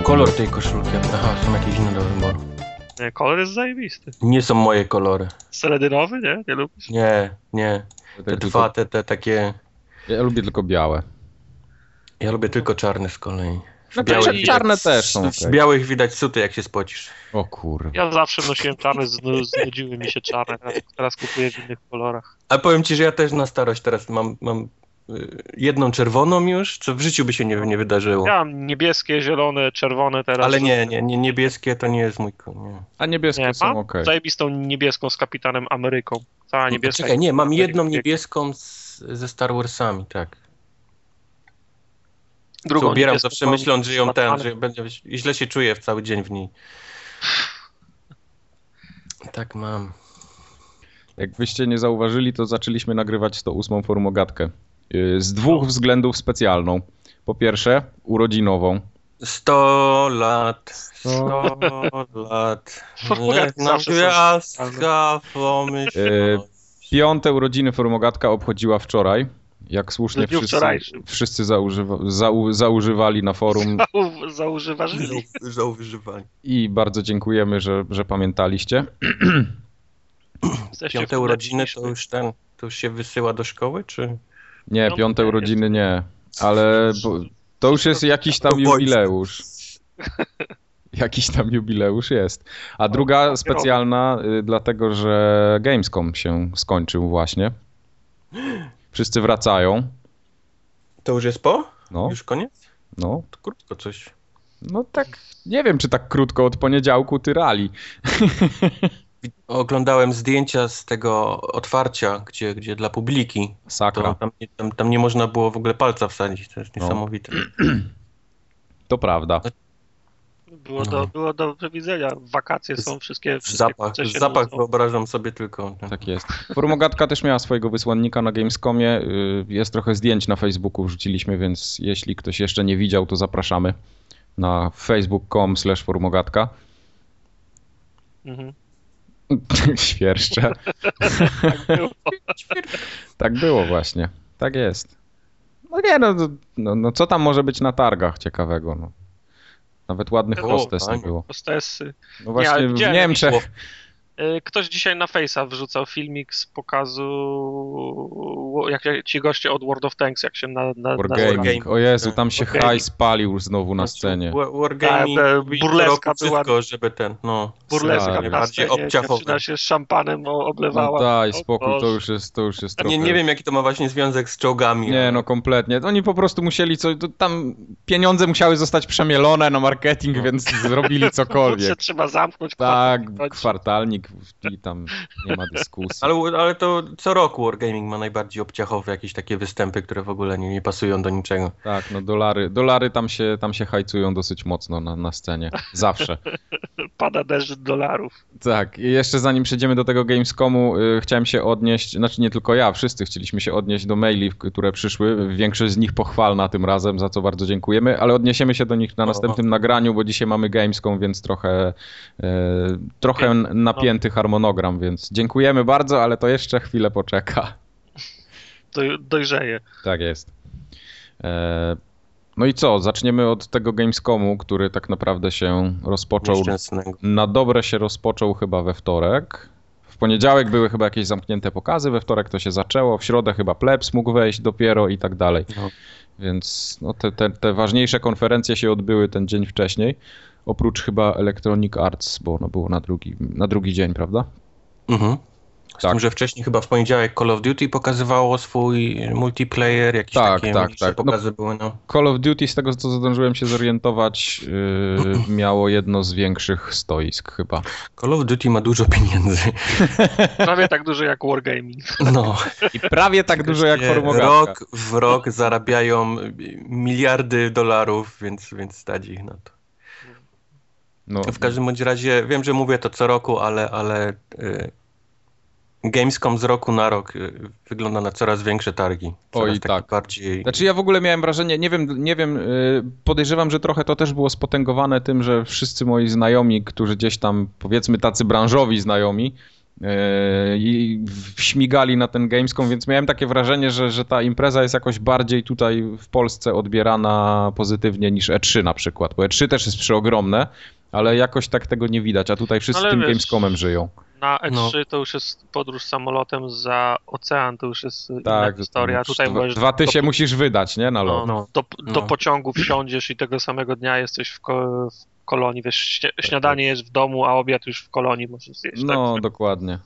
kolor tej koszulki. Aha, są jakieś inne do wyboru. Nie, kolor jest zajebisty. Nie są moje kolory. Seledynowy, nie? Nie lubisz? Nie. Te dwa, te takie... Ja lubię tylko białe. Ja lubię tylko czarne z kolei. Znaczy, czarne też są Z białych widać suty, jak się spocisz. O kurwa. Ja zawsze nosiłem czarne, znudziły mi się czarne. Teraz kupuję w innych kolorach. A powiem ci, że ja też na starość teraz mam jedną czerwoną już, co w życiu by się nie wydarzyło. Ja mam niebieskie, zielone, czerwone teraz. Ale nie, niebieskie to nie jest mój kolor. Nie. A niebieskie są mam okej. zajebistą niebieską z Kapitanem Ameryką. Cała niebieska. Czekaj, nie, mam jedną niebieską ze Star Warsami, tak. Drugą Ubieram niebieską zawsze myśląc, że ją Batmanem. że będzie i źle się czuję w cały dzień w niej. Tak mam. Jakbyście nie zauważyli, to zaczęliśmy nagrywać 108 formogatkę. Z dwóch względów specjalną. Po pierwsze, urodzinową. 100 lat, 100 lat. Formogatki Niech nam zawsze są gwiazdka pomyślność. 5. urodziny formogatka obchodziła wczoraj. Jak słusznie W dniu wczorajszym. wszyscy zaużywali na forum Zaużywali. i bardzo dziękujemy, że pamiętaliście. Jesteście 5 w urodziny śmieszni. to już się wysyła do szkoły, czy? Nie, 5. urodziny nie, ale to już jest jakiś tam jubileusz. Jakiś tam jubileusz jest. A druga specjalna, dlatego że Gamescom się skończył właśnie. Wszyscy wracają. To już jest po? No. Już koniec? No, To krótko coś. no tak, nie wiem czy tak krótko od poniedziałku tyrali. Oglądałem zdjęcia z tego otwarcia, gdzie dla publiki. Sakra. To tam nie można było w ogóle palca wsadzić. To jest No. niesamowite. To prawda. Było do przewidzenia. Wakacje są wszystkie Zapach wyobrażam sobie tylko. Tak jest. Formogatka też miała swojego wysłannika na Gamescomie. Jest trochę zdjęć na Facebooku wrzuciliśmy, więc jeśli ktoś jeszcze nie widział, to zapraszamy na facebook.com/formogatka. Mhm. Świerszcze. Tak było właśnie. Tak jest. No nie, no co tam może być na targach ciekawego? No. Nawet ładnych hostes nie było. Hostessy. No właśnie ale w widziałem Niemczech. Ktoś dzisiaj na Face'a wrzucał filmik z pokazu, jak ci goście od World of Tanks, jak się na Wargaming. O Jezu, tam się Wargaming. haj spalił znowu na scenie. Wargaming burleska była. wszystko, żeby Burleska Stary. na bardziej scenie, obciachowe. dziewczyna się z szampanem oblewała. No daj O spokój, Boże. to już jest trochę... Nie wiem, jaki to ma właśnie związek z czołgami. Nie, no kompletnie. Oni po prostu musieli tam pieniądze musiały zostać przemielone na marketing, więc zrobili Wód się cokolwiek. trzeba zamknąć. Tak, kwartał. kwartalnik i tam nie ma dyskusji. Ale to co roku Wargaming ma najbardziej obciachowe jakieś takie występy, które w ogóle nie pasują do niczego. Tak, no dolary tam się hajcują dosyć mocno na scenie. Zawsze. Pada deszcz dolarów. Tak, i jeszcze zanim przejdziemy do tego Gamescomu, chciałem się odnieść, znaczy nie tylko ja, wszyscy chcieliśmy się odnieść do maili, które przyszły. Większość z nich pochwalna tym razem, za co bardzo dziękujemy, ale odniesiemy się do nich na następnym nagraniu, bo dzisiaj mamy Gamescom, więc trochę napięty harmonogram, więc dziękujemy bardzo, ale to jeszcze chwilę poczeka. Dojrzeje. Tak jest. No i co? Zaczniemy od tego Gamescomu, który tak naprawdę się rozpoczął. Nieszczęsnego. Na dobre się rozpoczął chyba we wtorek. W poniedziałek były chyba jakieś zamknięte pokazy, we wtorek to się zaczęło, w środę chyba plebs mógł wejść dopiero i tak dalej. No. Więc no, te ważniejsze konferencje się odbyły ten dzień wcześniej. Oprócz chyba Electronic Arts, bo ono było na drugi dzień, prawda? Mhm. Z Tak. tym, że wcześniej chyba w poniedziałek Call of Duty pokazywało swój multiplayer, jakieś takie tak. pokazy były. No. Call of Duty, z tego co zdążyłem się zorientować, miało jedno z większych stoisk chyba. Call of Duty ma dużo pieniędzy. Prawie tak duży jak Wargaming. No. I prawie tak dużo jak Formogatka. Rok w rok zarabiają miliardy dolarów, więc stać ich na to. No, W każdym bądź razie, wiem, że mówię to co roku, ale Gamescom z roku na rok wygląda na coraz większe targi. Coraz Oj, taki tak. bardziej... Znaczy ja w ogóle miałem wrażenie, nie wiem, podejrzewam, że trochę to też było spotęgowane tym, że wszyscy moi znajomi, którzy gdzieś tam, powiedzmy tacy branżowi znajomi, i śmigali na ten Gamescom, więc miałem takie wrażenie, że ta impreza jest jakoś bardziej tutaj w Polsce odbierana pozytywnie niż E3 na przykład, bo E3 też jest przeogromne, ale jakoś tak tego nie widać, a tutaj wszyscy tym Gamescomem żyją. Na E3 to już jest podróż samolotem za ocean, to już jest inna historia. Tutaj dwa tysiące musisz wydać, nie? Na lot. Do pociągu wsiądziesz i tego samego dnia jesteś w kolonii, wiesz, śniadanie jest w domu, a obiad już w kolonii możesz zjeść. No, tak? Dokładnie.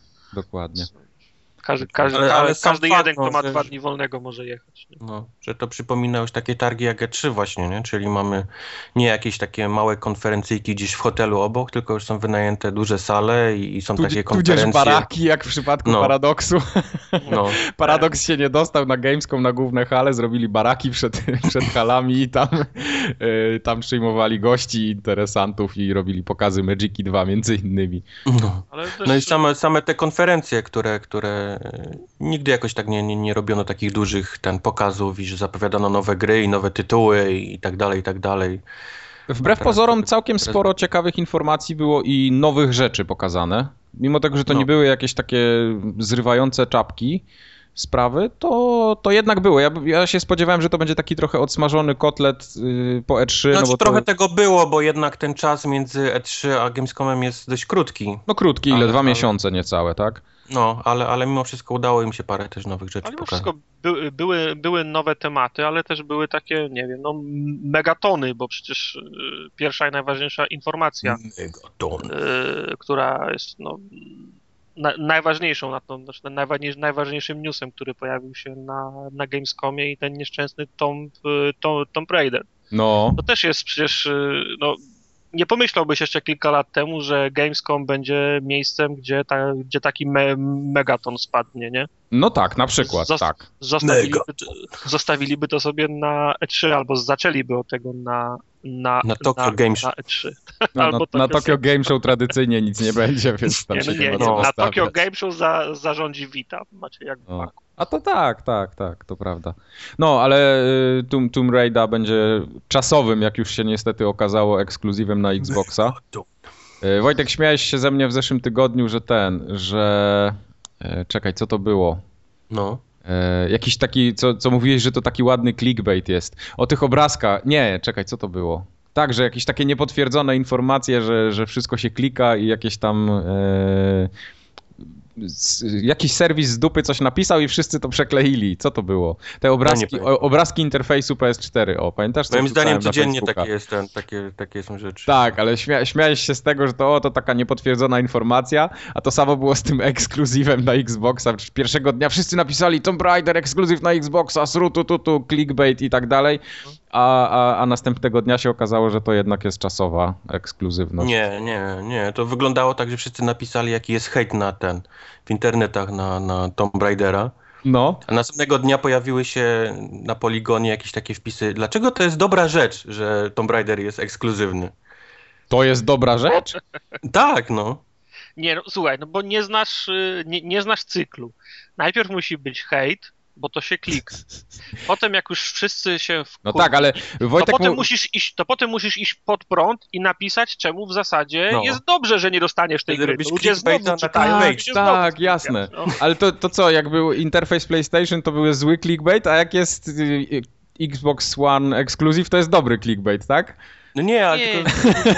Każdy jeden, kto ma 2 dni wolnego, może jechać. Nie? No, że to przypomina już takie targi jak E3 właśnie, nie? Czyli mamy nie jakieś takie małe konferencyjki gdzieś w hotelu obok, tylko już są wynajęte duże sale i są takie konferencje. Tudzież baraki, jak w przypadku Paradoksu. Paradoks się nie dostał na Gamescom, na główne hale, zrobili baraki przed halami i tam przyjmowali gości, interesantów i robili pokazy Magiki 2 między innymi. No i same te konferencje, które nigdy jakoś tak nie robiono takich dużych pokazów i że zapowiadano nowe gry i nowe tytuły i tak dalej, i tak dalej. Wbrew pozorom całkiem sporo ciekawych informacji było i nowych rzeczy pokazane. Mimo tego, że to nie były jakieś takie zrywające czapki sprawy, to jednak było. Ja się spodziewałem, że to będzie taki trochę odsmażony kotlet po E3. Znaczy, trochę tego było, bo jednak ten czas między E3 a Gamescomem jest dość krótki. No krótki, 2 miesiące niecałe, tak? No, ale mimo wszystko udało im się parę też nowych rzeczy pokazać. Ale mimo wszystko były nowe tematy, ale też były takie, nie wiem, megatony, bo przecież pierwsza i najważniejsza informacja, która jest najważniejszą, najważniejszym newsem, który pojawił się na Gamescomie i ten nieszczęsny Tomb Raider. No. To też jest przecież, nie pomyślałbyś jeszcze kilka lat temu, że Gamescom będzie miejscem, gdzie taki megaton spadnie, nie? No tak, na przykład, tak. Zostawiliby to sobie na E3 albo zaczęliby od tego na Tokyo Game Show. Na E3. Na Tokyo Game Show tradycyjnie nic nie będzie, więc tam się nie ma co na Tokyo Game Show zarządzi Vita. Macie jak w Macu. A to tak, to prawda. No, ale Tomb Raider będzie czasowym, jak już się niestety okazało, ekskluzywem na Xboxa. Wojtek, śmiałeś się ze mnie w zeszłym tygodniu, że czekaj, co to było? No. Jakiś taki, co mówiłeś, że to taki ładny clickbait jest. O tych obrazkach. Nie, czekaj, co to było? Tak, że jakieś takie niepotwierdzone informacje, że wszystko się klika i jakieś tam... jakiś serwis z dupy coś napisał i wszyscy to przekleili. Co to było? Te obrazki interfejsu PS4. Pamiętasz? Moim zdaniem codziennie takie są rzeczy. Tak, ale śmiałeś się z tego, że to taka niepotwierdzona informacja, a to samo było z tym ekskluzywem na Xboxa. Pierwszego dnia wszyscy napisali Tomb Raider ekskluzyw na Xboxa, srutututu, clickbait i tak dalej, a następnego dnia się okazało, że to jednak jest czasowa ekskluzywność. Nie. To wyglądało tak, że wszyscy napisali, jaki jest hejt w internetach na Tomb Raidera. No. A następnego dnia pojawiły się na Poligonie jakieś takie wpisy. Dlaczego to jest dobra rzecz, że Tomb Raider jest ekskluzywny? To jest dobra rzecz? Tak, no. Nie, słuchaj, bo nie znasz cyklu. Najpierw musi być hejt, bo to się klika. Potem jak już wszyscy się No tak, ale Wojtek... To potem musisz iść pod prąd i napisać, czemu w zasadzie jest dobrze, że nie dostaniesz tej gry. Ludzie znowu czytają. Tak, jasne. No. Ale to co, jak był interfejs PlayStation, to był zły clickbait, a jak jest Xbox One Exclusive, to jest dobry clickbait, tak? No nie, ale tylko...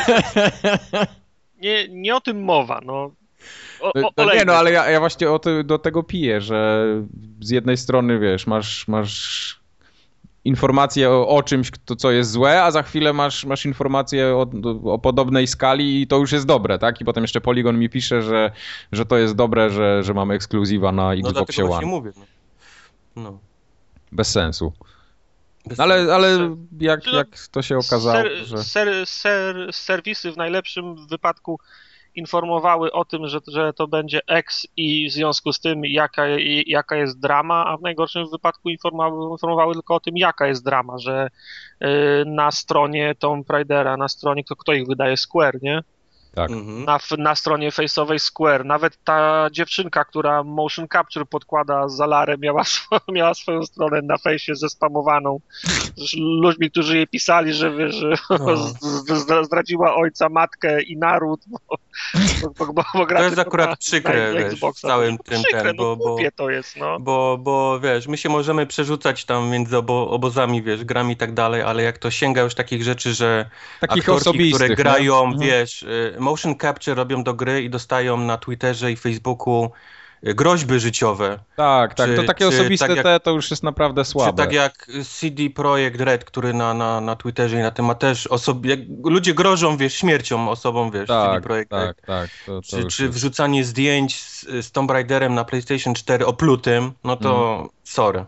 nie o tym mowa, ale ja właśnie do tego piję, że z jednej strony, wiesz, masz informacje o czymś, co jest złe, a za chwilę masz informacje o podobnej skali i to już jest dobre, tak? I potem jeszcze Polygon mi pisze, że to jest dobre, że mamy ekskluzywa na Xboxie One. No dlatego właśnie mówię. No. Bez sensu. Ale jak to się okazało, serwisy w najlepszym wypadku informowały o tym, że to będzie X i w związku z tym jaka jest drama, a w najgorszym wypadku informowały tylko o tym, jaka jest drama, że na stronie Tomb Raidera, na stronie, kto ich wydaje, Square, nie? Tak. Na stronie face'owej Square. Nawet ta dziewczynka, która motion capture podkłada z Alarem, miała swoją stronę na fejsie zespamowaną z ludźmi, którzy jej pisali, że zdradziła ojca, matkę i naród, bo gra to jest akurat przykre, w całym tym, przykre, głupie to jest, Bo wiesz, my się możemy przerzucać tam między obozami, wiesz, grami i tak dalej, ale jak to sięga już takich rzeczy, że takich aktorki, które grają, wiesz, motion capture robią do gry i dostają na Twitterze i Facebooku groźby życiowe. Tak, to takie osobiste tak to już jest naprawdę słabe. Czy tak jak CD Projekt Red, który na Twitterze i na tym ma też ludzie grożą, wiesz, śmiercią osobom, wiesz, CD Projekt Red. Tak. Czy wrzucanie zdjęć z Tomb Raiderem na PlayStation 4 oplutym, no to sorry.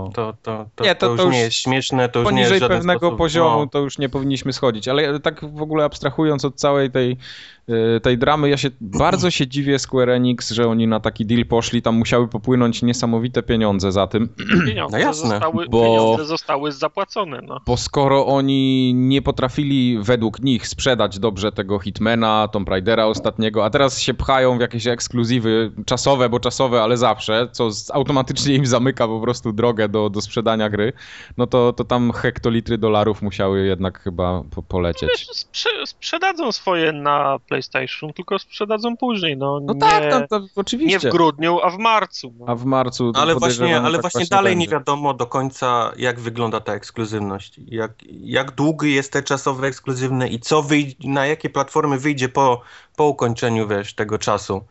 To już nie jest śmieszne, to już nie jest w żaden pewnego sposób, poziomu to już nie powinniśmy schodzić, ale tak w ogóle abstrahując od całej tej dramy, ja bardzo się dziwię Square Enix, że oni na taki deal poszli, tam musiały popłynąć niesamowite pieniądze za tym. Pieniądze, jasne. Pieniądze zostały zapłacone. Bo skoro oni nie potrafili według nich sprzedać dobrze tego Hitmana, Tomb Raidera ostatniego, a teraz się pchają w jakieś ekskluzywy czasowe, ale zawsze, co automatycznie im zamyka po prostu drogę do sprzedania gry, no to tam hektolitry dolarów musiały jednak chyba polecieć. Sprzedadzą swoje na PlayStation, tylko sprzedadzą później. Tak, oczywiście. Nie w grudniu, a w marcu. A w marcu. Ale właśnie dalej nie wiadomo do końca, jak wygląda ta ekskluzywność. Jak długie jest te czasowe ekskluzywne i na jakie platformy wyjdzie po ukończeniu, wiesz, tego czasu.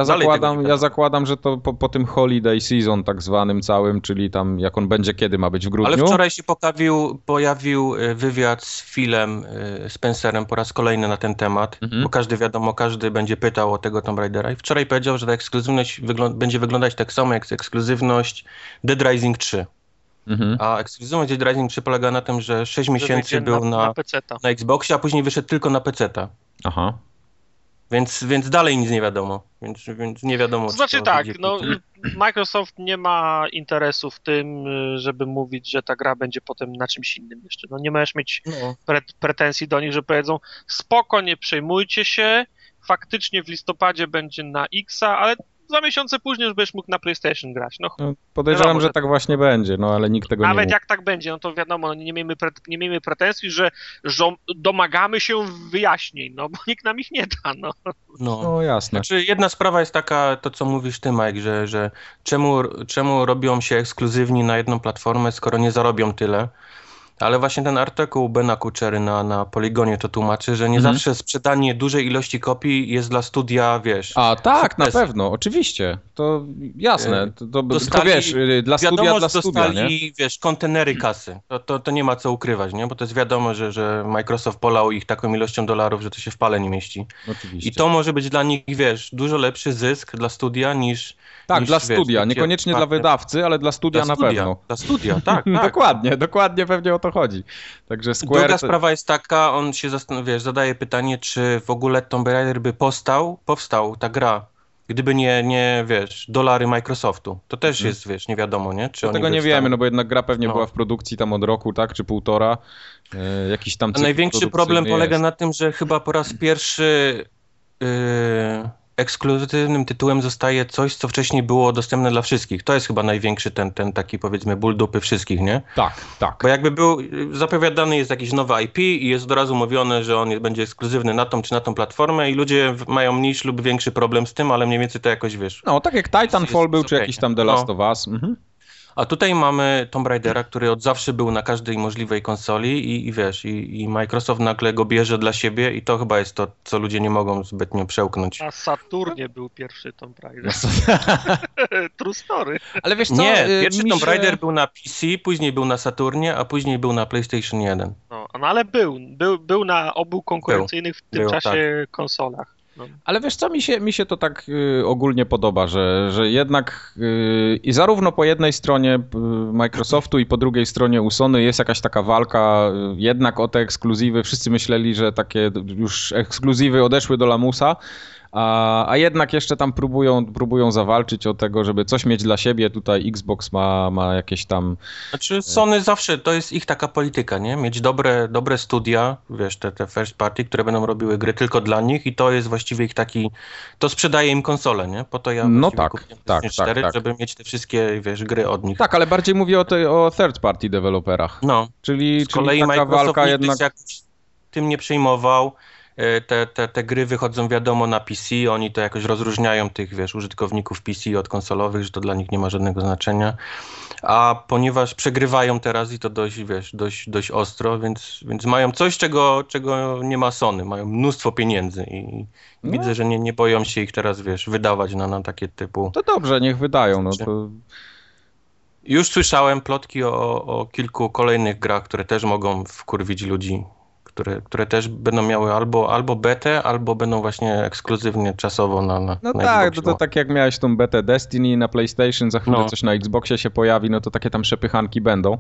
Ja zakładam, że to po tym holiday season tak zwanym całym, czyli tam jak on będzie, kiedy ma być w grudniu. Ale wczoraj się pojawił wywiad z Philem Spencerem po raz kolejny na ten temat, bo każdy będzie pytał o tego Tomb Raidera i wczoraj powiedział, że ta ekskluzywność będzie wyglądać tak samo jak ekskluzywność Dead Rising 3. A ekskluzywność Dead Rising 3 polega na tym, że 6 miesięcy był na Xboxie, a później wyszedł tylko na PC-ta. Aha. Więc dalej nic nie wiadomo. Więc nie wiadomo. To znaczy tak, Microsoft nie ma interesu w tym, żeby mówić, że ta gra będzie potem na czymś innym jeszcze. Nie możesz mieć pretensji do nich, że powiedzą spoko, nie przejmujcie się, faktycznie w listopadzie będzie na X-a, ale 2 miesiące później już będziesz mógł na PlayStation grać. Podejrzewam, że tak właśnie będzie, ale nikt tego nie mówi. Nawet jak tak będzie, to wiadomo, nie miejmy pretensji, że domagamy się wyjaśnień, bo nikt nam ich nie da. No jasne. Znaczy, jedna sprawa jest taka, to co mówisz ty, Mike, że czemu robią się ekskluzywni na jedną platformę, skoro nie zarobią tyle. Ale właśnie ten artykuł Bena Kuchery na Polygonie to tłumaczy, że nie zawsze sprzedanie dużej ilości kopii jest dla studia, wiesz... A tak, na pewno, oczywiście. To jasne. To wiesz, dla studia, dostali, nie? wiesz, kontenery kasy. To nie ma co ukrywać, nie? Bo to jest wiadomo, że Microsoft polał ich taką ilością dolarów, że to się w pale nie mieści. Oczywiście. I to może być dla nich, wiesz, dużo lepszy zysk dla studia niż... Tak, dla studia, niekoniecznie dla wydawcy, ale dla studia na pewno. Dla studia, tak. Dokładnie pewnie o to chodzi. Także Square... Druga sprawa jest taka, on się zadaje pytanie, czy w ogóle Tomb Raider by powstał ta gra, gdyby nie wiesz, dolary Microsoftu. To też jest, wiesz, nie wiadomo, nie? Czy tego nie wiemy, bo jednak gra pewnie była w produkcji tam od roku, tak, czy półtora. Jakiś tam największy problem polega na tym, że chyba po raz pierwszy... ekskluzywnym tytułem zostaje coś, co wcześniej było dostępne dla wszystkich. To jest chyba największy ten taki, powiedzmy, ból dupy wszystkich, nie? Tak. Bo jakby zapowiadany jest jakiś nowy IP i jest od razu mówione, że on będzie ekskluzywny na tą czy na tą platformę i ludzie mają mniejszy lub większy problem z tym, ale mniej więcej to jakoś, wiesz... Tak jak Titanfall był, czy jakiś tam The Last of Us. A tutaj mamy Tomb Raidera, który od zawsze był na każdej możliwej konsoli i wiesz, i Microsoft nagle go bierze dla siebie i to chyba jest to, co ludzie nie mogą zbytnio przełknąć. Na Saturnie był pierwszy Tomb Raider. True story. Ale wiesz co? Nie, pierwszy Tomb Raider był na PC, później był na Saturnie, a później był na PlayStation 1. Ale był na obu konkurencyjnych w tym czasie konsolach. Ale wiesz co, mi się to tak ogólnie podoba, że jednak i zarówno po jednej stronie Microsoftu i po drugiej stronie u Sony jest jakaś taka walka jednak o te ekskluzywy. Wszyscy myśleli, że takie już ekskluzywy odeszły do lamusa, a jednak jeszcze tam próbują zawalczyć o tego, żeby coś mieć dla siebie. Tutaj Xbox ma jakieś tam... Znaczy Sony zawsze, to jest ich taka polityka, nie? Mieć dobre studia, wiesz, te first party, które będą robiły gry tylko dla nich i to jest właściwie ich taki... To sprzedaje im konsolę, nie? Po to ja kupiłem PlayStation 4, żeby mieć te wszystkie, wiesz, gry od nich. Tak, ale bardziej mówię o third party deweloperach. No. Czyli taka Microsoft walka jednak... tym nie przejmował. Te gry wychodzą wiadomo na PC, oni to jakoś rozróżniają tych, wiesz, użytkowników PC od konsolowych, że to dla nich nie ma żadnego znaczenia. A ponieważ przegrywają teraz i to dość, wiesz, dość ostro, więc mają coś, czego nie ma Sony. Mają mnóstwo pieniędzy i widzę, że nie boją się ich teraz, wiesz, wydawać na takie typu... To dobrze, niech wydają, no to... Już słyszałem plotki o kilku kolejnych grach, które też mogą wkurwić ludzi, które też będą miały albo betę, albo będą właśnie ekskluzywnie czasowo na No na tak, Xboxie. to tak jak miałeś tą betę Destiny na PlayStation, za chwilę coś na Xboxie się pojawi, no to takie tam przepychanki będą.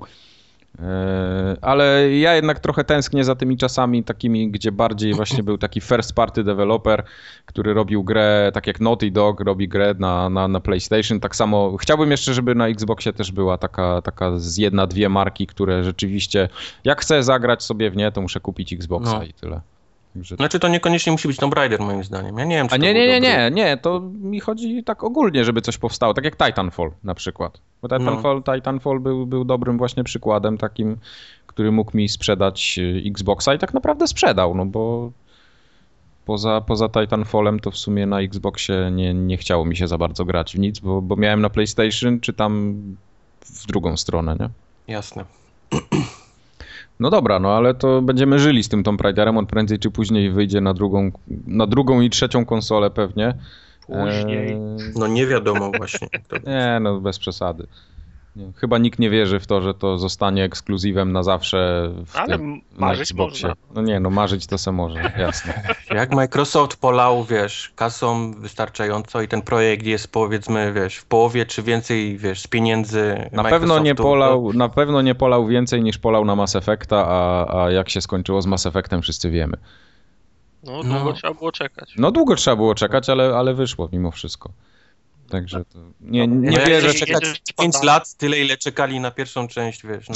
Ale ja jednak trochę tęsknię za tymi czasami takimi, gdzie bardziej właśnie był taki first party developer, który robił grę, tak jak Naughty Dog robi grę na PlayStation. Tak samo chciałbym jeszcze, żeby na Xboxie też była taka z jedna, dwie marki, które rzeczywiście, jak chcę zagrać sobie w nie, to muszę kupić Xboxa i tyle. Znaczy to niekoniecznie musi być Tomb Raider moim zdaniem. Ja nie wiem, czy nie, to mi chodzi tak ogólnie, żeby coś powstało, tak jak Titanfall na przykład. Bo Titanfall był dobrym właśnie przykładem takim, który mógł mi sprzedać Xboxa i tak naprawdę sprzedał, no bo poza Titanfallem to w sumie na Xboxie nie chciało mi się za bardzo grać w nic, bo miałem na PlayStation czy tam w drugą stronę, nie? Jasne. No dobra, no ale to będziemy żyli z tym Tomb Raiderem, on prędzej czy później wyjdzie na drugą i trzecią konsolę pewnie. Później. No nie wiadomo właśnie. Nie, no bez przesady. Chyba nikt nie wierzy w to, że to zostanie ekskluzywem na zawsze na Xboxie. Można. No marzyć to se może, jasne. Jak Microsoft polał, wiesz, kasą wystarczająco i ten projekt jest powiedzmy, wiesz, w połowie czy więcej, wiesz, z pieniędzy na pewno nie polał więcej niż polał na Mass Effecta, a jak się skończyło z Mass Effectem wszyscy wiemy. No długo trzeba było czekać. No długo trzeba było czekać, ale wyszło mimo wszystko. Także to nie wierzę. Czekać 5 lat, tyle ile czekali na pierwszą część, wiesz.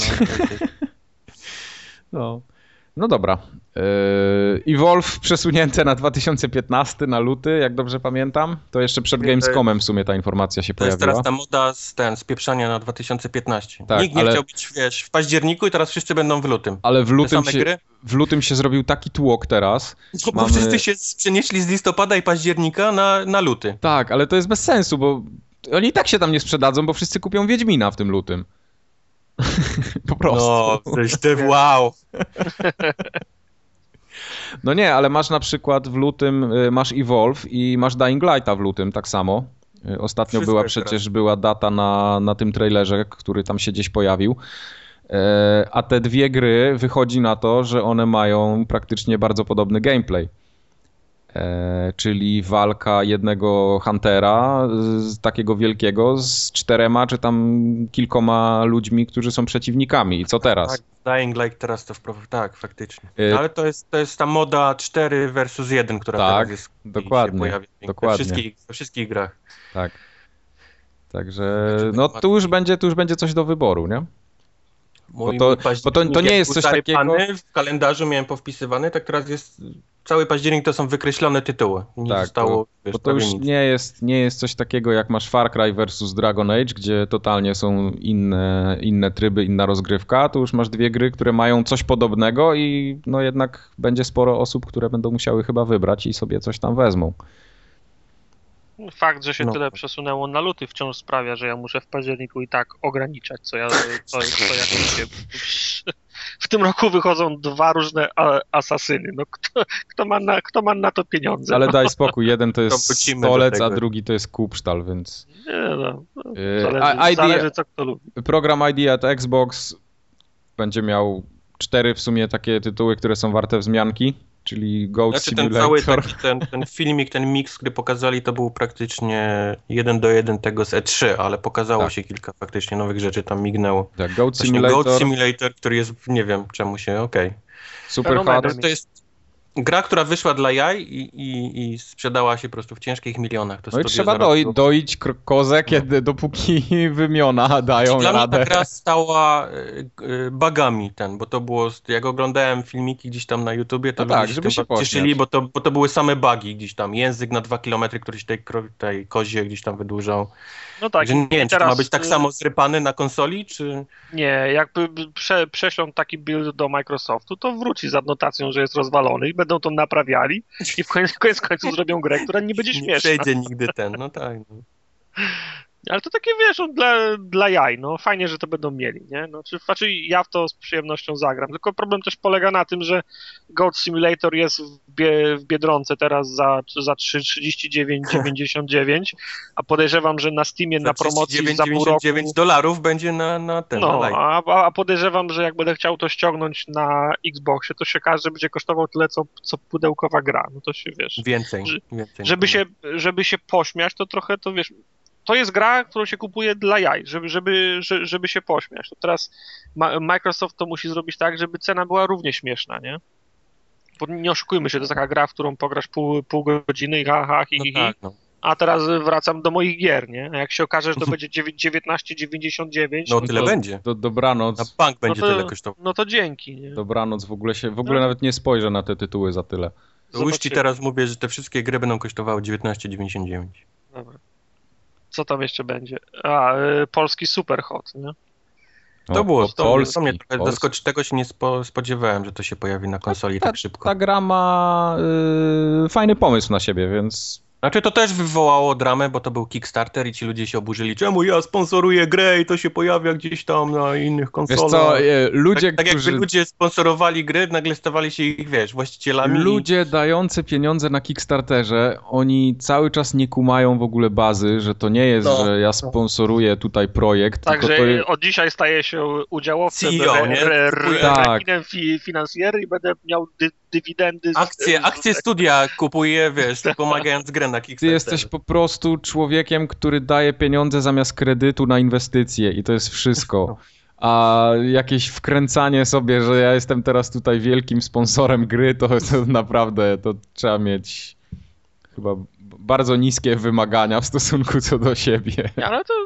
No dobra. Evolve przesunięte na 2015, na luty, jak dobrze pamiętam. To jeszcze przed Gamescomem w sumie ta informacja się pojawiła. To jest teraz ta moda z pieprzania na 2015. Tak, nikt nie chciał być, wiesz, w październiku i teraz wszyscy będą w lutym. Ale w lutym się zrobił taki tłok teraz. No bo wszyscy się przenieśli z listopada i października na luty. Tak, ale to jest bez sensu, bo oni i tak się tam nie sprzedadzą, bo wszyscy kupią Wiedźmina w tym lutym. Po prostu. No, wow. No nie, ale masz na przykład w lutym, masz Evolve i masz Dying Lighta w lutym, tak samo. Ostatnio była data na tym trailerze, który tam się gdzieś pojawił. A te dwie gry wychodzi na to, że one mają praktycznie bardzo podobny gameplay. Czyli walka jednego huntera, takiego wielkiego, z 4 czy tam kilkoma ludźmi, którzy są przeciwnikami. I co teraz? Tak, Dying Light teraz to tak, faktycznie. Ale to jest ta moda 4 versus 1, która teraz jest. Dokładnie, się pojawia we wszystkich grach. Tak. Także no tu już będzie coś do wyboru, nie? Bo to nie jest coś takiego... W kalendarzu miałem powpisywany, tak teraz jest... Cały październik to są wykreślone tytuły. Nie zostało, bo to już nie jest coś takiego jak masz Far Cry versus Dragon Age, gdzie totalnie są inne tryby, inna rozgrywka. Tu już masz dwie gry, które mają coś podobnego i no jednak będzie sporo osób, które będą musiały chyba wybrać i sobie coś tam wezmą. Fakt, że się tyle przesunęło na luty wciąż sprawia, że ja muszę w październiku i tak ograniczać, co ja się... W tym roku wychodzą 2 różne asasyny. No kto ma na to pieniądze? Ale daj spokój, jeden to jest stolec, a drugi to jest kupsztal, więc... Zależy co kto lubi. Program ID at Xbox będzie miał 4 w sumumie takie tytuły, które są warte wzmianki. Czyli Goat Simulator. Ten filmik, ten mix, który pokazali, to był praktycznie 1:1 tego z E3, ale pokazało się kilka faktycznie nowych rzeczy, tam mignęło. Tak, Goat Simulator, który jest, nie wiem czemu się, Super Hard. gra, która wyszła dla jaj i sprzedała się po prostu w ciężkich milionach. To no i trzeba doić kozę, dopóki wymiona dają dla radę. mnie ta gra stała bugami bo to było, jak oglądałem filmiki gdzieś tam na YouTubie, to ludzie żeby się cieszyli, bo to były same bugi gdzieś tam, język na 2 km, który się tej kozie gdzieś tam wydłużał. No tak. Że nie wiem, czy to ma być tak samo zrypany na konsoli, czy... Nie, jakby prześlą taki build do Microsoftu, to wróci z adnotacją, że jest rozwalony i będą to naprawiali i w koniec końców zrobią grę, która nie będzie śmieszna. Nie przejdzie nigdy no tak. No. Ale to takie, wiesz, dla jaj, no fajnie, że to będą mieli, nie? No, znaczy ja w to z przyjemnością zagram, tylko problem też polega na tym, że Goat Simulator jest w Biedronce teraz za 39,99, a podejrzewam, że na Steamie na promocji za pół roku... $39 będzie na ten, no, na live. A podejrzewam, że jak będę chciał to ściągnąć na Xboxie, to się okaże, że będzie kosztował tyle, co pudełkowa gra, no to się, wiesz... Więcej. Żeby się pośmiać, to trochę, to wiesz... To jest gra, którą się kupuje dla jaj, żeby się pośmiać. To teraz Microsoft to musi zrobić tak, żeby cena była równie śmieszna, nie? Bo nie oszukujmy się, to jest taka gra, w którą pograsz pół godziny i a teraz wracam do moich gier, nie? A jak się okaże, że to będzie 19,99... No tyle będzie. Dobranoc. Na bank będzie tyle kosztował. No to dzięki, nie? Dobranoc, w ogóle nawet nie spojrzę na te tytuły za tyle. Już ci teraz mówię, że te wszystkie gry będą kosztowały 19,99. Dobra. Co tam jeszcze będzie? Polski Superhot, nie? To było, to mnie trochę zaskoczyło, tego się nie spodziewałem, że to się pojawi na konsoli tak szybko. Ta gra ma fajny pomysł na siebie, więc... Znaczy to też wywołało dramę, bo to był Kickstarter i ci ludzie się oburzyli, czemu ja sponsoruję grę i to się pojawia gdzieś tam na innych konsolach. Wiesz co, ludzie, tak jakby ludzie sponsorowali gry, nagle stawali się ich, właścicielami. Ludzie dający pieniądze na Kickstarterze, oni cały czas nie kumają w ogóle bazy, że to nie jest, że ja sponsoruję tutaj projekt. Także od dzisiaj staję się udziałowcem, rekinem finansjery i będę miał dywidendy. Akcje studia kupuję, pomagając grę na Kickstarterze. Ty jesteś po prostu człowiekiem, który daje pieniądze zamiast kredytu na inwestycje i to jest wszystko. A jakieś wkręcanie sobie, że ja jestem teraz tutaj wielkim sponsorem gry, to naprawdę to trzeba mieć chyba bardzo niskie wymagania w stosunku co do siebie. Ale to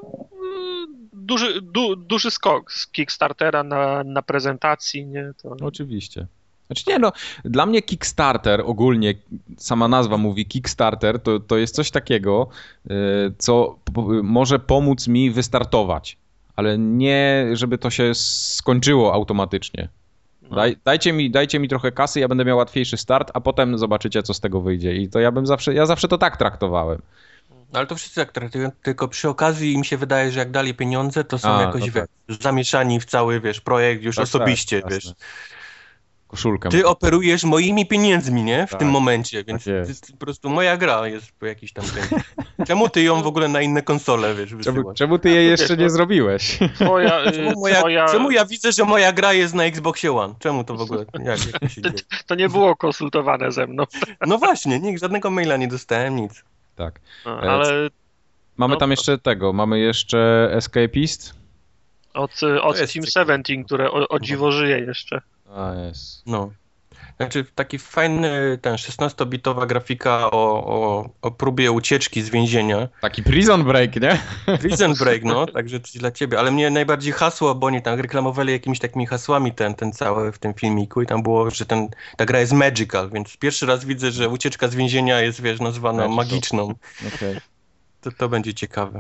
duży skok z Kickstartera na prezentacji, nie? To... Oczywiście. Znaczy nie, no, dla mnie Kickstarter ogólnie, sama nazwa mówi Kickstarter, to jest coś takiego, co może pomóc mi wystartować, ale nie, żeby to się skończyło automatycznie. Dajcie mi trochę kasy, ja będę miał łatwiejszy start, a potem zobaczycie, co z tego wyjdzie. I to ja zawsze to tak traktowałem. Ale to wszyscy tak traktują, tylko przy okazji im się wydaje, że jak dali pieniądze, to są jakoś zamieszani w cały, projekt już osobiście, Koszulkę. Ty operujesz moimi pieniędzmi, nie? W tym momencie, więc to jest po prostu moja gra jest po jakiś tam ten. Czemu ty ją w ogóle na inne konsole, wysyłasz? Czemu ty jej jeszcze nie zrobiłeś? Czemu ja widzę, że moja gra jest na Xboxie One? Czemu to w ogóle? Jak to się dzieje? To nie było konsultowane ze mną. No właśnie, żadnego maila nie dostałem, nic. Tak. Ale... Mamy tam jeszcze mamy jeszcze Escapist. Od Team 17, które o dziwo żyje jeszcze. Jest. No. Znaczy taki fajny, 16-bitowa grafika o próbie ucieczki z więzienia. Taki Prison Break, nie? Prison Break, no, także coś dla ciebie. Ale mnie najbardziej hasło, bo oni tam reklamowali jakimiś takimi hasłami ten cały w tym filmiku i tam było, że ta gra jest magical, więc pierwszy raz widzę, że ucieczka z więzienia jest, nazwana magiczną. Okay. To będzie ciekawe.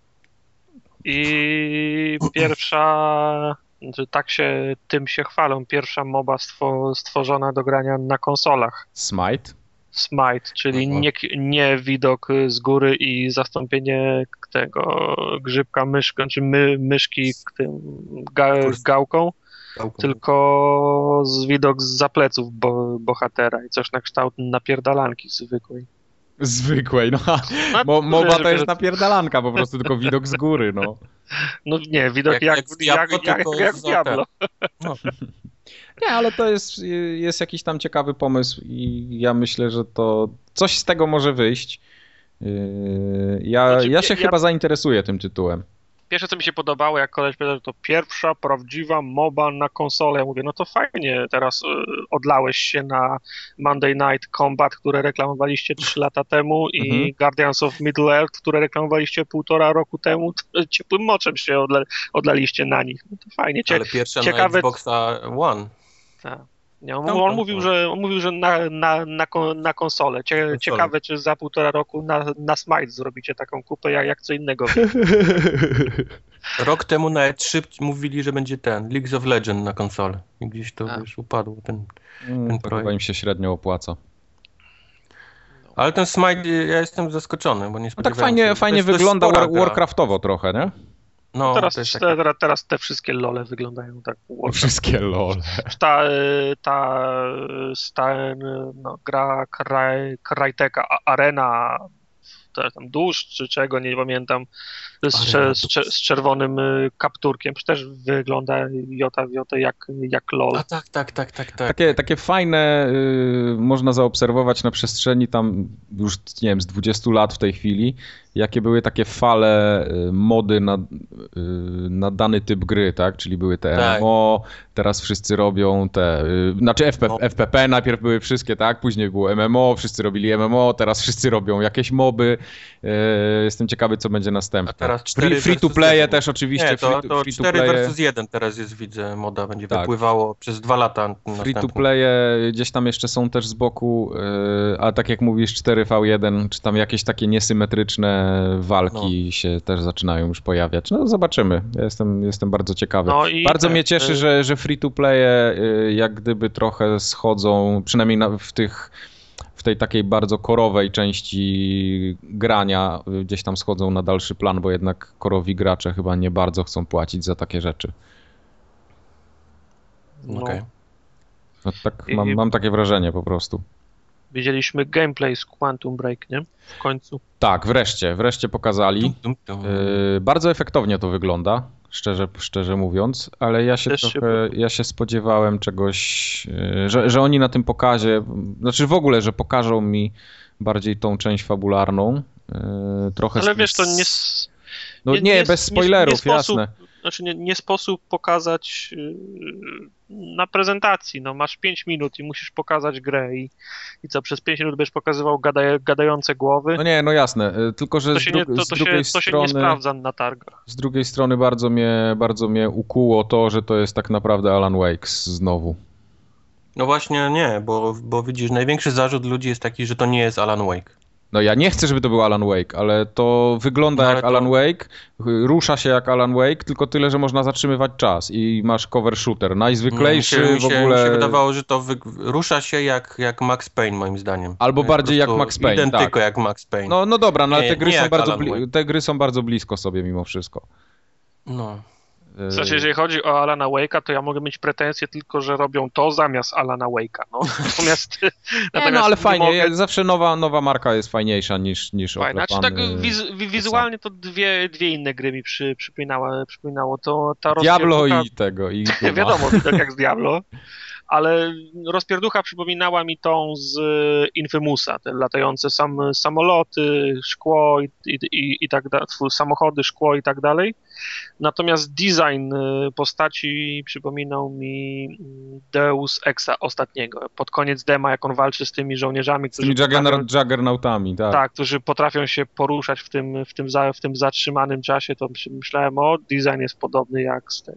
I pierwsza... Tym się chwalą. Pierwsza MOBA stworzona do grania na konsolach. Smite, czyli nie widok z góry i zastąpienie tego grzybka czy myszki gałką, tylko widok zza pleców bohatera i coś na kształt napierdalanki zwykłej. MOBA to jest napierdalanka, po prostu tylko widok z góry, no. No nie, widok jak Diablo. No. Nie, ale to jest jakiś tam ciekawy pomysł i ja myślę, że to coś z tego może wyjść. Ja się chyba zainteresuję tym tytułem. Pierwsze, co mi się podobało, jak koleś powiedział, że to pierwsza prawdziwa MOBA na konsolę. Ja mówię, no to fajnie, teraz odlałeś się na Monday Night Combat, które reklamowaliście 3 lata temu i Guardians of Middle-earth, które reklamowaliście 1,5 roku temu, to ciepłym moczem się odlaliście na nich. No to fajnie. Ale pierwsza na Xboxa One. Tak. Nie, on mówił, że na konsolę. Ciekawe, czy za 1,5 roku na Smite zrobicie taką kupę, jak co innego. Rok temu na E3 mówili, że będzie League of Legends na konsolę. I gdzieś to już upadło, ten projekt. Chyba im się średnio opłaca. Ale ten Smite, ja jestem zaskoczony, bo nie spodziewałem się. Tak fajnie wygląda Warcraftowo trochę, nie? No, teraz te wszystkie lole wyglądają tak. Wszystkie lole. Ta gra Cryteka Arena, tam dusz czy czego, nie pamiętam, z czerwonym kapturkiem, też wygląda jota jak LOL. A tak. Takie fajne można zaobserwować na przestrzeni tam już, nie wiem, z 20 lat w tej chwili, jakie były takie fale mody na dany typ gry, tak? Czyli były te MMO, teraz wszyscy robią FPP najpierw były wszystkie, tak? Później było MMO, wszyscy robili MMO, teraz wszyscy robią jakieś moby. Jestem ciekawy, co będzie następne. A teraz free to play też oczywiście. Nie, to 4 versus 1 teraz jest, widzę, moda będzie wypływało przez 2 lata. Free to playe gdzieś tam jeszcze są też z boku, a tak jak mówisz 4v1, czy tam jakieś takie niesymetryczne walki się też zaczynają już pojawiać. No zobaczymy. Ja jestem bardzo ciekawy. Bardzo mnie cieszy, że free to playe jak gdyby trochę schodzą, przynajmniej w tej takiej bardzo korowej części grania gdzieś tam schodzą na dalszy plan, bo jednak korowi gracze chyba nie bardzo chcą płacić za takie rzeczy. Okej. No tak, mam takie wrażenie po prostu. Widzieliśmy gameplay z Quantum Break, nie? W końcu. Tak, wreszcie pokazali. Bardzo efektownie to wygląda, szczerze mówiąc, ale ja się spodziewałem czegoś, że oni na tym pokazie, znaczy w ogóle, że pokażą mi bardziej tą część fabularną. Trochę. Ale wiesz, to nie bez spoilerów, jasne. Znaczy nie sposób pokazać na prezentacji. No, masz 5 minut i musisz pokazać grę i co, przez 5 minut będziesz pokazywał gadające głowy. No nie, no jasne, tylko że to się nie sprawdza na targach. Z drugiej strony bardzo mnie ukuło to, że to jest tak naprawdę Alan Wake znowu. No właśnie nie, bo widzisz, największy zarzut ludzi jest taki, że to nie jest Alan Wake. No ja nie chcę, żeby to był Alan Wake, ale to wygląda jak Alan Wake, rusza się jak Alan Wake, tylko tyle, że można zatrzymywać czas i masz cover shooter. Najzwyklejszy w ogóle... Mi się wydawało, że to rusza się jak Max Payne moim zdaniem. Albo bardziej jak Max Payne, identyko jak Max Payne. No dobra, ale te gry są bardzo blisko sobie mimo wszystko. No. Znaczy, jeżeli chodzi o Alana Wake'a, to ja mogę mieć pretensje tylko, że robią to zamiast Alana Wake'a. No. Natomiast ale fajnie, zawsze nowa marka jest fajniejsza niż fajna. Znaczy tak wizualnie to dwie inne gry mi przypominało. To ta Diablo i tego. I wiadomo, tak jak z Diablo. Ale rozpierducha przypominała mi tą z Infamousa, te latające samoloty, szkło i tak dalej, samochody, szkło i tak dalej. Natomiast design postaci przypominał mi Deus Exa ostatniego. Pod koniec dema, jak on walczy z tymi żołnierzami, którzy Juggernautami, tak. Tak, którzy potrafią się poruszać w tym zatrzymanym czasie, to myślałem, design jest podobny jak z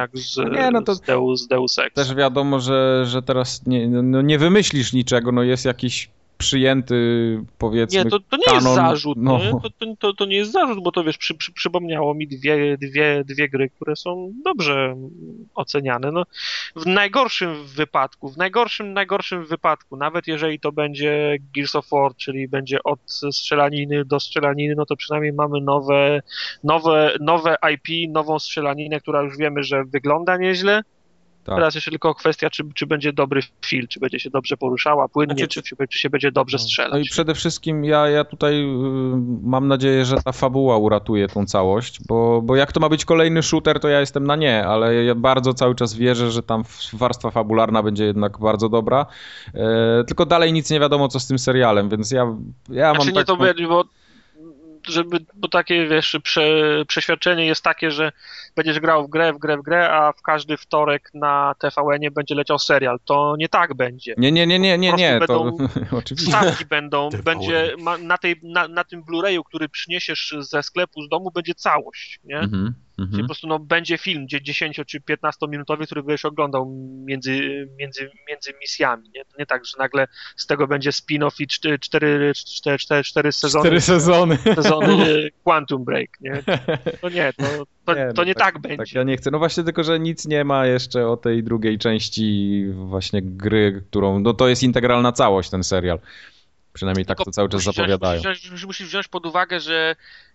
Deus Ex. Też wiadomo, że teraz nie wymyślisz niczego, no jest jakiś przyjęty, powiedzmy, nie, to nie kanon, jest zarzut, to nie jest zarzut, bo to wiesz, przypomniało mi dwie gry, które są dobrze oceniane. No, w najgorszym wypadku, nawet jeżeli to będzie Gears of War, czyli będzie od strzelaniny do strzelaniny, no to przynajmniej mamy nowe IP, nową strzelaninę, która już wiemy, że wygląda nieźle. Tak. Teraz jeszcze tylko kwestia, czy będzie dobry feel, czy będzie się dobrze poruszała płynnie, czy się będzie dobrze strzelać. No i przede wszystkim ja tutaj mam nadzieję, że ta fabuła uratuje tą całość, bo jak to ma być kolejny shooter, to ja jestem na nie, ale ja bardzo cały czas wierzę, że tam warstwa fabularna będzie jednak bardzo dobra. Tylko dalej nic nie wiadomo, co z tym serialem, więc ja mam nie to bo bo takie, wiesz, przeświadczenie jest takie, że będziesz grał w grę, a w każdy wtorek na TVN-ie będzie leciał serial. To nie tak będzie. Nie, to oczywiście. Stawki będzie na tym Blu-rayu, który przyniesiesz ze sklepu z domu, będzie całość, nie? Czyli po prostu będzie film 10 czy 15 minutowy, który będziesz oglądał między misjami, nie? To nie tak, że nagle z tego będzie spin-off i 4 sezony. 4 sezony. Sezony Quantum Break, nie? To nie tak będzie. Tak, ja nie chcę. No właśnie tylko, że nic nie ma jeszcze o tej drugiej części właśnie gry, którą, no to jest integralna całość ten serial. Przynajmniej tak to cały czas zapowiadają. Musisz wziąć pod uwagę, że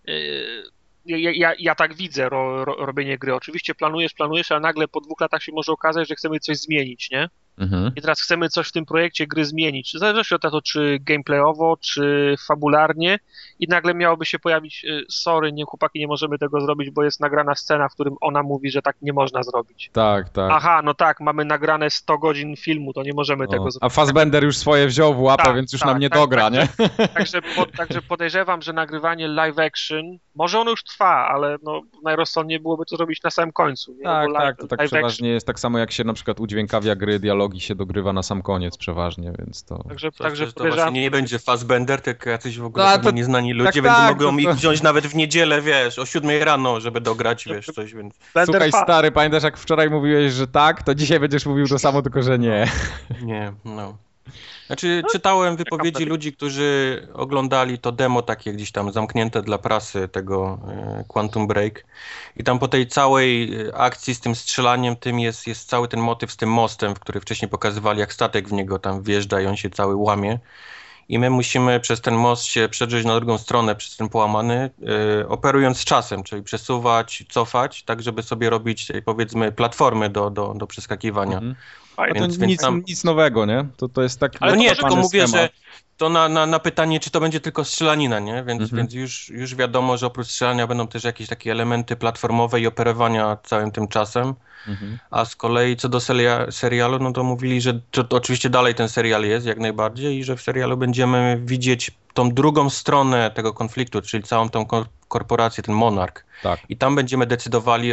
ja tak widzę robienie gry. Oczywiście planujesz, a nagle po 2 latach się może okazać, że chcemy coś zmienić, nie? I teraz chcemy coś w tym projekcie gry zmienić. Zależy od tego, czy gameplayowo, czy fabularnie. I nagle miałoby się pojawić, sorry, chłopaki, nie możemy tego zrobić, bo jest nagrana scena, w którym ona mówi, że tak nie można zrobić. Tak. Aha, no tak, mamy nagrane 100 godzin filmu, to nie możemy tego zrobić. A Fassbender już swoje wziął w łapę, więc już nam nie dogra, nie? Także podejrzewam, że nagrywanie live action, może ono już trwa, ale no, najrozsądniej byłoby to zrobić na samym końcu. Nie? Tak, to tak przeważnie jest tak samo, jak się na przykład udźwiękawia gry, dialogi się dogrywa na sam koniec przeważnie, więc to... Także to właśnie nie będzie Fassbender, tylko jacyś w ogóle nieznani ludzie mogą ich wziąć nawet w niedzielę, wiesz, o 7 rano, żeby dograć, wiesz, coś, więc... Słuchaj, stary, pamiętasz jak wczoraj mówiłeś, że tak, to dzisiaj będziesz mówił to samo, tylko że nie. Nie, no. Znaczy, czytałem wypowiedzi ludzi, którzy oglądali to demo takie gdzieś tam zamknięte dla prasy tego Quantum Break i tam po tej całej akcji z tym strzelaniem tym jest cały ten motyw z tym mostem, w który wcześniej pokazywali, jak statek w niego tam wjeżdża i on się cały łamie i my musimy przez ten most się przedrzeć na drugą stronę, przez ten połamany, operując z czasem, czyli przesuwać, cofać, tak żeby sobie robić, powiedzmy, platformy do przeskakiwania. A to nic nowego, nie? To jest tak... Ale nie, tylko mówię, że to na pytanie, czy to będzie tylko strzelanina, nie? Więc już wiadomo, że oprócz strzelania będą też jakieś takie elementy platformowe i operowania całym tym czasem. A z kolei co do serialu, no to mówili, że to oczywiście dalej ten serial jest jak najbardziej i że w serialu będziemy widzieć tą drugą stronę tego konfliktu, czyli całą tą korporację, ten Monarch. Tak. I tam będziemy decydowali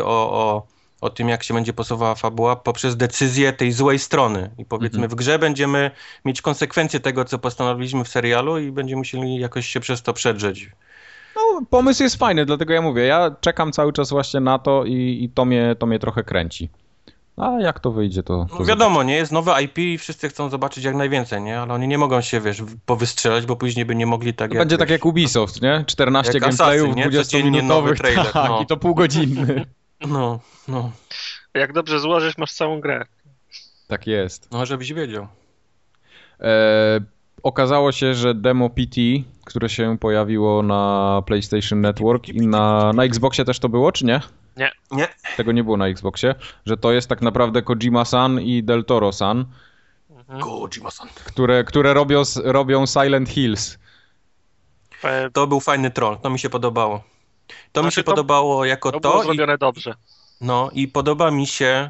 o tym, jak się będzie posuwała fabuła poprzez decyzję tej złej strony. I powiedzmy w grze będziemy mieć konsekwencje tego, co postanowiliśmy w serialu i będziemy musieli jakoś się przez to przedrzeć. No, pomysł jest fajny, dlatego ja mówię, ja czekam cały czas właśnie na to i to mnie trochę kręci. A jak to wyjdzie, to no wiadomo, nie? Jest nowe IP i wszyscy chcą zobaczyć jak najwięcej, nie? Ale oni nie mogą się, wiesz, powystrzelać, bo później by nie mogli tak to będzie tak jak Ubisoft, nie? 14 gameplayów 20-minutowych, trailer, tak, i to półgodzinny. No. Jak dobrze złożysz, masz całą grę. Tak jest. No, żebyś wiedział. Okazało się, że demo PT, które się pojawiło na PlayStation Network i na Xboxie też to było, czy nie? Nie. Tego nie było na Xboxie, że to jest tak naprawdę Kojima-san i Del Toro-san, Kojima-san. które robią Silent Hills. To był fajny troll, to mi się podobało. To mi się podobało jako to. Było zrobione dobrze. No i podoba mi się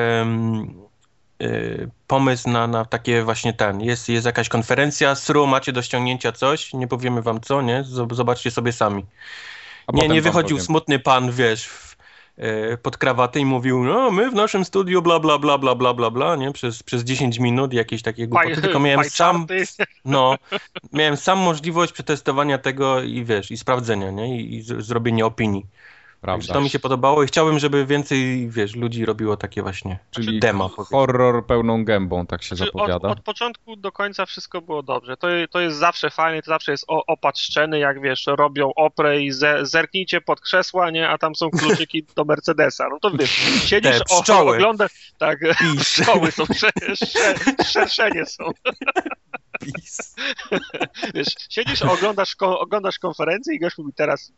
pomysł na takie właśnie jest jakaś konferencja, macie do ściągnięcia coś, nie powiemy wam co, nie? Zobaczcie sobie sami. Nie wychodził smutny pan, wiesz, pod krawaty i mówił, no my w naszym studiu bla bla bla bla bla bla bla, nie? Przez 10 minut jakieś takie głupoty, tylko miałem sam możliwość przetestowania tego i wiesz, i sprawdzenia, nie? I zrobienia opinii. To mi się podobało i chciałbym, żeby więcej, wiesz, ludzi robiło takie właśnie demo. Horror pełną gębą, tak się zapowiada. Od początku do końca wszystko było dobrze. To jest zawsze fajne, to zawsze jest opatrzczeny, jak wiesz, robią oprę i zerknijcie pod krzesła, nie, a tam są kluczyki do Mercedesa. No to wiesz, siedzisz, oglądasz, tak, pszczoły są, szerszenie są. Wiesz, siedzisz, oglądasz konferencję i gość mówi, teraz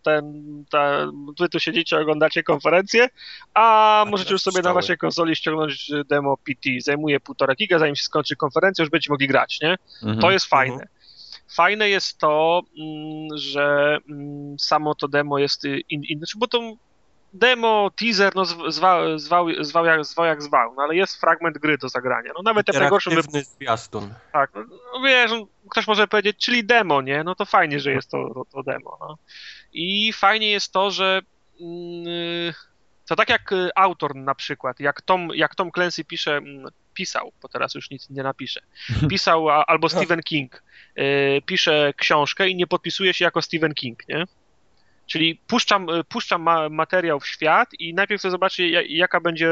wy tu siedzicie, oglądacie konferencję, a możecie już sobie na waszej konsoli ściągnąć demo PT. Zajmuje 1,5 giga, zanim się skończy konferencja, już będziecie mogli grać, nie? To jest fajne. Fajne jest to, że samo to demo jest inne, bo to demo, teaser, no zwał jak zwał, no ale jest fragment gry do zagrania. No nawet te najgorsze... zwiastun. Tak, no wiesz, ktoś może powiedzieć, czyli demo, nie? No to fajnie, że jest to demo, no. I fajnie jest to, że to tak jak autor na przykład, jak Tom Clancy pisał, bo teraz już nic nie napisze, pisał, albo Stephen King pisze książkę i nie podpisuje się jako Stephen King, nie? Czyli puszczam materiał w świat i najpierw chcę zobaczyć, jaka będzie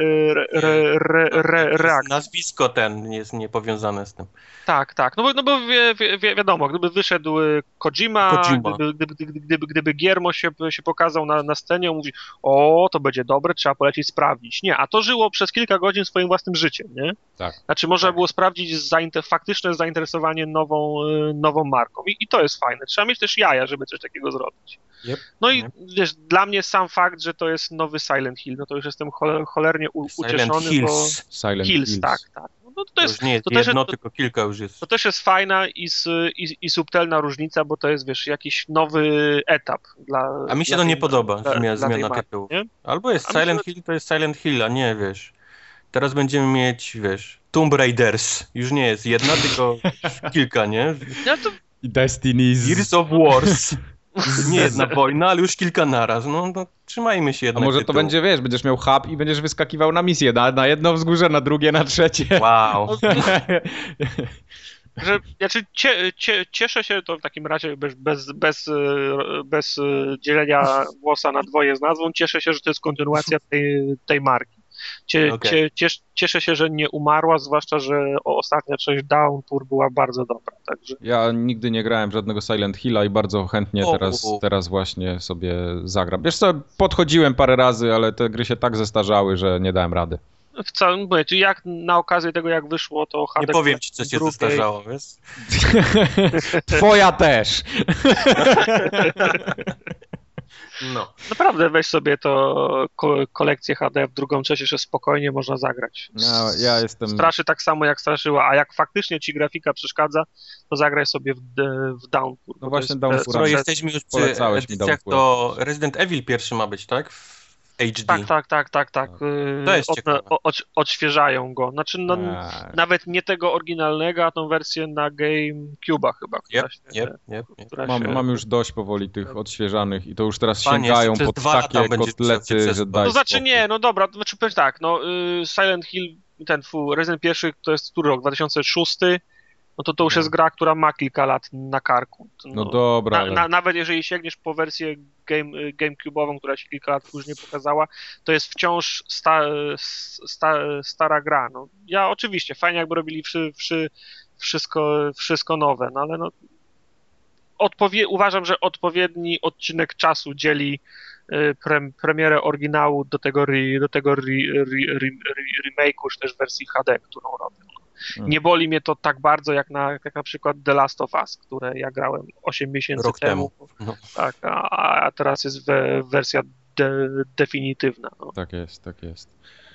reakcja. Nazwisko ten jest niepowiązane z tym. Tak. No bo wiadomo, gdyby wyszedł Kojima. Gdyby Guillermo się pokazał na scenie, on mówi, to będzie dobre, trzeba polecieć sprawdzić. Nie, a to żyło przez kilka godzin swoim własnym życiem, nie? Tak. Znaczy można było sprawdzić faktyczne zainteresowanie nową marką. I to jest fajne. Trzeba mieć też jaja, żeby coś takiego zrobić. Yep. No i wiesz, dla mnie sam fakt, że to jest nowy Silent Hill, no to już jestem cholernie ucieszony, bo... Silent Hills. Tak. No to jest, już nie jest jedno, tylko kilka już jest. To też jest fajna i subtelna różnica, bo to jest, wiesz, jakiś nowy etap dla... A mi się to nie podoba, zmiana tytułu. Albo jest Silent Hill, to jest Silent Hill, a nie, wiesz. Teraz będziemy mieć, wiesz, Tomb Raiders. Już nie jest jedna, tylko kilka, nie? I Destinies. Gears of Wars. Nie jedna wojna, ale już kilka naraz. No trzymajmy się jednak. A może to będzie, wiesz, będziesz miał hub i będziesz wyskakiwał na misję. Na jedno wzgórze, na drugie, na trzecie. Wow. Cieszę się to w takim razie bez dzielenia włosa na dwoje z nazwą. Cieszę się, że to jest kontynuacja tej marki. Cieszę się, że nie umarła, zwłaszcza, że ostatnia część Downpour była bardzo dobra. Także... Ja nigdy nie grałem żadnego Silent Hilla i bardzo chętnie teraz właśnie sobie zagram. Wiesz co, podchodziłem parę razy, ale te gry się tak zestarzały, że nie dałem rady. W całym momencie, jak na okazję tego, jak wyszło, to HD... Nie powiem ci, co się zestarzało, wiesz? Twoja też! No. Naprawdę weź sobie to kolekcję HD w drugą część, jeszcze spokojnie można zagrać. No, ja jestem... Straszy tak samo jak straszyła, a jak faktycznie ci grafika przeszkadza, to zagraj sobie w Downpour. No właśnie Downpour. Skoro jesteśmy już przy edycjach, to Resident Evil pierwszy ma być, tak? HD. Tak. To jest ciekawe. Odświeżają go. Znaczy, nawet nie tego oryginalnego, a tą wersję na GameCube'a chyba. Mam już dość powoli tych odświeżanych i to już teraz sięgają pod takie kotlety, że daj. To znaczy nie, no dobra, to znaczy powiem tak, Silent Hill, Resident pierwszy to jest który rok? 2006. No to już jest gra, która ma kilka lat na karku. No dobra. Nawet jeżeli sięgniesz po wersję GameCube'ową, która się kilka lat później pokazała, to jest wciąż stara gra. No, ja oczywiście, fajnie jakby robili wszystko nowe, no ale uważam, że odpowiedni odcinek czasu dzieli premierę oryginału do tego remake'u, czy też wersji HD, którą robię. Nie boli mnie to tak bardzo, jak na przykład The Last of Us, które ja grałem 8 miesięcy Rok temu. No. Tak, a teraz jest wersja definitywna. No. Tak jest.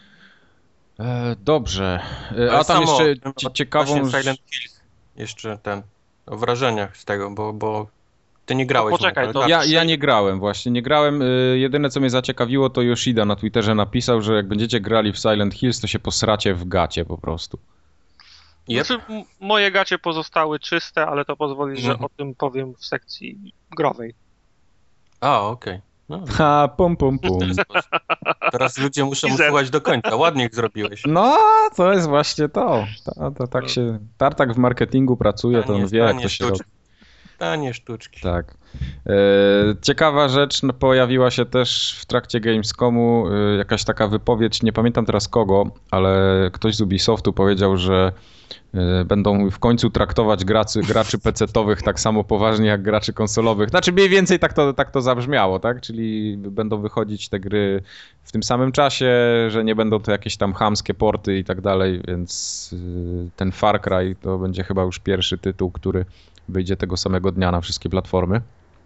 Dobrze. A tam jeszcze ciekawą... Silent Hill, jeszcze o wrażeniach z tego, bo ty nie grałeś. Poczekaj, to... Ja nie grałem właśnie, nie grałem. Jedyne co mnie zaciekawiło, to Yoshida na Twitterze napisał, że jak będziecie grali w Silent Hills, to się posracie w gacie po prostu. Znaczy, moje gacie pozostały czyste, ale to pozwoli, że o tym powiem w sekcji growej. Okej. No. Pum. Teraz ludzie muszą słuchać do końca. Ładnie ich zrobiłeś. No, to jest właśnie to. To tak się... Tartak w marketingu pracuje, to on wie, jak to się robi. Tanie sztuczki. Tak. Ciekawa rzecz pojawiła się też w trakcie Gamescomu, jakaś taka wypowiedź, nie pamiętam teraz kogo, ale ktoś z Ubisoftu powiedział, że będą w końcu traktować graczy PC-towych tak samo poważnie jak graczy konsolowych. Znaczy mniej więcej tak to zabrzmiało, tak? Czyli będą wychodzić te gry w tym samym czasie, że nie będą to jakieś tam chamskie porty i tak dalej, więc ten Far Cry to będzie chyba już pierwszy tytuł, który wyjdzie tego samego dnia na wszystkie platformy.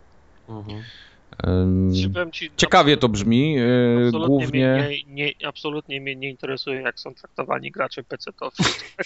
Ciekawie to brzmi. Głównie... Absolutnie mnie nie interesuje, jak są traktowani gracze PC-towi.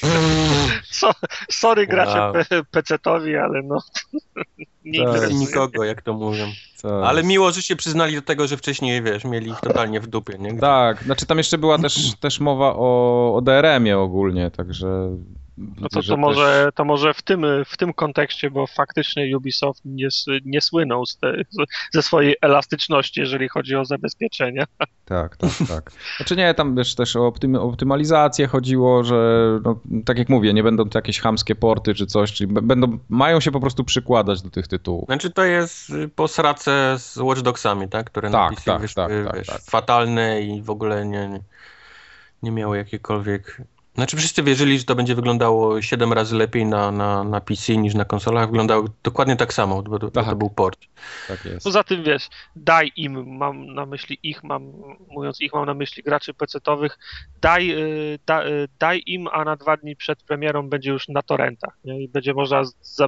Sorry gracze PC-towi, ale nie interesuje. Nikogo, jak to mówią. Ale miło, że się przyznali do tego, że wcześniej, mieli ich totalnie w dupie, nie? Tak, znaczy tam jeszcze była też mowa o DRM-ie ogólnie, także No to może w tym kontekście, bo faktycznie Ubisoft nie słynął ze swojej elastyczności, jeżeli chodzi o zabezpieczenia. Tak. Znaczy nie, tam też o optymalizację chodziło, że no, tak jak mówię, nie będą to jakieś chamskie porty czy coś, czyli mają się po prostu przykładać do tych tytułów. Znaczy to jest po srace z Watch Dogsami, tak? Które na PC wyszły fatalne i w ogóle nie miały jakiekolwiek... Znaczy wszyscy wierzyli, że to będzie wyglądało 7 razy lepiej na PC niż na konsolach. Wyglądało dokładnie tak samo, bo to był port. Tak jest. Poza tym wiesz, daj im, mam na myśli mam na myśli graczy PC-towych, daj im, a na 2 dni przed premierą będzie już na torrentach, nie? I będzie można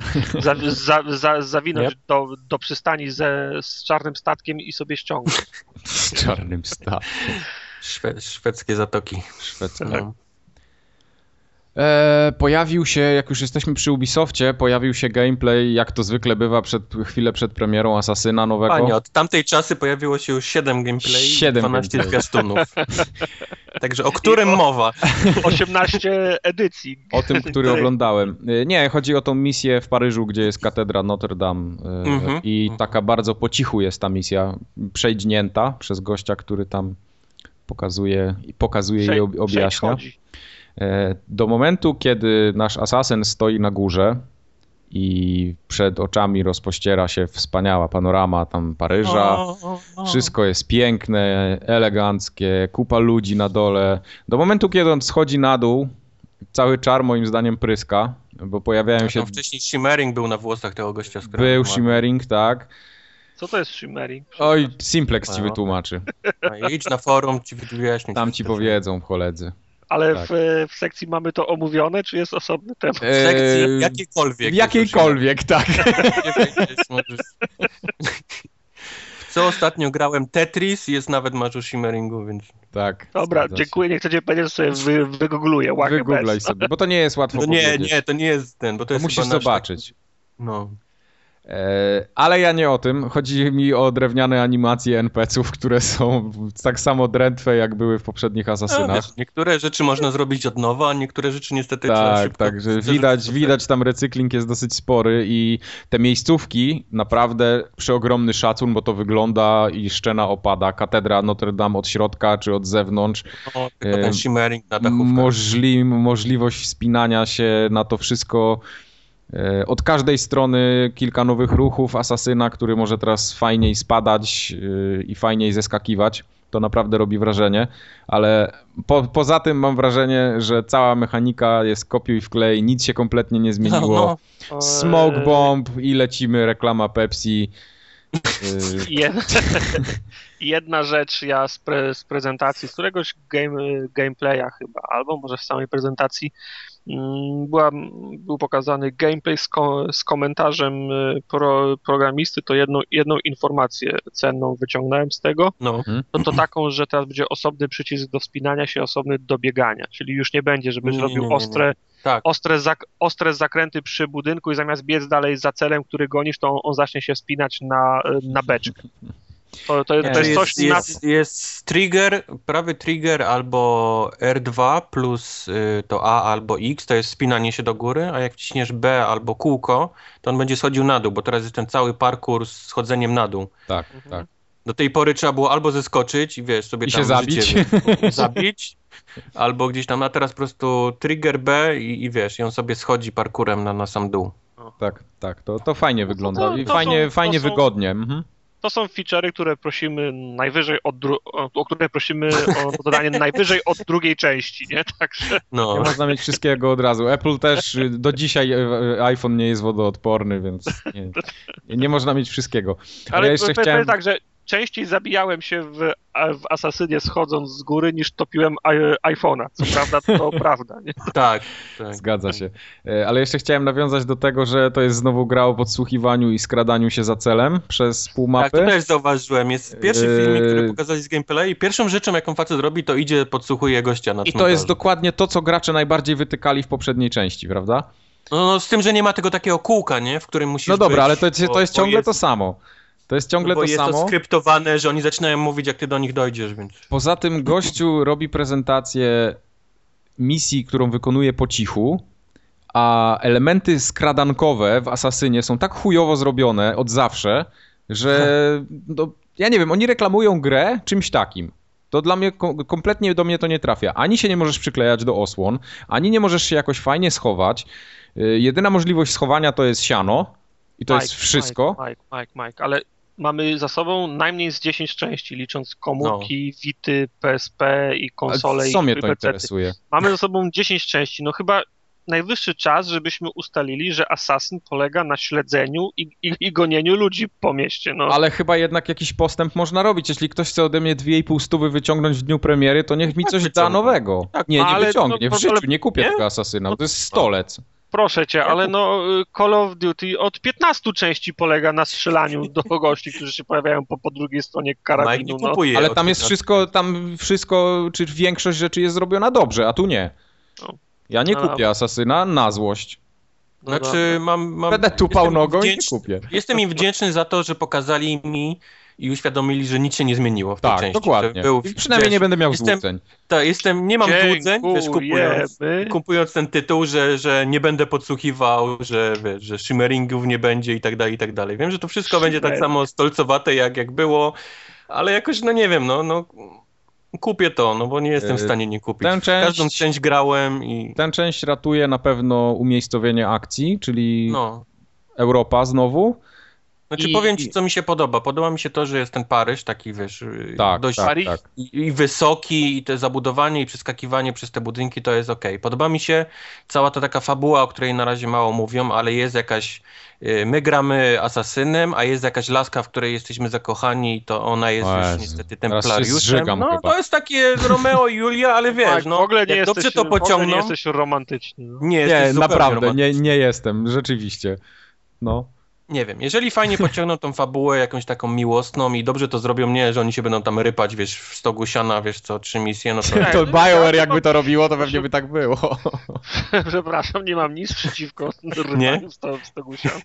zawinąć do przystani z czarnym statkiem i sobie ściągnąć. Z czarnym statkiem. Szwedzkie zatoki. Szwedzkie. No. Pojawił się, jak już jesteśmy przy Ubisoftie, pojawił się gameplay, jak to zwykle bywa chwilę przed premierą Asasyna nowego. Panie, od tamtej czasy pojawiło się już 7 gameplay i 12 zwiastunów. Także o którym mowa? 18 edycji. O tym, który oglądałem. Nie, chodzi o tą misję w Paryżu, gdzie jest katedra Notre Dame i taka bardzo po cichu jest ta misja, przejdźnięta przez gościa, który tam pokazuje i objaśnia. Do momentu, kiedy nasz asasyn stoi na górze i przed oczami rozpościera się wspaniała panorama tam Paryża, wszystko jest piękne, eleganckie, kupa ludzi na dole. Do momentu, kiedy on schodzi na dół, cały czar moim zdaniem pryska, bo pojawiają się... Wcześniej shimmering był na włosach tego gościa. Był shimmering, tak. Co to jest shimmering? Oj, Simplex ci wytłumaczy. Idź na forum, ci wyjaśnię. Tam ci powiedzą koledzy. Ale tak. w sekcji mamy to omówione, czy jest osobny temat? W sekcji jakiejkolwiek. Jakiejkolwiek, tak. Co ostatnio grałem Tetris, jest nawet masz o shimmeringu, więc... Tak. Dobra, dziękuję, nie chcecie powiedzieć, że sobie wygoogluję. Wygooglaj sobie, bo to nie jest łatwo powiedzieć. Nie, to nie jest ten, bo to jest musisz zobaczyć. No. Ale ja nie o tym. Chodzi mi o drewniane animacje NPC-ów, które są tak samo drętwe, jak były w poprzednich Asasynach. Wiesz, niektóre rzeczy można zrobić od nowa, a niektóre rzeczy niestety trzeba szybko... Tak, że widać tam recykling jest dosyć spory i te miejscówki naprawdę przeogromny szacun, bo to wygląda i szczena opada. Katedra Notre Dame od środka czy od zewnątrz. No, tylko ten shimmering na dachówkach. Możliwość wspinania się na to wszystko... Od każdej strony kilka nowych ruchów Asasyna, który może teraz fajniej spadać i fajniej zeskakiwać. To naprawdę robi wrażenie, ale poza tym mam wrażenie, że cała mechanika jest kopiuj wklej, nic się kompletnie nie zmieniło. Smoke bomb i lecimy, reklama Pepsi. Jedna rzecz, ja z prezentacji, z któregoś gameplaya chyba, albo może w samej prezentacji, był pokazany gameplay z komentarzem programisty, to jedną informację cenną wyciągnąłem z tego, to taką, że teraz będzie osobny przycisk do wspinania się, osobny do biegania, czyli już nie będzie, żebyś robił ostre zakręty przy budynku i zamiast biec dalej za celem, który gonisz, to on zacznie się wspinać na beczkę. To jest coś jest trigger, prawy trigger albo R2 plus to A albo X, to jest spinanie się do góry, a jak wciśniesz B albo kółko, to on będzie schodził na dół, bo teraz jest ten cały parkour z schodzeniem na dół. Tak, tak. Do tej pory trzeba było albo zeskoczyć i wiesz, sobie tam się zabić. zabić, albo gdzieś tam, a teraz po prostu trigger B i wiesz, i on sobie schodzi parkourem na sam dół. Tak, to fajnie wygląda i fajnie wygodnie. To są feature'y, które prosimy najwyżej o które prosimy o dodanie najwyżej od drugiej części, nie? Także... Nie można mieć wszystkiego od razu. Apple też do dzisiaj iPhone nie jest wodoodporny, więc nie można mieć wszystkiego. Ale ja jeszcze chciałem... tak, że częściej zabijałem się w Asasynie schodząc z góry niż topiłem iPhone'a. Co prawda to prawda, nie? Tak. Zgadza się. Ale jeszcze chciałem nawiązać do tego, że to jest znowu gra o podsłuchiwaniu i skradaniu się za celem przez pół mapy. Tak, to też zauważyłem. Jest pierwszy filmik, który pokazali z gameplay i pierwszą rzeczą, jaką facet robi, to idzie, podsłuchuje gościa na cmentarzu. I to jest dokładnie to, co gracze najbardziej wytykali w poprzedniej części, prawda? No z tym, że nie ma tego takiego kółka, nie? W którym musisz być, ale to jest ciągle to samo. To jest ciągle to samo. Bo jest to skryptowane, że oni zaczynają mówić, jak ty do nich dojdziesz, więc... Poza tym gościu robi prezentację misji, którą wykonuje po cichu a elementy skradankowe w Asasynie są tak chujowo zrobione od zawsze, że no, ja nie wiem, oni reklamują grę czymś takim. To dla mnie, kompletnie do mnie to nie trafia. Ani się nie możesz przyklejać do osłon, ani nie możesz się jakoś fajnie schować. Jedyna możliwość schowania to jest siano i to jest wszystko. Mike, ale mamy za sobą najmniej z 10 części, licząc komórki, Vity, PSP i konsole. Co mnie to interesuje? Mamy za sobą 10 części, no chyba najwyższy czas, żebyśmy ustalili, że Assassin polega na śledzeniu i gonieniu ludzi po mieście. No. Ale chyba jednak jakiś postęp można robić. Jeśli ktoś chce ode mnie 2,5 stówy wyciągnąć w dniu premiery, to niech mi coś da nowego. Tak, nie wyciągnie. W życiu nie kupię tego Assassina. To jest stolec. Proszę cię, ale no Call of Duty od 15 części polega na strzelaniu do gości, którzy się pojawiają po drugiej stronie karabinu. No. Ale tam jest wszystko, czy większość rzeczy jest zrobiona dobrze, a tu nie. Ja nie kupię Assassina na złość. Znaczy Będę tupał nogą i nie kupię. Jestem im wdzięczny za to, że pokazali mi i uświadomili, że nic się nie zmieniło w tej części. Dokładnie. I przynajmniej nie będę miał złudzeń. Nie mam złudzeń, kupując ten tytuł, że nie będę podsłuchiwał, że shimmeringów nie będzie i tak dalej. Wiem, że to wszystko będzie tak samo stolcowate jak było, ale jakoś, no nie wiem, kupię to, no bo nie jestem w stanie nie kupić. Każdą część grałem i... Tę część ratuje na pewno umiejscowienie akcji, czyli Europa znowu. Powiem ci, co mi się podoba. Podoba mi się to, że jest ten Paryż, taki dość i wysoki, i to zabudowanie, i przeskakiwanie przez te budynki, to jest okej. Podoba mi się cała ta taka fabuła, o której na razie mało mówią, ale jest jakaś... My gramy asasynem, a jest jakaś laska, w której jesteśmy zakochani i to ona jest już niestety templariuszem. To jest takie Romeo i Julia, ale wiesz, w ogóle nie dobrze to pociągną. Nie jesteś romantyczny. Nie, naprawdę, nie jestem, rzeczywiście. Nie wiem, jeżeli fajnie pociągną tą fabułę jakąś taką miłosną i dobrze to zrobią, nie, że oni się będą tam rypać, wiesz, w stogu siana, wiesz co, 3 misje, to BioWare jakby to robiło, to pewnie by tak było. Przepraszam, nie mam nic przeciwko rypaniu w stogu siana.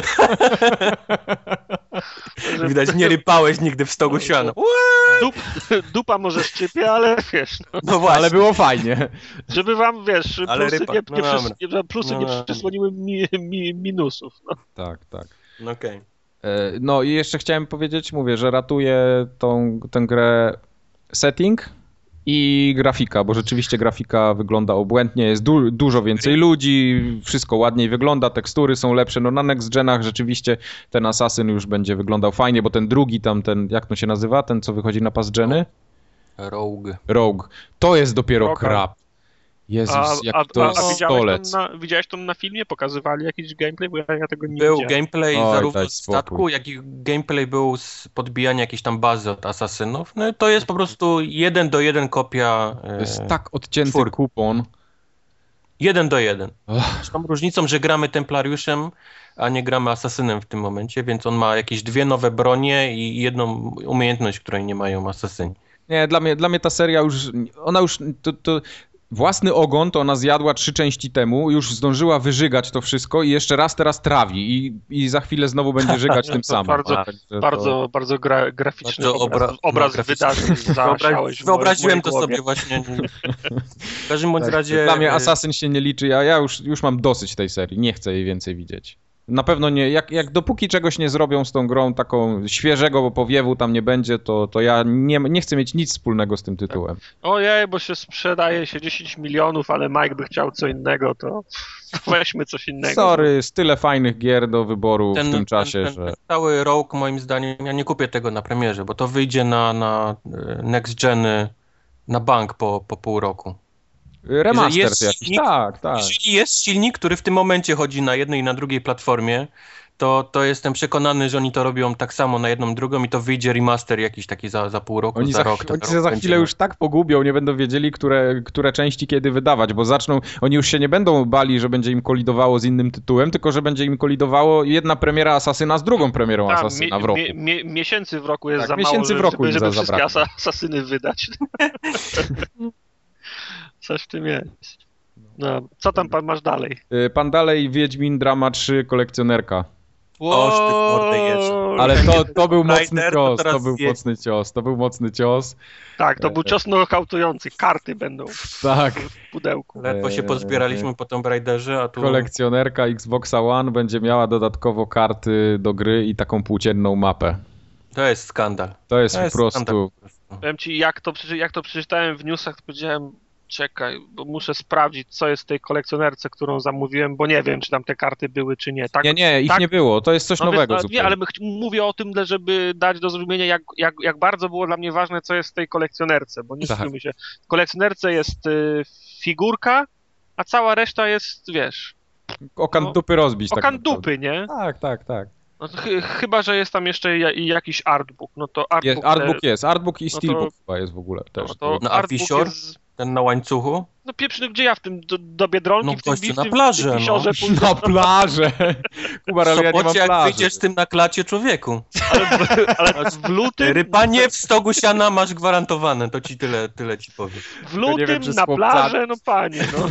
Widać, nie rypałeś nigdy w stogu siana. Dupa może szczypie, ale wiesz. No właśnie. Ale było fajnie. Żeby wam, wiesz, plusy nie przysłoniły minusów. Tak. Okej. No i jeszcze chciałem powiedzieć, że ratuje tę grę setting i grafika, bo rzeczywiście grafika wygląda obłędnie, jest dużo więcej ludzi, wszystko ładniej wygląda, tekstury są lepsze, na next genach rzeczywiście ten Assassin już będzie wyglądał fajnie, bo ten drugi jak to się nazywa, ten co wychodzi na pas geny? Rogue. To jest dopiero krap. Jezus, jaki to jest stolec. Widziałeś to na filmie? Pokazywali jakiś gameplay? Bo ja tego nie widziałem. Był gameplay zarówno z statku, jak i gameplay był z podbijania jakiejś tam bazy od asasynów. No to jest po prostu 1:1 kopia. To jest tak odcięty kupon. 1:1. Z tą różnicą, że gramy templariuszem, a nie gramy asasynem w tym momencie, więc on ma jakieś 2 nowe bronie i jedną umiejętność, której nie mają asasyni. Nie, dla mnie ta seria własny ogon to ona zjadła 3 części temu, już zdążyła wyżygać to wszystko i jeszcze raz teraz trawi i za chwilę znowu będzie żygać tym samym. Bardzo graficzny obraz wydarzeń. Wyobraziłem to sobie właśnie. W każdym bądź razie... Dla mnie Assassin się nie liczy, ja już mam dosyć tej serii, nie chcę jej więcej widzieć. Na pewno nie, jak dopóki czegoś nie zrobią z tą grą taką świeżego powiewu tam nie będzie, to ja nie chcę mieć nic wspólnego z tym tytułem. Ojej, bo się sprzedaje 10 milionów, ale Mike by chciał co innego, to weźmy coś innego. Sorry, jest tyle fajnych gier do wyboru w tym czasie, że... Cały Rogue moim zdaniem, ja nie kupię tego na premierze, bo to wyjdzie na next geny na bank po pół roku. Remaster jakiś, tak. Jeżeli jest silnik, który w tym momencie chodzi na jednej i na drugiej platformie, to jestem przekonany, że oni to robią tak samo na jedną, drugą i to wyjdzie remaster jakiś taki za pół roku, za rok. Oni się za chwilę już tak pogubią, nie będą wiedzieli, które części kiedy wydawać, bo oni już się nie będą bali, że będzie im kolidowało z innym tytułem, tylko że będzie im kolidowało jedna premiera Asasyna z drugą premierą Asasyna w roku. Miesięcy w roku jest za mało, miesięcy w roku żeby wszystkie Asasyny wydać. Coś w tym jest. No, co tam pan masz dalej? Pan dalej Wiedźmin Drama 3 kolekcjonerka. Oż ty mordę jeżdżę. Ale to był mocny cios, to był mocny cios. Tak, to był cios knockoutujący, karty będą w pudełku. Ledwo się pozbieraliśmy po Tomb Raiderze, a tu... Kolekcjonerka Xboxa One będzie miała dodatkowo karty do gry i taką płócienną mapę. To jest skandal. To jest po prostu... Powiem ci, jak to przeczytałem w newsach, to powiedziałem, czekaj, bo muszę sprawdzić, co jest w tej kolekcjonerce, którą zamówiłem, bo nie wiem, czy tam te karty były, czy nie. Tak, nie, ich nie było, to jest coś nowego zupełnie. Nie, ale mówię o tym, żeby dać do zrozumienia, jak bardzo było dla mnie ważne, co jest w tej kolekcjonerce, bo nie zgadzamy się. W kolekcjonerce jest figurka, a cała reszta jest, wiesz... Okan dupy rozbić. Okan dupy, nie? Tak. No chyba, że jest tam jeszcze jakiś artbook, no to artbook i steelbook chyba jest w ogóle też. No a wisior? Ten na łańcuchu? No pieprzny, gdzie ja w tym do Biedronki? No gościu, na plażę, Na plażę! Kubar, ale ja nie mam jak plaży. wyjdziesz z tym na klacie, człowieku. Ale w lutym... Rypanie w stogu siana masz gwarantowane, to ci tyle ci powiem. W lutym na plażę, no panie, no.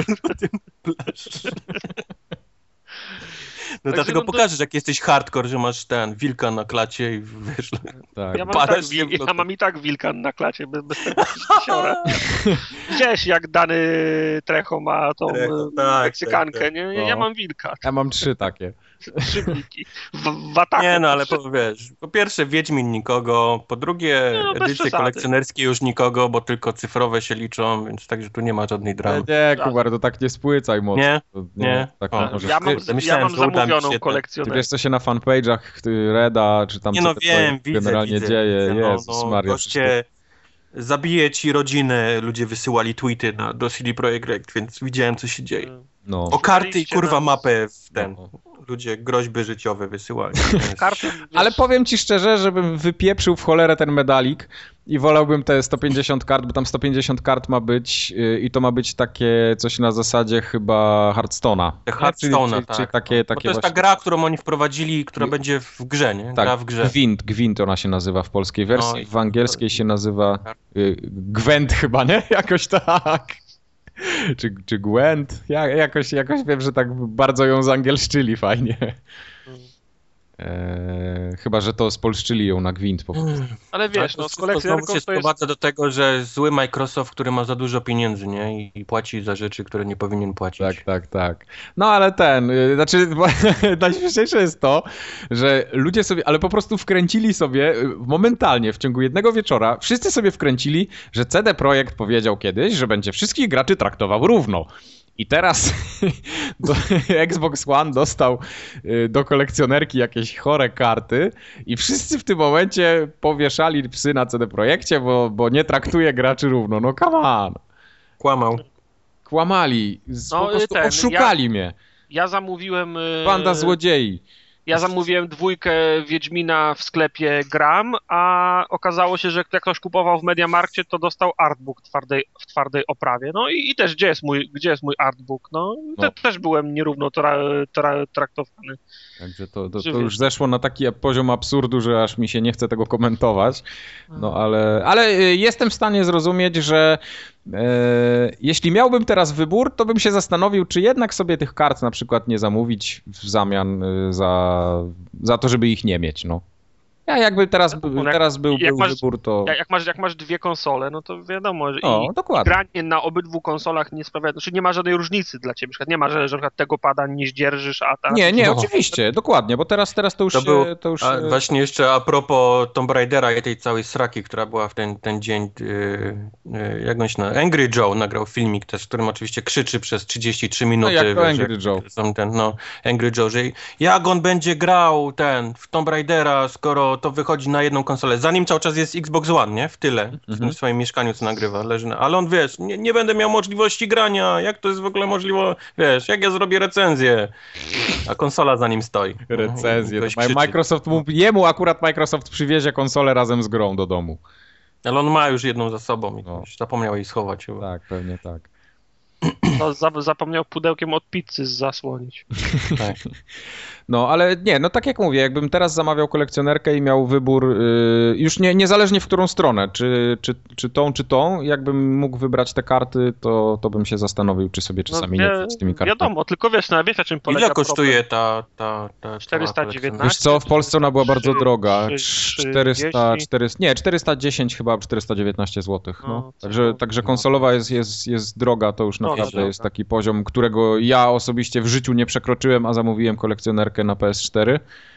No dlatego pokażesz, jak jesteś hardcore, że masz wilka na klacie i wiesz... Tak. Ja mam i tak wilka na klacie, bez tego siora. Widziałeś, jak dany Trecho ma tą Meksykankę, nie? Ja mam wilka. Ja mam 3 takie. 3 wilki. W ataku. Nie, no ale wiesz, po pierwsze Wiedźmin nikogo, po drugie edycje kolekcjonerskie już nikogo, bo tylko cyfrowe się liczą, więc także tu nie ma żadnej dramy. Nie, Kubar, to tak nie spłycaj mocno. Nie. Tak ja mam zamówioną kolekcjonerkę. Ty wiesz, co się na fanpage'ach Reda, czy tam generalnie dzieje. Jezus Maria. Goście, zabije ci rodzinę, ludzie wysyłali tweety do CD Projekt Red, więc widziałem, co się dzieje. No. O karty i kurwa mapę ludzie groźby życiowe wysyłali. Ale powiem ci szczerze, żebym wypieprzył w cholerę ten medalik i wolałbym te 150 kart, bo tam 150 kart ma być i to ma być takie coś na zasadzie chyba Hearthstone'a. Hearthstone'a, tak. Czyli takie to jest ta gra, którą oni wprowadzili, która będzie w grze, nie? Tak, gra w grze. Gwint ona się nazywa w polskiej wersji, w angielskiej się nazywa Gwent chyba, nie? Jakoś tak. Czy Gwent? Jakoś wiem, że tak bardzo ją zangielszczyli fajnie. Chyba, że to spolszczyli ją na gwint po prostu. Ale wiesz, z kolekcjonerką się sprowadza do tego, że zły Microsoft, który ma za dużo pieniędzy, nie? I płaci za rzeczy, które nie powinien płacić. Tak. No ale najśmieszniejsze jest to, że ludzie sobie, ale po prostu wkręcili sobie momentalnie w ciągu jednego wieczora, wszyscy sobie wkręcili, że CD Projekt powiedział kiedyś, że będzie wszystkich graczy traktował równo. I teraz Xbox One dostał do kolekcjonerki jakieś chore karty i wszyscy w tym momencie powieszali psy na CD Projekcie, bo nie traktuje graczy równo. No come on. Kłamali. Po prostu oszukali mnie. Ja zamówiłem... Banda złodziei. Ja zamówiłem 2 Wiedźmina w sklepie Gram, a okazało się, że jak ktoś kupował w Mediamarkcie, to dostał artbook w twardej oprawie. No i też, gdzie jest mój artbook? No. Też byłem nierówno traktowany. Także to już zeszło na taki poziom absurdu, że aż mi się nie chce tego komentować. No ale jestem w stanie zrozumieć, że jeśli miałbym teraz wybór, to bym się zastanowił, czy jednak sobie tych kart na przykład nie zamówić w zamian za to, żeby ich nie mieć, no. Ja jakby teraz był wybór, to... Jak masz 2 konsole, no to wiadomo, że granie na obydwu konsolach nie sprawia, znaczy nie ma żadnej różnicy dla ciebie, nie ma, że na przykład tego pada nie zdzierżysz, a ta... Nie, oczywiście, dokładnie, bo teraz to już... Właśnie jeszcze a propos Tomb Raidera i tej całej sraki, która była w ten dzień, jak on się nazywa, Angry Joe nagrał filmik też, w którym oczywiście krzyczy przez 33 minuty. No jak to Angry Joe. Angry Joe, że jak on będzie grał w Tomb Raidera, skoro to wychodzi na jedną konsolę, zanim cały czas jest Xbox One, nie? W tyle, w tym swoim mieszkaniu, co nagrywa, leży ale on, wiesz, nie będę miał możliwości grania, jak to jest w ogóle możliwe, wiesz, jak ja zrobię recenzję, a konsola za nim stoi. Recenzję, jemu akurat Microsoft przywiezie konsolę razem z grą do domu. Ale on ma już jedną za sobą i już zapomniał jej schować chyba. Tak, pewnie tak. Zapomniał pudełkiem od pizzy zasłonić. Tak. No, ale nie, no tak jak mówię, jakbym teraz zamawiał kolekcjonerkę i miał wybór, już niezależnie w którą stronę, czy tą, jakbym mógł wybrać te karty, to bym się zastanowił, czy sobie czasami nie wziąć z tymi kartami. Wiadomo, tylko wiesz na czym polega. Ile kosztuje ta 419? Wiesz co, w Polsce ona była bardzo droga. 400, 410 chyba, 419 zł. No. Także konsolowa jest droga, to już naprawdę jest taki poziom, którego ja osobiście w życiu nie przekroczyłem, a zamówiłem kolekcjonerkę na PS4.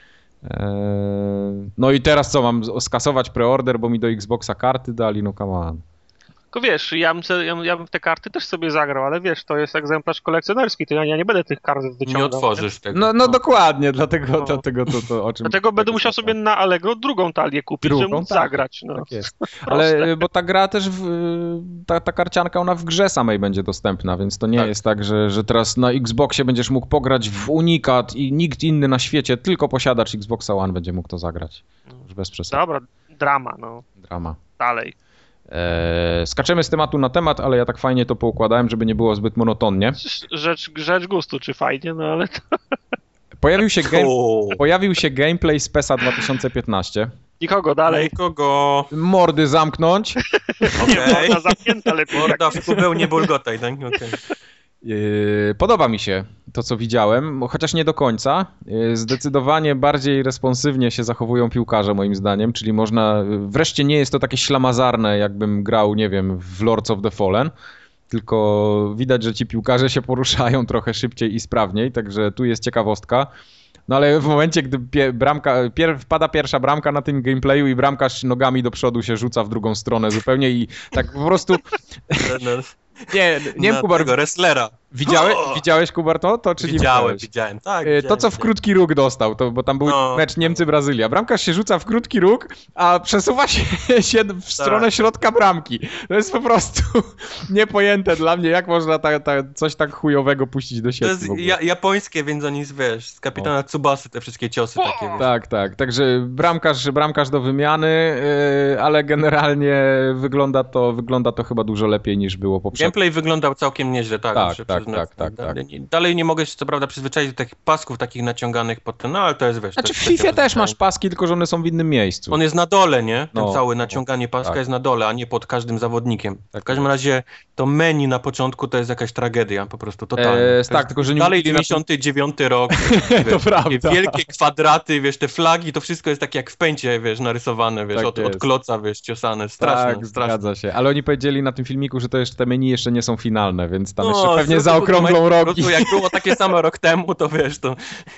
No i teraz co, mam skasować preorder, bo mi do Xboxa karty dali, no come on. Tylko wiesz, ja bym te karty też sobie zagrał, ale wiesz, to jest egzemplarz kolekcjonerski, to ja nie będę tych kart wyciągał. Nie otworzysz tego. No dokładnie, dlatego to o czym... Dlatego będę musiał sobie na Allegro drugą talię kupić, żeby móc zagrać. No. Tak jest. Ale bo ta gra też, ta karcianka, ona w grze samej będzie dostępna, więc to nie jest tak, że teraz na Xboxie będziesz mógł pograć w Unikat i nikt inny na świecie, tylko posiadacz Xboxa One będzie mógł to zagrać. Już bez przesady. Dobra, drama. Dalej. Skaczemy z tematu na temat, ale ja tak fajnie to poukładałem, żeby nie było zbyt monotonnie. Rzecz gustu, czy fajnie, no ale to... Pojawił się gameplay z PESa 2015. Nikogo dalej. Nikogo. Mordy zamknąć. Nie, morda zamknięta lepiej. Morda w kubeł, nie bulgotaj, tak? Okay. Podoba mi się to, co widziałem, chociaż nie do końca. Zdecydowanie bardziej responsywnie się zachowują piłkarze, moim zdaniem, czyli wreszcie nie jest to takie ślamazarne, jakbym grał, nie wiem, w Lords of the Fallen, tylko widać, że ci piłkarze się poruszają trochę szybciej i sprawniej, także tu jest ciekawostka. No ale w momencie, gdy wpada pierwsza bramka na tym gameplayu i bramkarz nogami do przodu się rzuca w drugą stronę zupełnie i tak po prostu... Nie wiem, Kubar. Wrestlera. Widziałeś, Kubar, to czy nie widziałem? Tak. To, co w krótki róg dostał, bo tam był mecz Niemcy-Brazylia. Bramkarz się rzuca w krótki róg, a przesuwa się w stronę środka bramki. To jest po prostu niepojęte dla mnie, jak można coś tak chujowego puścić do sieci. To jest japońskie, więc oni, wiesz, z kapitana Tsubasy te wszystkie ciosy takie. Wiesz. Tak. Także bramkarz do wymiany, ale generalnie wygląda to chyba dużo lepiej niż było poprzednio. Gameplay wyglądał całkiem nieźle, tak. Tak. Dalej nie mogę się co prawda przyzwyczaić do takich pasków takich naciąganych pod ten, no ale to jest, wiesz... Znaczy w FIFA też masz paski, tylko że one są w innym miejscu. On jest na dole, nie? Ten cały naciąganie paska jest na dole, a nie pod każdym zawodnikiem. W każdym razie to menu na początku to jest jakaś tragedia, po prostu totalnie. Tylko że nie dalej 99 rok, wiesz, to prawda. Wielkie kwadraty, wiesz, te flagi, to wszystko jest tak jak w pęcie, wiesz, narysowane, wiesz, od kloca, wiesz, ciosane, straszne. Zgadza się. Ale oni powiedzieli na tym filmiku, że te menu jeszcze nie są finalne, więc tam jeszcze pewnie zaokrąglą rogi. Jak było takie samo rok temu, to wiesz, to...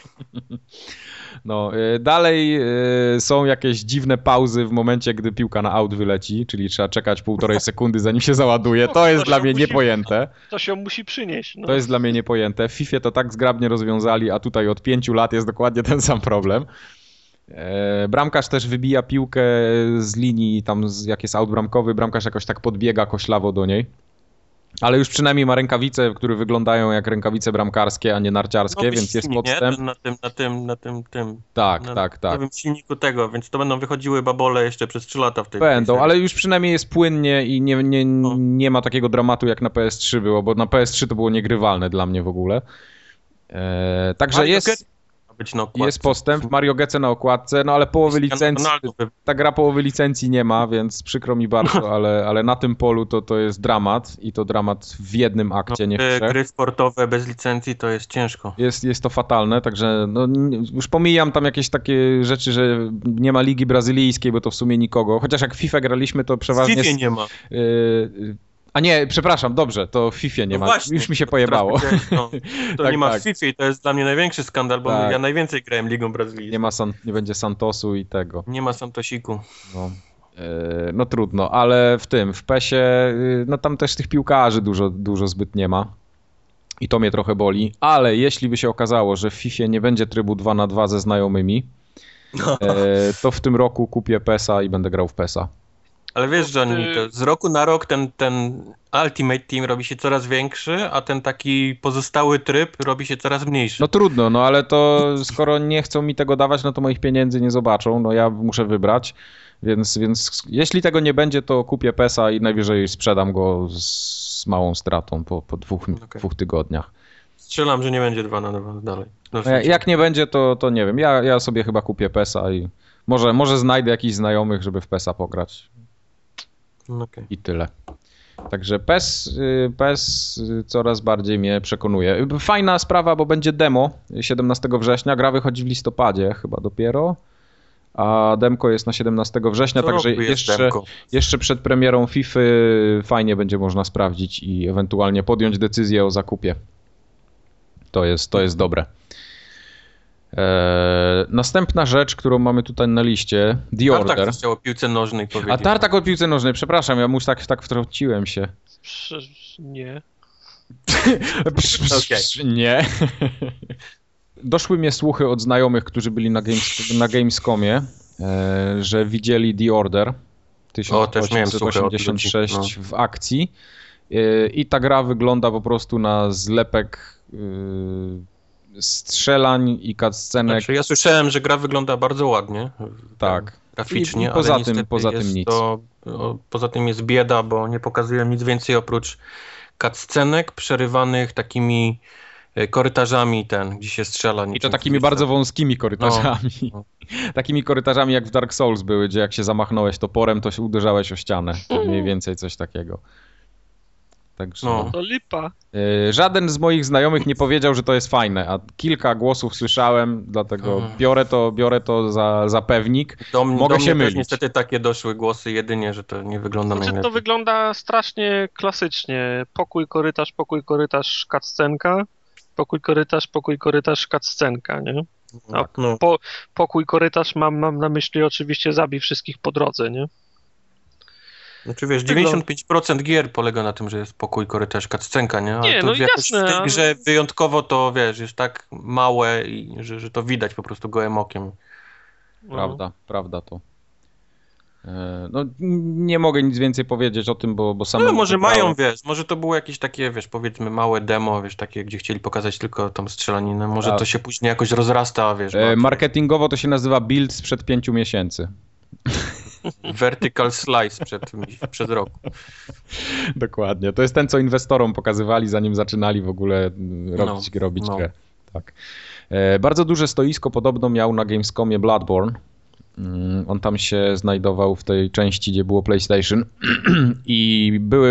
No, dalej są jakieś dziwne pauzy w momencie, gdy piłka na aut wyleci, czyli trzeba czekać 1,5 sekundy, zanim się załaduje. To jest dla mnie niepojęte. To się musi przynieść. No. To jest dla mnie niepojęte. W FIFA to tak zgrabnie rozwiązali, a tutaj od 5 lat jest dokładnie ten sam problem. Bramkarz też wybija piłkę z linii, tam jak jest aut bramkowy, bramkarz jakoś tak podbiega koślawo do niej. Ale już przynajmniej ma rękawice, które wyglądają jak rękawice bramkarskie, a nie narciarskie, więc jest podstęp. Na tym. Tak. Na nowym silniku tego, więc to będą wychodziły babole jeszcze przez 3 lata w tej Będą, ale już przynajmniej jest płynnie i nie ma takiego dramatu jak na PS3 było, bo na PS3 to było niegrywalne dla mnie w ogóle. Także jest postęp, Mario Gece na okładce, no ale połowy licencji, ta gra połowy licencji nie ma, więc przykro mi bardzo, ale na tym polu to jest dramat i to dramat w jednym akcie, nie w 3. Gry sportowe bez licencji to jest ciężko. Jest to fatalne, także no, już pomijam tam jakieś takie rzeczy, że nie ma Ligi Brazylijskiej, bo to w sumie nikogo, chociaż jak w FIFA graliśmy, to przeważnie... W FIFA nie ma. A nie, przepraszam, dobrze, to w FIFA nie ma. Właśnie, już mi się pojebało. To nie ma w FIFA i to jest dla mnie największy skandal, bo ja najwięcej grałem Ligą Brazylijską. Nie będzie Santosu i tego. Nie ma Santosiku. No trudno, ale w PESie, no tam też tych piłkarzy dużo zbyt nie ma. I to mnie trochę boli, ale jeśli by się okazało, że w FIFA nie będzie trybu 2-2 ze znajomymi, to w tym roku kupię PESa i będę grał w PESa. Ale wiesz, Johnny, to z roku na rok ten Ultimate Team robi się coraz większy, a ten taki pozostały tryb robi się coraz mniejszy. No trudno, no ale to skoro nie chcą mi tego dawać, no to moich pieniędzy nie zobaczą, no ja muszę wybrać, więc jeśli tego nie będzie, to kupię PES-a i najwyżej sprzedam go z małą stratą po dwóch tygodniach. Strzelam, że nie będzie 2 na 2 dalej. Jak nie będzie, to nie wiem. Ja sobie chyba kupię PES-a i może znajdę jakichś znajomych, żeby w PES-a pograć. Okay. I tyle. Także PES coraz bardziej mnie przekonuje. Fajna sprawa, bo będzie demo 17 września. Gra wychodzi w listopadzie chyba dopiero, a demko jest na 17 września, także jeszcze przed premierą FIFA fajnie będzie można sprawdzić i ewentualnie podjąć decyzję o zakupie. To jest dobre. Następna rzecz, którą mamy tutaj na liście, The Order. Tartak chciał o piłce nożnej powiedzieć. A Tartak o piłce nożnej, przepraszam, ja już tak wtrąciłem się. Nie. Nie. Doszły mnie słuchy od znajomych, którzy byli na Gamescomie, że widzieli The Order 1886 w akcji i ta gra wygląda po prostu na zlepek strzelań i cutscenek. Znaczy, ja słyszałem, że gra wygląda bardzo ładnie. Tak. Graficznie, I poza tym nic. Poza tym jest bieda, bo nie pokazują nic więcej oprócz cutscenek przerywanych takimi korytarzami, gdzie się strzela. I to takimi bardzo wąskimi korytarzami. No. Takimi korytarzami jak w Dark Souls były, gdzie jak się zamachnąłeś toporem, to się uderzałeś o ścianę. To mniej więcej coś takiego. Także to lipa. Żaden z moich znajomych nie powiedział, że to jest fajne, a kilka głosów słyszałem, dlatego biorę to za pewnik. Mogę się mylić. Niestety takie doszły głosy jedynie, że to nie wygląda najlepiej. To wygląda strasznie klasycznie. Pokój, korytarz, cutscenka. Pokój, korytarz, cutscenka, nie? Tak, Pokój, korytarz mam na myśli oczywiście zabij wszystkich po drodze, nie? Znaczy wiesz, 95% gier polega na tym, że jest pokój, korytarz, cutscenka, nie? Nie, no jasne. W tej grze wyjątkowo to, wiesz, jest tak małe, że to widać po prostu gołym okiem. Prawda to. No nie mogę nic więcej powiedzieć o tym, bo sam... No może mają, wiesz, może to było jakieś takie, wiesz, powiedzmy małe demo, wiesz, takie, gdzie chcieli pokazać tylko tą strzelaninę. Może to się później jakoś rozrasta, wiesz. Marketingowo to się nazywa build sprzed 5 miesięcy. Vertical slice przed roku. Dokładnie. To jest ten, co inwestorom pokazywali, zanim zaczynali w ogóle robić grę. Tak. Bardzo duże stoisko podobno miał na Gamescomie Bloodborne. On tam się znajdował w tej części, gdzie było PlayStation i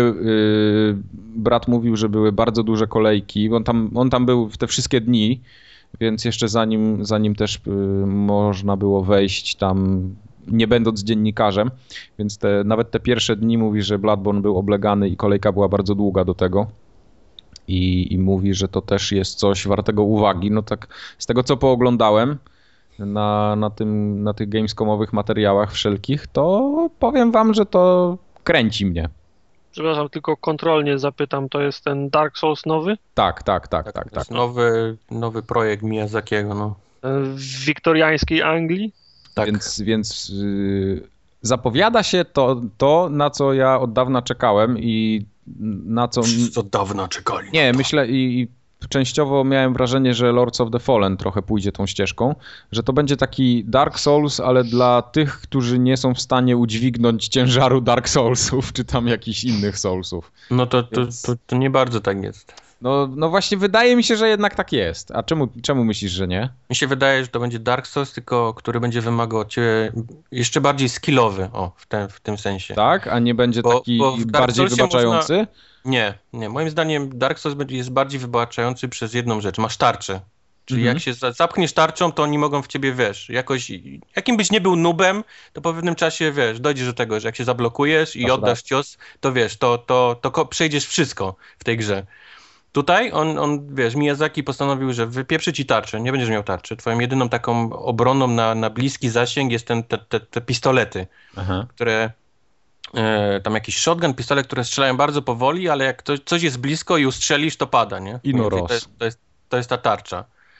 brat mówił, że były bardzo duże kolejki. On tam był w te wszystkie dni, więc jeszcze zanim też można było wejść tam, nie będąc dziennikarzem, więc nawet te pierwsze dni mówi, że Bloodborne był oblegany i kolejka była bardzo długa do tego. I mówi, że to też jest coś wartego uwagi. No tak z tego, co pooglądałem na tych gamescomowych materiałach wszelkich, to powiem wam, że to kręci mnie. Przepraszam, tylko kontrolnie zapytam, to jest ten Dark Souls nowy? Tak. To jest nowy projekt Miyazakiego, no. W wiktoriańskiej Anglii? Tak. Więc zapowiada się to, na co ja od dawna czekałem i na co... Od dawna czekali. Nie, myślę i częściowo miałem wrażenie, że Lords of the Fallen trochę pójdzie tą ścieżką, że to będzie taki Dark Souls, ale dla tych, którzy nie są w stanie udźwignąć ciężaru Dark Soulsów, czy tam jakichś innych Soulsów. No to nie bardzo tak jest. No właśnie wydaje mi się, że jednak tak jest. A czemu myślisz, że nie? Mi się wydaje, że to będzie Dark Souls, tylko który będzie wymagał od ciebie jeszcze bardziej skillowy, w tym sensie. Tak? A nie będzie taki bardziej wybaczający? Nie. Moim zdaniem Dark Souls jest bardziej wybaczający przez jedną rzecz. Masz tarczę. Czyli jak się zapchniesz tarczą, to oni mogą w ciebie, wiesz, jakoś... Jakim byś nie był noobem, to po pewnym czasie, wiesz, dojdziesz do tego, że jak się zablokujesz i oddasz cios, to wiesz, to przejdziesz wszystko w tej grze. Tutaj on, wiesz, Miyazaki postanowił, że wypieprzy ci tarczę, nie będziesz miał tarczy. Twoją jedyną taką obroną na bliski zasięg jest te pistolety, które... tam jakiś shotgun, pistolet, które strzelają bardzo powoli, ale jak coś jest blisko i ustrzelisz, to pada, nie? To jest ta tarcza.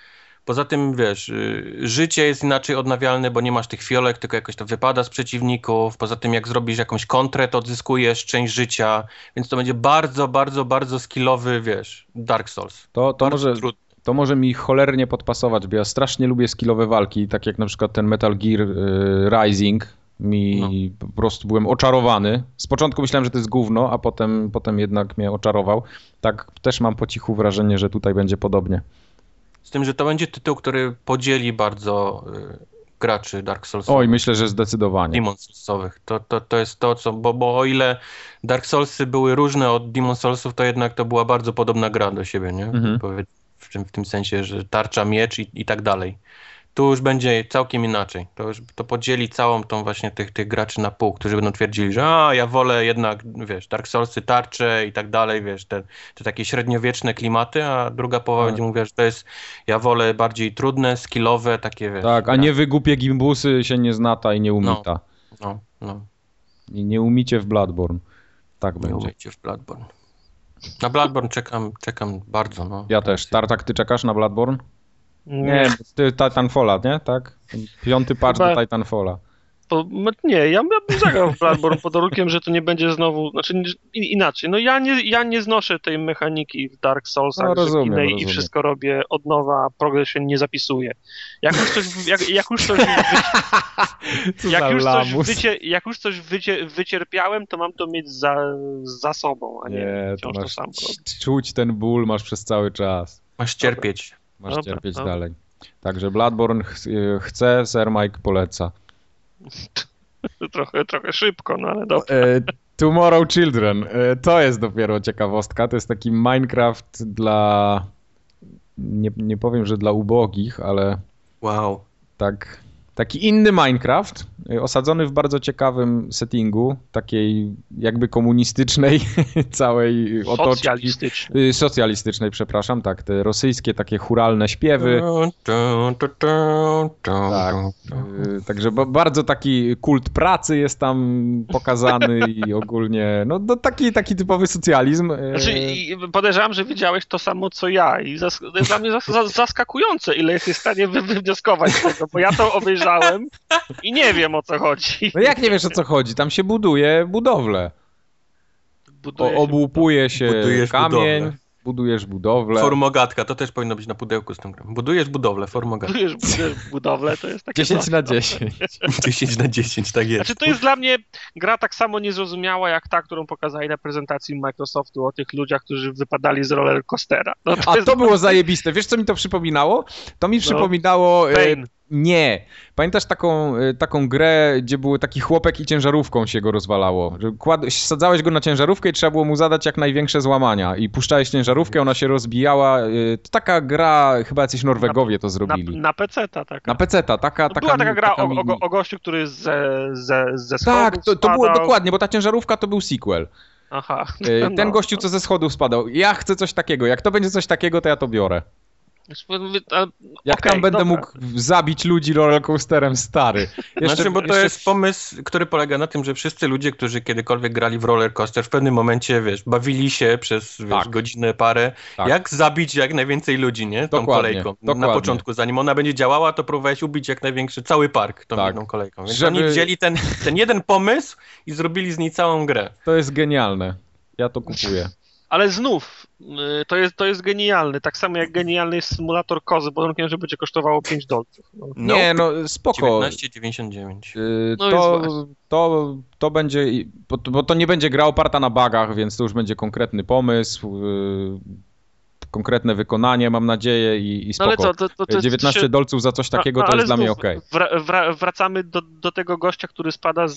Poza tym, wiesz, życie jest inaczej odnawialne, bo nie masz tych fiolek, tylko jakoś to wypada z przeciwników. Poza tym, jak zrobisz jakąś kontrę, to odzyskujesz część życia, więc to będzie bardzo, bardzo, bardzo skillowy, wiesz, Dark Souls. To może mi cholernie podpasować, bo ja strasznie lubię skillowe walki, tak jak na przykład ten Metal Gear Rising. Po prostu byłem oczarowany. Z początku myślałem, że to jest gówno, a potem jednak mnie oczarował. Tak też mam po cichu wrażenie, że tutaj będzie podobnie. Z tym, że to będzie tytuł, który podzieli bardzo graczy Dark Soulsowych. Oj, myślę, że zdecydowanie. Demon Soulsowych. To jest to, co... Bo o ile Dark Soulsy były różne od Demon Soulsów, to jednak to była bardzo podobna gra do siebie, nie? W tym sensie, że tarcza, miecz i tak dalej. Tu już będzie całkiem inaczej. To podzieli całą tą właśnie tych graczy na pół, którzy będą twierdzili, że ja wolę jednak, wiesz, Dark Soulsy, tarcze i tak dalej, wiesz, te takie średniowieczne klimaty, a druga połowa będzie mówiła, że to jest, ja wolę bardziej trudne, skillowe, takie, wiesz. Tak, a nie wy głupie gimbusy się nie znata i nie umita. No. I nie umicie w Bloodborne. Tak będzie. Nie umicie w Bloodborne. Na Bloodborne czekam bardzo, no. Ja też. Tartak, ty czekasz na Bloodborne? Nie, ty Titanfalla, nie? Tak? 5. patch do Titanfalla. Nie, ja bym zagrał w Bloodborne pod warunkiem, że to nie będzie znowu, znaczy inaczej. No ja nie znoszę tej mechaniki w Dark Soulsach, rozumiem. I wszystko robię od nowa, progres się nie zapisuje. Jak już coś wycierpiałem, to mam to mieć za sobą, a nie wciąż to samo robić. Czuć ten ból masz przez cały czas. Masz cierpieć. Cierpieć dalej. Także Bloodborne chce, Sir Mike poleca. Trochę szybko, no ale dobrze. Tomorrow Children. To jest dopiero ciekawostka. To jest taki Minecraft dla... Nie powiem, że dla ubogich, ale... Wow. Taki inny Minecraft, osadzony w bardzo ciekawym settingu, takiej jakby komunistycznej całej otoczki. Socjalistycznej, przepraszam, tak, te rosyjskie takie chóralne śpiewy. Tak, także bardzo taki kult pracy jest tam pokazany i ogólnie, no taki typowy socjalizm. Znaczy, podejrzewam, że widziałeś to samo co ja i to jest dla mnie zaskakujące, ile jest w stanie wywnioskować z tego, bo ja to obejrzałem i nie wiem, o co chodzi. No jak nie wiesz, o co chodzi? Tam się buduje budowlę. Obłupuje się kamień, budujesz budowlę. Formogatka, to też powinno być na pudełku z tą grą. Budujesz budowlę, formogatka. Budujesz budowlę, to jest takie... 10 na 10. 10 na 10, tak jest. Znaczy to jest dla mnie gra tak samo niezrozumiała, jak ta, którą pokazali na prezentacji Microsoftu o tych ludziach, którzy wypadali z roller coastera. No, to było zajebiste. Wiesz, co mi to przypominało? To mi przypominało... Nie. Pamiętasz taką grę, gdzie był taki chłopek i ciężarówką się go rozwalało? Sadzałeś go na ciężarówkę i trzeba było mu zadać jak największe złamania. I puszczałeś ciężarówkę, ona się rozbijała. To taka gra, chyba jacyś Norwegowie to zrobili. Na PC-ta taka. Na PC-ta, taka... Była taka gra o gościu, który ze schodów Tak, to było dokładnie, bo ta ciężarówka to był sequel. Aha. Ten gościu, co ze schodów spadał. Ja chcę coś takiego. Jak to będzie coś takiego, to ja to biorę. Jak tam będę mógł zabić ludzi rollercoasterem, stary. Bo to jest pomysł, który polega na tym, że wszyscy ludzie, którzy kiedykolwiek grali w rollercoaster, w pewnym momencie, bawili się przez godzinę, parę, jak zabić jak najwięcej ludzi, nie? Tą kolejką. Na początku, zanim ona będzie działała, to próbowałeś ubić jak największy, cały park tą jedną kolejką. Więc oni wzięli ten jeden pomysł i zrobili z niej całą grę. To jest genialne. Ja to kupuję. Ale znów, to jest genialne. Tak samo jak genialny jest symulator kozy, bo warunkiem, że będzie kosztowało $5. Spoko. 19,99. To będzie, bo to nie będzie gra oparta na bugach, więc to już będzie konkretny pomysł, konkretne wykonanie, mam nadzieję i spoko. Ale to $19 za coś takiego to jest dla mnie okej. Wracamy do tego gościa, który spada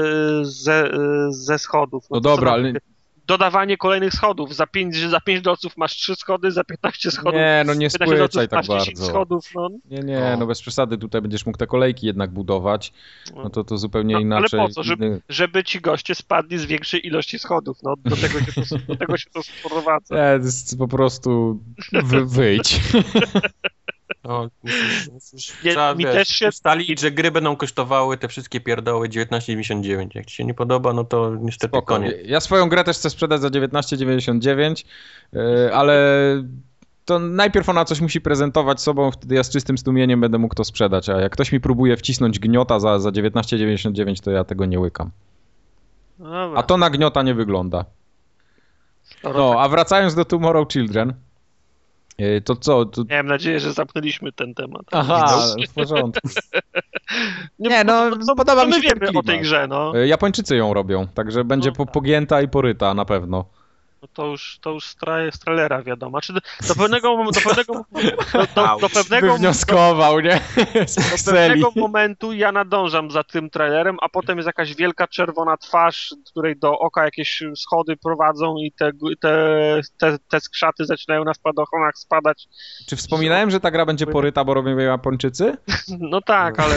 ze schodów. No dobra, ale... Dodawanie kolejnych schodów. Za $5 masz 3 schody, za 15 schodów. Nie, no nie spłycaj tak bardzo. Schodów, Nie, no bez przesady, tutaj będziesz mógł te kolejki jednak budować. No to zupełnie inaczej. Ale po co? Żeby ci goście spadli z większej ilości schodów. No, do tego się to sprowadza. Nie, to jest po prostu wyjdź. No, trzeba ustalić, że gry będą kosztowały te wszystkie pierdoły 19,99. Jak ci się nie podoba, no to niestety koniec. Ja swoją grę też chcę sprzedać za 19,99, ale to najpierw ona coś musi prezentować sobą, wtedy ja z czystym sumieniem będę mógł to sprzedać, a jak ktoś mi próbuje wcisnąć gniota za 19,99, to ja tego nie łykam. Dobra. A to na gniota nie wygląda. No, a wracając do Tomorrow Children, to co? Miałem nadzieję, że zamknęliśmy ten temat. Aha, w porządku. Nie, no podoba mi się ten klimat. O tej grze, no. Japończycy ją robią, także będzie pogięta i poryta na pewno. No to już z trailera wiadomo. Czy do pewnego Wywnioskował, nie? Do pewnego momentu ja nadążam za tym trailerem, a potem jest jakaś wielka czerwona twarz, której do oka jakieś schody prowadzą i te skrzaty zaczynają na spadochronach spadać. Czy wspominałem, że ta gra będzie poryta, bo robią Japończycy? No tak, ale...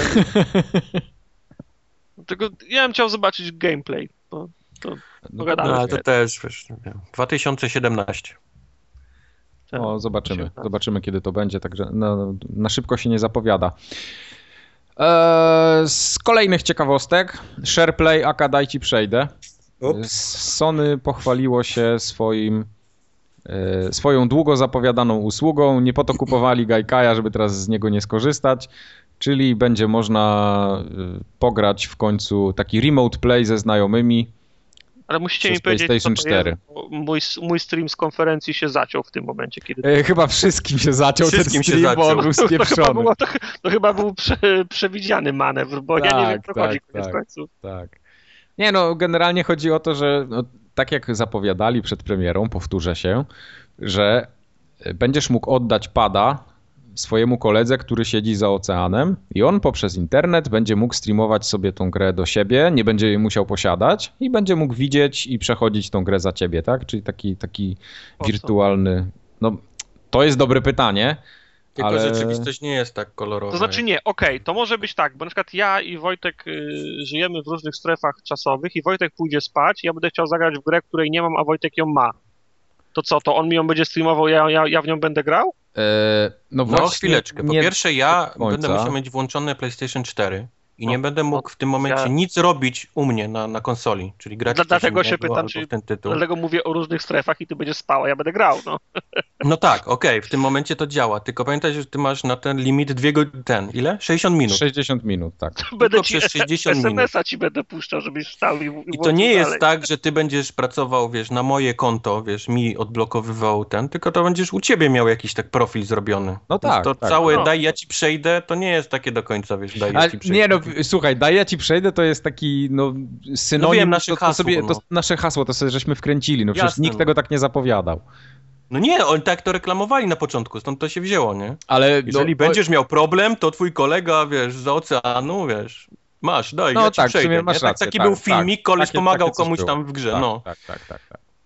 Tylko ja bym chciał zobaczyć gameplay, bo to... No, ale to też, wiesz, 2017. O, zobaczymy kiedy to będzie, także na szybko się nie zapowiada. Z kolejnych ciekawostek, SharePlay, aka daj ci przejdę. Sony pochwaliło się swoją długo zapowiadaną usługą, nie po to kupowali Gaikaja, żeby teraz z niego nie skorzystać, czyli będzie można pograć w końcu taki remote play ze znajomymi. Ale musicie mi powiedzieć, PlayStation 4. Mój stream z konferencji się zaciął w tym momencie, kiedy... Chyba wszystkim się zaciął ten stream, bo on był spieprzony. To chyba był przewidziany manewr, bo ja nie wiem, co chodzi koniec końców. Tak. Nie no, generalnie chodzi o to, że tak jak zapowiadali przed premierą, powtórzę się, że będziesz mógł oddać pada swojemu koledze, który siedzi za oceanem i on poprzez internet będzie mógł streamować sobie tą grę do siebie, nie będzie jej musiał posiadać i będzie mógł widzieć i przechodzić tą grę za ciebie, tak? Czyli taki wirtualny... No, to jest dobre pytanie, tylko ale... rzeczywistość nie jest tak kolorowa. To znaczy nie, to może być tak, bo na przykład ja i Wojtek żyjemy w różnych strefach czasowych i Wojtek pójdzie spać, ja będę chciał zagrać w grę, której nie mam, a Wojtek ją ma. To co, to on mi ją będzie streamował, ja w nią będę grał? No właśnie, chwileczkę. Po pierwsze będę musiał mieć włączone PlayStation 4 i nie będę mógł w tym momencie nic robić u mnie na konsoli, czyli grać dlatego się pytam, czy ten tytuł. Dlatego mówię o różnych strefach i ty będziesz spał, a ja będę grał, no. No tak, okej, w tym momencie to działa, tylko pamiętaj, że ty masz na ten limit 2 godziny, 60 minut. 60 minut, tak. Będę ci przez 60 SMS-a ci będę puszczał, żebyś wstał i to nie jest tak, że ty będziesz pracował, wiesz, na moje konto, wiesz, mi odblokowywał tylko to będziesz u ciebie miał jakiś profil zrobiony. No tak. To całe daj ja ci przejdę, to nie jest takie do końca, wiesz, daj ja ci przejdę. Nie no, słuchaj, daj ja ci przejdę to jest taki, synonim, wiem, nasze hasło, to nasze hasło, to sobie żeśmy wkręcili, przecież nikt tego tak nie zapowiadał. No nie, oni tak to reklamowali na początku, stąd to się wzięło, nie? Ale jeżeli będziesz miał problem, to twój kolega, wiesz, z oceanu, wiesz, masz, daj, ja ci przejdę. Masz rację, taki był filmik, koleś pomagał komuś tam w grze, Tak.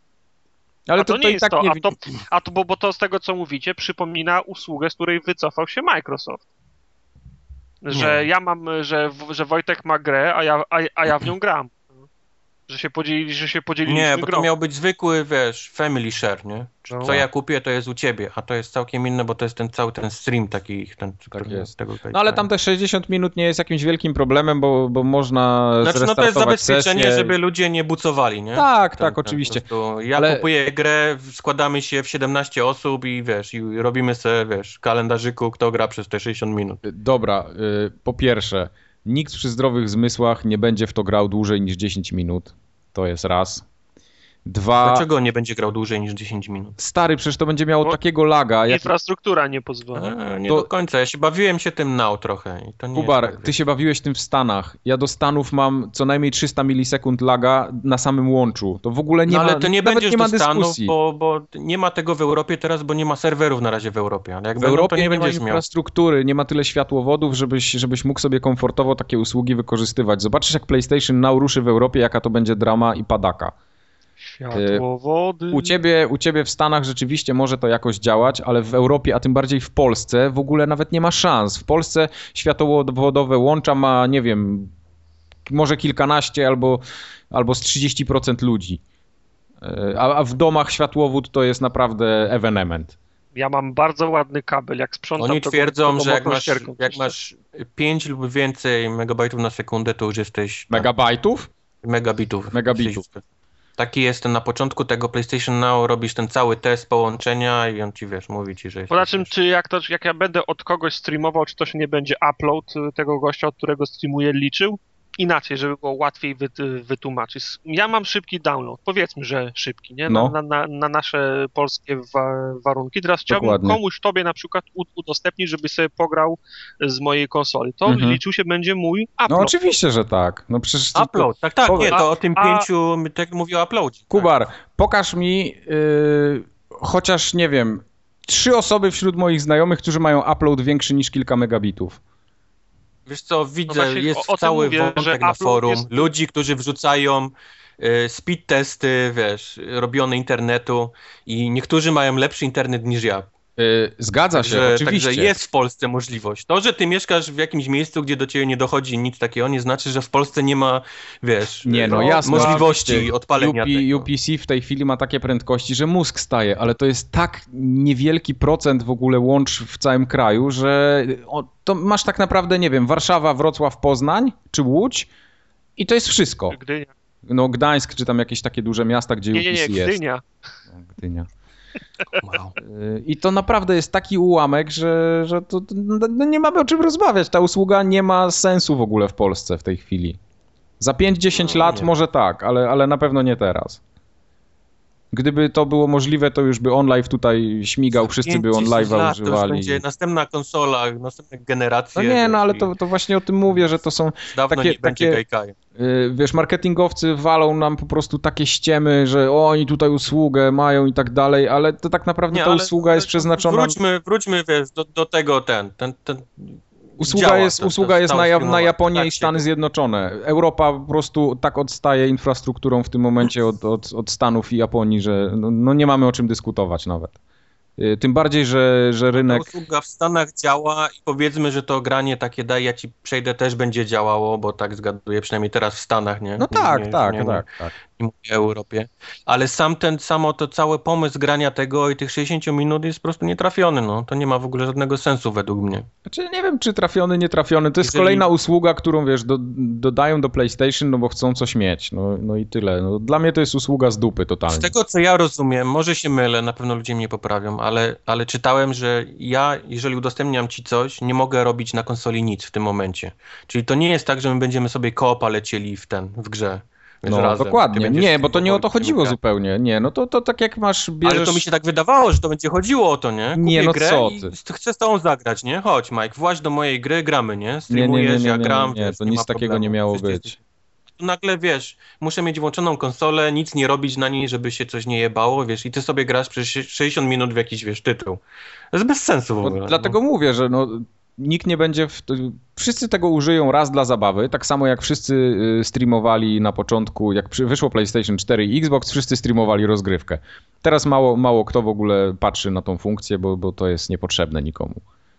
Ale to nie jest tak to, bo to z tego, co mówicie, przypomina usługę, z której wycofał się Microsoft. Że ja mam, że Wojtek ma grę, a ja w nią gram. Że się podzieliliśmy Nie, bo grą. to miał być zwykły, wiesz, family share, nie? Co ja kupię, to jest u ciebie, a to jest całkiem inne, bo to jest cały ten stream taki, tak jest. No ale tam te 60 minut nie jest jakimś wielkim problemem, bo można zrestartować to jest zabezpieczenie, sesję. żeby ludzie nie bucowali, nie? Tak, oczywiście. Ja kupuję grę, składamy się w 17 osób i wiesz, i robimy sobie, wiesz, w kalendarzyku, kto gra przez te 60 minut. Dobra, po pierwsze, nikt przy zdrowych zmysłach nie będzie w to grał dłużej niż 10 minut. To jest raz. Dwa... Dlaczego nie będzie grał dłużej niż 10 minut? Stary, przecież to będzie miało takiego laga. Infrastruktura nie pozwala. Nie do końca. Ja się bawiłem się tym trochę. I to nie Kubar, jest tak, ty się bawiłeś tym w Stanach. Ja do Stanów mam co najmniej 300 milisekund laga na samym łączu. To w ogóle nie ma ale to nie będziesz nie ma do Stanów, dyskusji. bo nie ma tego w Europie teraz, bo nie ma serwerów na razie w Europie. Ale jak w Europie to nie ma będziesz infrastruktury, nie ma tyle światłowodów, żebyś mógł sobie komfortowo takie usługi wykorzystywać. Zobaczysz, jak PlayStation Now ruszy w Europie, jaka to będzie drama i padaka. Światłowody. U ciebie w Stanach rzeczywiście może to jakoś działać, ale w Europie, a tym bardziej w Polsce w ogóle nawet nie ma szans. W Polsce światłowodowe łącza ma, nie wiem, może kilkanaście albo z 30% ludzi. A w domach światłowód to jest naprawdę ewenement. Ja mam bardzo ładny kabel, jak sprzątam... Oni twierdzą, że jak masz 5 lub więcej megabajtów na sekundę, to już jesteś... Megabajtów? Megabitów. taki jest ten na początku tego PlayStation Now, robisz ten cały test połączenia i on ci, wiesz, mówi ci, że... Poza czym, czy jak ja będę od kogoś streamował, czy to się nie będzie upload tego gościa, od którego streamuję, liczył? Inaczej, żeby było łatwiej wytłumaczyć. Ja mam szybki download, powiedzmy, że szybki, nie? Na nasze polskie warunki. Teraz chciałbym komuś, tobie na przykład udostępnić, żeby sobie pograł z mojej konsoli. To liczył się będzie mój upload. No oczywiście, że tak. No przecież upload, tak, nie, to o tym 5, tak mówię o uploadzie. Kubar, pokaż mi chociaż, nie wiem, 3 osoby wśród moich znajomych, którzy mają upload większy niż kilka megabitów. Wiesz co, widzę, jest cały wątek na forum, ludzi, którzy wrzucają speed testy, wiesz, robione internetu i niektórzy mają lepszy internet niż ja. Zgadza się, oczywiście. Także jest w Polsce możliwość. To, że ty mieszkasz w jakimś miejscu, gdzie do ciebie nie dochodzi nic takiego, nie znaczy, że w Polsce nie ma, wiesz, możliwości odpalenia tego. UPC w tej chwili ma takie prędkości, że mózg staje, ale to jest tak niewielki procent w ogóle łącz w całym kraju, że to masz tak naprawdę, nie wiem, Warszawa, Wrocław, Poznań czy Łódź i to jest wszystko. Gdynia. No Gdańsk, czy tam jakieś takie duże miasta, gdzie UPC jest. Gdynia. No, Gdynia. Wow. I to naprawdę jest taki ułamek, że to nie mamy o czym rozmawiać. Ta usługa nie ma sensu w ogóle w Polsce w tej chwili. Za 5-10 lat może tak, ale na pewno nie teraz. Gdyby to było możliwe, to już by OnLive tutaj śmigał, wszyscy by OnLive'a używali. To już będzie następna konsola, następne generacje. No nie, no ale to właśnie o tym mówię, że to są dawno nie będzie gajkajem. Wiesz, marketingowcy walą nam po prostu takie ściemy, że oni tutaj usługę mają i tak dalej, ale to tak naprawdę ta usługa jest przeznaczona... Wróćmy wiesz, do tego Usługa jest na Japonię i Stany Zjednoczone. Europa po prostu tak odstaje infrastrukturą w tym momencie od Stanów i Japonii, że no nie mamy o czym dyskutować nawet. Tym bardziej, że rynek... Ta usługa w Stanach działa i powiedzmy, że to granie takie daj, ja ci przejdę też będzie działało, bo tak zgaduję, przynajmniej teraz w Stanach, nie? No tak. Nie mówię o Europie. Ale to cały pomysł grania tego i tych 60 minut jest po prostu nietrafiony, no. To nie ma w ogóle żadnego sensu według mnie. Znaczy nie wiem, czy trafiony, nietrafiony. To jest kolejna usługa, którą, wiesz, dodają do PlayStation, no bo chcą coś mieć. No i tyle. No, dla mnie to jest usługa z dupy totalnie. Z tego, co ja rozumiem, może się mylę, na pewno ludzie mnie poprawią, ale czytałem, że ja, jeżeli udostępniam ci coś, nie mogę robić na konsoli nic w tym momencie. Czyli to nie jest tak, że my będziemy sobie koopa lecieli w grze. No razem, dokładnie. Nie, bo to nie o to chodziło zupełnie. Nie, no to tak jak bierzesz... Ale to mi się tak wydawało, że to będzie chodziło o to, nie? Kupię nie, no grę co ty? Chcę z tobą zagrać, nie? Chodź, Mike, właź do mojej gry, gramy, nie? Streamujesz, ja gram. Nie, to nic takiego nie miało być. Nagle, wiesz, muszę mieć włączoną konsolę, nic nie robić na niej, żeby się coś nie jebało, wiesz, i ty sobie grasz przez 60 minut w jakiś, wiesz, tytuł. To jest bez sensu w ogóle. Dlatego mówię, że nikt nie będzie... Wszyscy tego użyją raz dla zabawy, tak samo jak wszyscy streamowali na początku, jak wyszło PlayStation 4 i Xbox, wszyscy streamowali rozgrywkę. Teraz mało kto w ogóle patrzy na tą funkcję, bo to jest niepotrzebne nikomu.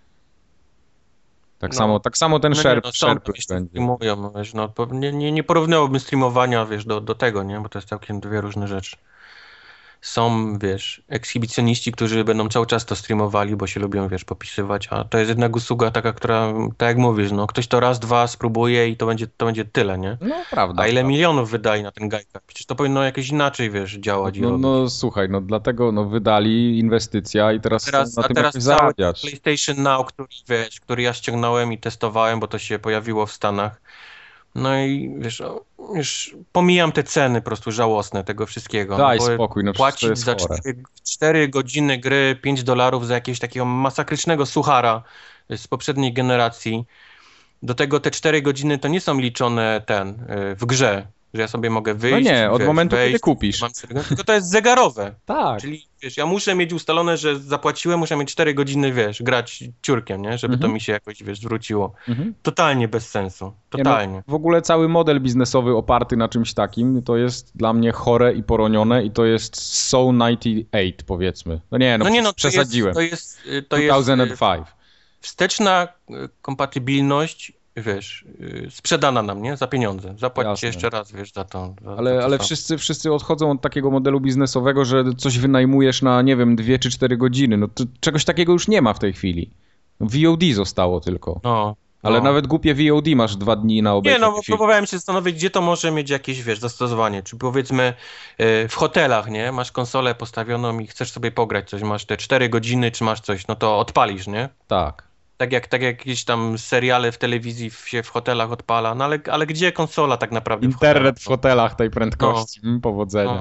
Tak samo ten SharePlay będzie. Mówią, wiesz, nie porównywałbym streamowania, wiesz, do tego, nie? Bo to jest całkiem dwie różne rzeczy. Są, wiesz, ekshibicjoniści, którzy będą cały czas to streamowali, bo się lubią, wiesz, popisywać, a to jest jednak usługa taka, która, tak jak mówisz, no, ktoś to raz, dwa spróbuje i to będzie tyle, nie? No, prawda. A ile milionów wydaje na ten gajka? Przecież to powinno jakoś inaczej, wiesz, działać i robić. No, słuchaj, dlatego, wydali inwestycja i teraz na tym jakoś zarabiać. PlayStation Now, który ja ściągnąłem i testowałem, bo to się pojawiło w Stanach. No i wiesz, już pomijam te ceny po prostu żałosne tego wszystkiego. Daj spokój, no płacić za 4 godziny gry $5 za jakiegoś takiego masakrycznego suchara z poprzedniej generacji. Do tego te 4 godziny to nie są liczone w grze, że ja sobie mogę wyjść. No nie, od momentu, kiedy kupisz. Tylko to jest zegarowe. Tak. Czyli wiesz, ja muszę mieć ustalone, że zapłaciłem, muszę mieć 4 godziny, wiesz, grać ciurkiem, nie? Żeby to mi się jakoś, wiesz, zwróciło. Totalnie bez sensu. Totalnie. Nie, w ogóle cały model biznesowy oparty na czymś takim, to jest dla mnie chore i poronione i to jest So 98, powiedzmy. Przesadziłem. To jest 2005. Wsteczna kompatybilność, wiesz, sprzedana nam, nie? Za pieniądze. Zapłacicie jeszcze raz, wiesz, za to. Ale wszyscy odchodzą od takiego modelu biznesowego, że coś wynajmujesz na, nie wiem, 2 czy 4 godziny. No to czegoś takiego już nie ma w tej chwili. VOD zostało tylko. No. Ale nawet głupie VOD masz 2 dni na obejrzenie. Nie, no próbowałem się zastanowić, gdzie to może mieć jakieś, wiesz, zastosowanie. Czy powiedzmy w hotelach, nie? Masz konsolę postawioną i chcesz sobie pograć coś, masz te 4 godziny, czy masz coś, no to odpalisz, nie? Tak. Tak jak jakieś tam seriale w telewizji się w hotelach odpala, no ale gdzie konsola tak naprawdę Internet w hotelach tej prędkości. Powodzenia.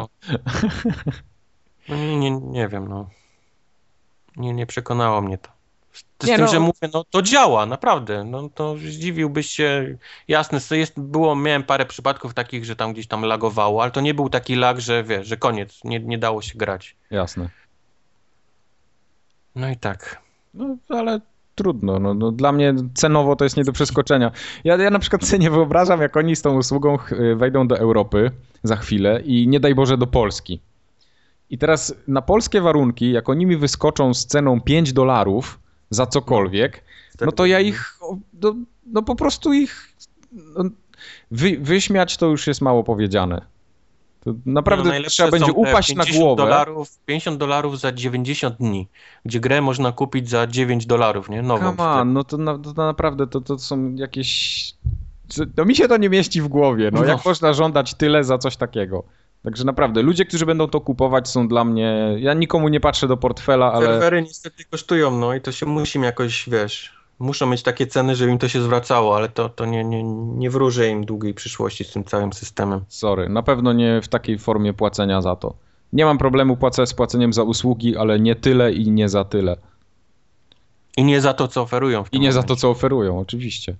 No nie wiem, no. Nie przekonało mnie to. Z tym, że mówię, no to działa, naprawdę. No to zdziwiłbyś się. Jasne, miałem parę przypadków takich, że tam gdzieś tam lagowało, ale to nie był taki lag, że wiesz, że koniec, nie dało się grać. Jasne. No i tak. No, ale trudno. No, dla mnie cenowo to jest nie do przeskoczenia. Ja na przykład sobie nie wyobrażam, jak oni z tą usługą wejdą do Europy za chwilę i nie daj Boże do Polski. I teraz na polskie warunki, jak oni mi wyskoczą z ceną $5 za cokolwiek, no to ja ich, no po prostu ich wyśmiać to już jest mało powiedziane. To naprawdę trzeba będzie upaść na głowę. $50 za 90 dni, gdzie grę można kupić za $9, nie? Nową. Come on, no to naprawdę to są jakieś... No mi się to nie mieści w głowie, no jak można żądać tyle za coś takiego? Także naprawdę, ludzie, którzy będą to kupować są dla mnie... Ja nikomu nie patrzę do portfela, ale... Serwery niestety kosztują, no i to się musi jakoś, wiesz... Muszą mieć takie ceny, żeby im to się zwracało, ale to nie wróży im długiej przyszłości z tym całym systemem. Sorry, na pewno nie w takiej formie płacenia za to. Nie mam problemu z płaceniem za usługi, ale nie tyle i nie za tyle. I nie za to, co oferują. I nie za to, co oferują, oczywiście.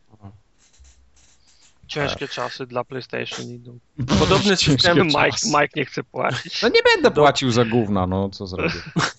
Ciężkie czasy dla PlayStation idą. Podobny system. Mike nie chce płacić. No nie będę płacił za gówna, no co zrobię.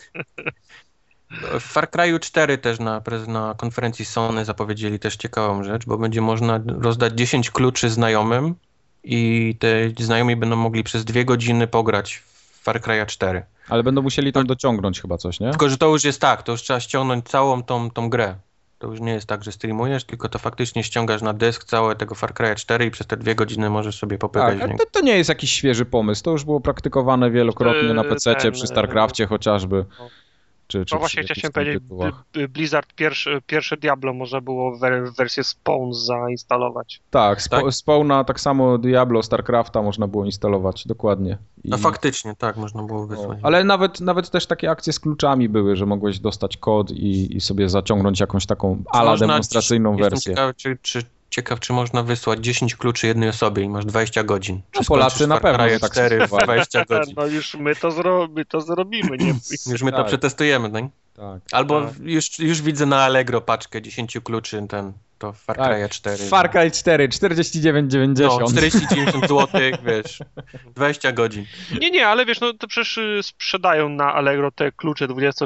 W Far Cry'u 4 też na konferencji Sony zapowiedzieli też ciekawą rzecz, bo będzie można rozdać 10 kluczy znajomym i te znajomi będą mogli przez 2 godziny pograć w Far Cry'a 4. Ale będą musieli tam dociągnąć chyba coś, nie? Tylko, że to już jest tak, to już trzeba ściągnąć całą tą grę. To już nie jest tak, że streamujesz, tylko to faktycznie ściągasz na dysk całe tego Far Cry'a 4 i przez te 2 godziny możesz sobie popykać. Tak, to nie jest jakiś świeży pomysł, to już było praktykowane wielokrotnie na PC-cie, przy StarCrafcie chociażby. No właśnie chciałem powiedzieć, Blizzard pierwsze Diablo można było wersję Spawn zainstalować. Tak, Spawna, tak samo Diablo, StarCrafta można było instalować, dokładnie. No faktycznie, tak, można było wysłać. Ale nawet też takie akcje z kluczami były, że mogłeś dostać kod i sobie zaciągnąć jakąś taką demonstracyjną wersję. Ciekaw, czy można wysłać 10 kluczy jednej osobie i masz 20 godzin. No Polacy na pewno tak 4 w 20 godzin. No już my to zrobimy. Nie? Już my to przetestujemy, tak? Tak. Albo już widzę na Allegro paczkę 10 kluczy, to Far Cry 4. Far Cry 4, 49,90. No, 40-90 zł, wiesz, 20 godzin. Nie, ale wiesz, no to przecież sprzedają na Allegro te klucze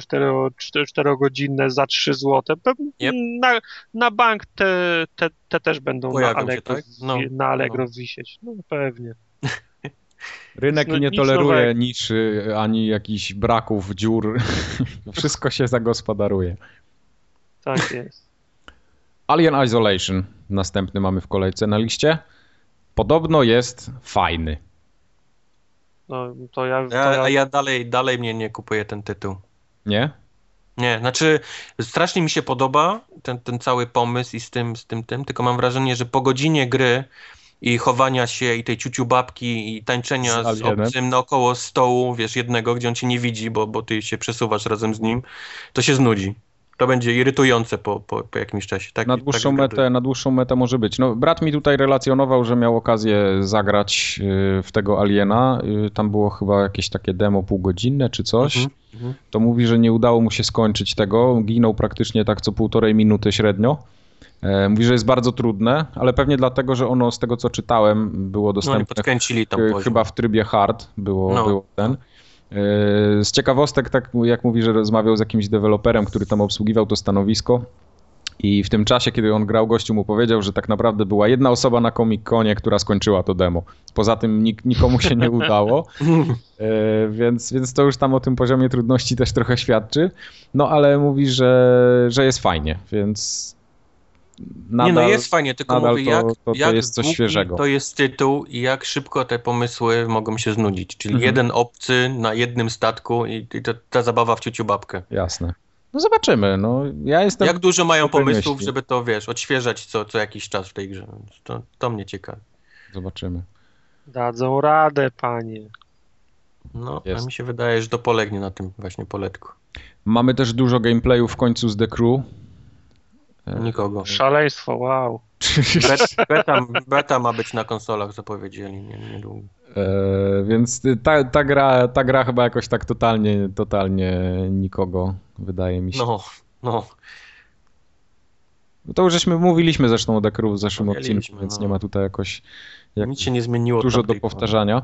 24-godzinne za 3 zł. Yep. Na bank te też będą pojawią na Allegro, się, tak? Na Allegro wisieć. No pewnie. Rynek nie toleruje niszy, ani jakichś braków, dziur. Wszystko się zagospodaruje. Tak jest. Alien Isolation następny mamy w kolejce na liście. Podobno jest fajny. No to ja dalej mnie nie kupuje ten tytuł. Nie? Nie, znaczy strasznie mi się podoba ten cały pomysł i z tym, tylko mam wrażenie, że po godzinie gry i chowania się i tej ciuciu babki i tańczenia z obcym naokoło stołu, wiesz, jednego, gdzie on cię nie widzi, bo ty się przesuwasz razem z nim, to się znudzi. To będzie irytujące po jakimś czasie. Na dłuższą metę może być. No, brat mi tutaj relacjonował, że miał okazję zagrać w tego Aliena. Tam było chyba jakieś takie demo półgodzinne czy coś. To mówi, że nie udało mu się skończyć tego. Ginął praktycznie tak co 1,5 minuty średnio. Mówi, że jest bardzo trudne, ale pewnie dlatego, że ono z tego co czytałem było dostępne podkręcili tam chyba w trybie hard było ten. Z ciekawostek, tak jak mówi, że rozmawiał z jakimś deweloperem, który tam obsługiwał to stanowisko i w tym czasie, kiedy on grał, gościu mu powiedział, że tak naprawdę była jedna osoba na Comic-Conie, która skończyła to demo. Poza tym nikomu się nie udało, więc to już tam o tym poziomie trudności też trochę świadczy. No ale mówi, że jest fajnie, więc... Nadal, jest fajnie, tylko mówię, to jest coś świeżego. To jest tytuł i jak szybko te pomysły mogą się znudzić. Czyli jeden obcy na jednym statku i ta zabawa w ciuciu babkę. Jasne. No zobaczymy, no ja jestem... Jak dużo mają pomysłów, żeby to, wiesz, odświeżać co jakiś czas w tej grze. To mnie ciekawi. Zobaczymy. Dadzą radę, panie. No, a mi się wydaje, że to polegnie na tym właśnie poletku. Mamy też dużo gameplayu w końcu z The Crew. Nikogo. Szaleństwo, wow. Beta ma być na konsolach, zapowiedzieli niedługo. Więc ta gra chyba jakoś tak totalnie nikogo, wydaje mi się. No. To już mówiliśmy zresztą o The Crew w zeszłym odcinku, więc nie ma tutaj jakoś nic się nie zmieniło. Dużo do powtarzania.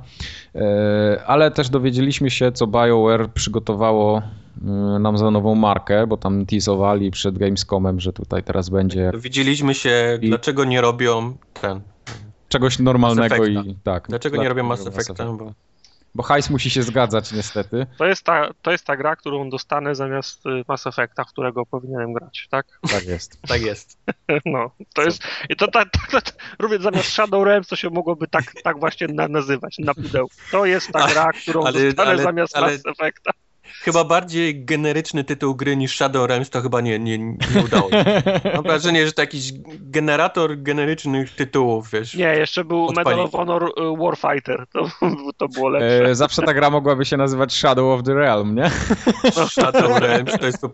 Ale też dowiedzieliśmy się, co BioWare przygotowało nam za nową markę, bo tam teasowali przed Gamescomem, że tutaj teraz będzie... Dowiedzieliśmy się, dlaczego nie robią czegoś normalnego i tak. Dlaczego nie robią Mass Effecta? Bo hajs musi się zgadzać niestety. To jest ta gra, którą dostanę zamiast Mass Effecta, w którego powinienem grać, tak? Tak jest. Tak jest. No, to jest... I to również zamiast Shadow Realms to się mogłoby tak właśnie nazywać, na pudełku. To jest ta gra, którą dostanę zamiast Mass Effecta. Chyba bardziej generyczny tytuł gry niż Shadow Realms to chyba nie udało się. Mam wrażenie, że to jakiś generator generycznych tytułów, wiesz. Nie, jeszcze był Medal of Honor Warfighter, to było lepsze. Zawsze ta gra mogłaby się nazywać Shadow of the Realm, nie? Shadow Realms to jest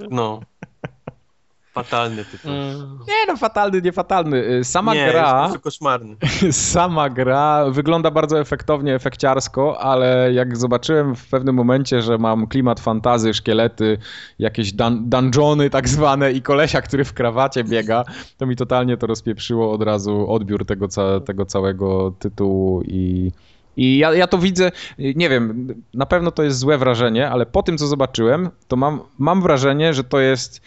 fatalny tytuł. Fatalny, nie fatalny. Gra jest koszmarny. Sama gra wygląda bardzo efektownie, efekciarsko, ale jak zobaczyłem w pewnym momencie, że mam klimat fantazy, szkielety, jakieś dungeony tak zwane i kolesia, który w krawacie biega, to mi totalnie to rozpieprzyło od razu odbiór tego całego tytułu i ja to widzę, nie wiem, na pewno to jest złe wrażenie, ale po tym, co zobaczyłem, to mam wrażenie, że to jest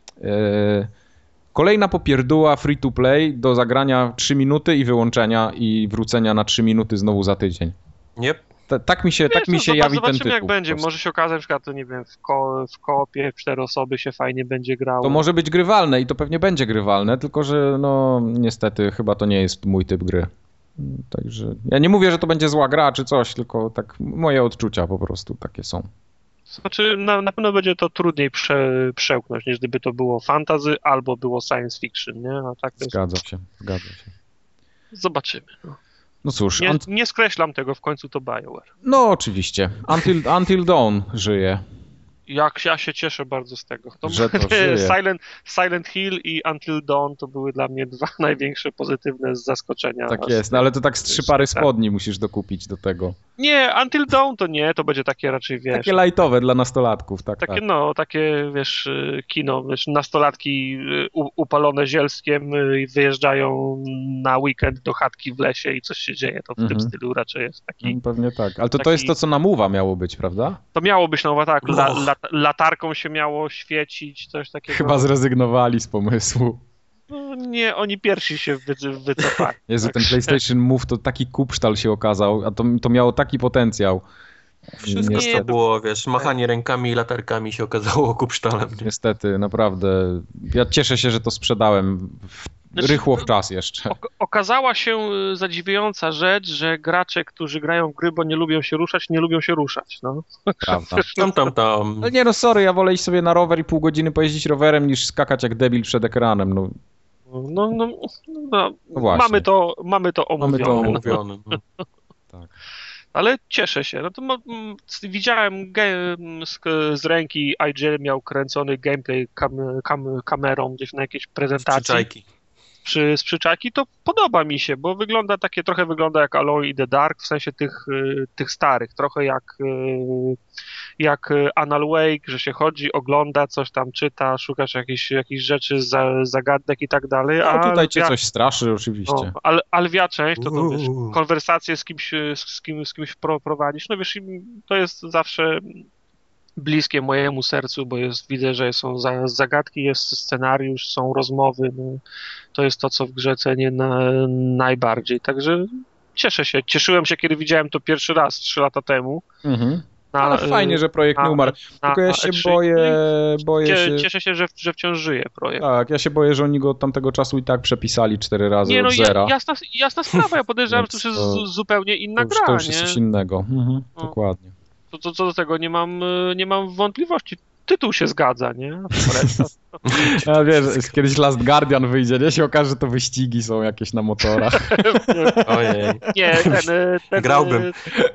kolejna popierdóła free to play do zagrania 3 minuty i wyłączenia i wrócenia na 3 minuty znowu za tydzień. Yep. Tak mi się jawi ten tytuł. Jak będzie, może się okazać, na przykład, to nie wiem, w koopie 4 osoby się fajnie będzie grało. To może być grywalne i to pewnie będzie grywalne, tylko że no niestety chyba to nie jest mój typ gry. Także ja nie mówię, że to będzie zła gra czy coś, tylko tak moje odczucia po prostu takie są. Znaczy na pewno będzie to trudniej przełknąć, niż gdyby to było fantasy albo było science fiction, nie? A tak Zgadza się. Zobaczymy. No cóż. Nie skreślam tego, w końcu to BioWare. No oczywiście. Until Dawn żyje. Jak ja się cieszę bardzo z tego. Że to żyje. Silent Hill i Until Dawn to były dla mnie 2 największe pozytywne zaskoczenia. Tak jest, no ale to tak z 3 pary spodni musisz dokupić do tego. Nie, Until Dawn to nie, to będzie takie raczej, wiesz... Takie lightowe dla nastolatków, tak. Takie, wiesz, kino, wiesz, nastolatki upalone zielskiem wyjeżdżają na weekend do chatki w lesie i coś się dzieje, to w tym stylu raczej jest taki... Pewnie tak, ale to jest to, co na Mowa miało być, prawda? To miało być, tak, latarką się miało świecić, coś takiego. Chyba zrezygnowali z pomysłu. No, nie, oni pierwsi się wycofali. Jezu, ten PlayStation Move to taki kupsztal się okazał, a to miało taki potencjał. Wszystko to było, wiesz, machanie rękami i latarkami się okazało kupsztalem. Niestety, naprawdę. Ja cieszę się, że to sprzedałem rychło w czas jeszcze. Okazała się zadziwiająca rzecz, że gracze, którzy grają w gry, bo nie lubią się ruszać. No. Prawda. Tam. Ale nie, no sorry, ja wolę iść sobie na rower i pół godziny pojeździć rowerem, niż skakać jak debil przed ekranem. No mamy to omówione. Tak. Ale cieszę się. No to widziałem z ręki IGL miał kręcony gameplay kamerą gdzieś na jakiejś prezentacji. Z przyczajki, to podoba mi się, bo trochę wygląda jak Alone in the Dark, w sensie tych starych, trochę jak Anal Wake, że się chodzi, ogląda, coś tam czyta, szukasz jakichś rzeczy, zagadek i tak dalej. A tutaj cię coś straszy oczywiście. Alwia część, to wiesz, konwersację z kimś prowadzisz, no wiesz, to jest zawsze bliskie mojemu sercu, bo widzę, że są zagadki, jest scenariusz, są rozmowy, no, to jest to, co w grze cenię najbardziej, także cieszyłem się, kiedy widziałem to pierwszy raz 3 lata temu. Ale fajnie, że projekt nie umarł. Tylko ja się boję się... Cieszę się, że wciąż żyje projekt. Tak, ja się boję, że oni go od tamtego czasu i tak przepisali 4 razy od zera. Jasna sprawa, ja podejrzewam, że to jest zupełnie inna gra, to już jest coś innego, dokładnie. Co do tego nie mam wątpliwości. tytuł się zgadza, nie? Ja wiesz, kiedyś Last Guardian wyjdzie, nie? Się okaże, że to wyścigi są jakieś na motorach. Ojej. Nie, Grałbym.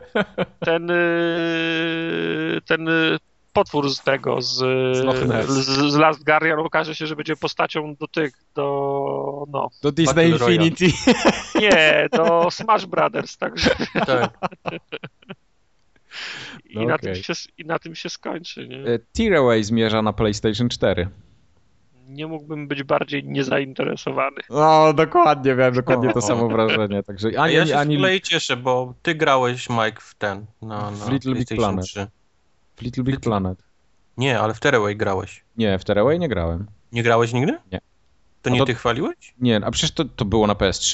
Ten potwór z tego, z Last Guardian okaże się, że będzie postacią do Disney Infinity. Nie, do Smash Brothers, także. Tak. I na tym się skończy, nie? Tearaway zmierza na PlayStation 4. Nie mógłbym być bardziej niezainteresowany. No, dokładnie, miałem dokładnie to samo wrażenie. Także ja się z kolei cieszę, bo ty grałeś, Mike, w ten, na Little Big Planet. 3. W Little Big Planet. Nie, ale w Tearaway grałeś. Nie, w Tearaway nie grałem. Nie grałeś nigdy? Nie. To nie ty chwaliłeś? Nie, a przecież to było na PS3?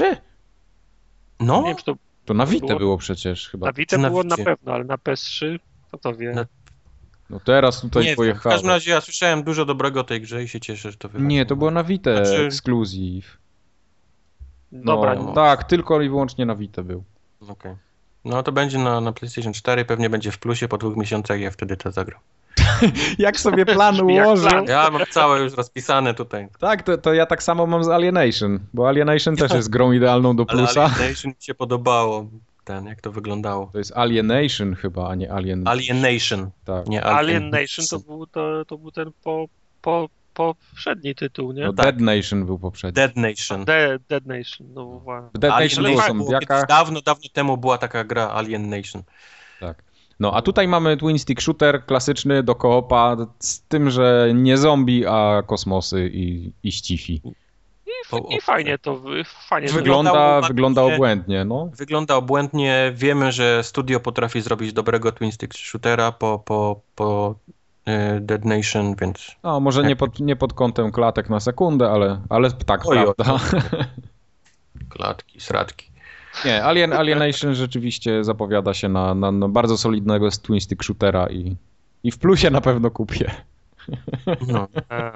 No. Nie wiem, czy to na Vita było przecież chyba. Na Vita było na pewno, ale na PS3 to wie. No teraz tutaj pojechało. W każdym razie ja słyszałem dużo dobrego o tej grze i się cieszę, że to wychodzi. Nie, to było na Vita ekskluzyw. Dobra. Tak, tylko i wyłącznie na Vita był. Okej. No to będzie na PlayStation 4, pewnie będzie w plusie po 2 miesiącach, ja wtedy to zagram. Jak sobie plan ułożył. Ja mam całe już rozpisane tutaj. Tak, to ja tak samo mam z Alienation, bo Alienation też jest grą idealną do plusa. Ale Alienation mi się podobało, jak to wyglądało. To jest Alienation chyba, a nie Alienation. Tak. Nie Alienation to był ten poprzedni tytuł, nie? No tak. Dead Nation był poprzedni. Dead Nation. Dead Nation, no właśnie. Dead Nation było zombiaka. Dawno temu była taka gra Alien Nation. Tak. No, a tutaj mamy twin stick shooter klasyczny do koopa, z tym, że nie zombie, a kosmosy i ścifi. I fajnie to wygląda obłędnie, no. Wygląda obłędnie. Wiemy, że studio potrafi zrobić dobrego twin stick shootera po Dead Nation, więc... No, może nie pod kątem klatek na sekundę, ale tak, prawda. Klatki, sradki. Nie, Alienation rzeczywiście zapowiada się na bardzo solidnego twin stick shootera i w plusie na pewno kupię. No.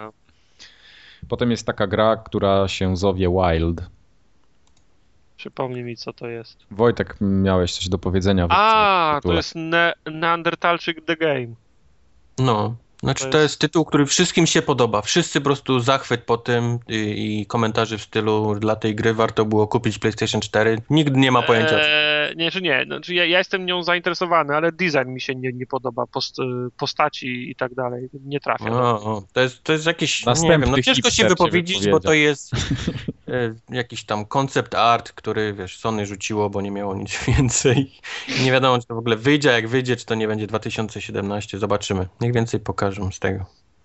Potem jest taka gra, która się zowie Wild. Przypomnij mi, co to jest. Wojtek, miałeś coś do powiedzenia. To jest Neandertalczyk The Game. No, znaczy to jest tytuł, który wszystkim się podoba. Wszyscy po prostu zachwyt po tym i komentarze w stylu dla tej gry warto było kupić PlayStation 4. Nikt nie ma pojęcia. Nie. Znaczy ja jestem nią zainteresowany, ale design mi się nie podoba, postaci i tak dalej. Nie trafię. To jest jakiś, nie wiem, no ciężko się wypowiedzieć, bo to jest jakiś tam concept art, który, wiesz, Sony rzuciło, bo nie miało nic więcej. Nie wiadomo, czy to w ogóle wyjdzie, a jak wyjdzie, czy to nie będzie 2017. Zobaczymy. Niech więcej pokażą z tego.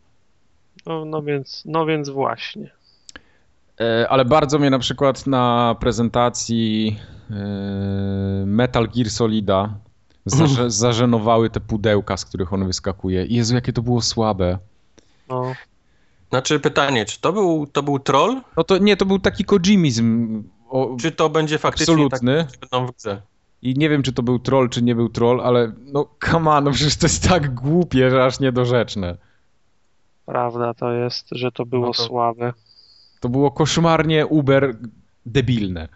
No więc właśnie. Ale bardzo mnie na przykład na prezentacji Metal Gear Solida zażenowały te pudełka, z których on wyskakuje. Jezu, jakie to było słabe. No. Znaczy pytanie, czy to był troll? No to nie, to był taki kojimizm. Czy to będzie faktycznie absolutny. Tak, będą w grze? I nie wiem, czy to był troll, czy nie był troll, ale no come on, no przecież to jest tak głupie, że aż niedorzeczne. Prawda to jest, że to było słabe. To było koszmarnie debilne.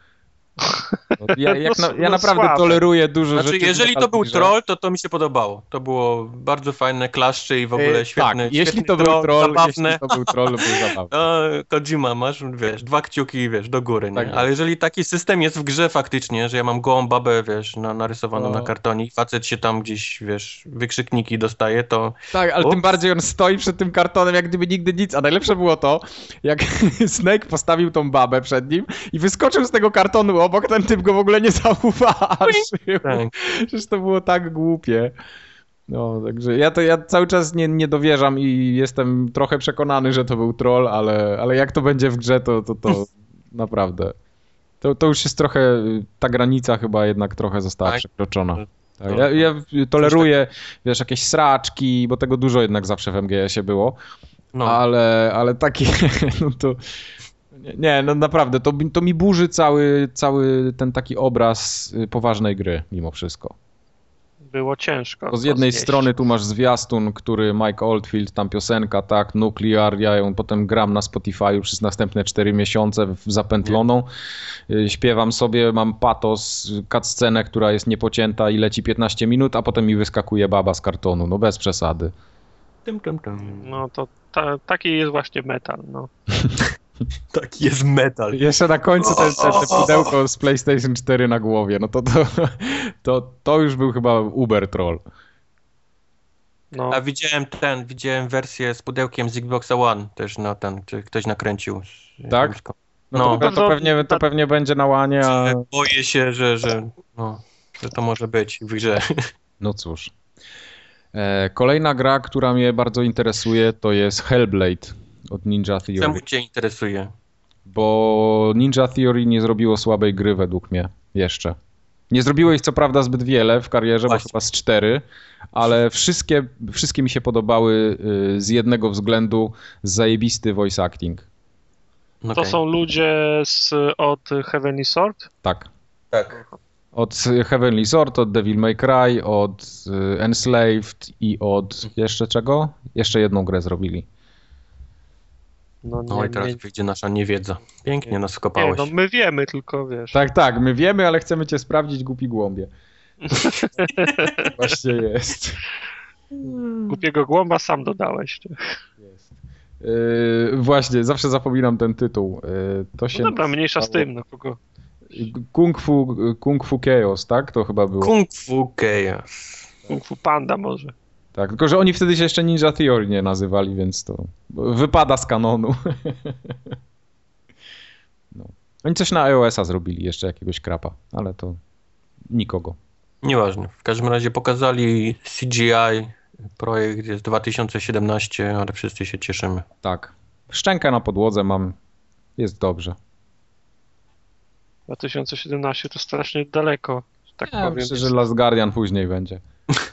Ja naprawdę słabe. Toleruję dużo rzeczy. Jeżeli to był troll, to mi się podobało. To było bardzo fajne, klaszcze i w ogóle świetne. Tak, jeśli to był troll, był zabawny. Kojima, masz, wiesz, 2 kciuki, wiesz, do góry, nie? Tak. Ale jeżeli taki system jest w grze faktycznie, że ja mam gołą babę, wiesz, narysowaną na kartonie i facet się tam gdzieś, wiesz, wykrzykniki dostaje, to... Tak, ale tym bardziej on stoi przed tym kartonem, jak gdyby nigdy nic. A najlepsze było to, jak Snake postawił tą babę przed nim i wyskoczył z tego kartonu obok, ten typ go w ogóle nie zauważył. Tak. Przecież to było tak głupie. No, także ja cały czas nie dowierzam i jestem trochę przekonany, że to był troll, ale jak to będzie w grze, to naprawdę. To już jest trochę, ta granica chyba jednak trochę została przekroczona. Tak, ja toleruję, wiesz, jakieś sraczki, bo tego dużo jednak zawsze w MGS-ie było, ale takie, no to... Nie, no naprawdę, to mi burzy cały ten taki obraz poważnej gry mimo wszystko. Było ciężko. Bo z jednej strony tu masz zwiastun, który Mike Oldfield, tam piosenka, tak, Nuclear, ja ją potem gram na Spotify przez następne 4 miesiące zapętloną. Śpiewam sobie, mam patos, cutscenę, która jest niepocięta i leci 15 minut, a potem mi wyskakuje baba z kartonu, no bez przesady. No to taki jest właśnie metal, no. Taki jest metal. Jeszcze na końcu te pudełko z PlayStation 4 na głowie, no to już był chyba uber troll. No. A widziałem wersję z pudełkiem z Xboxa One też czy ktoś nakręcił. Tak? No to pewnie będzie na łanie, a... Boję się, że to może być w grze. No cóż. Kolejna gra, która mnie bardzo interesuje, to jest Hellblade od Ninja Theory. Czemu cię interesuje? Bo Ninja Theory nie zrobiło słabej gry według mnie jeszcze. Nie zrobiło ich co prawda zbyt wiele w karierze, bo chyba z 4, ale wszystkie mi się podobały z jednego względu, zajebisty voice acting. Okay. To są ludzie od Heavenly Sword? Tak. Od Heavenly Sword, od Devil May Cry, od Enslaved i od jeszcze czego? Jeszcze jedną grę zrobili. No i teraz wyjdzie nasza niewiedza. Pięknie nas wkopałeś. No my wiemy, tylko wiesz. Tak, my wiemy, ale chcemy cię sprawdzić, głupi głąbie. Właśnie jest. Głupiego głąba sam dodałeś. Jest. Właśnie, zawsze zapominam ten tytuł. To się dobra, mniejsza z tym. No, kogo... Kung Fu Chaos, tak? To chyba było. Kung Fu Chaos. Kung Fu Panda może. Tak, tylko że oni wtedy się jeszcze Ninja Theory nie nazywali, więc to wypada z kanonu. No. Oni coś na iOS-a zrobili, jeszcze jakiegoś krapa, ale to nikogo. Nieważne. W każdym razie pokazali CGI, projekt jest 2017, ale wszyscy się cieszymy. Tak. Szczękę na podłodze mam, jest dobrze. 2017 to strasznie daleko, tak powiem. Myślę, że Last Guardian później będzie.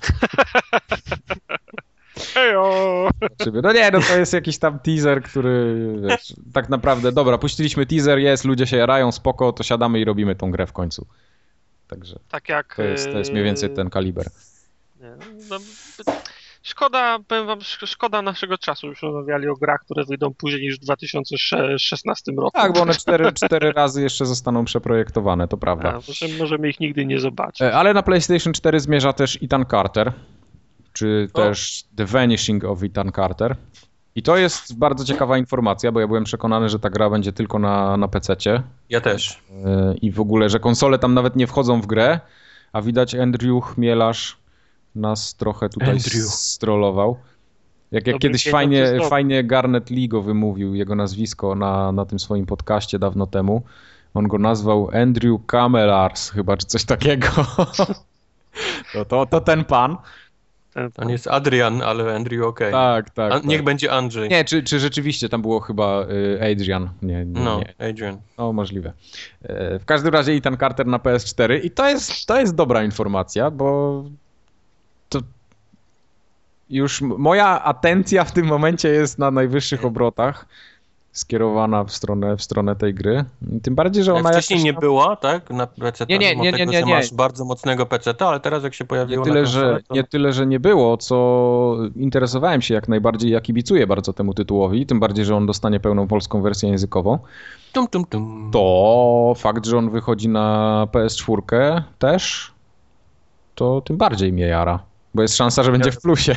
Hejo! No nie, no to jest jakiś tam teaser, który wiesz, tak naprawdę, dobra, puściliśmy teaser, ludzie się jarają, spoko, to siadamy i robimy tą grę w końcu. Także tak jak, to jest mniej więcej ten kaliber. Nie, no, szkoda, powiem wam, szkoda naszego czasu, już rozmawiali o grach, które wyjdą później niż w 2016 roku. Tak, bo one 4 razy jeszcze zostaną przeprojektowane, to prawda. Możemy ich nigdy nie zobaczyć. Ale na PlayStation 4 zmierza też Ethan Carter, czy też The Vanishing of Ethan Carter. I to jest bardzo ciekawa informacja, bo ja byłem przekonany, że ta gra będzie tylko na PC-cie. Ja też. I w ogóle, że konsole tam nawet nie wchodzą w grę, a widać Andrew Chmielarz nas trochę tutaj strollował. Jak kiedyś fajnie Garnet Lee go wymówił, jego nazwisko na tym swoim podcaście dawno temu. On go nazwał Andrew Camelars chyba, czy coś takiego. to ten pan. On jest Adrian, ale Andrew okej. Tak. Niech będzie Andrzej. Nie, czy rzeczywiście tam było chyba Adrian? Nie. Adrian. No, możliwe. W każdym razie Ethan Carter na PS4 i to jest dobra informacja, bo to już moja atencja w tym momencie jest na najwyższych obrotach skierowana w stronę tej gry. Tym bardziej, że ona wcześniej nie była, tak? Na PC. Nie. Masz bardzo mocnego PC-ta, ale teraz jak się pojawiło Nie tyle, że nie było, co interesowałem się jak najbardziej, ja kibicuję bardzo temu tytułowi, tym bardziej, że on dostanie pełną polską wersję językową. To fakt, że on wychodzi na PS4 też, to tym bardziej mnie jara, bo jest szansa, że będzie w plusie.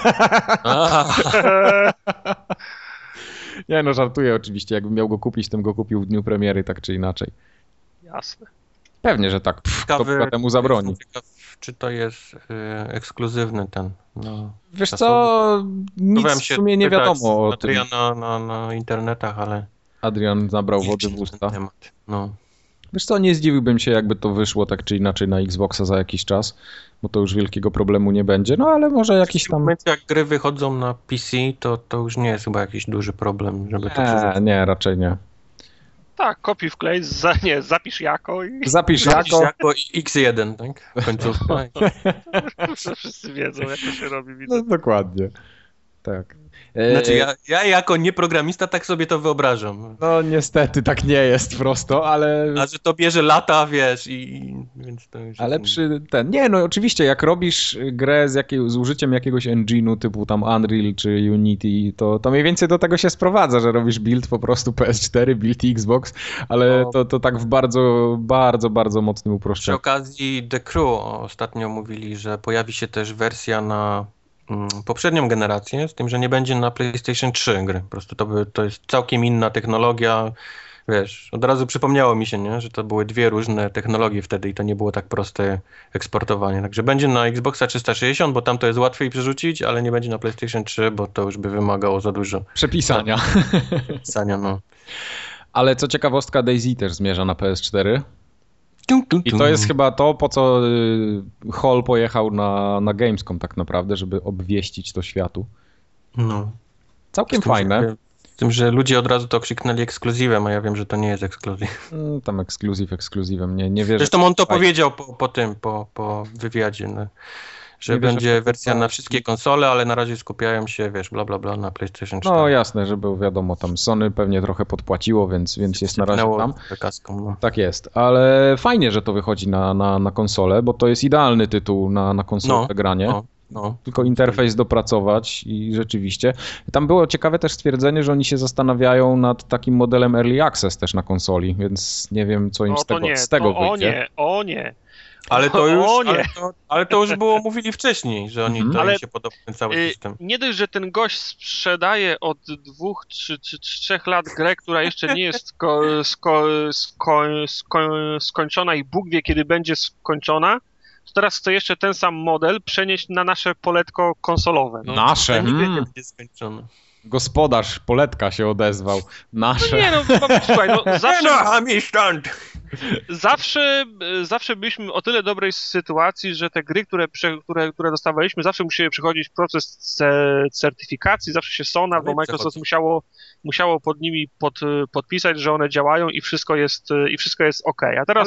Nie, no żartuję oczywiście. Jakbym miał go kupić, to bym go kupił w dniu premiery, tak czy inaczej. Jasne. Pewnie, że tak. Kto temu zabroni. Ciekaw, czy to jest ekskluzywny ten. Wiesz co, nic w sumie nie wiadomo o tym. Adriana na internetach, ale... Adrian zabrał wody w usta. Wiesz co, nie zdziwiłbym się, jakby to wyszło tak czy inaczej na Xboxa za jakiś czas, bo to już wielkiego problemu nie będzie, no ale może jakiś tam... W momencie jak gry wychodzą na PC, to już nie jest chyba jakiś duży problem, żeby to przerzucić. Nie, raczej nie. Tak, kopiuj wklej, zapisz jako i... Zapisz jako X1, tak? Końcówka. Wszyscy wiedzą, jak to się robi. No dokładnie, tak. Znaczy ja jako nieprogramista tak sobie to wyobrażam. No niestety tak nie jest prosto, ale... A że to bierze lata, wiesz, więc to już... Ale Nie, no oczywiście, jak robisz grę z użyciem jakiegoś engine'u typu tam Unreal czy Unity, to mniej więcej do tego się sprowadza, że robisz build po prostu PS4, build Xbox, ale to tak w bardzo, bardzo, bardzo mocnym uproszczeniu. Przy okazji The Crew ostatnio mówili, że pojawi się też wersja na poprzednią generację, z tym, że nie będzie na PlayStation 3 gry. Po prostu to jest całkiem inna technologia. Wiesz, od razu przypomniało mi się, nie, że to były dwie różne technologie wtedy i to nie było tak proste eksportowanie. Także będzie na Xboxa 360, bo tam to jest łatwiej przerzucić, ale nie będzie na PlayStation 3, bo to już by wymagało za dużo przepisania. Przepisania, no. Ale co ciekawostka, DayZ też zmierza na PS4. I to jest chyba to, po co Hall pojechał na Gamescom tak naprawdę, żeby obwieścić to światu. No. Całkiem fajne. Z tym, że ludzie od razu to krzyknęli ekskluzywem, a ja wiem, że to nie jest ekskluzyw. Tam ekskluzywem, nie wierzę. Zresztą on to powiedział po wywiadzie, no, że będzie wersja na wszystkie konsole, ale na razie skupiają się, wiesz, bla bla bla na PlayStation 4. No jasne, że był wiadomo, tam Sony pewnie trochę podpłaciło, więc jest na razie tam. Kaską, no. Tak jest, ale fajnie, że to wychodzi na konsolę, bo to jest idealny tytuł na konsolę granie. No, tylko interfejs dopracować i rzeczywiście. Tam było ciekawe też stwierdzenie, że oni się zastanawiają nad takim modelem Early Access też na konsoli, więc nie wiem, co im z tego wyjdzie. O nie. Ale to już było, mówili wcześniej, że oni to im się podoba ten cały system. Nie dość, że ten gość sprzedaje od 2 czy 3 lat grę, która jeszcze nie jest skończona i Bóg wie, kiedy będzie skończona, to teraz chce jeszcze ten sam model przenieść na nasze poletko konsolowe. No. Nasze? Będzie skończone. Gospodarz Poletka się odezwał. Nasze. No nie, słuchaj, zawsze... Zawsze byliśmy o tyle dobrej sytuacji, że te gry, które dostawaliśmy, zawsze musiały przechodzić proces certyfikacji, zawsze się Sony albo Microsoft musiało pod nimi podpisać, że one działają i wszystko jest OK. A teraz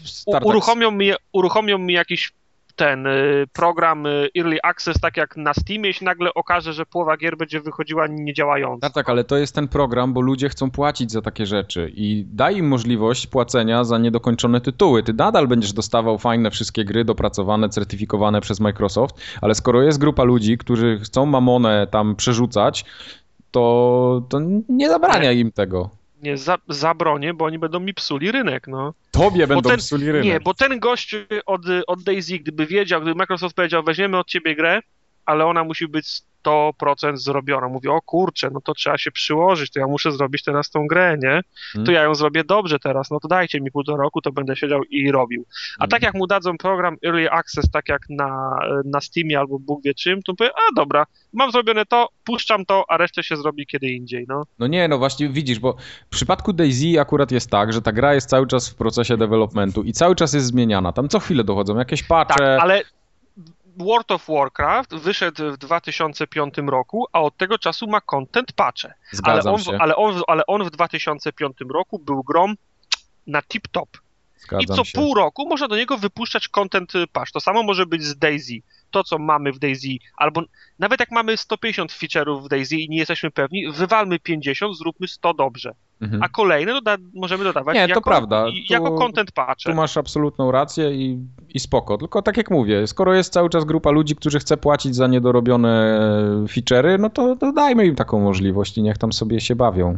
uruchomią mi jakiś ten program Early Access, tak jak na Steamie, się nagle okaże, że połowa gier będzie wychodziła niedziałająca. Tak, ale to jest ten program, bo ludzie chcą płacić za takie rzeczy i daj im możliwość płacenia za niedokończone tytuły. Ty nadal będziesz dostawał fajne wszystkie gry dopracowane, certyfikowane przez Microsoft, ale skoro jest grupa ludzi, którzy chcą mamonę tam przerzucać, to nie zabrania im tego. Nie, zabronię, bo oni będą mi psuli rynek, no. Tobie będą psuli rynek. Nie, bo ten gość od DayZ, gdyby Microsoft powiedział, weźmiemy od ciebie grę, ale ona musi być 100% zrobiona. Mówię, o kurczę, no to trzeba się przyłożyć, to ja muszę zrobić teraz tą grę, nie? To ja ją zrobię dobrze teraz, no to dajcie mi 1,5 roku, to będę siedział i robił. A tak jak mu dadzą program Early Access, tak jak na Steamie albo Bóg wie czym, to powiem, a dobra, mam zrobione to, puszczam to, a resztę się zrobi kiedy indziej, no. No nie, no właśnie widzisz, bo w przypadku DayZ akurat jest tak, że ta gra jest cały czas w procesie developmentu i cały czas jest zmieniana. Tam co chwilę dochodzą jakieś patche. Tak, ale World of Warcraft wyszedł w 2005 roku, a od tego czasu ma content patche. Zgadzam się. Ale on w 2005 roku był grą na tip-top. I co pół roku można do niego wypuszczać content patch. To samo może być z DayZ. To, co mamy w DayZ, albo nawet jak mamy 150 feature'ów w DayZ i nie jesteśmy pewni, wywalmy 50, zróbmy 100 dobrze. A kolejne możemy dodawać jako content patche. Tu masz absolutną rację i spoko. Tylko tak jak mówię, skoro jest cały czas grupa ludzi, którzy chce płacić za niedorobione feature'y, no to dajmy im taką możliwość i niech tam sobie się bawią.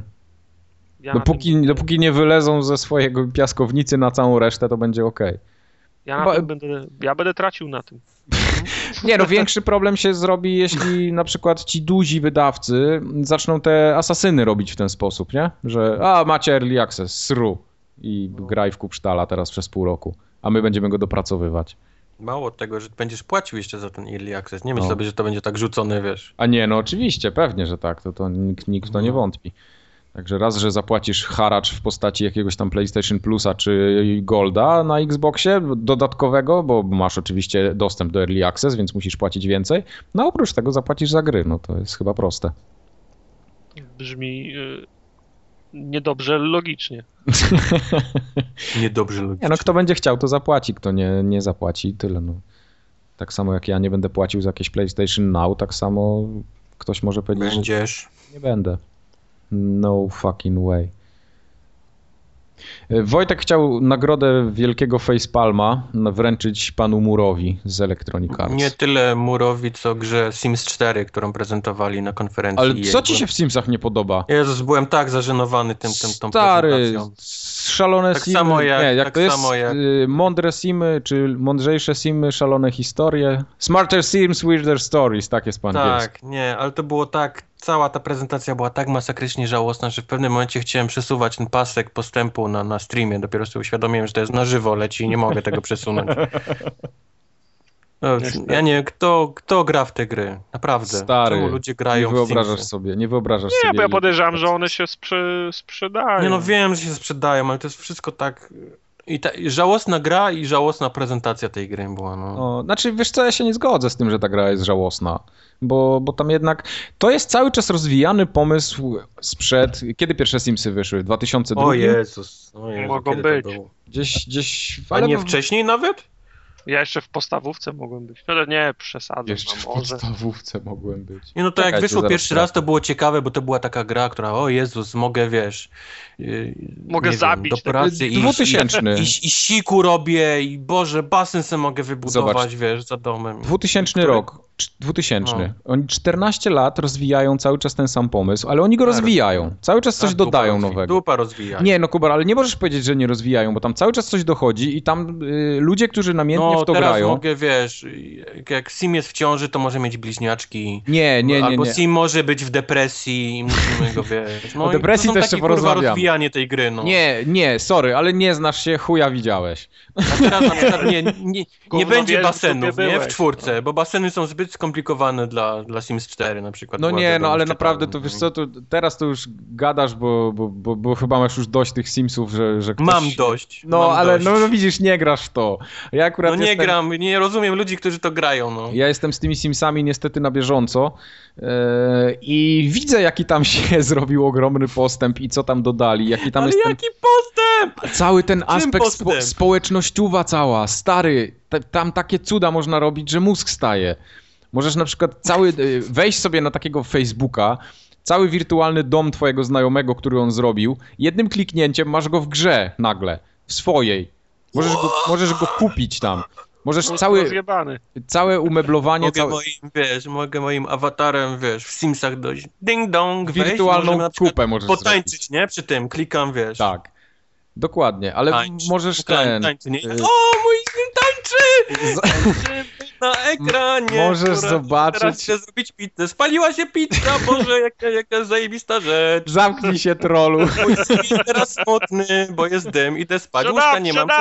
Dopóki nie wylezą ze swojego piaskownicy na całą resztę, to będzie okej. Ja będę tracił na tym. Nie, no większy problem się zrobi, jeśli na przykład ci duzi wydawcy zaczną te asasyny robić w ten sposób, nie? Że macie early access, sru i graj w kupsztala teraz przez pół roku, a my będziemy go dopracowywać. Mało tego, że będziesz płacił jeszcze za ten early access. Nie myśl sobie, że to będzie tak rzucone, wiesz. A nie, no oczywiście, pewnie, że tak, to nikt w to nie wątpi. Także raz, że zapłacisz haracz w postaci jakiegoś tam PlayStation Plusa czy Golda na Xboxie dodatkowego, bo masz oczywiście dostęp do Early Access, więc musisz płacić więcej. No oprócz tego zapłacisz za gry, no to jest chyba proste. Brzmi niedobrze logicznie. Niedobrze logicznie. Nie, no kto będzie chciał, to zapłaci, kto nie zapłaci, tyle. No. Tak samo jak ja nie będę płacił za jakieś PlayStation Now, tak samo ktoś może powiedzieć, będziesz. Nie będę. No fucking way. Wojtek chciał nagrodę wielkiego facepalma wręczyć panu Murowi z Electronic Arts. Nie tyle Murowi, co grze Sims 4, którą prezentowali na konferencji. Ale co ci się w Simsach nie podoba? Jezus, byłem tak zażenowany tą prezentacją. Szalone tak simy. Samo jak, nie, jak tak to jest samo jak... mądre simy, czy mądrzejsze simy, szalone historie. Smarter Sims, weirder stories, tak jest po angielsku. Tak, nie, ale to było tak, cała ta prezentacja była tak masakrycznie żałosna, że w pewnym momencie chciałem przesuwać ten pasek postępu na streamie, dopiero sobie uświadomiłem, że to jest na żywo leci i nie mogę tego przesunąć. No, ja nie wiem, kto gra w te gry? Naprawdę. Stary, czemu ludzie grają nie wyobrażasz w Simsy? sobie, nie wyobrażasz Nie, sobie. bo ja podejrzewam, że one się sprzedają. Nie no, wiem, że się sprzedają, ale to jest wszystko tak... żałosna gra i żałosna prezentacja tej gry była, no. No, znaczy, wiesz co, ja się nie zgodzę z tym, że ta gra jest żałosna, bo tam jednak to jest cały czas rozwijany pomysł sprzed... Kiedy pierwsze Simsy wyszły? W 2002? O Jezu, Mogą kiedy być. to było? Gdzieś... A nie wcześniej nawet? Ja jeszcze w podstawówce mogłem być. No nie, przesadzam. Jeszcze w podstawówce mogłem być. Nie, no to jak Czekajcie, wyszło zaraz pierwszy raz, to było ciekawe, bo to była taka gra, która, o Jezus, mogę, wiesz... Mogę zabić. Do pracy 2000. I siku robię i Boże, basen sobie mogę wybudować, Zobacz, wiesz, za domem. 2000 rok. 2000. No. Oni 14 lat rozwijają cały czas ten sam pomysł, ale oni go rozwijają. Cały czas coś dodają nowego. Dupa rozwijają. Nie, no Kubar, ale nie możesz powiedzieć, że nie rozwijają, bo tam cały czas coś dochodzi i tam ludzie, którzy namiętnie w to teraz grają... mogę, wiesz, jak Sim jest w ciąży, to może mieć bliźniaczki. Nie. Albo Sim może być w depresji i musimy go, wiesz... No o depresji to jeszcze porozmawiamy. Rozwijanie tej gry, no. Nie, sorry, ale nie znasz się, chuja widziałeś. A teraz na przykład nie będzie basenów, nie? W 4, bo baseny są zbyt skomplikowane dla Sims 4 na przykład. No nie, no ale naprawdę to wiesz co, teraz to już gadasz, bo chyba masz już dość tych Simsów, że ktoś... Mam dość. No ale no widzisz, nie grasz w to. Ja akurat nie gram, nie rozumiem ludzi, którzy to grają, no. Ja jestem z tymi Simsami niestety na bieżąco i widzę, jaki tam się zrobił ogromny postęp i co tam dodali, jaki tam ale jest jaki postęp? Cały ten aspekt społecznościowa cała, stary, tam takie cuda można robić, że mózg staje. Możesz na przykład wejść sobie na takiego Facebooka, cały wirtualny dom twojego znajomego, który on zrobił, jednym kliknięciem masz go w grze nagle, w swojej. Możesz go kupić tam. Możesz całe umeblowanie... Mogę moim awatarem, wiesz, w Simsach dojść, ding dong, wirtualną kupę możesz potańczyć, zrobić. Nie? Przy tym, klikam, wiesz. Tak, dokładnie, ale możesz tańczy, nie? O, mój syn tańczy! Na ekranie! Możesz zobaczyć... Teraz chcę zrobić pizzę. Spaliła się pizza, Boże, jaka zajebista rzecz. Zamknij się, trollu. Mój syn jest teraz smutny, bo jest dym, idę spać. Łóżka nie mam.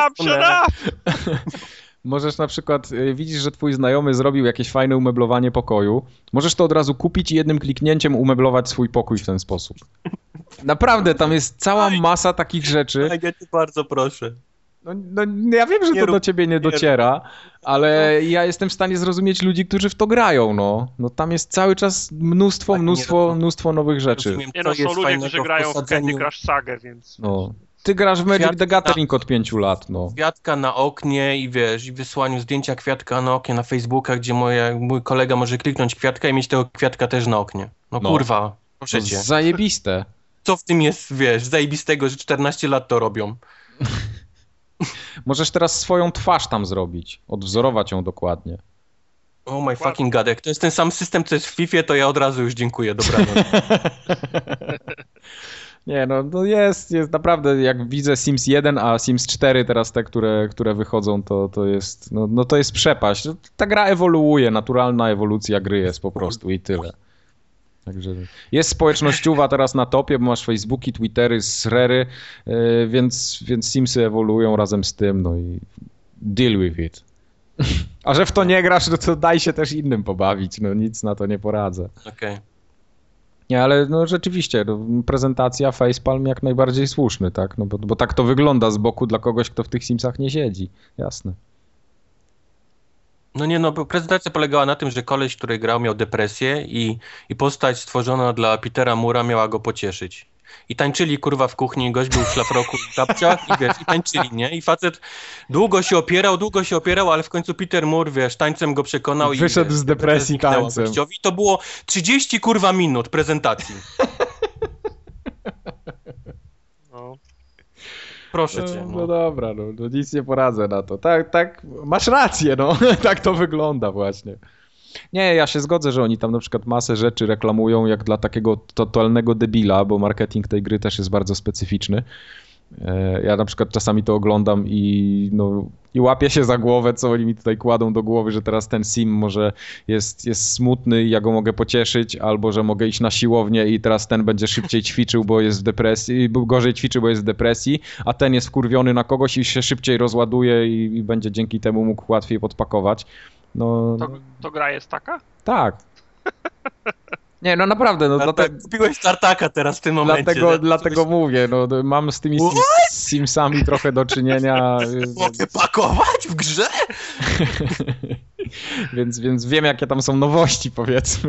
Możesz na przykład, widzisz, że twój znajomy zrobił jakieś fajne umeblowanie pokoju, możesz to od razu kupić i jednym kliknięciem umeblować swój pokój w ten sposób. Naprawdę, tam jest cała masa takich rzeczy. Tak, ja cię bardzo proszę. No, ja wiem, że to do ciebie nie dociera, ale ja jestem w stanie zrozumieć ludzi, którzy w to grają, no. No tam jest cały czas mnóstwo nowych rzeczy. Nie no, są ludzie, którzy grają w Candy Crush Sagę, więc... No. Ty grasz w Magic the Gathering od 5 lat, no. Kwiatka na oknie i wiesz, i wysłaniu zdjęcia kwiatka na oknie na Facebooka, gdzie mój kolega może kliknąć kwiatka i mieć tego kwiatka też na oknie. No kurwa, proszę cię. Zajebiste. Co w tym jest, wiesz, zajebistego, że 14 lat to robią? Możesz teraz swoją twarz tam zrobić, odwzorować ją dokładnie. Oh my fucking god, jak to jest ten sam system, co jest w FIFA, to ja od razu już dziękuję, dobranoc. Nie, no jest naprawdę, jak widzę Sims 1, a Sims 4 teraz te, które wychodzą, to jest, no to jest przepaść. Ta gra ewoluuje, naturalna ewolucja gry jest po prostu i tyle. Także jest społecznościowa teraz na topie, bo masz Facebooki, Twittery, Srery, więc Simsy ewoluują razem z tym, no i deal with it. A że w to nie grasz, no to daj się też innym pobawić, no nic na to nie poradzę. Okej. Nie, ale no rzeczywiście, prezentacja facepalm jak najbardziej słuszny, tak? No bo tak to wygląda z boku dla kogoś, kto w tych Simsach nie siedzi, jasne. No nie, no bo prezentacja polegała na tym, że koleś, który grał, miał depresję i postać stworzona dla Petera Moore'a miała go pocieszyć. I tańczyli, kurwa, w kuchni, gość był w szlafroku i kapciach i wiesz, i tańczyli, nie? I facet długo się opierał, ale w końcu Peter Moore, wiesz, tańcem go przekonał i wyszedł z depresji tańcem. I to było 30, kurwa, minut prezentacji. No. Proszę cię. No dobra, no nic nie poradzę na to. Tak, masz rację, no. Tak to wygląda właśnie. Nie, ja się zgodzę, że oni tam na przykład masę rzeczy reklamują jak dla takiego totalnego debila, bo marketing tej gry też jest bardzo specyficzny. Ja na przykład czasami to oglądam i łapię się za głowę, co oni mi tutaj kładą do głowy, że teraz ten sim może jest smutny i ja go mogę pocieszyć, albo że mogę iść na siłownię i teraz ten będzie szybciej ćwiczył, bo jest w depresji, gorzej ćwiczy, bo jest w depresji, a ten jest wkurwiony na kogoś i się szybciej rozładuje i będzie dzięki temu mógł łatwiej podpakować. To gra jest taka? Tak. Nie, no naprawdę. Kupiłeś tartaka teraz w tym momencie. Dlatego mówię, mam z tymi Simsami trochę do czynienia. Mogę pakować w grze? więc wiem, jakie tam są nowości, powiedzmy.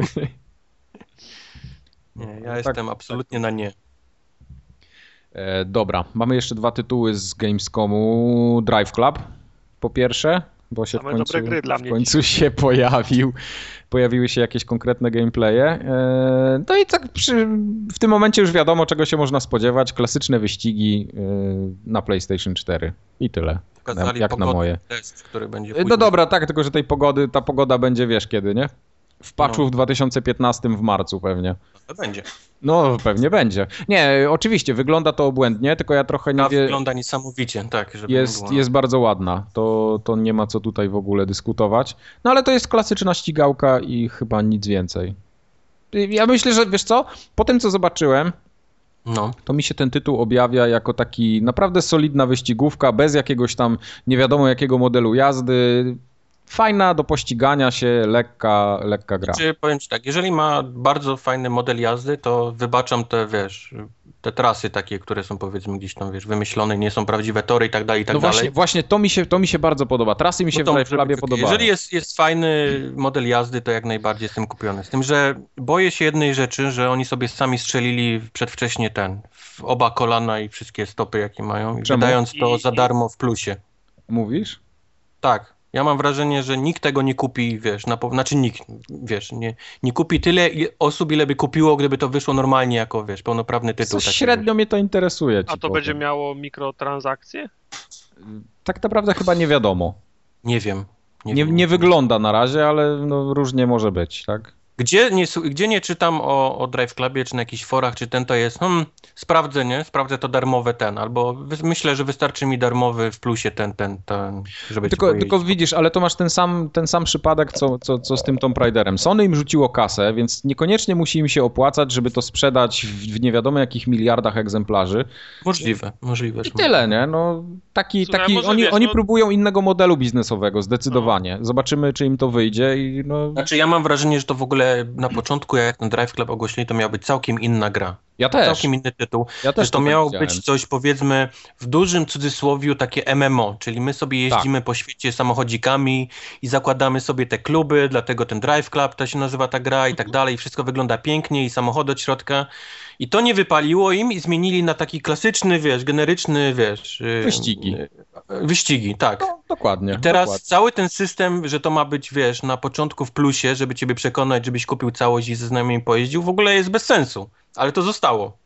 Nie, ja jestem absolutnie na nie. Dobra, mamy jeszcze 2 tytuły z Gamescomu. Drive Club, po pierwsze, bo się w końcu się pojawiły się jakieś konkretne gameplaye. No i tak w tym momencie już wiadomo, czego się można spodziewać. Klasyczne wyścigi na PlayStation 4 i tyle. Pokazali jak na moje. Test, który będzie no dobra, tak, tylko że ta pogoda będzie, wiesz kiedy, nie? W patchu w 2015 w marcu pewnie. To będzie. No, pewnie będzie. Nie, oczywiście, wygląda to obłędnie, tylko ja trochę nie wiem. Wygląda niesamowicie, tak. Żeby jest bardzo ładna, to nie ma co tutaj w ogóle dyskutować. No ale to jest klasyczna ścigałka i chyba nic więcej. Ja myślę, że wiesz co, po tym co zobaczyłem, to mi się ten tytuł objawia jako taki naprawdę solidna wyścigówka, bez jakiegoś tam nie wiadomo jakiego modelu jazdy. Fajna do pościgania się, lekka gra. Powiem ci tak, jeżeli ma bardzo fajny model jazdy, to wybaczam te trasy takie, które są powiedzmy gdzieś tam, wymyślone, nie są prawdziwe tory i tak dalej, i tak dalej. Właśnie to mi się bardzo podoba. Trasy mi się w Clubie podobają. Jeżeli jest fajny model jazdy, to jak najbardziej jestem kupiony. Z tym, że boję się jednej rzeczy, że oni sobie sami strzelili przedwcześnie w oba kolana i wszystkie stopy, jakie mają, wydając to za darmo w plusie. Mówisz? Tak. Ja mam wrażenie, że nikt tego nie kupi, nie kupi tyle osób, ile by kupiło, gdyby to wyszło normalnie jako, pełnoprawny tytuł. Średnio mnie to interesuje. A to będzie miało mikrotransakcje? Tak naprawdę chyba nie wiadomo. Nie wiem. Nie wygląda na razie, ale różnie może być, tak? Gdzie nie czytam o Drive Clubie, czy na jakichś forach, czy to jest, sprawdzę to darmowe albo myślę, że wystarczy mi darmowy w plusie ten żeby tylko widzisz, ale to masz ten sam przypadek, co z tym Tomb Raiderem. Sony im rzuciło kasę, więc niekoniecznie musi im się opłacać, żeby to sprzedać w nie wiadomo jakich miliardach egzemplarzy. Możliwe. I tyle, nie? Oni próbują innego modelu biznesowego, zdecydowanie. Zobaczymy, czy im to wyjdzie. Znaczy ja mam wrażenie, że to w ogóle na początku, jak ten Drive Club ogłosili, to miała być całkiem inna gra. Ja też. Całkiem inny tytuł. Ja też to miało być coś, powiedzmy, w dużym cudzysłowiu takie MMO, czyli my sobie jeździmy po świecie samochodzikami i zakładamy sobie te kluby, dlatego ten Drive Club to się nazywa ta gra i tak dalej, i wszystko wygląda pięknie i samochody od środka. I to nie wypaliło im i zmienili na taki klasyczny, generyczny, wyścigi, tak. No, dokładnie. I teraz cały ten system, że to ma być, na początku w plusie, żeby ciebie przekonać, żebyś kupił całość i ze znajomymi pojeździł, w ogóle jest bez sensu. Ale to zostało.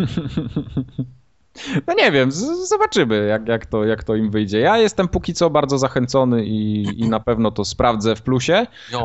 No nie wiem, zobaczymy jak to im wyjdzie. Ja jestem póki co bardzo zachęcony i na pewno to sprawdzę w plusie.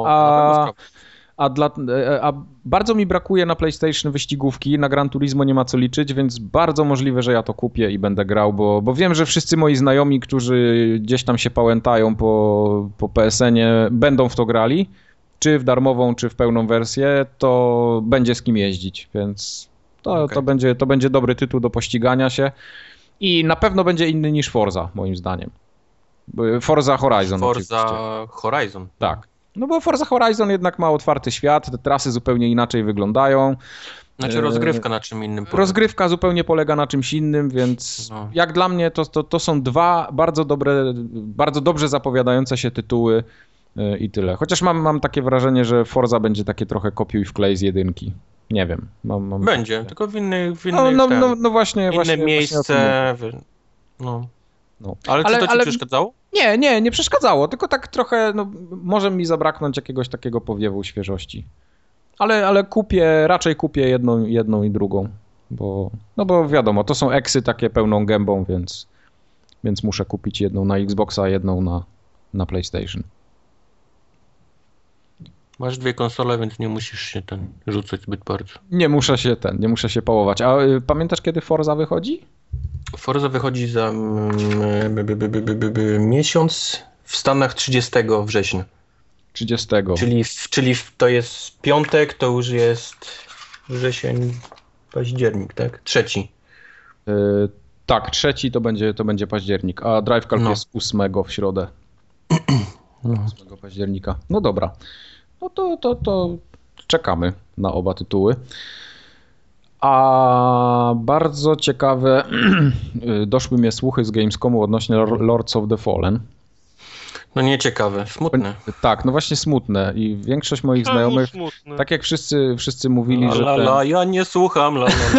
A bardzo mi brakuje na PlayStation wyścigówki, na Gran Turismo nie ma co liczyć, więc bardzo możliwe, że ja to kupię i będę grał, bo wiem, że wszyscy moi znajomi, którzy gdzieś tam się pałętają po PSN-ie, będą w to grali, czy w darmową, czy w pełną wersję, to będzie z kim jeździć, więc to będzie dobry tytuł do pościgania się i na pewno będzie inny niż Forza, moim zdaniem. Forza Horizon. Horizon. Tak. No bo Forza Horizon jednak ma otwarty świat, te trasy zupełnie inaczej wyglądają. Znaczy rozgrywka na czym innym polega. Rozgrywka zupełnie polega na czymś innym, więc jak dla mnie to są dwa bardzo dobrze zapowiadające się tytuły i tyle. Chociaż mam takie wrażenie, że Forza będzie takie trochę kopiuj wklej z jedynki. Nie wiem. Będzie, tylko w innych właśnie. Inne miejsce. Ale czy to ci przeszkadzało? Nie przeszkadzało, tylko tak trochę, może mi zabraknąć jakiegoś takiego powiewu świeżości. Ale raczej kupię jedną i drugą, bo wiadomo, to są eksy takie pełną gębą, więc więc muszę kupić jedną na Xboxa, a jedną na PlayStation. Masz 2 konsole, więc nie musisz się rzucać zbyt bardzo. Nie muszę się pałować. A pamiętasz, kiedy Forza wychodzi? Forza wychodzi za miesiąc, w Stanach 30 września. 30. Czyli to jest piątek, to już jest wrzesień, październik, tak? 3. Tak, 3 to będzie październik, a Drive Club jest 8 w środę. 8 października. No dobra. No to czekamy na oba tytuły. A bardzo ciekawe doszły mnie słuchy z Gamescomu odnośnie Lords of the Fallen. No nieciekawe, smutne. Tak, no właśnie smutne i większość moich znajomych, smutne? tak jak wszyscy mówili, że ja nie słucham,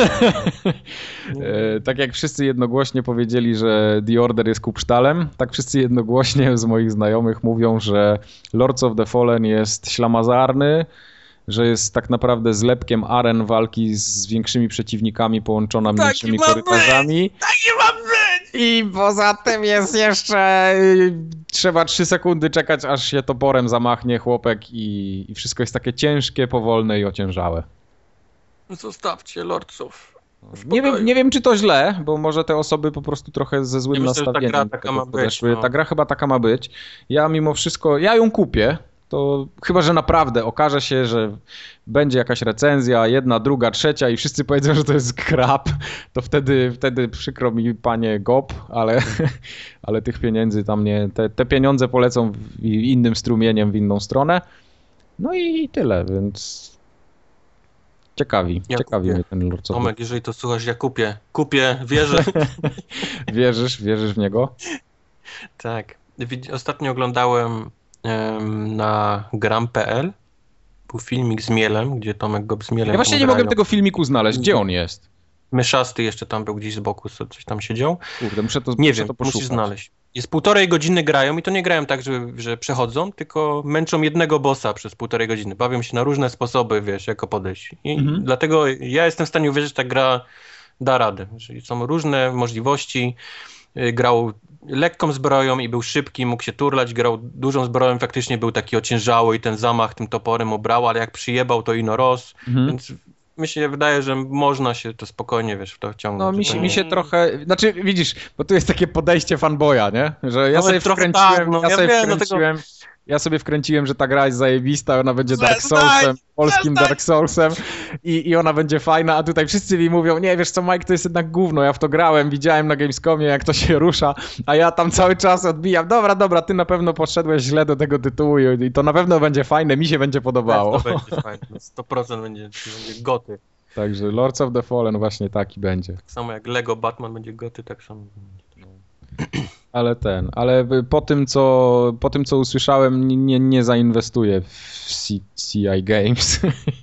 tak jak wszyscy jednogłośnie powiedzieli, że The Order jest kupsztalem, tak wszyscy jednogłośnie z moich znajomych mówią, że Lords of the Fallen jest ślamazarny, że jest tak naprawdę zlepkiem aren walki z większymi przeciwnikami połączona mniejszymi korytarzami. Taki ma być! I poza tym jest jeszcze... Trzeba 3 sekundy czekać, aż się toporem zamachnie chłopek i wszystko jest takie ciężkie, powolne i ociężałe. Zostawcie Lordsów. Nie wiem, czy to źle, bo może te osoby po prostu trochę ze złym nastawieniem ta gra taka ma być. No. Ta gra chyba taka ma być. Ja mimo wszystko, ja ją kupię. To chyba, że naprawdę okaże się, że będzie jakaś recenzja, 1, 2, 3 i wszyscy powiedzą, że to jest crap, to wtedy przykro mi, panie Gop, ale tych pieniędzy tam nie... Te pieniądze polecą innym strumieniem w inną stronę. No i tyle, więc ciekawi mnie ten Lord of the Fallen. Tomek, jeżeli to słuchasz, ja kupię, wierzę. Wierzysz w niego? Tak. Ostatnio oglądałem na gram.pl był filmik z Mielem, gdzie Tomek go z Mielem. Ja właśnie nie mogłem tego filmiku znaleźć. Gdzie on jest? Myszasty jeszcze tam był gdzieś z boku, coś tam siedział. Kurde, muszę to musisz znaleźć. Jest 1,5 godziny grają i to nie grają tak, że przechodzą, tylko męczą jednego bossa przez 1,5 godziny. Bawią się na różne sposoby, wiesz, jako podejść. I dlatego ja jestem w stanie uwierzyć, że ta gra da radę. Że są różne możliwości. Grał lekką zbroją i był szybki, mógł się turlać, grał dużą zbroją, faktycznie był taki ociężały i ten zamach tym toporem obrał, ale jak przyjebał, to ino roz, więc mi się wydaje, że można się to spokojnie, wiesz, w to wciągnąć. No mi się trochę, znaczy widzisz, bo tu jest takie podejście fanboya, nie? Że ja sobie wkręciłem, ja sobie wkręciłem, że ta gra jest zajebista, ona będzie Dark Soulsem, polskim Dark Soulsem i ona będzie fajna, a tutaj wszyscy mi mówią, nie, wiesz co, Mike, to jest jednak gówno, ja w to grałem, widziałem na Gamescomie, jak to się rusza, a ja tam cały czas odbijam, dobra, ty na pewno podszedłeś źle do tego tytułu i to na pewno będzie fajne, mi się będzie podobało. To będzie fajne, 100% będzie goty. Także Lords of the Fallen właśnie taki będzie. Tak samo jak Lego Batman będzie goty, tak samo będzie. Ale po tym co usłyszałem, nie zainwestuję w CI Games.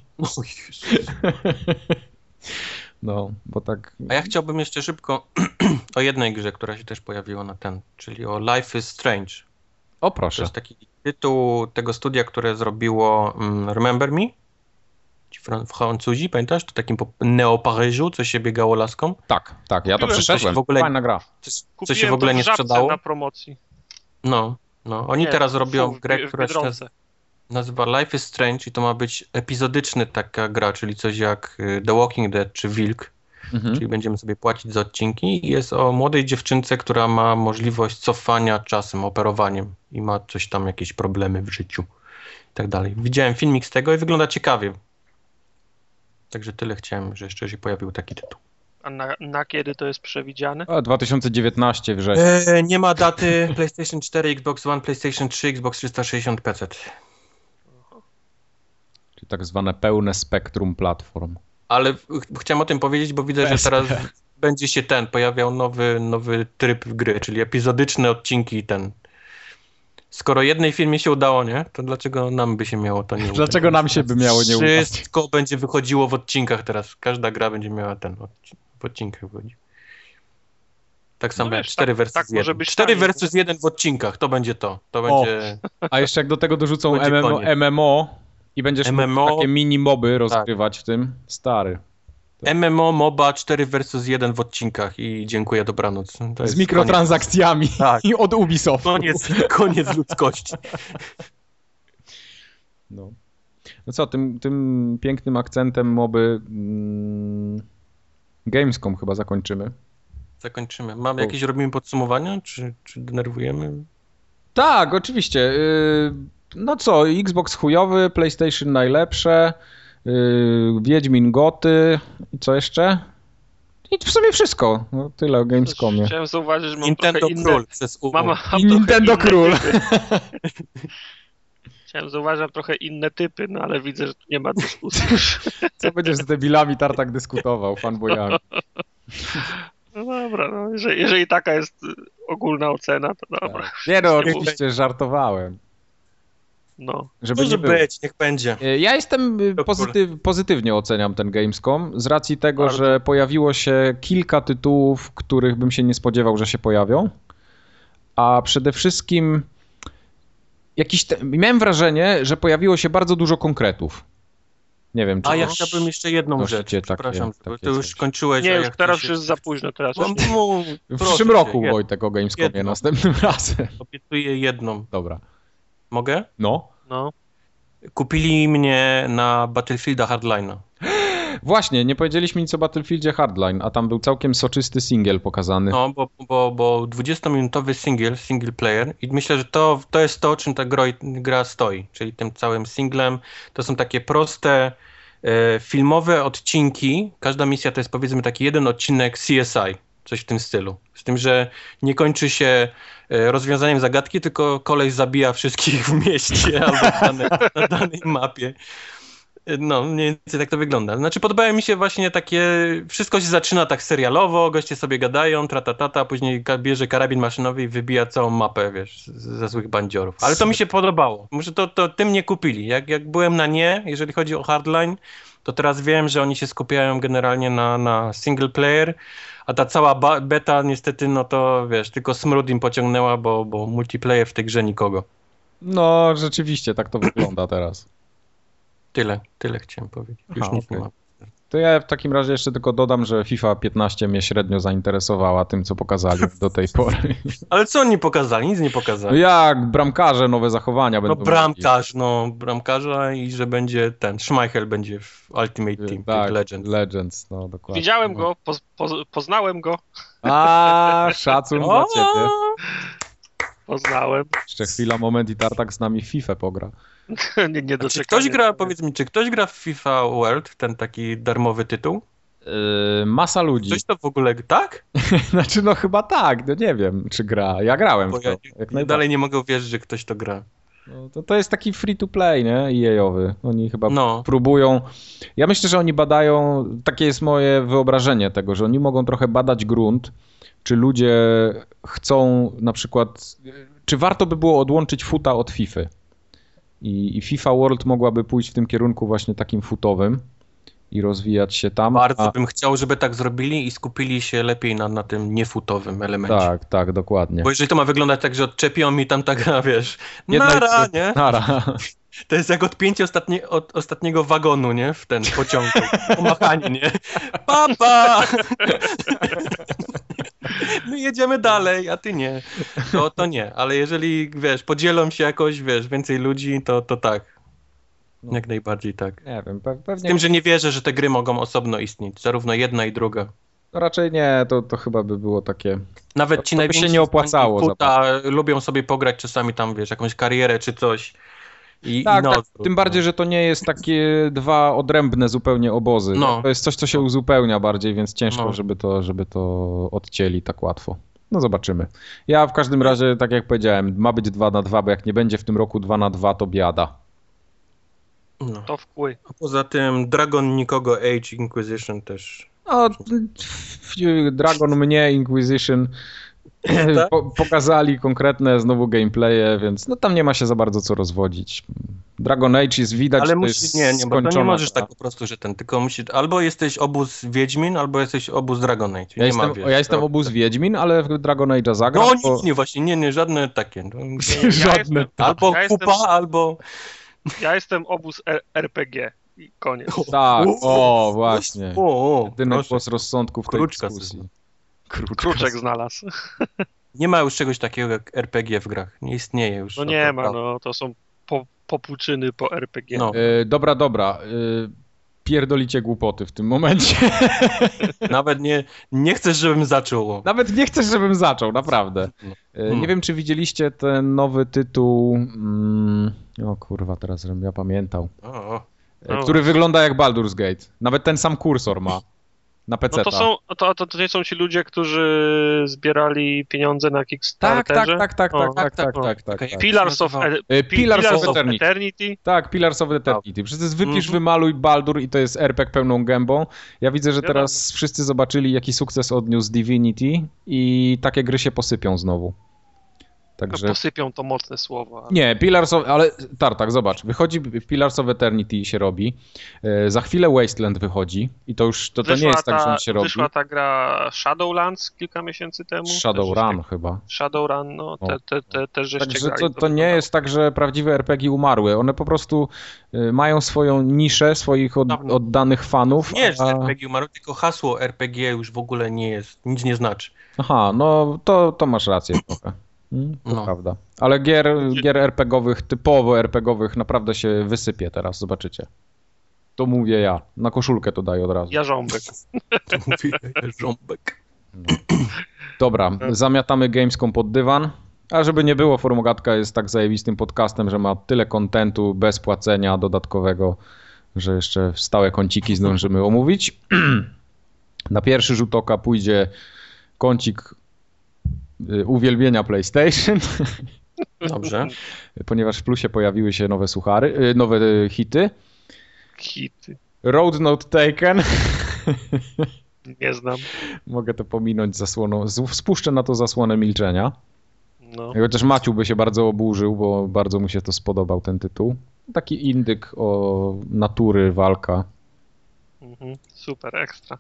No, bo tak... A ja chciałbym jeszcze szybko o jednej grze, która się też pojawiła czyli o Life is Strange. O proszę. To jest taki tytuł tego studia, które zrobiło Remember Me? Francuzi, pamiętasz? To takim Neo-Paryżu, co się biegało laską? Tak, ja to przeszedłem. Fajna gra. Co się w ogóle nie sprzedało? Na promocji. No. Oni teraz robią grę, która się nazywa Life is Strange i to ma być epizodyczny taka gra, czyli coś jak The Walking Dead czy Wilk. Czyli będziemy sobie płacić za odcinki i jest o młodej dziewczynce, która ma możliwość cofania czasem, operowaniem i ma coś tam, jakieś problemy w życiu i tak dalej. Widziałem filmik z tego i wygląda ciekawie. Także tyle chciałem, że jeszcze się pojawił taki tytuł. A na kiedy to jest przewidziane? 2019 wrzesień. Nie ma daty. PlayStation 4, Xbox One, PlayStation 3, Xbox 360, PC. Czyli tak zwane pełne spektrum platform. Ale chciałem o tym powiedzieć, bo widzę, że teraz będzie się pojawiał nowy tryb gry, czyli epizodyczne odcinki Skoro jednej firmie się udało, nie? To dlaczego nam by się miało to nie udać? Dlaczego nam się by miało nie udać? Wszystko będzie wychodziło w odcinkach teraz. Każda gra będzie miała w odcinkach wychodzi. Tak samo jak 4 versus 1. 4 versus 1 w odcinkach, to będzie to. To będzie... A jeszcze jak do tego dorzucą MMO i będziesz mógł takie mini moby rozgrywać w tym, stary. MMO, MOBA 4 versus 1 w odcinkach i dziękuję, dobranoc. To z mikrotransakcjami tak. I od Ubisoftu. Koniec ludzkości. No co, tym pięknym akcentem moby Gamescom chyba zakończymy. Mamy jakieś, robimy podsumowania, czy denerwujemy? Tak, oczywiście. No co, Xbox chujowy, PlayStation najlepsze, Wiedźmin goty i co jeszcze? I w sumie wszystko. No, tyle o Gamescomie. Chciałem zauważyć, że mam Nintendo trochę inne... Król przez I Nintendo Król. Chciałem zauważyć trochę inne typy, no ale widzę, że tu nie ma dyskusji. Co będziesz z debilami Tartak dyskutował, fanboyami? No dobra, no, jeżeli taka jest ogólna ocena, to dobra. Tak. Nie no, oczywiście żartowałem. No. Żeby może być, niech będzie. Ja jestem pozytywnie oceniam ten Gamescom z racji tego, że pojawiło się kilka tytułów, których bym się nie spodziewał, że się pojawią. A przede wszystkim miałem wrażenie, że pojawiło się bardzo dużo konkretów. Nie wiem, czy ja chciałbym jeszcze jedną rzecz. Przepraszam, ty już kończyłeś. Nie, teraz już jest za późno. Teraz w przyszłym roku, Wojtek, o Gamescomie następnym razem. Obiecuję jedną. Dobra. Mogę? No. Kupili mnie na Battlefielda Hardline'a. Właśnie, nie powiedzieliśmy nic o Battlefieldzie Hardline, a tam był całkiem soczysty singiel pokazany. No, bo 20-minutowy single player i myślę, że to jest to, czym ta gra stoi, czyli tym całym singlem. To są takie proste, filmowe odcinki. Każda misja to jest powiedzmy taki jeden odcinek CSI, coś w tym stylu. Z tym, że nie kończy się rozwiązaniem zagadki, tylko koleś zabija wszystkich w mieście albo na danej mapie. No, mniej więcej tak to wygląda. Znaczy podobają mi się właśnie takie, wszystko się zaczyna tak serialowo, goście sobie gadają, tratatata, później bierze karabin maszynowy i wybija całą mapę, wiesz, ze złych bandziorów. Ale to mi się podobało. Może to tym nie kupili. Jak byłem na nie, jeżeli chodzi o Hardline, to teraz wiem, że oni się skupiają generalnie na single player, a ta cała beta niestety, no to wiesz, tylko smród im pociągnęła, bo multiplayer w tej grze nikogo. No, rzeczywiście, tak to wygląda teraz. Tyle chciałem powiedzieć. Już nic nie mam. To ja w takim razie jeszcze tylko dodam, że FIFA 15 mnie średnio zainteresowała tym, co pokazali do tej pory. Ale co oni pokazali? Nic nie pokazali. No jak bramkarze, nowe zachowania będą. Bramkarza i że będzie Schmeichel będzie w Ultimate Team, tak, Legends. No dokładnie. Widziałem go, poznałem go. Szacun dla ciebie. Poznałem. Jeszcze chwila, moment i Tartak z nami w FIFA pogra. nie czy ktoś gra, powiedz mi, czy ktoś gra w FIFA World, ten taki darmowy tytuł? Masa ludzi. Coś to w ogóle, tak? Znaczy no chyba tak, no nie wiem czy gra. Ja grałem w to. Ja dalej nie mogę uwierzyć, że ktoś to gra. No, to jest taki free to play, nie? EA-owy. Oni chyba próbują. Ja myślę, że oni badają, takie jest moje wyobrażenie tego, że oni mogą trochę badać grunt, czy ludzie chcą na przykład, czy warto by było odłączyć futa od FIFA. I FIFA World mogłaby pójść w tym kierunku właśnie takim futowym i rozwijać się tam. Bardzo bym chciał, żeby tak zrobili i skupili się lepiej na tym niefutowym elemencie. Tak, dokładnie. Bo jeżeli to ma wyglądać tak, że odczepią mi tam tak, wiesz, nie? Nara. To jest jak odpięcie ostatniego wagonu, nie? W ten pociągu. Pomachanie, nie? Papa! My jedziemy dalej, a ty nie. To nie, ale jeżeli, wiesz, podzielą się jakoś, wiesz, więcej ludzi, to tak. Jak najbardziej tak. Nie wiem, pewnie... Z tym, że nie wierzę, że te gry mogą osobno istnieć, zarówno jedna i druga. No raczej nie, to chyba by było takie... Nawet ci najwięksi się nie opłacało. Lubią sobie pograć czasami tam, wiesz, jakąś karierę czy coś. Tak, tym bardziej, że to nie jest takie dwa odrębne zupełnie obozy. To jest coś, co się uzupełnia bardziej, więc ciężko, żeby to odcięli tak łatwo. No zobaczymy. Ja w każdym razie, tak jak powiedziałem, ma być 2-2, bo jak nie będzie w tym roku 2-2, to biada. No. To wpływ. A poza tym Dragon nikogo, Age Inquisition też. No, Dragon mnie, Inquisition... Tak? Pokazali konkretne znowu gameplaye, więc no tam nie ma się za bardzo co rozwodzić. Dragon Age jest widać, ale to jest nie, bo to nie możesz tak po prostu, że tylko musisz, albo jesteś obóz Wiedźmin, albo jesteś obóz Dragon Age. Ja jestem obóz Wiedźmin, ale w Dragon Age'a zagram. No nic, właśnie, nie, żadne takie. Żadne. Albo kupa, albo... Ja jestem obóz RPG. i koniec. Tak, właśnie. Jedyny głos rozsądku w tej dyskusji. Kruczek znalazł. Nie ma już czegoś takiego jak RPG w grach. Nie istnieje już. No nie ma, no to są popłuczyny po RPG. No. Dobra. Pierdolicie głupoty w tym momencie. Nawet nie chcesz, żebym zaczął. Nawet nie chcesz, żebym zaczął, naprawdę. Nie wiem, czy widzieliście ten nowy tytuł... O kurwa, teraz żebym ja pamiętał. Który wygląda jak Baldur's Gate. Nawet ten sam kursor ma. Na PC. No to nie są ci ludzie, którzy zbierali pieniądze na Kickstarterze? Tak. Pillars of Eternity? Tak, Pillars of Eternity. Przecież wypisz, wymaluj Baldur i to jest RPG pełną gębą. Ja widzę, że teraz wszyscy zobaczyli, jaki sukces odniósł Divinity i takie gry się posypią znowu. Także... Posypią to mocne słowo. Ale... Nie, ale Tartak, zobacz, wychodzi Pillars of Eternity się robi, za chwilę Wasteland wychodzi i to już to nie jest tak, że on się robi. Wyszła ta gra Shadowlands kilka miesięcy temu. Shadowrun chyba. Shadowrun, no też żeście Także grali. To nie jest tak, że prawdziwe RPG umarły. One po prostu mają swoją niszę, swoich oddanych fanów. Nie, że RPG umarły, tylko hasło RPG już w ogóle nie jest, nic nie znaczy. Aha, no to masz rację trochę. To prawda. Ale gier RPGowych, typowo RPGowych naprawdę się wysypie teraz, zobaczycie. To mówię ja. Na koszulkę to daję od razu. Jarząbek. To mówię Jarząbek. No. Dobra, zamiatamy Gamescom pod dywan. A żeby nie było, Formogatka jest tak zajebistym podcastem, że ma tyle kontentu bez płacenia dodatkowego, że jeszcze stałe kąciki zdążymy omówić. Na pierwszy rzut oka pójdzie kącik uwielbienia PlayStation. Dobrze. Ponieważ w Plusie pojawiły się nowe hity. Road Not Taken. Nie znam. Mogę to pominąć zasłoną. Spuszczę na to zasłonę milczenia. No. Chociaż Maciu by się bardzo oburzył, bo bardzo mu się to spodobał ten tytuł. Taki indyk o natury, walka. Super, ekstra.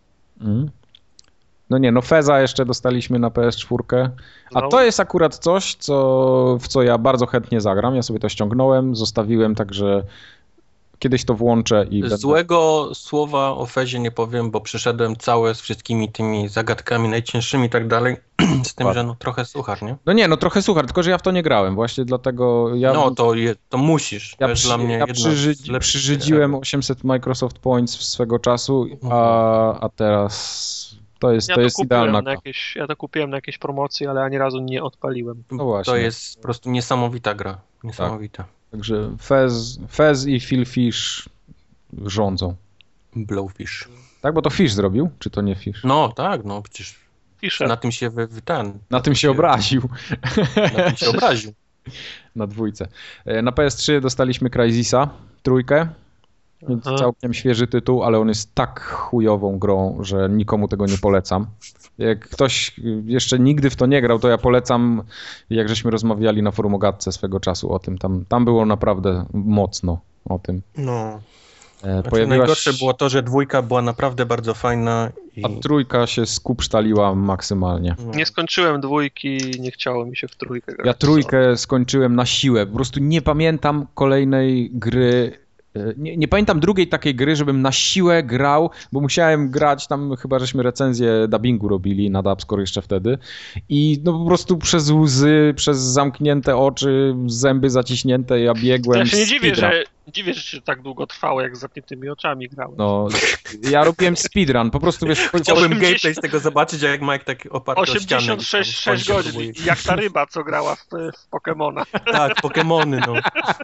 No nie, Feza jeszcze dostaliśmy na PS4. A to jest akurat coś, w co ja bardzo chętnie zagram. Ja sobie to ściągnąłem, zostawiłem, także kiedyś to włączę i Złego słowa o Fezie nie powiem, bo przeszedłem całe z wszystkimi tymi zagadkami najcięższymi i tak dalej. Z tym, że trochę suchar, nie? No nie, trochę suchar, tylko że ja w to nie grałem. Właśnie dlatego ja... No to musisz. To jest dla mnie przyżydziłem 800 Microsoft Points swego czasu, a teraz... To jest idealna. Ja to kupiłem na jakieś promocji, ale ani razu nie odpaliłem. No właśnie. To jest po prostu niesamowita gra. Niesamowita. Tak. Także Fez i Phil Fish rządzą. Blowfish. Tak, bo to Fish zrobił? Czy to nie Fish? No tak, no przecież Fisher. Na tym się Na tym się obraził. Na tym się obraził. Na dwójce. Na PS3 dostaliśmy Crysisa, 3. Więc całkiem świeży tytuł, ale on jest tak chujową grą, że nikomu tego nie polecam. Jak ktoś jeszcze nigdy w to nie grał, to ja polecam, jak żeśmy rozmawiali na Forumogatce swego czasu o tym. Tam było naprawdę mocno o tym. No. Najgorsze było to, że 2 była naprawdę bardzo fajna. A 3 się skupsztaliła maksymalnie. No. Nie skończyłem 2, nie chciało mi się w 3 grać. Ja 3 skończyłem na siłę. Po prostu nie pamiętam kolejnej gry. Nie pamiętam drugiej takiej gry, żebym na siłę grał, bo musiałem grać tam, chyba żeśmy recenzję dubbingu robili na Dubscore jeszcze wtedy i no po prostu przez łzy, przez zamknięte oczy, zęby zaciśnięte, ja biegłem. Ja się nie dziwię, że się tak długo trwało, jak z zamkniętymi oczami grałem. No, ja robiłem speedrun, po prostu wiesz... Chciałbym gameplay z tego zobaczyć, jak Mike tak oparty 86 godzin, jak ta ryba, co grała w Pokemona. Tak, Pokemony, no.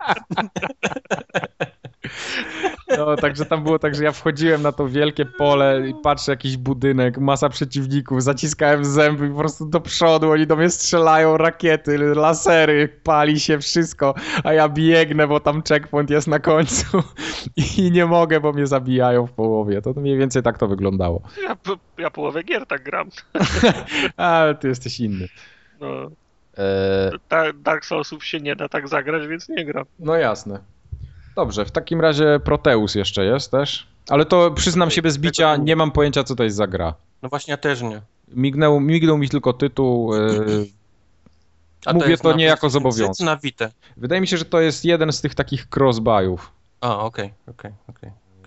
No, także tam było tak, że ja wchodziłem na to wielkie pole i patrzę, jakiś budynek, masa przeciwników, zaciskałem zęby i po prostu do przodu, oni do mnie strzelają, rakiety, lasery, pali się wszystko, a ja biegnę, bo tam checkpoint jest na końcu i nie mogę, bo mnie zabijają w połowie. To mniej więcej tak to wyglądało. Ja połowę gier tak gram. Ale ty jesteś inny. No. Dark Soulsów się nie da tak zagrać, więc nie gram. No jasne. Dobrze, w takim razie Proteus jeszcze jest też, ale to przyznam się bez bicia, nie mam pojęcia, co to jest za gra. No właśnie, ja też nie. Mignął mi tylko tytuł, mówię to niejako z obowiązku. Na Vita. Wydaje mi się, że to jest jeden z tych takich cross-buyów. A, okej.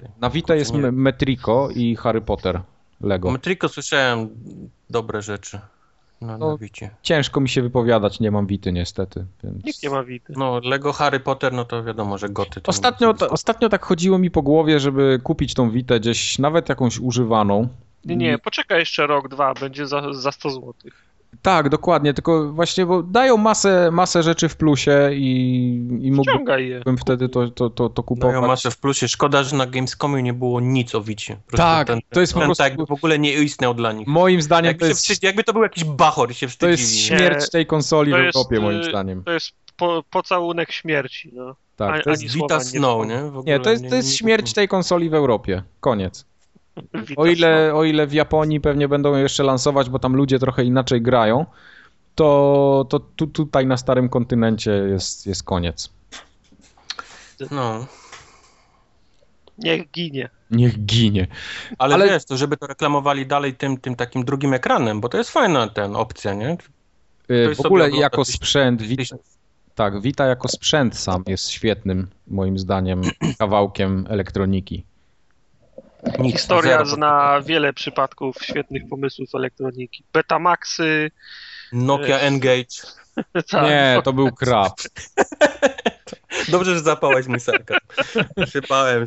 okej. Na Vita jest Metrico i Harry Potter Lego. Metrico słyszałem dobre rzeczy na Vicie. Ciężko mi się wypowiadać, nie mam Vity niestety. Więc... Nikt nie ma Vity. No Lego Harry Potter, no to wiadomo, że goty. Ostatnio tak chodziło mi po głowie, żeby kupić tą Vitę gdzieś, nawet jakąś używaną. Nie, poczekaj jeszcze rok, 2, będzie za 100 zł. Tak, dokładnie, tylko właśnie, bo dają masę rzeczy w plusie i mógłbym wtedy to kupować. Dają masę w plusie, szkoda, że na Gamescomie nie było nic o Vicie. Tak, to jest po prostu... Tak, w ogóle nie istniał dla nich. Moim zdaniem jakby to był jakiś bachor, się wstydzili. To jest śmierć tej konsoli w Europie, moim zdaniem. To jest pocałunek śmierci, no. Tak, to jest Vita Snow, nie? W ogóle nie, to jest śmierć tej konsoli w Europie. Koniec. O ile w Japonii pewnie będą jeszcze lansować, bo tam ludzie trochę inaczej grają, to tutaj na starym kontynencie jest koniec. No. Niech ginie. Niech ginie. Ale wiesz, to żeby to reklamowali dalej tym takim drugim ekranem, bo to jest fajna opcja, nie? W ogóle jako sprzęt, Vita jako sprzęt sam jest świetnym, moim zdaniem, kawałkiem elektroniki. Historia zna wiele przypadków świetnych pomysłów elektroniki. Betamaxy. Nokia N-Gage. Tak. Nie, to był krab. Dobrze, że zapałeś mój sarkazm. Przypałem.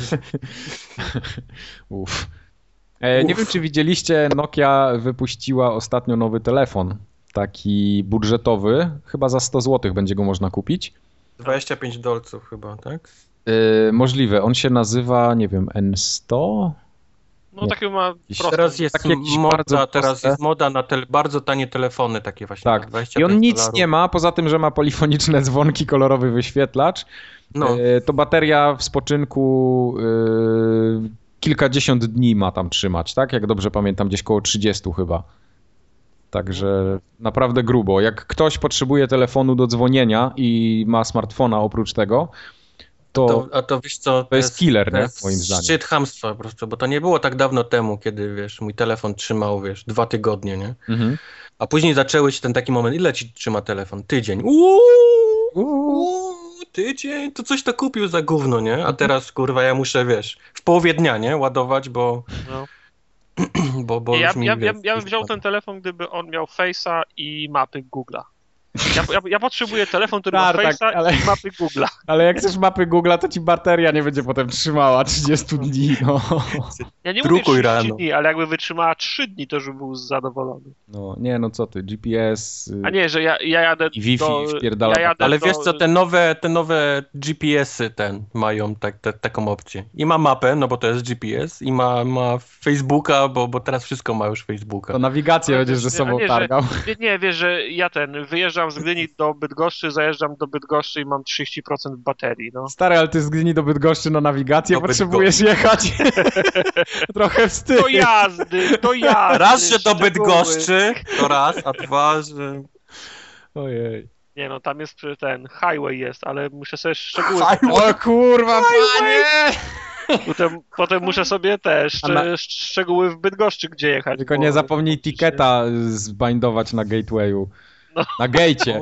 Nie wiem, czy widzieliście, Nokia wypuściła ostatnio nowy telefon. Taki budżetowy. Chyba za 100 zł będzie go można kupić. $25 chyba, tak? Możliwe. On się nazywa, nie wiem, N100? No takie ma proste. Teraz jest moda na bardzo tanie telefony takie właśnie. Tak. I on nic nie ma, poza tym, że ma polifoniczne dzwonki, kolorowy wyświetlacz. No. To bateria w spoczynku kilkadziesiąt dni ma tam trzymać, tak? Jak dobrze pamiętam, gdzieś koło 30 chyba. Także naprawdę grubo. Jak ktoś potrzebuje telefonu do dzwonienia i ma smartfona oprócz tego, to wiesz co, to jest killer, nie? Moim zdaniem. Szczyt chamstwa po prostu, bo to nie było tak dawno temu, kiedy wiesz, mój telefon trzymał, 2 tygodnie, nie? Mhm. A później zaczęły się ten taki moment, ile ci trzyma telefon? Tydzień. Tydzień? To coś to kupił za gówno, nie? A teraz, kurwa, ja muszę, wiesz, w połowie dnia, nie? Ładować, bo... No. bo ja bym wziął ten telefon, gdyby on miał Face'a i mapy Google'a. Ja potrzebuję telefon, który ma Face'a i mapy Google'a. Ale jak chcesz mapy Google'a, to ci bateria nie będzie potem trzymała 30 dni. No. Ja nie mówię 30 dni, ale jakby wytrzymała 3 dni, to już był zadowolony. No nie, no co ty, GPS... A nie, że ja jadę i Wi-Fi wpierdala. Ale wiesz co, te nowe GPS-y mają taką opcję. I ma mapę, no bo to jest GPS, i ma Facebooka, bo teraz wszystko ma już Facebooka. To nawigację będziesz ze sobą targał. Nie, wiesz, że ja wyjeżdżam z Gdyni do Bydgoszczy, zajeżdżam do Bydgoszczy i mam 30% baterii, no. Stary, ale ty z Gdyni do Bydgoszczy na nawigację potrzebujesz jechać. Trochę wstyd. Do jazdy. Raz, że do Bydgoszczy, to raz, a 2, że... Ojej. Nie no, tam jest ten highway jest, ale muszę sobie szczegóły... O kurwa, panie! Potem muszę sobie też szczegóły w Bydgoszczy, gdzie jechać. Tylko nie zapomnij tiketa zbindować na gatewayu. No. Na gejcie.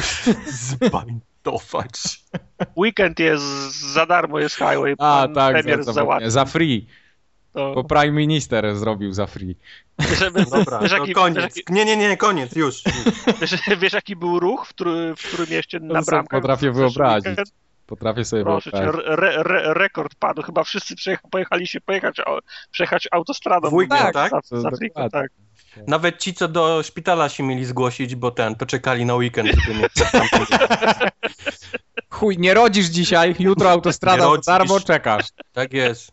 Zbindować. Weekend jest za darmo, jest highway. Tak, za free. Bo Prime Minister zrobił za free. Dobra, koniec. Nie, koniec, już. Wiesz, jaki był ruch w którym mieście na bramkę? Potrafię wyobrazić. Potrafię sobie wyobrazić. Rekord padł. Chyba wszyscy przejechać autostradą. W weekend, tak? Tak. Nawet ci, co do szpitala się mieli zgłosić, bo to czekali na weekend, żeby nie Chuj, nie rodzisz dzisiaj, jutro autostrada za darmo, czekasz. Tak jest.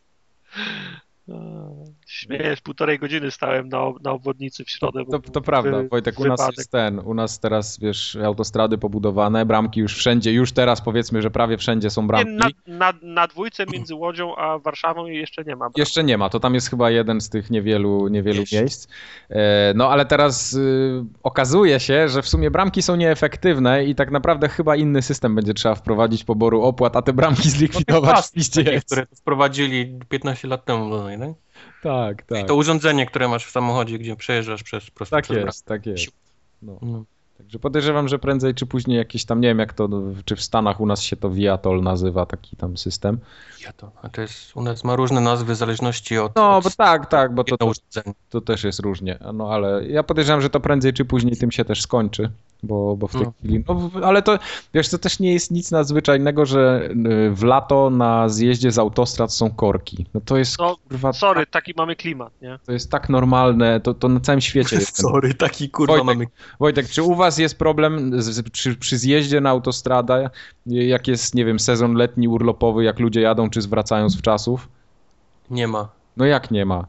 Śmiejesz, 1,5 godziny stałem na obwodnicy w środę. To prawda, Wojtek, u nas teraz, wiesz, autostrady pobudowane, bramki już wszędzie, już teraz powiedzmy, że prawie wszędzie są bramki. Na dwójce między Łodzią a Warszawą jeszcze nie ma bramki. Jeszcze nie ma, to tam jest chyba jeden z tych niewielu miejsc. No ale teraz okazuje się, że w sumie bramki są nieefektywne i tak naprawdę chyba inny system będzie trzeba wprowadzić poboru opłat, a te bramki zlikwidować w piździe. Które wprowadzili 15 lat temu, nie? Tak. I to urządzenie, które masz w samochodzie, gdzie przejeżdżasz przez Tak jest. No. Także podejrzewam, że prędzej czy później jakieś tam, nie wiem jak to, czy w Stanach u nas się to Viator nazywa, taki tam system. Viator, a to jest, u nas ma różne nazwy w zależności od... No, od bo tak, bo to też jest różnie. No ale ja podejrzewam, że to prędzej czy później tym się też skończy, bo w tej chwili... No, ale to, wiesz, to też nie jest nic nadzwyczajnego, że w lato na zjeździe z autostrad są korki. No to jest, kurwa... Sorry, taki mamy klimat, nie? To jest tak normalne, to na całym świecie jest. Sorry, taki kurwa mamy... Wojtek, czy u was jest problem przy zjeździe na autostradę, jak jest, nie wiem, sezon letni, urlopowy, jak ludzie jadą, czy zwracają z wczasów? Nie ma. No jak nie ma?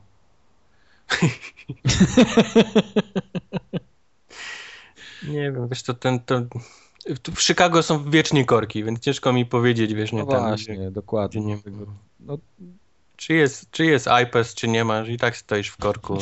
Nie wiem, wiesz, w Chicago są wiecznie korki, więc ciężko mi powiedzieć, wiesz, nie no tam, właśnie, dokładnie. Nie, no, czy jest iPass, czy nie masz, i tak stoisz w korku.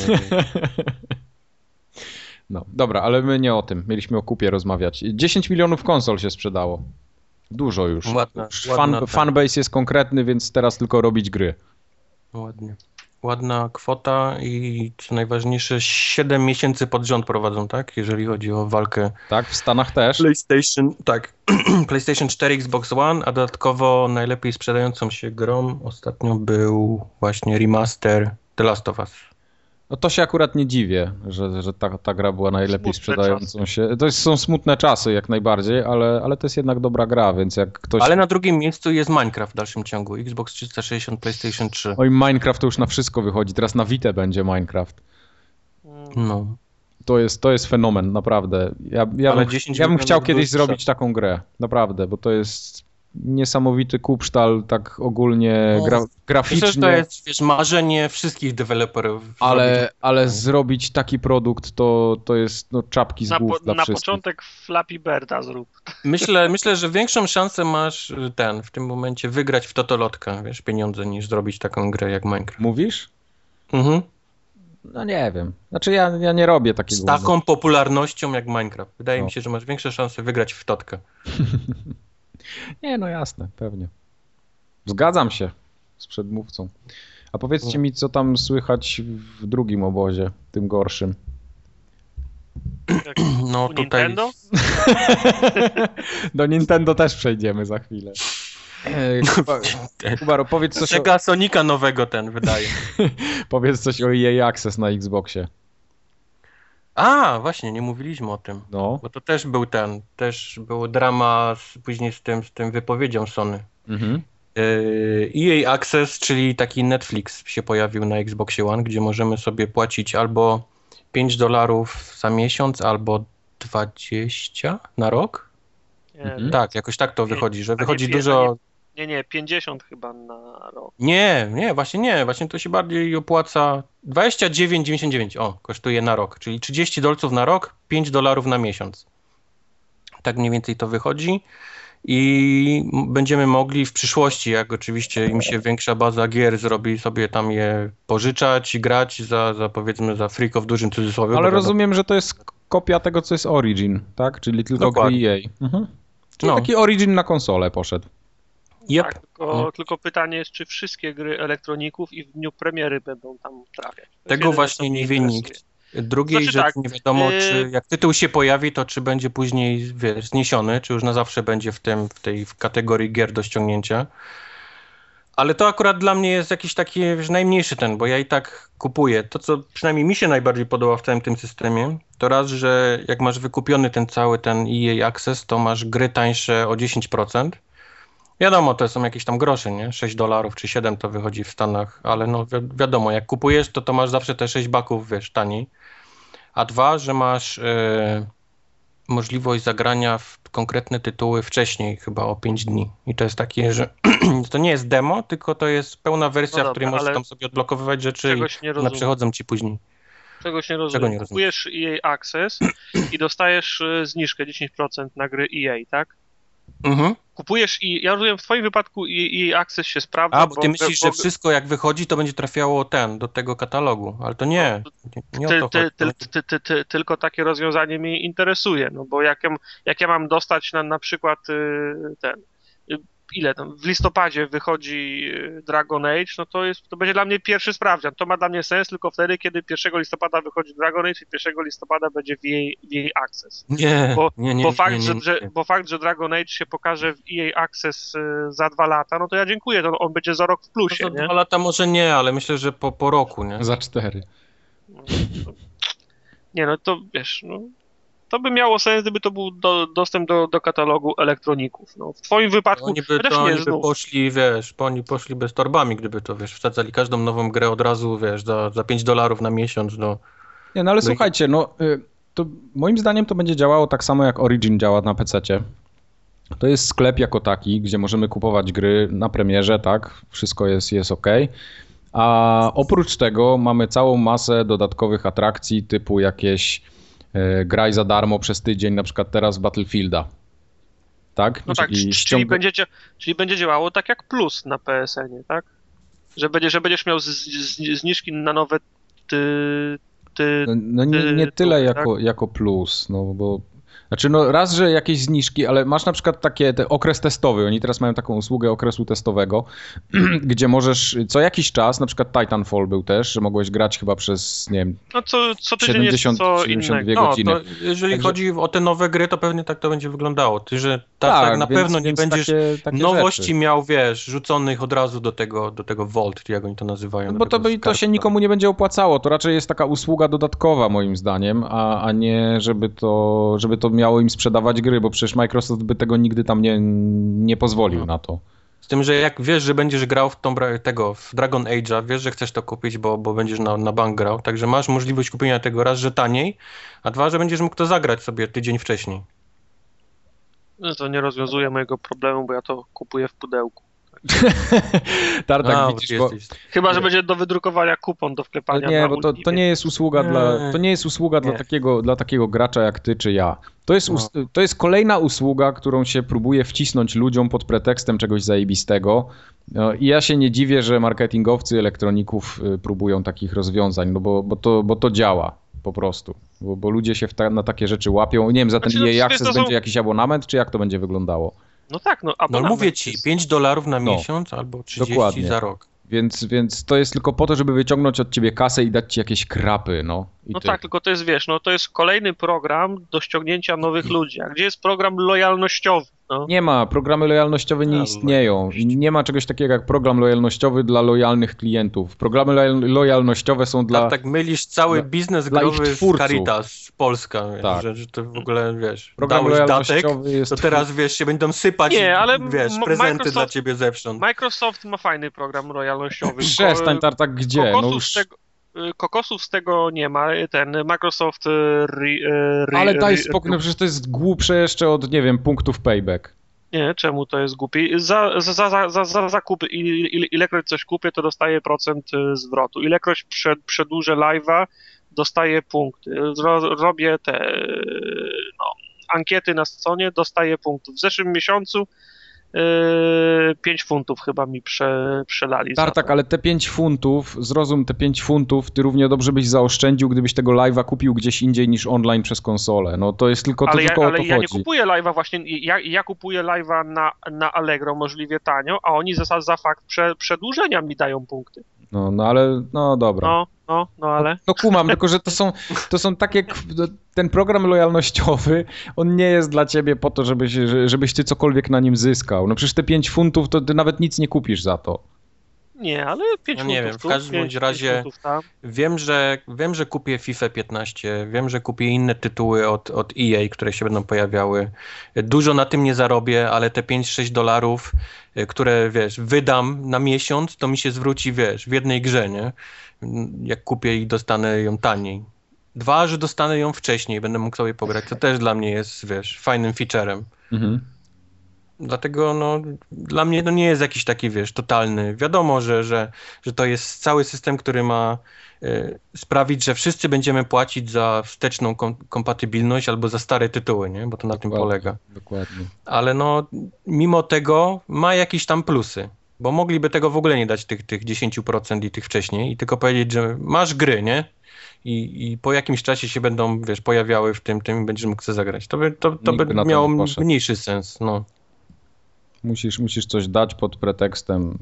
No, dobra, ale my nie o tym. Mieliśmy o kupie rozmawiać. 10 milionów konsol się sprzedało. Dużo już. Fanbase jest konkretny, więc teraz tylko robić gry. Ładnie. Ładna kwota i co najważniejsze 7 miesięcy pod rząd prowadzą, tak? Jeżeli chodzi o walkę. Tak, w Stanach też. PlayStation 4, Xbox One, a dodatkowo najlepiej sprzedającą się grą ostatnio był właśnie remaster The Last of Us. No to się akurat nie dziwię, że ta gra była najlepiej sprzedającą się. Są smutne czasy jak najbardziej, ale to jest jednak dobra gra, więc jak ktoś... Ale na drugim miejscu jest Minecraft w dalszym ciągu. Xbox 360, PlayStation 3. Oj, Minecraft to już na wszystko wychodzi. Teraz na Vita będzie Minecraft. No. To jest fenomen, naprawdę. Ja bym chciał kiedyś zrobić taką grę. Naprawdę, bo to jest niesamowity kupsztal, tak ogólnie graficznie. Myślę, że to jest, wiesz, marzenie wszystkich deweloperów. Ale zrobić taki produkt to jest czapki z głów dla wszystkich. Na początek Flappy Birda zrób. Myślę, że większą szansę masz w tym momencie wygrać w totolotkę, wiesz, pieniądze, niż zrobić taką grę jak Minecraft. Mówisz? Mhm. No nie wiem. Znaczy ja nie robię takiego. Z taką popularnością jak Minecraft. Wydaje mi się, że masz większe szanse wygrać w totkę. Nie, no jasne, pewnie. Zgadzam się z przedmówcą. A powiedzcie mi, co tam słychać w drugim obozie, tym gorszym. No tutaj... Nintendo? Do Nintendo też przejdziemy za chwilę. Kubaro, powiedz coś Sega Sonika nowego wydaje. Powiedz coś o EA Access na Xboxie. A, właśnie, nie mówiliśmy o tym. No. Bo to też był drama później z tym wypowiedzią Sony. Mhm. EA Access, czyli taki Netflix się pojawił na Xboxie One, gdzie możemy sobie płacić albo $5 za miesiąc, albo 20 na rok. Tak, jakoś tak to wychodzi, że wychodzi dużo... Nie, 50 chyba na rok. Nie, właśnie to się bardziej opłaca. $29,99 kosztuje na rok, czyli $30 na rok, $5 na miesiąc. Tak mniej więcej to wychodzi i będziemy mogli w przyszłości, jak oczywiście im się większa baza gier zrobi, sobie tam je pożyczać i grać za powiedzmy za friko w dużym cudzysłowie. Ale rozumiem, że to jest kopia tego, co jest Origin, tak? Czyli tylko gry EA. Mhm. Czyli taki Origin na konsolę poszedł. Yep. Tak, tylko pytanie jest, czy wszystkie gry elektroników i w dniu premiery będą tam trafiać. Tego właśnie nie wie nikt. Drugiej rzeczy nie wiadomo, czy jak tytuł się pojawi, to czy będzie później zniesiony, czy już na zawsze będzie w kategorii gier do ściągnięcia. Ale to akurat dla mnie jest jakiś taki najmniejszy bo ja i tak kupuję. To, co przynajmniej mi się najbardziej podoba w całym tym systemie, to raz, że jak masz wykupiony ten EA Access, to masz gry tańsze o 10%. Wiadomo, to są jakieś tam grosze, nie? $6 czy 7 to wychodzi w Stanach, ale no wiadomo, jak kupujesz, to masz zawsze te 6 baków, taniej. A dwa, że masz możliwość zagrania w konkretne tytuły wcześniej, chyba o 5 dni. I to jest takie, że to nie jest demo, tylko to jest pełna wersja, w której możesz tam sobie odblokowywać rzeczy i one przechodzą ci później. Czegoś nie rozumiem. Kupujesz EA Access i dostajesz zniżkę 10% na gry EA, tak? Mhm. Kupujesz i ja rozumiem, w twoim wypadku EA Access się sprawdza. Bo ty myślisz, że wszystko jak wychodzi, to będzie trafiało do tego katalogu, ale to nie. Nie o to chodzi. Tylko takie rozwiązanie mnie interesuje, no bo jak ja mam dostać na przykład ile tam, w listopadzie wychodzi Dragon Age, no to będzie dla mnie pierwszy sprawdzian. To ma dla mnie sens tylko wtedy, kiedy 1 listopada wychodzi Dragon Age i 1 listopada będzie w EA Access. Bo fakt, że Dragon Age się pokaże w EA Access za 2 lata, no to ja dziękuję, to on będzie za rok w plusie, no, za 2 lata może nie, ale myślę, że po roku, nie? Za 4. Nie, no to wiesz, no, to by miało sens, gdyby to był dostęp do katalogu elektroników. No, w twoim wypadku oni by poszli, wiesz, oni poszliby z torbami, gdyby to, wiesz, wsadzali każdą nową grę od razu, wiesz, za $5 na miesiąc. Nie, no ale słuchajcie, no to moim zdaniem to będzie działało tak samo jak Origin działa na PC-cie. To jest sklep jako taki, gdzie możemy kupować gry na premierze, tak, wszystko jest ok. A oprócz tego mamy całą masę dodatkowych atrakcji typu jakieś graj za darmo przez tydzień, na przykład teraz Battlefielda. Tak? No tak, czyli będzie działało tak jak Plus na PSN-ie, tak? Że będziesz miał zniżki na nowe nie tyle tak? jako Plus, no bo... Znaczy, no raz, że jakieś zniżki, ale masz na przykład okres testowy, oni teraz mają taką usługę okresu testowego, gdzie możesz co jakiś czas, na przykład Titanfall był też, że mogłeś grać chyba przez, nie wiem, no co 72 godziny. To jeżeli chodzi o te nowe gry, to pewnie tak to będzie wyglądało. Ty, że tak na pewno nie będziesz takie nowości rzeczy miał, wiesz, rzuconych od razu do tego Vault, jak oni to nazywają. No bo to się nikomu nie będzie opłacało, to raczej jest taka usługa dodatkowa moim zdaniem, a nie żeby to miało im sprzedawać gry, bo przecież Microsoft by tego nigdy tam nie pozwolił na to. Z tym, że jak wiesz, że będziesz grał w Dragon Age'a, wiesz, że chcesz to kupić, bo będziesz na bank grał, także masz możliwość kupienia tego raz, że taniej, a dwa, że będziesz mógł to zagrać sobie tydzień wcześniej. No to nie rozwiązuje mojego problemu, bo ja to kupuję w pudełku. Tartak, widzisz, Chyba, że będzie do wydrukowania kupon do wklepania. Nie, bo to nie jest usługa dla takiego gracza jak ty czy ja. To jest kolejna usługa, którą się próbuje wcisnąć ludziom pod pretekstem czegoś zajebistego. I ja się nie dziwię, że marketingowcy elektroników próbują takich rozwiązań, no bo to działa po prostu. Bo ludzie się na takie rzeczy łapią. Nie wiem, za ten EA Access będzie jakiś abonament, czy jak to będzie wyglądało? No tak, no mówię ci, $5 na miesiąc albo 30 dokładnie. Za rok. Więc to jest tylko po to, żeby wyciągnąć od ciebie kasę i dać ci jakieś krapy, no. Tak, tylko to jest, wiesz, to jest kolejny program do ściągnięcia nowych ludzi. A gdzie jest program lojalnościowy? No? Nie ma, programy lojalnościowe nie istnieją. Nie ma czegoś takiego jak program lojalnościowy dla lojalnych klientów. Programy lojalnościowe są dla... Tak mylisz cały biznes growy z Caritas Polska, tak. Że to w ogóle, wiesz, program lojalnościowy jest... to teraz, wiesz, się będą sypać, wiesz, prezenty dla ciebie zewsząd. Microsoft ma fajny program lojalnościowy. Przestań, Tartak, gdzie? Kokosów z tego nie ma, ten Microsoft... Ale daj spokój, no przecież to jest głupsze jeszcze od, nie wiem, punktów payback. Nie, czemu to jest głupi? Za zakup, ilekroć coś kupię, to dostaję procent zwrotu. Ilekroć przedłużę live'a, dostaję punkty. Robię ankiety na stronie, dostaję punktów. W zeszłym miesiącu 5 funtów chyba mi przelali. Tak, ale te 5 funtów, zrozum, te 5 funtów ty równie dobrze byś zaoszczędził, gdybyś tego live'a kupił gdzieś indziej niż online przez konsolę. No to jest tylko to, tylko o to chodzi. Ja nie kupuję live'a właśnie, ja kupuję live'a na Allegro możliwie tanio, a oni za fakt przedłużenia mi dają punkty. No ale, no dobra. Ale... No kumam, tylko że to są takie... Ten program lojalnościowy, on nie jest dla ciebie po to, żebyś ty cokolwiek na nim zyskał. No przecież te 5 funtów, to ty nawet nic nie kupisz za to. Nie, ale 5 funtów. Nie wiem, w każdym razie wiem, że kupię FIFA 15, wiem, że kupię inne tytuły od EA, które się będą pojawiały. Dużo na tym nie zarobię, ale te $5-6, które, wiesz, wydam na miesiąc, to mi się zwróci, wiesz, w jednej grze, nie? Jak kupię i dostanę ją taniej. 2, że dostanę ją wcześniej, będę mógł sobie pograć. To też dla mnie jest, wiesz, fajnym featurem. Mhm. Dlatego, dla mnie to nie jest jakiś taki, wiesz, totalny. Wiadomo, że to jest cały system, który ma sprawić, że wszyscy będziemy płacić za wsteczną kompatybilność albo za stare tytuły, nie? Bo to na tym polega. Dokładnie. Ale mimo tego ma jakieś tam plusy. Bo mogliby tego w ogóle nie dać, tych 10% i tych wcześniej, i tylko powiedzieć, że masz gry, nie? I po jakimś czasie się będą, wiesz, pojawiały w tym i będziesz mógł zagrać. To by miało mniejszy sens, no. Musisz coś dać pod pretekstem.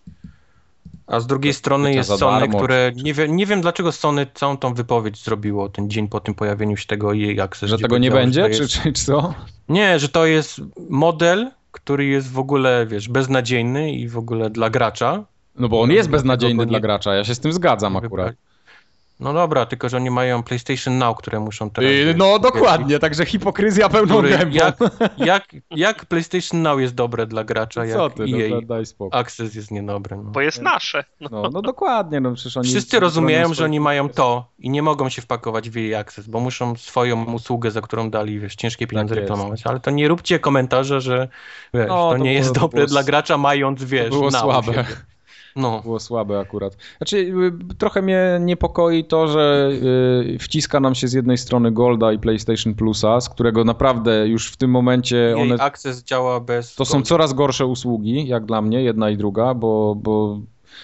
A z drugiej strony jest Sony, które... Nie wiem dlaczego Sony całą tą wypowiedź zrobiło ten dzień po tym pojawieniu się tego EA Access. Że tego nie będzie, czy co? Nie, że to jest model, który jest w ogóle, beznadziejny i w ogóle dla gracza. No bo on jest beznadziejny dla gracza, ja się z tym zgadzam akurat. No dobra, tylko że oni mają PlayStation Now, które muszą teraz... No dokładnie, także hipokryzja pełną gębą. Jak PlayStation Now jest dobre dla gracza, jak EA daj spokój. Access jest niedobry. No. Bo jest nasze. No dokładnie. No, przecież oni wszyscy rozumieją, że oni mają to i nie mogą się wpakować w EA Access, bo muszą swoją usługę, za którą dali ciężkie pieniądze reklamować. Ale to nie róbcie komentarza, że to nie jest dobre dla gracza, mając, to było słabe. Było słabe akurat. Znaczy, trochę mnie niepokoi to, że wciska nam się z jednej strony Golda i PlayStation Plusa, z którego naprawdę już w tym momencie one... Access działa bez... To są coraz gorsze usługi, jak dla mnie, jedna i druga, bo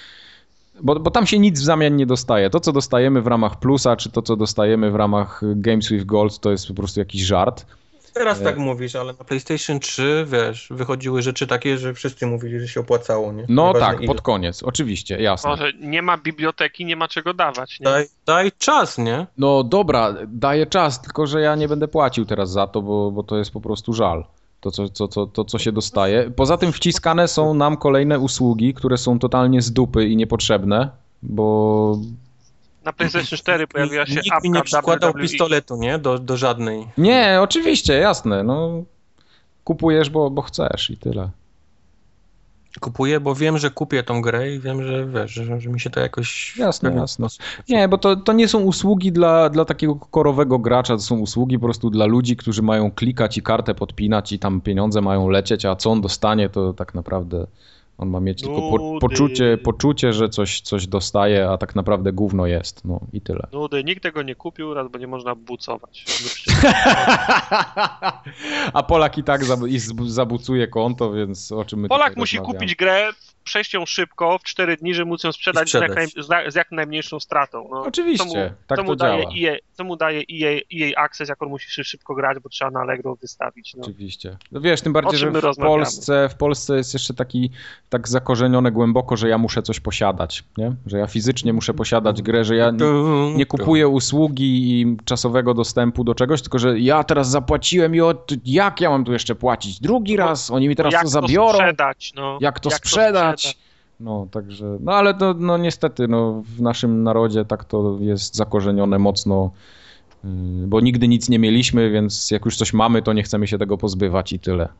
tam się nic w zamian nie dostaje. To, co dostajemy w ramach Plusa, czy to, co dostajemy w ramach Games with Gold, to jest po prostu jakiś żart. Teraz tak mówisz, ale na PlayStation 3, wychodziły rzeczy takie, że wszyscy mówili, że się opłacało, nie? No tak, pod koniec, oczywiście, jasne. Może nie ma biblioteki, nie ma czego dawać, nie? Daj czas, nie? No dobra, daję czas, tylko że ja nie będę płacił teraz za to, bo to jest po prostu żal. To, co się dostaje. Poza tym wciskane są nam kolejne usługi, które są totalnie z dupy i niepotrzebne, bo... Na PlayStation 4 pojawiła się apka Nikt mi nie przykładał WWE. pistoletu, nie? Do żadnej. Nie, oczywiście, jasne. No, kupujesz, bo chcesz i tyle. Kupuję, bo wiem, że kupię tą grę i wiem, że że mi się to jakoś... Jasne. Nie, bo to nie są usługi dla takiego korowego gracza, to są usługi po prostu dla ludzi, którzy mają klikać i kartę podpinać i tam pieniądze mają lecieć, a co on dostanie, to tak naprawdę... On ma mieć tylko poczucie, że coś dostaje, a tak naprawdę gówno jest. No i tyle. Nudy, nikt tego nie kupił, raz, bo nie można bucować. A Polak i tak zabucuje konto, więc o czym my Polak musi kupić grę, przejść ją szybko, w 4 dni, żeby móc ją sprzedać z jak najmniejszą stratą. No, oczywiście, tak to działa. Co mu daje EA Access, jak on musi szybko grać, bo trzeba na Allegro wystawić. No. Oczywiście. No wiesz, tym bardziej, że w Polsce jest jeszcze tak zakorzenione głęboko, że ja muszę coś posiadać, nie? Że ja fizycznie muszę posiadać grę, że ja nie kupuję usługi i czasowego dostępu do czegoś, tylko że ja teraz zapłaciłem i jak ja mam tu jeszcze płacić? Drugi raz, oni mi teraz to zabiorą. Jak to sprzedać? No, także, no ale to no, niestety w naszym narodzie tak to jest zakorzenione mocno, bo nigdy nic nie mieliśmy, więc jak już coś mamy, to nie chcemy się tego pozbywać i tyle.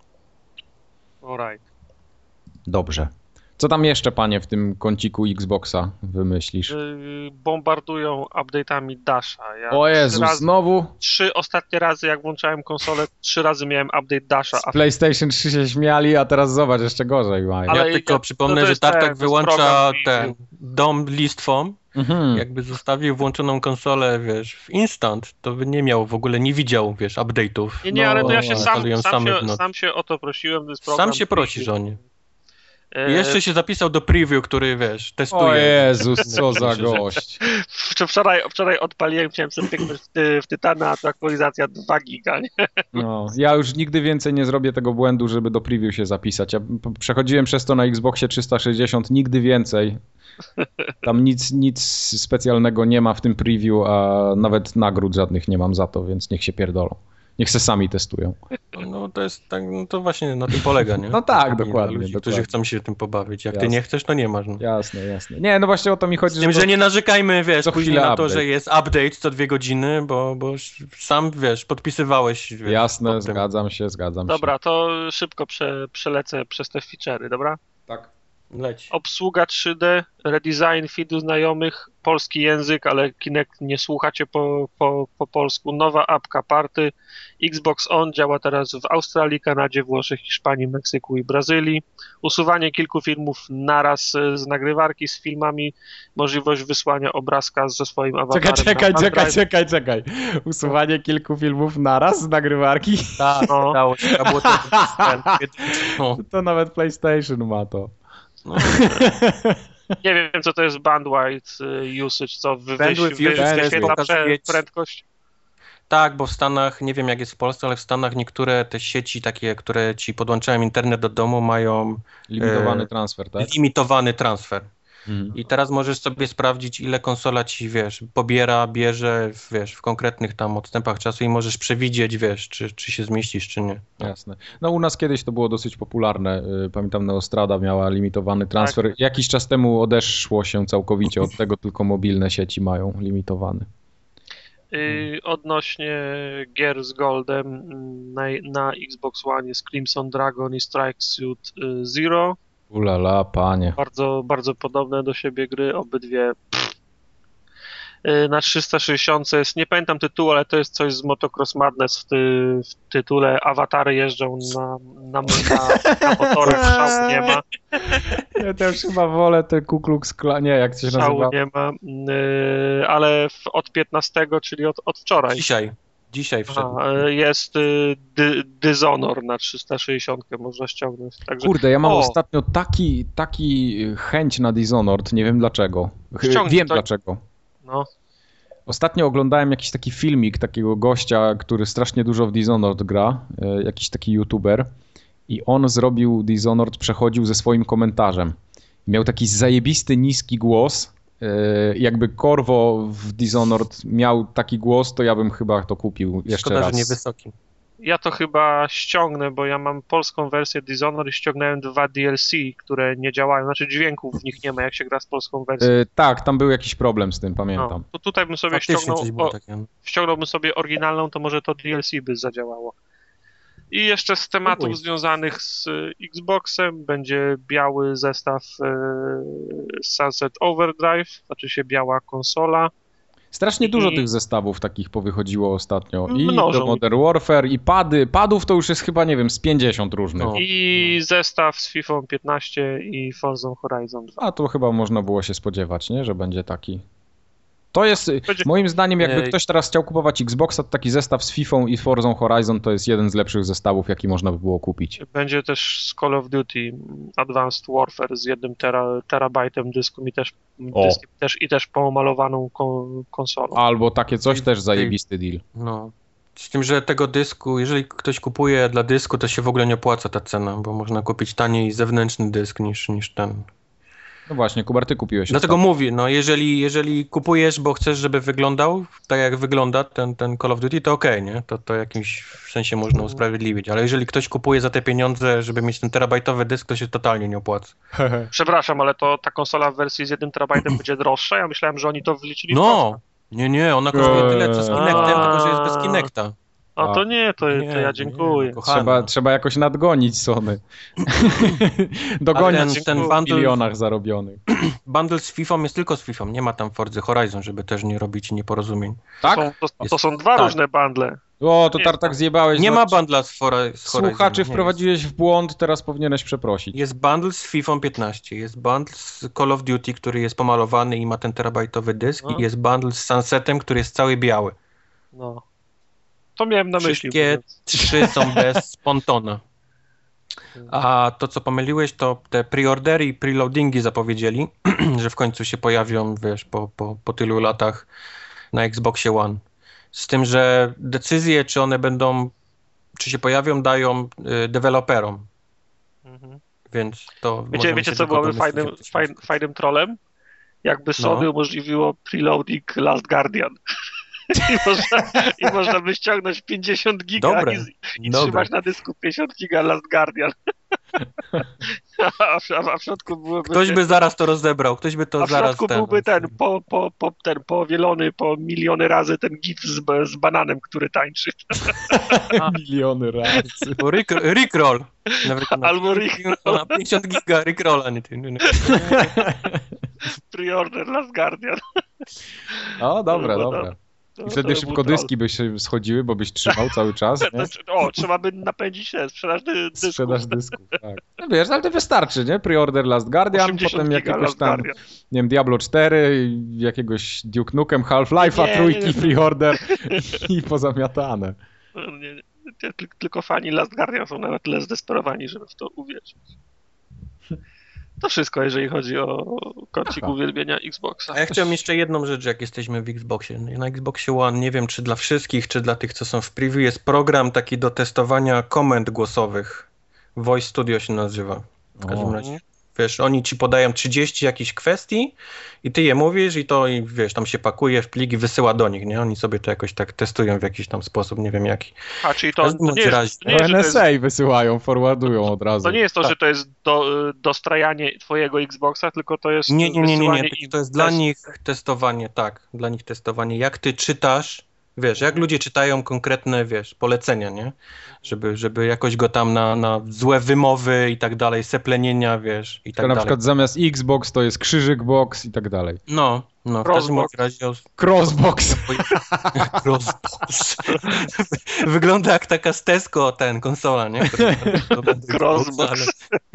Alright. Dobrze. Co tam jeszcze, panie, w tym kąciku Xboxa wymyślisz? Bombardują update'ami Dasha. O Jezus, znowu? 3 ostatnie razy, jak włączałem konsolę, 3 razy miałem update Dasha. Z PlayStation 3 się śmiali, a teraz zobacz, jeszcze gorzej mają. Ale ja tylko przypomnę, że Tartak wyłącza ten DOM listwą. Jakby zostawił włączoną konsolę, w instant, to by nie miał, w ogóle nie widział, update'ów. Nie, ale to ja się sam się o to prosiłem. Sam się prosisz o nie. I jeszcze się zapisał do preview, który, testuje. O Jezus, co za gość. Wczoraj odpaliłem, chciałem sobie pyknąć w Tytana, a to aktualizacja 2 giga, nie? No, ja już nigdy więcej nie zrobię tego błędu, żeby do preview się zapisać. Ja przechodziłem przez to na Xboxie 360, nigdy więcej. Tam nic specjalnego nie ma w tym preview, a nawet nagród żadnych nie mam za to, więc niech się pierdolą. Niech se sami testują. No to jest tak, to właśnie na tym polega, nie? No tak, dokładnie. Ludzi, którzy chcą się tym pobawić. Jak ty nie chcesz, to nie masz. No. Jasne. Nie, no właśnie o to mi chodzi. Z tym, że nie narzekajmy, później na to, że jest update co 2 godziny, bo sam, podpisywałeś. Jasne, zgadzam się. Dobra, to szybko przelecę przez te feature'y, dobra? Tak. Leć. Obsługa 3D, redesign feedu znajomych, polski język, ale Kinect nie słuchacie po polsku, nowa apka Party, Xbox On działa teraz w Australii, Kanadzie, Włoszech, Hiszpanii, Meksyku i Brazylii, usuwanie kilku filmów naraz z nagrywarki z filmami, możliwość wysłania obrazka ze swoim awatarem. Czekaj. Usuwanie kilku filmów naraz z nagrywarki? Tak, dało się. To nawet PlayStation ma to. No. Nie wiem, co to jest bandwidth usage, co wyświetla prędkość. Tak, bo w Stanach, nie wiem jak jest w Polsce, ale w Stanach niektóre te sieci takie, które ci podłączają internet do domu, mają limitowany transfer, tak? Limitowany transfer. I teraz możesz sobie sprawdzić, ile konsola ci, pobiera, bierze, w konkretnych tam odstępach czasu i możesz przewidzieć, czy się zmieścisz, czy nie. Jasne. No u nas kiedyś to było dosyć popularne. Pamiętam, Neostrada miała limitowany transfer. Tak. Jakiś czas temu odeszło się całkowicie od tego, tylko mobilne sieci mają limitowany. Odnośnie gier z Goldem, na Xbox One jest Crimson Dragon i Strike Suit Zero. Ulala, panie. Bardzo, bardzo podobne do siebie gry, obydwie. Na 360 jest, nie pamiętam tytułu, ale to jest coś z Motocross Madness w tytule. Awatary jeżdżą na motorach, szału nie ma. Ja też chyba wolę te Ku Klux Klan, nie, jak się nazywa. Szału nie ma, ale od 15, czyli od wczoraj. Dzisiaj wszedł. Jest Dishonor na 360, można ściągnąć. Także... Kurde, ja mam ostatnio taki chęć na Dishonored, nie wiem dlaczego. Wiem dlaczego. No. Ostatnio oglądałem jakiś taki filmik takiego gościa, który strasznie dużo w Dishonored gra, jakiś taki youtuber i on zrobił Dishonored, przechodził ze swoim komentarzem. Miał taki zajebisty, niski głos. Jakby Corvo w Dishonored miał taki głos, to ja bym chyba to kupił jeszcze raz. Szkoda, że niewysoki. Ja to chyba ściągnę, bo ja mam polską wersję Dishonored i ściągnąłem 2 DLC, które nie działają, znaczy dźwięków w nich nie ma, jak się gra z polską wersją. Tak, tam był jakiś problem z tym, pamiętam. No, to tutaj bym sobie ściągnąłbym sobie oryginalną, to może to DLC by zadziałało. I jeszcze z tematów związanych z Xboxem będzie biały zestaw Sunset Overdrive, znaczy się biała konsola. Strasznie dużo tych zestawów takich powychodziło ostatnio. I do Modern Warfare, i padów to już jest chyba, nie wiem, z 50 różnych. I zestaw z FIFA 15 i Forza Horizon 2. A to chyba można było się spodziewać, nie? Że będzie taki. To jest, moim zdaniem, jakby ktoś teraz chciał kupować Xboxa, to taki zestaw z FIFA i Forza Horizon to jest jeden z lepszych zestawów, jaki można by było kupić. Będzie też z Call of Duty Advanced Warfare z 1 terabajtem dysku i też pomalowaną konsolą. Albo takie coś też zajebisty deal. No. Z tym, że tego dysku, jeżeli ktoś kupuje dla dysku, to się w ogóle nie opłaca ta cena, bo można kupić taniej zewnętrzny dysk niż ten. No właśnie, Kubar, ty kupiłeś. Dlatego mówię, no jeżeli kupujesz, bo chcesz, żeby wyglądał tak jak wygląda ten Call of Duty, to okej, nie? To w jakimś sensie można usprawiedliwić, ale jeżeli ktoś kupuje za te pieniądze, żeby mieć ten terabajtowy dysk, to się totalnie nie opłaca. Przepraszam, ale to ta konsola w wersji z 1 terabajtem będzie droższa? Ja myślałem, że oni to wliczyli w No, nie, ona kosztuje tyle co z Kinectem, tylko że jest bez Kinecta. A to nie, to ja dziękuję. Trzeba jakoś nadgonić Sony. Dogonić ten w milionach zarobionych. Bundle z FIFA jest tylko z FIFA, nie ma tam Forza Horizon, żeby też nie robić nieporozumień. Tak? To są dwa różne bundle. O, to Tartak zjebałeś. Nie ma bundla z Horizon. Słuchaczy wprowadziłeś w błąd, teraz powinieneś przeprosić. Jest bundle z FIFA 15, jest bundle z Call of Duty, który jest pomalowany i ma ten terabajtowy dysk i jest bundle z Sunsetem, który jest cały biały. No. To miałem na myśli. Wszystkie 3 są bez pontona. A to, co pomyliłeś, to te preordery i preloadingi zapowiedzieli, że w końcu się pojawią, po tylu latach na Xboxie One. Z tym, że decyzje, czy one czy się pojawią, dają deweloperom. Więc to... Wiecie co byłoby fajnym trollem? Jakby Sony umożliwiło preloading Last Guardian. I można by ściągnąć 50 giga i trzymać na dysku 50 giga Last Guardian. A w środku byłoby... Ktoś by zaraz to rozebrał, ktoś by to zaraz... A w środku byłby ten powielony po miliony razy ten gif z bananem, który tańczy. Miliony razy. Rickroll. Albo Rickroll. Na 50 giga Rickrolla. Pre-order Last Guardian. O, dobra. I wtedy szybko dyski by się schodziły, bo byś trzymał cały czas, nie? Trzeba by napędzić sprzedaż dysków. Sprzedaż dysków, tak. No wiesz, ale to wystarczy, nie? Pre-order Last Guardian, potem jakiegoś tam, nie wiem, Diablo 4, jakiegoś Duke Nukem, Half-Life'a, trójki, pre-order i pozamiatane. Tylko fani Last Guardian są na tyle zdesperowani, żeby w to uwierzyć. To wszystko, jeżeli chodzi o kącik uwielbienia Xboxa. A ja chciałem jeszcze jedną rzecz, jak jesteśmy w Xboxie. Na Xboxie One, nie wiem czy dla wszystkich, czy dla tych, co są w preview, jest program taki do testowania komend głosowych. Voice Studio się nazywa. W każdym razie. Wiesz, oni ci podają 30 jakichś kwestii i ty je mówisz i to, i wiesz, tam się pakuje w plik i wysyła do nich, nie? Oni sobie to jakoś tak testują w jakiś tam sposób, nie wiem jaki. A, czyli to nie jest, NSA wysyłają, forwardują od razu. To nie jest to, że to jest dostrajanie twojego Xboxa, tylko to jest Nie. To jest dla nich testowanie, tak. Dla nich testowanie. Jak ty czytasz, wiesz, jak ludzie czytają konkretne, wiesz, polecenia, nie? Żeby jakoś go tam na złe wymowy i tak dalej, seplenienia, wiesz, i tak dalej. Na przykład zamiast Xbox to jest krzyżyk box i tak dalej. No, w każdym razie... Crossbox. Crossbox. Wygląda jak taka z Tesco, konsola, nie? Crossbox.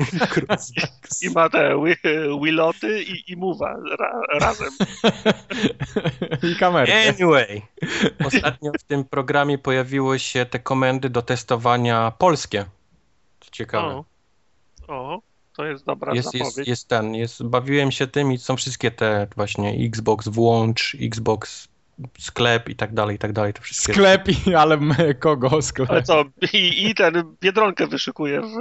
I ma te Wiloty i Move'a razem. I kamerę. Anyway, ostatnio w tym programie pojawiły się te komendy do testowania polskie. Co ciekawe. To jest dobra zapowiedź. Bawiłem się tym i są wszystkie te właśnie Xbox włącz, Xbox sklep i tak dalej, to wszystkie. Sklep, ale kogo sklep? Ale co, i ten Biedronkę wyszukuje w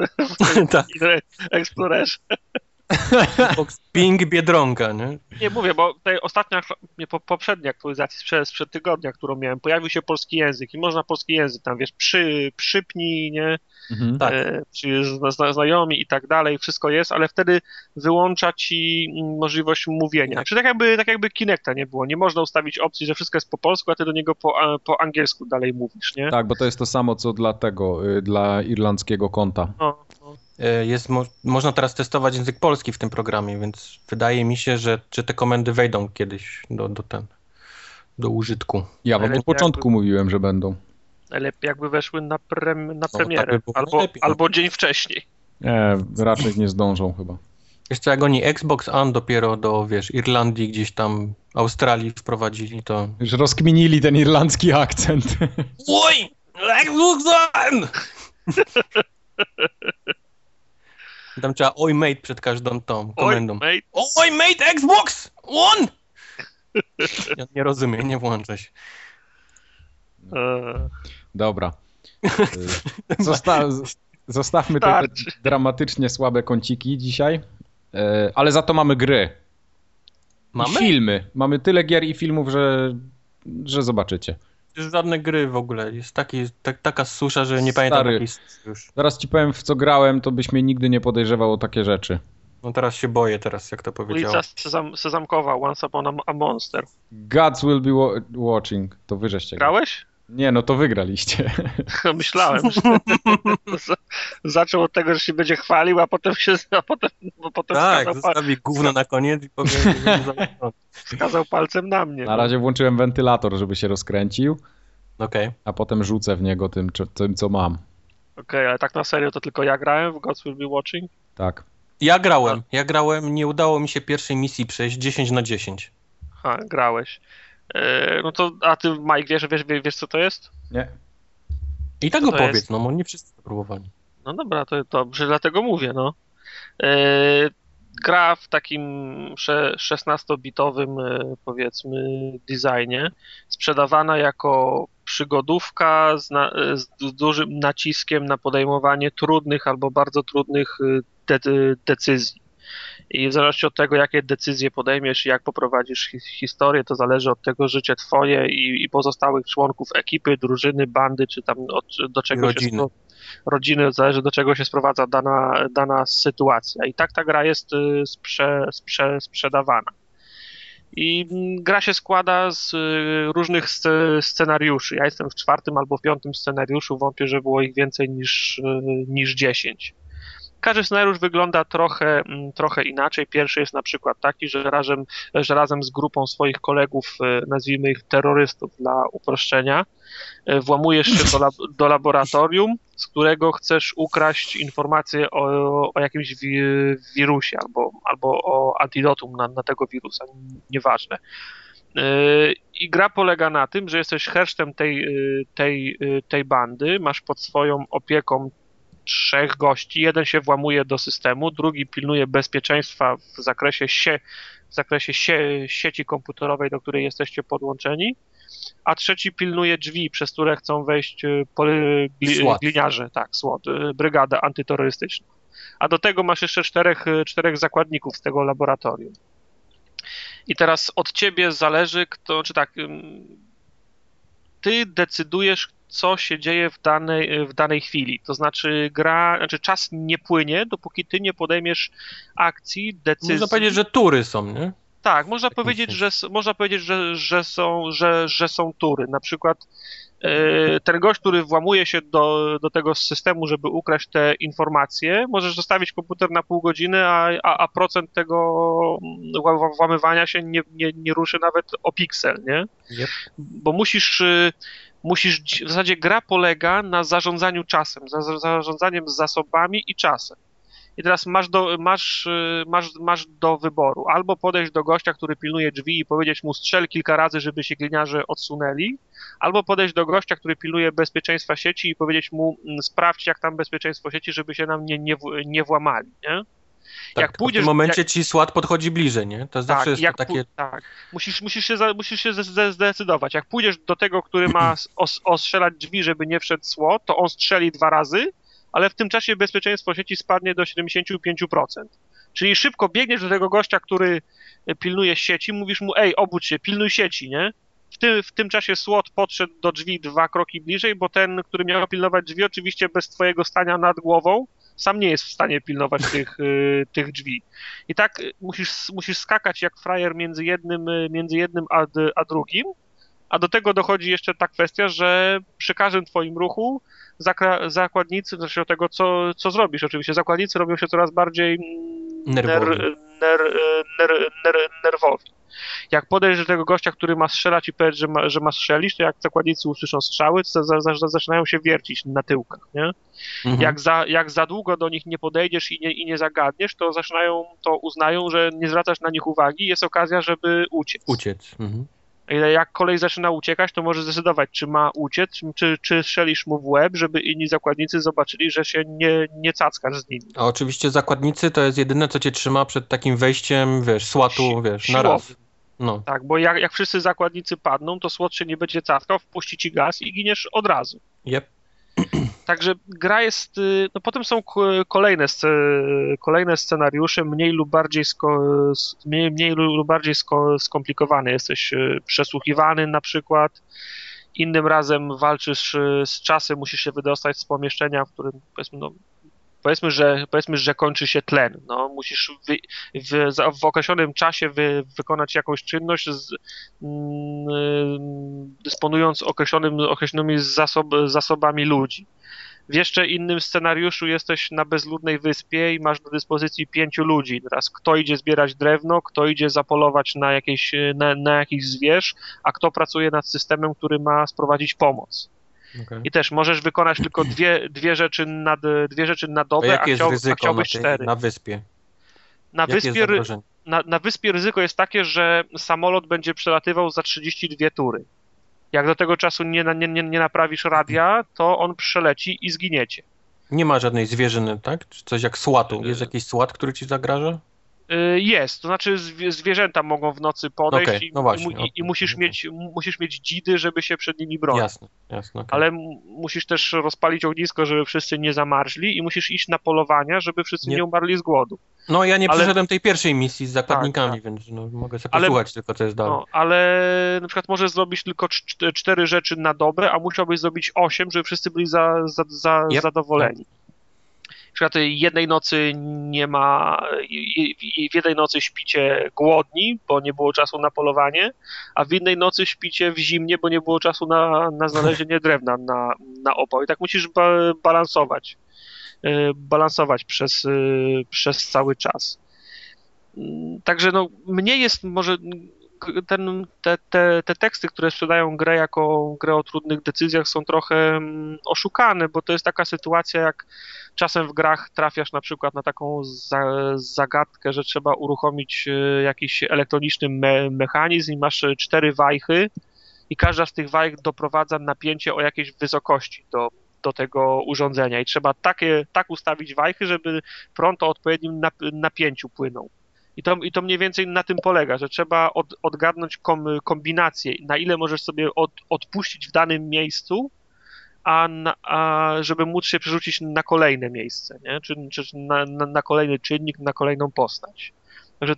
Explorerze. Xbox Bing Biedronka, nie? Nie mówię, bo tej poprzedniej aktualizacji sprzed tygodnia, którą miałem, pojawił się polski język i można polski język tam, wiesz, przypnij, nie? Tak. Czy znajomi i tak dalej, wszystko jest, ale wtedy wyłącza ci możliwość mówienia. Czy tak jakby Kinecta nie było. Nie można ustawić opcji, że wszystko jest po polsku, a ty do niego po angielsku dalej mówisz, nie? Tak, bo to jest to samo, co dla irlandzkiego konta. Można teraz testować język polski w tym programie, więc wydaje mi się, że te komendy wejdą kiedyś do użytku. Ja wam od początku mówiłem, że będą. Najlepiej jakby weszły na premierę, albo dzień wcześniej. Nie, raczej nie zdążą chyba. Jeszcze jak oni Xbox One dopiero do, wiesz, Irlandii, gdzieś tam Australii wprowadzili, to... Już rozkminili ten irlandzki akcent. Oj! Xbox One! Tam trzeba oj mate przed każdą tą komendą. Oj mate Xbox One! Ja nie rozumiem, nie włączę się. Dobra. Zostawmy te dramatycznie słabe kąciki dzisiaj, ale za to mamy gry. Mamy? I filmy. Mamy tyle gier i filmów, że zobaczycie. Już żadne gry w ogóle. Jest taka susza, że nie pamiętam jakiej już. Zaraz ci powiem, w co grałem, to byś mnie nigdy nie podejrzewał o takie rzeczy. No teraz się boję, jak to powiedział. Ulica Sezamkowa, Once Upon a Monster. Gods will be watching. To wy żeście grałeś? Nie, no to wygraliście. Myślałem, że zaczął od tego, że się będzie chwalił, a potem tak, zostawi gówno na koniec i powie, że wskazał palcem na mnie. Na razie włączyłem wentylator, żeby się rozkręcił. Okay. A potem rzucę w niego tym co mam. Okej, ale tak na serio to tylko ja grałem w Gods Will Be Watching? Tak. Ja grałem, nie udało mi się pierwszej misji przejść 10 na 10. Grałeś. No to, a ty, Mike, wiesz co to jest? Nie. I tak go powiedz, jest? No nie wszyscy to próbowali. No dobra, to dobrze, dlatego mówię, no. Gra w takim 16-bitowym, powiedzmy, designie, sprzedawana jako przygodówka z dużym naciskiem na podejmowanie trudnych albo bardzo trudnych decyzji. I w zależności od tego, jakie decyzje podejmiesz i jak poprowadzisz historię, to zależy od tego życie twoje i pozostałych członków ekipy, drużyny, bandy, czy tam do czego rodziny, zależy do czego się sprowadza dana sytuacja. I tak ta gra jest sprzedawana. I gra się składa z różnych scenariuszy. Ja jestem w 4. albo w 5. scenariuszu, wątpię, że było ich więcej niż 10. Każdy scenariusz wygląda trochę inaczej. Pierwszy jest na przykład taki, że razem z grupą swoich kolegów, nazwijmy ich terrorystów dla uproszczenia, włamujesz się do laboratorium, z którego chcesz ukraść informacje o jakimś wirusie albo o antidotum na tego wirusa, nieważne. I gra polega na tym, że jesteś hersztem tej bandy, masz pod swoją opieką trzech gości. Jeden się włamuje do systemu, drugi pilnuje bezpieczeństwa w zakresie sieci komputerowej, do której jesteście podłączeni, a trzeci pilnuje drzwi, przez które chcą wejść gliniarze, tak, SWAT, brygada antyterrorystyczna. A do tego masz jeszcze czterech zakładników z tego laboratorium. I teraz od ciebie zależy, ty decydujesz, co się dzieje w danej chwili. To znaczy czas nie płynie, dopóki ty nie podejmiesz akcji, decyzji. Można powiedzieć, że tury są, nie? Tak, można powiedzieć, że są tury. Na przykład ten gość, który włamuje się do tego systemu, żeby ukraść te informacje, możesz zostawić komputer na pół godziny, a procent tego włamywania się nie ruszy nawet o piksel, nie? Yep. Bo musisz, w zasadzie gra polega na zarządzaniu czasem, zarządzaniem zasobami i czasem. I teraz masz do wyboru albo podejść do gościa, który pilnuje drzwi i powiedzieć mu strzel kilka razy, żeby się gliniarze odsunęli, albo podejść do gościa, który pilnuje bezpieczeństwa sieci i powiedzieć mu sprawdź jak tam bezpieczeństwo sieci, żeby się nam nie włamali, nie? Tak, jak pójdziesz, w tym momencie ci SWAT podchodzi bliżej, nie? To zawsze jest to takie... Tak, musisz się zdecydować. Jak pójdziesz do tego, który ma ostrzelać drzwi, żeby nie wszedł SWAT, to on strzeli 2 razy, ale w tym czasie bezpieczeństwo sieci spadnie do 75%. Czyli szybko biegniesz do tego gościa, który pilnuje sieci, mówisz mu, obudź się, pilnuj sieci, nie? W tym czasie SWAT podszedł do drzwi 2 kroki bliżej, bo ten, który miał pilnować drzwi, oczywiście bez twojego stania nad głową, sam nie jest w stanie pilnować tych drzwi. I tak musisz skakać jak frajer między jednym a drugim, a do tego dochodzi jeszcze ta kwestia, że przy każdym twoim ruchu zakładnicy, zresztą tego, co zrobisz oczywiście, zakładnicy robią się coraz bardziej nerwowi. Jak podejdziesz do tego gościa, który ma strzelać i powiedz, że ma strzelić, to jak zakładnicy usłyszą strzały, to zaczynają się wiercić na tyłkach, nie? Mhm. Jak za długo do nich nie podejdziesz i nie zagadniesz, to uznają, że nie zwracasz na nich uwagi, jest okazja, żeby uciec. Mhm. Jak kolej zaczyna uciekać, to może zdecydować, czy ma uciec, czy strzelisz mu w łeb, żeby inni zakładnicy zobaczyli, że się nie cackasz z nimi. A oczywiście zakładnicy to jest jedyne, co cię trzyma przed takim wejściem, SWAT-u, na raz. No. Tak, bo jak wszyscy zakładnicy padną, to SWAT się nie będzie cackał, wpuści ci gaz i giniesz od razu. Yep. Także gra jest, no potem są kolejne scenariusze, mniej lub bardziej skomplikowane. Jesteś przesłuchiwany na przykład, innym razem walczysz z czasem, musisz się wydostać z pomieszczenia, w którym powiedzmy, że kończy się tlen. No, musisz w określonym czasie wykonać jakąś czynność, dysponując określonymi zasobami ludzi. W jeszcze innym scenariuszu jesteś na bezludnej wyspie i masz do dyspozycji 5 ludzi. Teraz kto idzie zbierać drewno, kto idzie zapolować na jakiś zwierz, a kto pracuje nad systemem, który ma sprowadzić pomoc. Okay. I też możesz wykonać tylko dwie rzeczy na dobę, a chciałbyś 4. Na wyspie? Na wyspie ryzyko jest takie, że samolot będzie przelatywał za 32 tury. Jak do tego czasu nie naprawisz radia, to on przeleci i zginiecie. Nie ma żadnej zwierzyny, tak? Czy coś jak SWAT-u? Jest jakiś SWAT, który ci zagraża? Jest, to znaczy zwierzęta mogą w nocy podejść i musisz mieć dzidy, żeby się przed nimi bronić. Jasne. Okay. Ale musisz też rozpalić ognisko, żeby wszyscy nie zamarzli i musisz iść na polowania, żeby wszyscy nie umarli z głodu. No ja nie przeszedłem tej pierwszej misji z zakładnikami, więc mogę sobie posłuchać tylko, co jest dalej. No, ale na przykład możesz zrobić tylko 4 rzeczy na dobre, a musiałbyś zrobić 8, żeby wszyscy byli zadowoleni. Na przykład jednej nocy nie ma, w jednej nocy śpicie głodni, bo nie było czasu na polowanie, a w innej nocy śpicie w zimnie, bo nie było czasu na znalezienie drewna na opał. I tak musisz balansować przez cały czas. Także mnie jest może te teksty, które sprzedają grę jako grę o trudnych decyzjach, są trochę oszukane, bo to jest taka sytuacja, jak czasem w grach trafiasz na przykład na taką zagadkę, że trzeba uruchomić jakiś elektroniczny mechanizm i masz 4 wajchy i każda z tych wajch doprowadza napięcie o jakiejś wysokości do tego urządzenia i trzeba tak ustawić wajchy, żeby prąd o odpowiednim napięciu płynął. I to mniej więcej na tym polega, że trzeba odgadnąć kombinację, na ile możesz sobie odpuścić w danym miejscu, a żeby móc się przerzucić na kolejne miejsce, nie? Czy na kolejny czynnik, na kolejną postać. Także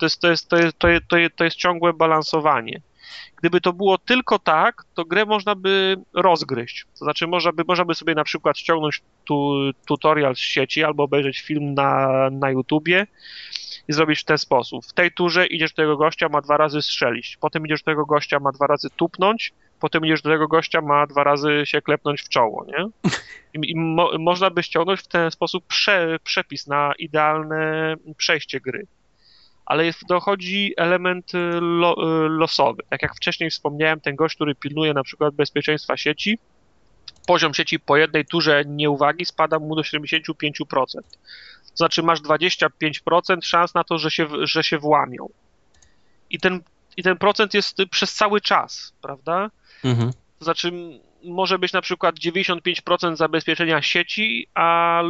to jest ciągłe balansowanie. Gdyby to było tylko tak, to grę można by rozgryźć. To znaczy można by sobie na przykład ściągnąć tutorial z sieci albo obejrzeć film na YouTubie i zrobić w ten sposób. W tej turze idziesz do tego gościa, ma 2 razy strzelić. Potem idziesz do tego gościa, ma 2 razy tupnąć. Potem idziesz do tego gościa, ma 2 razy się klepnąć w czoło, nie? Można by ściągnąć w ten sposób przepis na idealne przejście gry. Ale dochodzi element losowy. Tak jak wcześniej wspomniałem, ten gość, który pilnuje na przykład bezpieczeństwa sieci, poziom sieci po jednej turze nieuwagi spada mu do 75%. To znaczy masz 25% szans na to, że się włamią. I ten procent jest przez cały czas, prawda? Mhm. To znaczy może być na przykład 95% zabezpieczenia sieci, a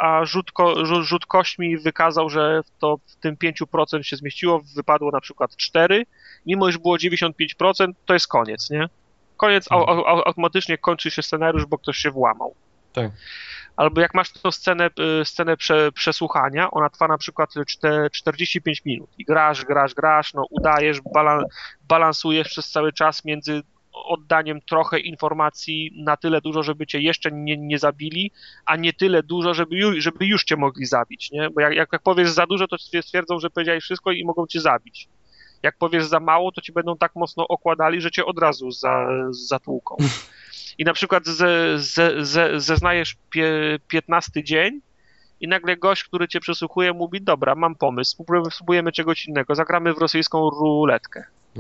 rzut kośćmi wykazał, że to w tym 5% się zmieściło, wypadło na przykład 4, mimo iż było 95%, to jest koniec, nie? Koniec, automatycznie kończy się scenariusz, bo ktoś się włamał. Tak. Albo jak masz tą scenę przesłuchania, ona trwa na przykład 45 minut i grasz, no udajesz, balansujesz przez cały czas między oddaniem trochę informacji na tyle dużo, żeby cię jeszcze nie zabili, a nie tyle dużo, żeby już cię mogli zabić, nie? Bo jak powiesz za dużo, to stwierdzą, że powiedziałeś wszystko i mogą cię zabić. Jak powiesz za mało, to ci będą tak mocno okładali, że cię od razu zatłuką. I na przykład zeznajesz 15 dzień i nagle gość, który cię przesłuchuje, mówi: dobra, mam pomysł, spróbujemy czegoś innego, zagramy w rosyjską ruletkę.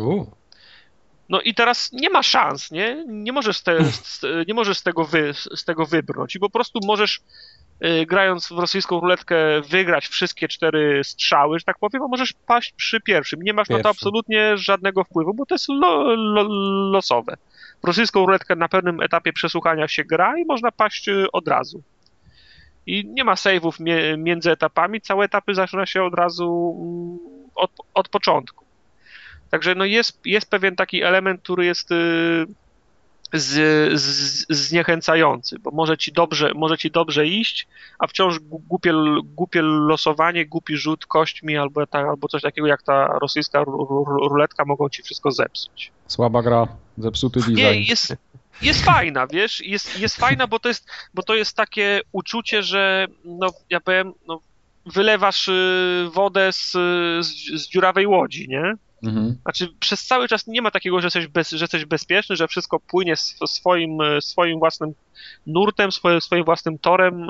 No i teraz nie ma szans, nie? Nie możesz z tego wybrnąć i po prostu możesz, grając w rosyjską ruletkę, wygrać wszystkie 4 strzały, że tak powiem, a możesz paść przy pierwszym. Nie masz na to absolutnie żadnego wpływu, bo to jest losowe. W rosyjską ruletkę na pewnym etapie przesłuchania się gra i można paść od razu. I nie ma save'ów między etapami, całe etapy zaczyna się od razu od początku. Także no jest pewien taki element, który jest zniechęcający, bo może ci dobrze iść, a wciąż głupie losowanie, głupi rzut kośćmi albo coś takiego jak ta rosyjska ruletka mogą ci wszystko zepsuć. Słaba gra, zepsuty design. Nie, jest fajna, wiesz, jest fajna, bo to jest takie uczucie, że no ja powiem, no, wylewasz wodę z dziurawej łodzi, nie? Mhm. Znaczy przez cały czas nie ma takiego, że jesteś bezpieczny, że wszystko płynie swoim własnym nurtem, swoim własnym torem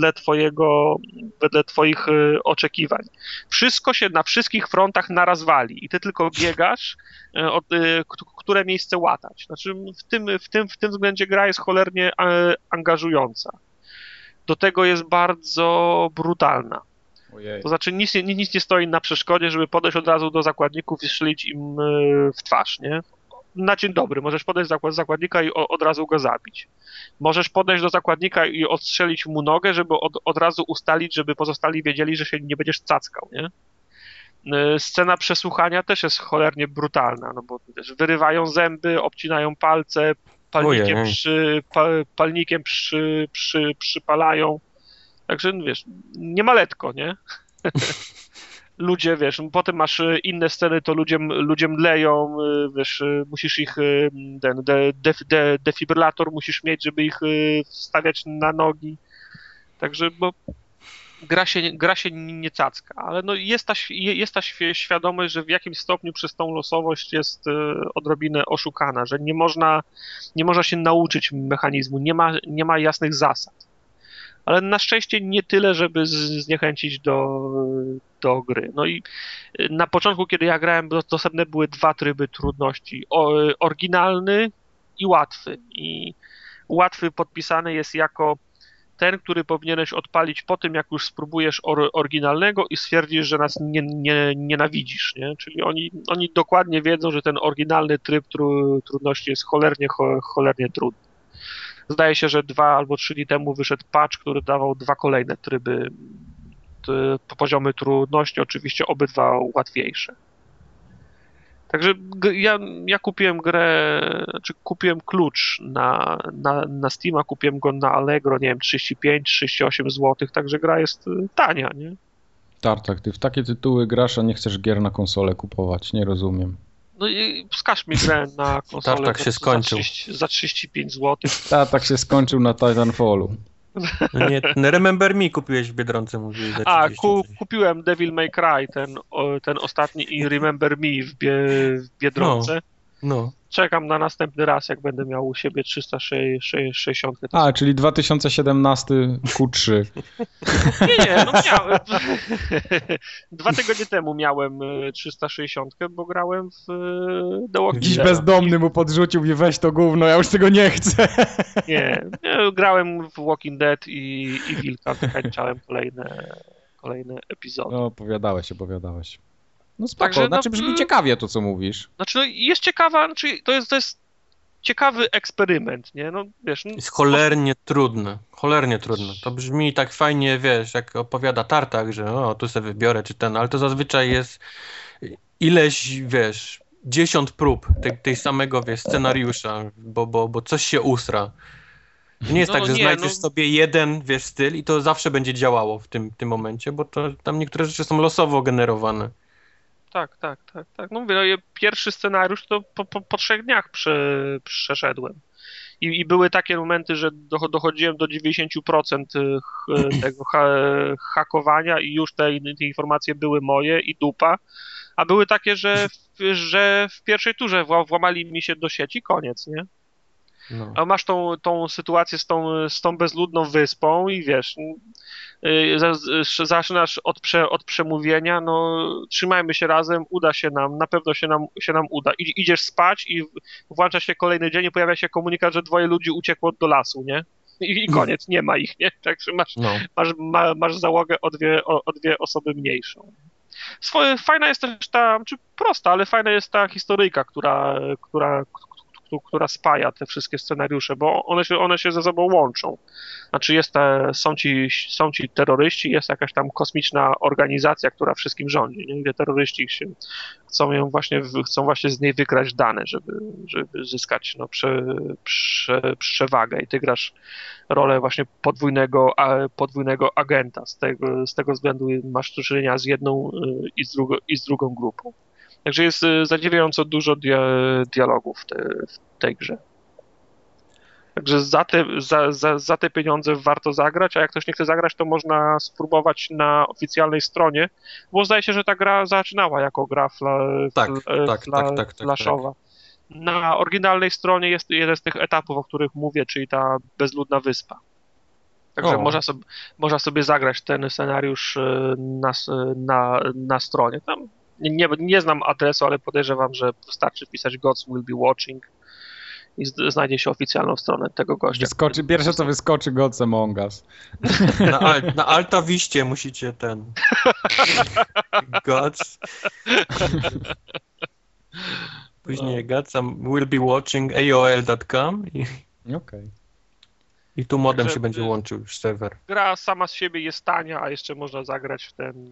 wedle twoich oczekiwań. Wszystko się na wszystkich frontach naraz wali i ty tylko biegasz, które miejsce łatać. Znaczy w tym względzie gra jest cholernie angażująca. Do tego jest bardzo brutalna. Ojej. To znaczy nic nie stoi na przeszkodzie, żeby podejść od razu do zakładników i strzelić im w twarz, nie? Na dzień dobry, możesz podejść do zakładnika i od razu go zabić. Możesz podejść do zakładnika i odstrzelić mu nogę, żeby od razu ustalić, żeby pozostali wiedzieli, że się nie będziesz cackał, nie? Scena przesłuchania też jest cholernie brutalna, no bo wiesz, wyrywają zęby, obcinają palce, palnikiem przypalają. Także, wiesz, nie ma letko, nie? Ludzie, wiesz, potem masz inne sceny, to ludzie mdleją, wiesz, musisz ich, defibrylator musisz mieć, żeby ich wstawiać na nogi. Także, bo gra się nie cacka, ale no jest ta świadomość, że w jakimś stopniu przez tą losowość jest odrobinę oszukana, że nie można się nauczyć mechanizmu, nie ma jasnych zasad. Ale na szczęście nie tyle, żeby zniechęcić do gry. No i na początku, kiedy ja grałem, dostępne były 2 tryby trudności. Oryginalny i łatwy. I łatwy podpisany jest jako ten, który powinieneś odpalić po tym, jak już spróbujesz oryginalnego i stwierdzisz, że nas nienawidzisz, nie? Czyli oni dokładnie wiedzą, że ten oryginalny tryb trudności jest cholernie trudny. zdaje się, że 2 albo 3 dni temu wyszedł patch, który dawał 2 kolejne tryby, poziomy trudności, oczywiście obydwa łatwiejsze. Także ja kupiłem grę, czy kupiłem klucz na Steama, kupiłem go na Allegro, nie wiem, 35-38 zł, także gra jest tania, nie? Tartak, ty w takie tytuły grasz, a nie chcesz gier na konsolę kupować, nie rozumiem. No i wskaż mi grę na konsolę Tartak się skończył. Za 35 zł. Tartak się skończył na Titanfallu. Nie, Remember Me kupiłeś w Biedronce, mówiłeś za 30. Kupiłem Devil May Cry, ten ostatni i Remember Me w Biedronce. No. Czekam na następny raz, jak będę miał u siebie 360. Czyli 2017 Q3. Nie, no miałem. 2 tygodnie temu miałem 360, bo grałem w The Walking Jakiś Dead. bezdomny mu podrzucił i weź to gówno, ja już tego nie chcę. Nie, grałem w Walking Dead i Wilka, wykańczałem kolejne epizody. No, opowiadałeś. No spoko, także, znaczy brzmi ciekawie to, co mówisz. Znaczy, no, jest ciekawa, to jest ciekawy eksperyment, nie? No, wiesz, jest cholernie trudne. To brzmi tak fajnie, wiesz, jak opowiada Tartak, że tu sobie wybiorę, czy ten, ale to zazwyczaj jest ileś, wiesz, 10 prób tej samego, wiesz, scenariusza, bo coś się usra. Nie jest tak, że znajdziesz sobie jeden, wiesz, styl i to zawsze będzie działało w tym momencie, bo to tam niektóre rzeczy są losowo generowane. Tak. No mówię, pierwszy scenariusz to po 3 dniach przeszedłem. I były takie momenty, że dochodziłem do 90% tego hakowania i już te informacje były moje i dupa. A były takie, że w pierwszej turze włamali mi się do sieci, koniec, nie? No. A masz tą sytuację z tą bezludną wyspą i wiesz, zaczynasz od przemówienia, no trzymajmy się razem, uda się nam, na pewno się nam uda. Idziesz spać i włącza się kolejny dzień i pojawia się komunikat, że 2 ludzi uciekło do lasu, nie? I koniec, nie ma ich, nie? Także masz załogę o 2 osoby mniejszą. Fajna jest też czy prosta, ale fajna jest ta historyjka, która spaja te wszystkie scenariusze, bo one się ze sobą łączą. Znaczy są ci terroryści, jest jakaś tam kosmiczna organizacja, która wszystkim rządzi, nie? Gdzie terroryści chcą właśnie z niej wykraść dane, żeby zyskać przewagę i ty grasz rolę właśnie podwójnego agenta. Z tego względu masz do czynienia z jedną i z drugą grupą. Także jest zadziwiająco dużo dialogów w tej grze. Także za te pieniądze warto zagrać, a jak ktoś nie chce zagrać, to można spróbować na oficjalnej stronie, bo zdaje się, że ta gra zaczynała jako gra flashowa. Na oryginalnej stronie jest jeden z tych etapów, o których mówię, czyli ta bezludna wyspa. Także można sobie zagrać ten scenariusz na stronie. Tam nie znam adresu, ale podejrzewam, że wystarczy wpisać Gods Will Be Watching i znajdzie się oficjalną stronę tego gościa. Pierwsze co wyskoczy Gods Among Us. Na Alta Wiście musicie Gods. Później Gods Will Be Watching AOL.com i tu modem się będzie łączył już serwer. Gra sama z siebie jest tania, a jeszcze można zagrać w ten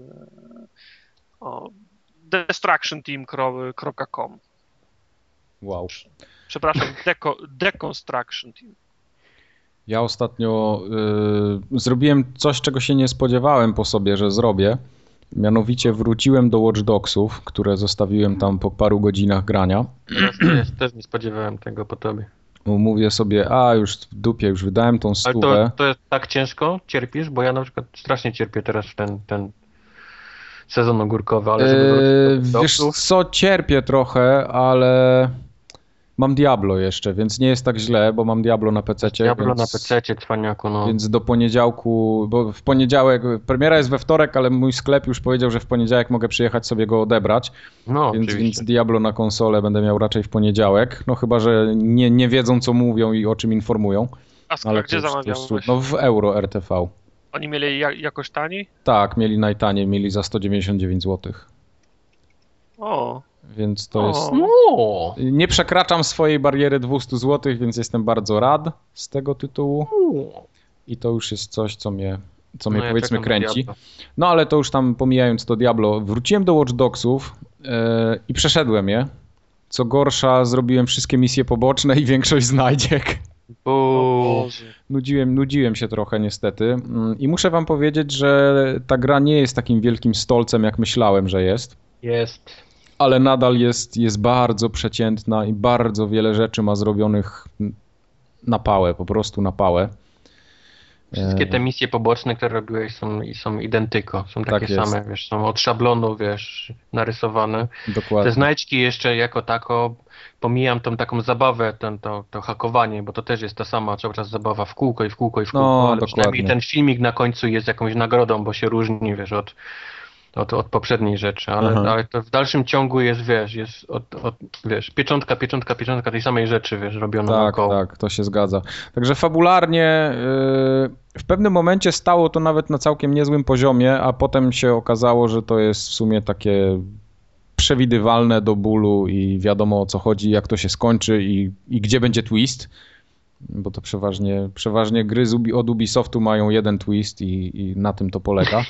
destructionteam.com. Wow. Przepraszam, Deconstruction Team. Ja ostatnio zrobiłem coś, czego się nie spodziewałem po sobie, że zrobię. Mianowicie wróciłem do Watch Dogsów, które zostawiłem tam po paru godzinach grania. Też nie spodziewałem tego po tobie. Mówię sobie, już w dupie, już wydałem tą 100. Ale to jest tak ciężko? Cierpisz? Bo ja na przykład strasznie cierpię teraz w ten sezon ogórkowy, ale żeby wiesz co, cierpię trochę, ale mam Diablo jeszcze, więc nie jest tak źle, bo mam Diablo na PC-cie. Diablo na PC-cie, cwaniaku, no. Więc do poniedziałku, bo w poniedziałek, premiera jest we wtorek, ale mój sklep już powiedział, że w poniedziałek mogę przyjechać sobie go odebrać. No, więc Diablo na konsolę będę miał raczej w poniedziałek, no chyba, że nie wiedzą, co mówią i o czym informują. A gdzie zamawiałeś? No w Euro RTV. Oni mieli jakoś taniej? Tak, mieli najtaniej, mieli za 199 zł. O, Więc to jest... Nie przekraczam swojej bariery 200 zł, więc jestem bardzo rad z tego tytułu. I to już jest coś, co mnie powiedzmy kręci. No ale to już tam pomijając to Diablo, wróciłem do Watch Dogsów i przeszedłem je. Co gorsza, zrobiłem wszystkie misje poboczne i większość znajdziek. Nudziłem się trochę niestety. I muszę wam powiedzieć, że ta gra nie jest takim wielkim stolcem, jak myślałem, że jest. Jest. Ale nadal jest bardzo przeciętna i bardzo wiele rzeczy ma zrobionych na pałę, po prostu na pałę. Wszystkie te misje poboczne, które robiłeś są identyko, są takie same, wiesz, są od szablonu, wiesz, narysowane. Dokładnie. Te znajdźki jeszcze jako tako, pomijam tą taką zabawę, to hakowanie, bo to też jest ta sama cały czas zabawa w kółko i w kółko i w kółko, no, ale dokładnie. przynajmniej ten filmik na końcu jest jakąś nagrodą, bo się różni, wiesz, od poprzedniej rzeczy, ale to w dalszym ciągu jest, wiesz, pieczątka tej samej rzeczy, wiesz, robiona naokoło. Tak, to się zgadza. Także fabularnie w pewnym momencie stało to nawet na całkiem niezłym poziomie, a potem się okazało, że to jest w sumie takie przewidywalne do bólu i wiadomo o co chodzi, jak to się skończy i gdzie będzie twist, bo to przeważnie gry od Ubisoftu mają jeden twist i na tym to polega.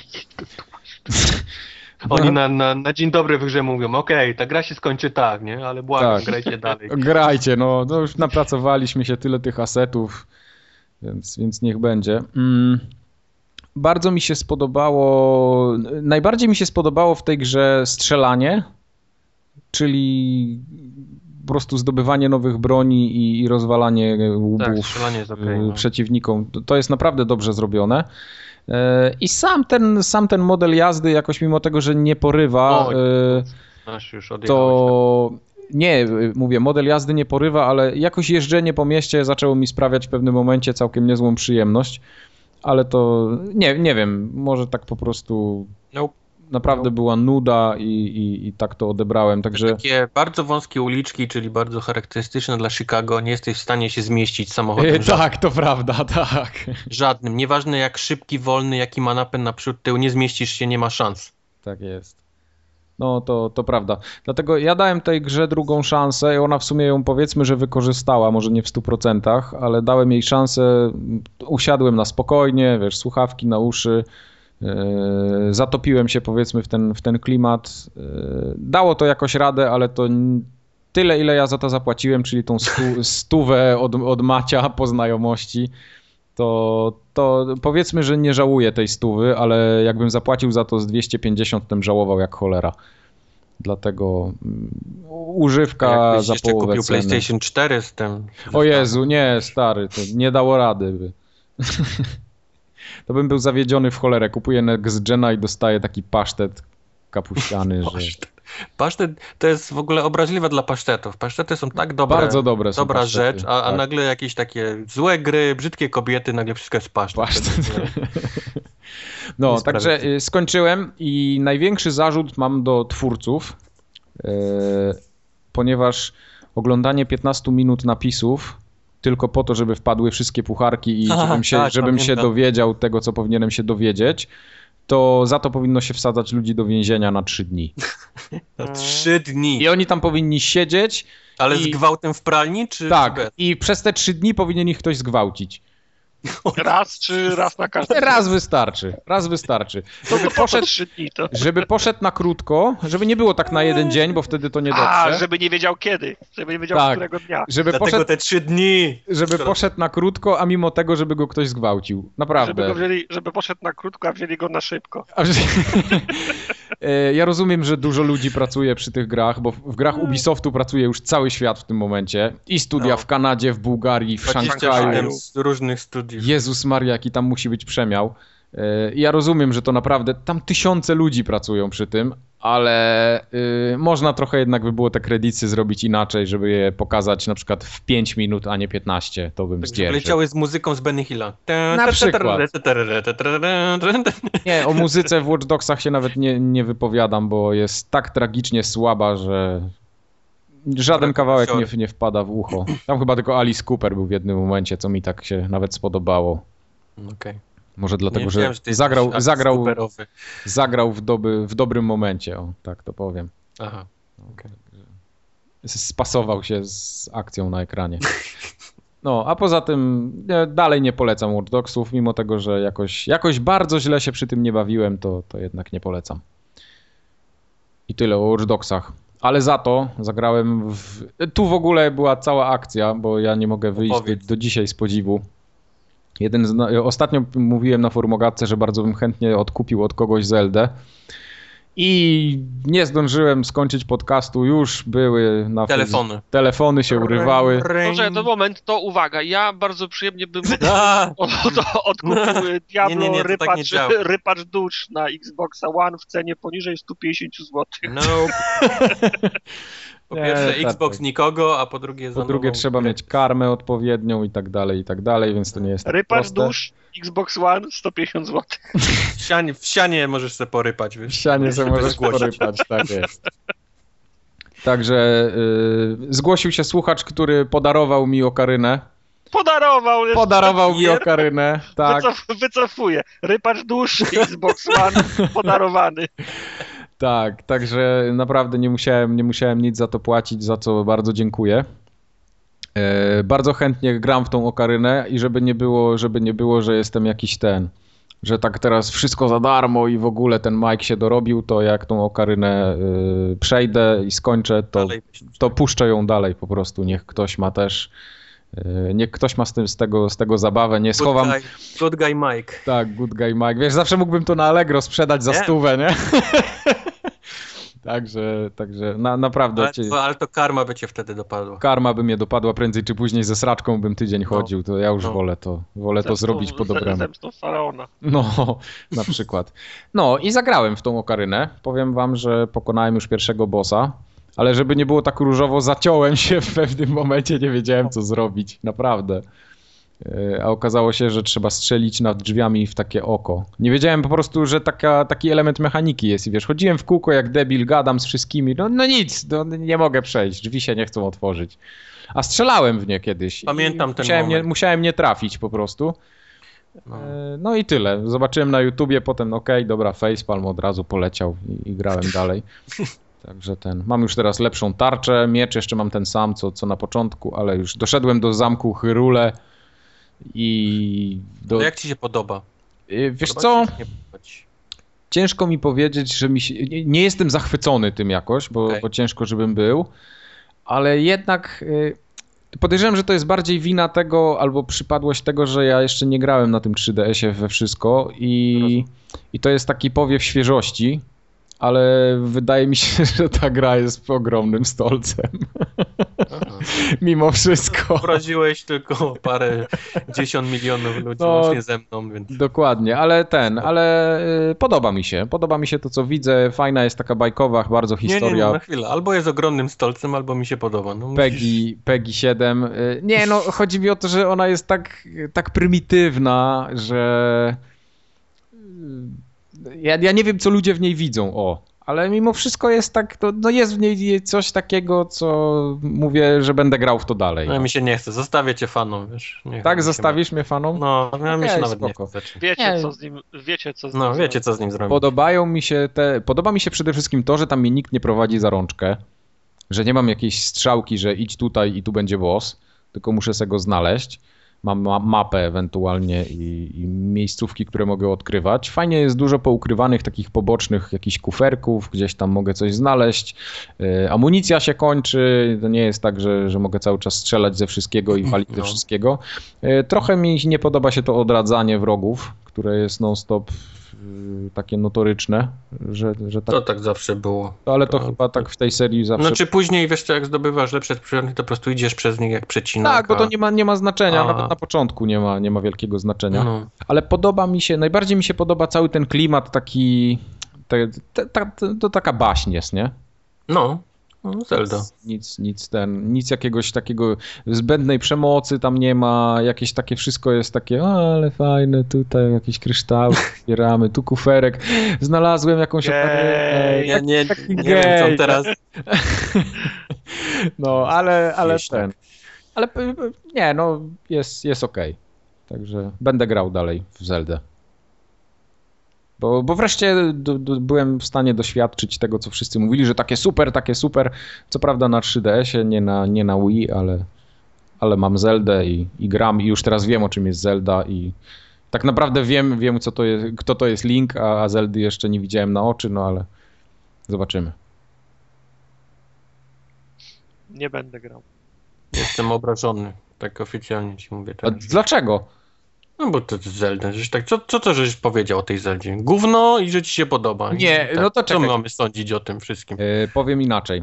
Oni na dzień dobry w grze mówią, okej, ta gra się skończy tak, nie? Ale błagam, grajcie dalej. Grajcie, no już napracowaliśmy się tyle tych asetów, więc niech będzie. Bardzo mi się spodobało, najbardziej mi się spodobało w tej grze strzelanie, czyli po prostu zdobywanie nowych broni i rozwalanie łbów przeciwnikom. To jest naprawdę dobrze zrobione. I sam ten model jazdy jakoś mimo tego, że nie porywa, to nie, mówię, model jazdy nie porywa, ale jakoś jeżdżenie po mieście zaczęło mi sprawiać w pewnym momencie całkiem niezłą przyjemność, ale to nie wiem, może tak po prostu naprawdę była nuda i tak to odebrałem. Także... Takie bardzo wąskie uliczki, czyli bardzo charakterystyczne dla Chicago, nie jesteś w stanie się zmieścić samochodem. Tak, to prawda, tak. Żadnym. Nieważne jak szybki, wolny, jaki ma napęd naprzód, tył, nie zmieścisz się, nie ma szans. Tak jest. No to prawda. Dlatego ja dałem tej grze drugą szansę i ona w sumie ją powiedzmy, że wykorzystała, może nie w 100%, ale dałem jej szansę, usiadłem na spokojnie, wiesz, słuchawki na uszy, zatopiłem się powiedzmy w ten klimat. Dało to jakoś radę, ale to tyle, ile ja za to zapłaciłem, czyli tą stówę od Macia po znajomości, to powiedzmy, że nie żałuję tej stówy, ale jakbym zapłacił za to z 250, to bym żałował jak cholera. Dlatego używka za połowę kupił ceny. PlayStation 4 z tym. O Jezu, nie, stary, to nie dało rady by. To bym był zawiedziony w cholerę. Kupuję Next Gena i dostaję taki pasztet kapuściany, że... Pasztet to jest w ogóle obraźliwe dla pasztetów. Pasztety są tak dobre. Bardzo dobre są dobra pasztety, rzecz, a tak. Nagle jakieś takie złe gry, brzydkie kobiety, nagle wszystko jest pasztet. No, także skończyłem i największy zarzut mam do twórców, ponieważ oglądanie 15 minut napisów tylko po to, żeby wpadły wszystkie pucharki i żebym się dowiedział tego, co powinienem się dowiedzieć, to za to powinno się wsadzać ludzi do więzienia na 3 dni. Na 3 dni. I oni tam powinni siedzieć. Ale z gwałtem w pralni? Czy tak, bez? i przez te 3 dni powinien ich ktoś zgwałcić. Raz czy raz na każdy? Raz wystarczy. Żeby poszedł na krótko, żeby nie było tak na jeden dzień, bo wtedy to nie dotrze. Żeby nie wiedział kiedy, żeby nie wiedział którego dnia. Dlatego te 3 dni. Żeby poszedł na krótko, a mimo tego, żeby go ktoś zgwałcił. Naprawdę. Żeby poszedł na krótko, a wzięli go na szybko. Ja rozumiem, że dużo ludzi pracuje przy tych grach, bo w grach Ubisoftu pracuje już cały świat w tym momencie. I studia w Kanadzie, w Bułgarii, w Szanghaju. Z różnych studiów. Jezus Maria, jaki tam musi być przemiał. Ja rozumiem, że to naprawdę, tam tysiące ludzi pracują przy tym, ale można trochę jednak by było te kredyty zrobić inaczej, żeby je pokazać na przykład w 5 minut, a nie 15, to bym zdzierżył. Leciały z muzyką z Benny Hilla. Na przykład. Nie, o muzyce w Watch Dogsach się nawet nie wypowiadam, bo jest tak tragicznie słaba, że żaden kawałek nie wpada w ucho. Tam chyba tylko Alice Cooper był w jednym momencie, co mi tak się nawet spodobało. Okej. Może dlatego, że zagrał w dobrym momencie, o tak to powiem. Aha. Okay. Spasował się z akcją na ekranie. No, a poza tym dalej nie polecam Watch Dogsów, mimo tego, że jakoś bardzo źle się przy tym nie bawiłem, to jednak nie polecam. I tyle o Watch Dogsach. Ale za to zagrałem Tu w ogóle była cała akcja, bo ja nie mogę wyjść do dzisiaj z podziwu. Ostatnio mówiłem na forumogatce, że bardzo bym chętnie odkupił od kogoś Zeldę. I nie zdążyłem skończyć podcastu, już były na telefony się urywały. Dobrze, to moment, to uwaga, ja bardzo przyjemnie bym odkupił Diablo Rypacz Dusz na Xboxa One w cenie poniżej 150 zł. No. Po pierwsze Xbox nikogo, a po drugie trzeba mieć karmę odpowiednią i tak dalej, więc to nie jest tak Rypacz proste. Dusz, Xbox One 150 zł. W sianie możesz sobie porypać. Wiesz? W sianie sobie możesz porypać, tak jest. Także zgłosił się słuchacz, który podarował mi okarynę. Podarował mi okarynę, tak. Wycofuję. Rypacz Dusz, Xbox One podarowany. Tak, także naprawdę nie musiałem nic za to płacić, za co bardzo dziękuję. Bardzo chętnie gram w tą okarynę i żeby nie było, że jestem jakiś że tak teraz wszystko za darmo i w ogóle ten Mike się dorobił, to jak tą okarynę przejdę i skończę, to puszczę ją dalej po prostu. Niech ktoś ma z tego zabawę, nie schowam. Good guy Mike. Tak, good guy Mike. Wiesz, zawsze mógłbym to na Allegro sprzedać za 100, nie? Także naprawdę... Ale to karma by cię wtedy dopadła. Karma by mnie dopadła prędzej czy później, ze sraczką bym tydzień chodził, to ja już wolę to zrobić po dobremu. Zemstą Faraona. No, na przykład. No i zagrałem w tą okarynę. Powiem wam, że pokonałem już pierwszego bossa, ale żeby nie było tak różowo, zaciąłem się w pewnym momencie, nie wiedziałem co zrobić, naprawdę. A okazało się, że trzeba strzelić nad drzwiami w takie oko. Nie wiedziałem po prostu, że taki element mechaniki jest i wiesz, chodziłem w kółko jak debil, gadam z wszystkimi, no nic, nie mogę przejść, drzwi się nie chcą otworzyć. A strzelałem w nie kiedyś. Pamiętam ten moment. Musiałem nie trafić po prostu. No i tyle. Zobaczyłem na YouTubie, potem dobra, facepalm od razu poleciał i grałem dalej. Także mam już teraz lepszą tarczę, miecz jeszcze mam ten sam, co na początku, ale już doszedłem do zamku Hyrule. No jak ci się podoba? Wiesz co? Ciężko mi powiedzieć, że nie jestem zachwycony tym jakoś, bo ciężko, żebym był, ale jednak podejrzewam, że to jest bardziej wina tego albo przypadłość tego, że ja jeszcze nie grałem na tym 3DS-ie we wszystko i to jest taki powiew świeżości. Ale wydaje mi się, że ta gra jest ogromnym stolcem. Mimo wszystko. Wraziłeś tylko parę dziesiąt milionów ludzi łącznie ze mną. Więc... Dokładnie, ale podoba mi się. Podoba mi się to, co widzę. Fajna jest taka bajkowa, bardzo historia. Nie, na chwilę. Albo jest ogromnym stolcem, albo mi się podoba. No, Peggy 7. Nie, chodzi mi o to, że ona jest tak prymitywna, że... Ja nie wiem, co ludzie w niej widzą, ale mimo wszystko jest jest w niej coś takiego, co mówię, że będę grał w to dalej. No mi się nie chce, zostawię cię fanom, wiesz. Tak, zostawisz mnie fanom? No, mi się nawet nie chce. Wiecie, co z nim zrobić. Podoba mi się przede wszystkim to, że tam mnie nikt nie prowadzi za rączkę, że nie mam jakiejś strzałki, że idź tutaj i tu będzie boss, tylko muszę sobie go znaleźć. Mam mapę ewentualnie i miejscówki, które mogę odkrywać. Fajnie jest dużo poukrywanych takich pobocznych jakichś kuferków, gdzieś tam mogę coś znaleźć. Amunicja się kończy, to nie jest tak, że mogę cały czas strzelać ze wszystkiego i walić ze wszystkiego. Trochę mi nie podoba się to odradzanie wrogów, które jest non-stop takie notoryczne, że tak... To tak zawsze było. Ale to chyba tak w tej serii zawsze... Znaczy później, wiesz co, jak zdobywasz lepsze sprzęty, to po prostu idziesz przez nich jak przecinak. Tak, bo to nie ma znaczenia, nawet na początku nie ma wielkiego znaczenia. Ale najbardziej mi się podoba cały ten klimat taki... To taka baśń jest, nie? Zelda. Nic jakiegoś takiego zbędnej przemocy tam nie ma, jakieś takie wszystko jest takie, ale fajne, tutaj jakieś kryształy zbieramy, tu kuferek, znalazłem jakąś oparę. Ja nie wiem, co teraz... jest okej. Także będę grał dalej w Zeldę. Bo wreszcie byłem w stanie doświadczyć tego, co wszyscy mówili, że takie super. Co prawda na 3DS-ie, nie na Wii, ale mam Zeldę i gram i już teraz wiem, o czym jest Zelda i tak naprawdę wiem co to jest, kto to jest Link, a Zeldy jeszcze nie widziałem na oczy, no ale zobaczymy. Nie będę grał. Jestem obrażony, tak oficjalnie ci mówię. A dlaczego? No bo to jest Zelda, żeś tak, co to żeś powiedział o tej Zeldzie? Gówno i że ci się podoba. Nie, tak, no to czekaj. Co my mamy sądzić o tym wszystkim? Powiem inaczej.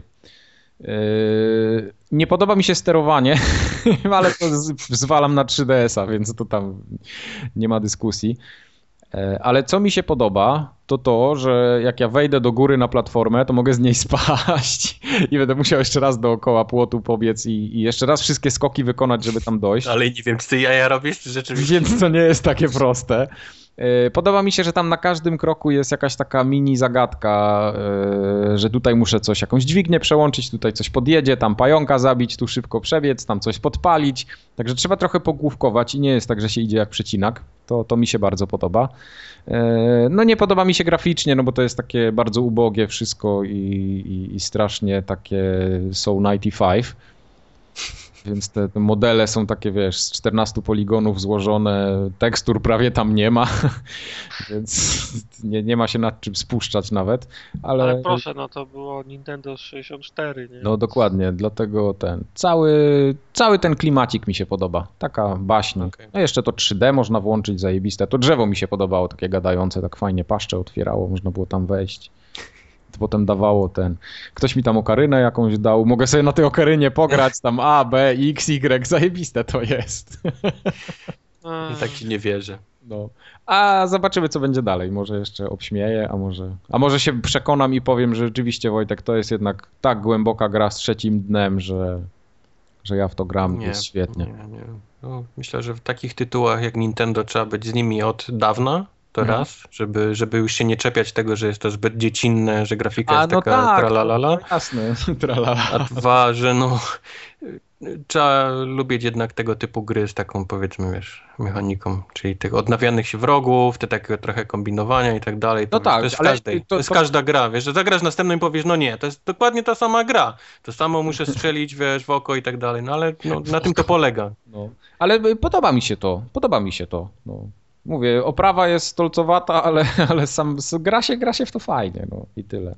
Nie podoba mi się sterowanie, ale to zwalam na 3DS-a, więc to tam nie ma dyskusji. Ale co mi się podoba, to, że jak ja wejdę do góry na platformę, to mogę z niej spaść i będę musiał jeszcze raz dookoła płotu pobiec i jeszcze raz wszystkie skoki wykonać, żeby tam dojść. Ale nie wiem, czy ty jaja robisz, czy rzeczywiście... Więc to nie jest takie proste. Podoba mi się, że tam na każdym kroku jest jakaś taka mini zagadka, że tutaj muszę jakąś dźwignię przełączyć, tutaj coś podjedzie, tam pająka zabić, tu szybko przebiec, tam coś podpalić. Także trzeba trochę pogłówkować i nie jest tak, że się idzie jak przecinak. To mi się bardzo podoba. No nie podoba mi się graficznie, no bo to jest takie bardzo ubogie wszystko i strasznie takie Soul 95. Więc te modele są takie, wiesz, z 14 poligonów złożone, tekstur prawie tam nie ma, więc nie ma się nad czym spuszczać nawet. Ale proszę, no to było Nintendo 64, nie? No dokładnie, dlatego cały ten klimacik mi się podoba, taka baśń. Okay. No jeszcze to 3D można włączyć, zajebiste. To drzewo mi się podobało, takie gadające, tak fajnie paszczę otwierało, można było tam wejść. Potem dawało ktoś mi tam okarynę jakąś dał, mogę sobie na tej okarynie pograć, tam A, B, X, Y, zajebiste to jest. Tak ci nie wierzę. No. A zobaczymy, co będzie dalej. Może jeszcze obśmieję, a może się przekonam i powiem, że rzeczywiście, Wojtek, to jest jednak tak głęboka gra z trzecim dnem, że ja w to gram, jest świetnie. Nie. No, myślę, że w takich tytułach jak Nintendo trzeba być z nimi od dawna. To raz, żeby już się nie czepiać tego, że jest to zbyt dziecinne, że grafika jest taka tralalala. No jasne, tralala. A dwa, że trzeba lubić jednak tego typu gry z taką, powiedzmy, wiesz, mechaniką, czyli tych odnawianych się wrogów, te takie trochę kombinowania i tak dalej. To, to jest w każdej, to jest każda gra, wiesz, że zagrasz następną i powiesz, no nie, to jest dokładnie ta sama gra. To samo muszę strzelić, wiesz, w oko i tak dalej, no ale na tym to polega. No. Ale podoba mi się to. No. Mówię, oprawa jest stolcowata, ale sam gra się w to fajnie, no i tyle.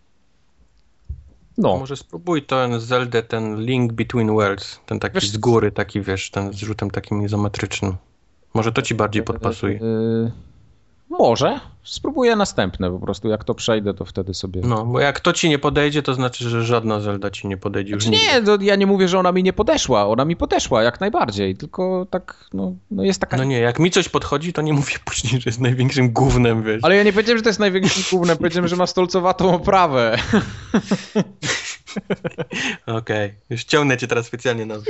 No. Może spróbuj ten Zelda, ten Link Between Worlds, ten taki z góry, taki wiesz, ten z rzutem takim izometrycznym. Może to ci bardziej podpasuje. Może. Spróbuję następne po prostu. Jak to przejdę, to wtedy sobie... No, bo jak to ci nie podejdzie, to znaczy, że żadna Zelda ci nie podejdzie już nigdy. Nie, ja nie mówię, że ona mi nie podeszła. Ona mi podeszła, jak najbardziej. Tylko tak, no jest taka... No nie, jak mi coś podchodzi, to nie mówię później, że jest największym gównem, wiesz. Ale ja nie powiedziałem, że to jest największym gównem. Powiedziałem, że ma stolcowatą oprawę. Okej. Już ciągnę cię teraz specjalnie na...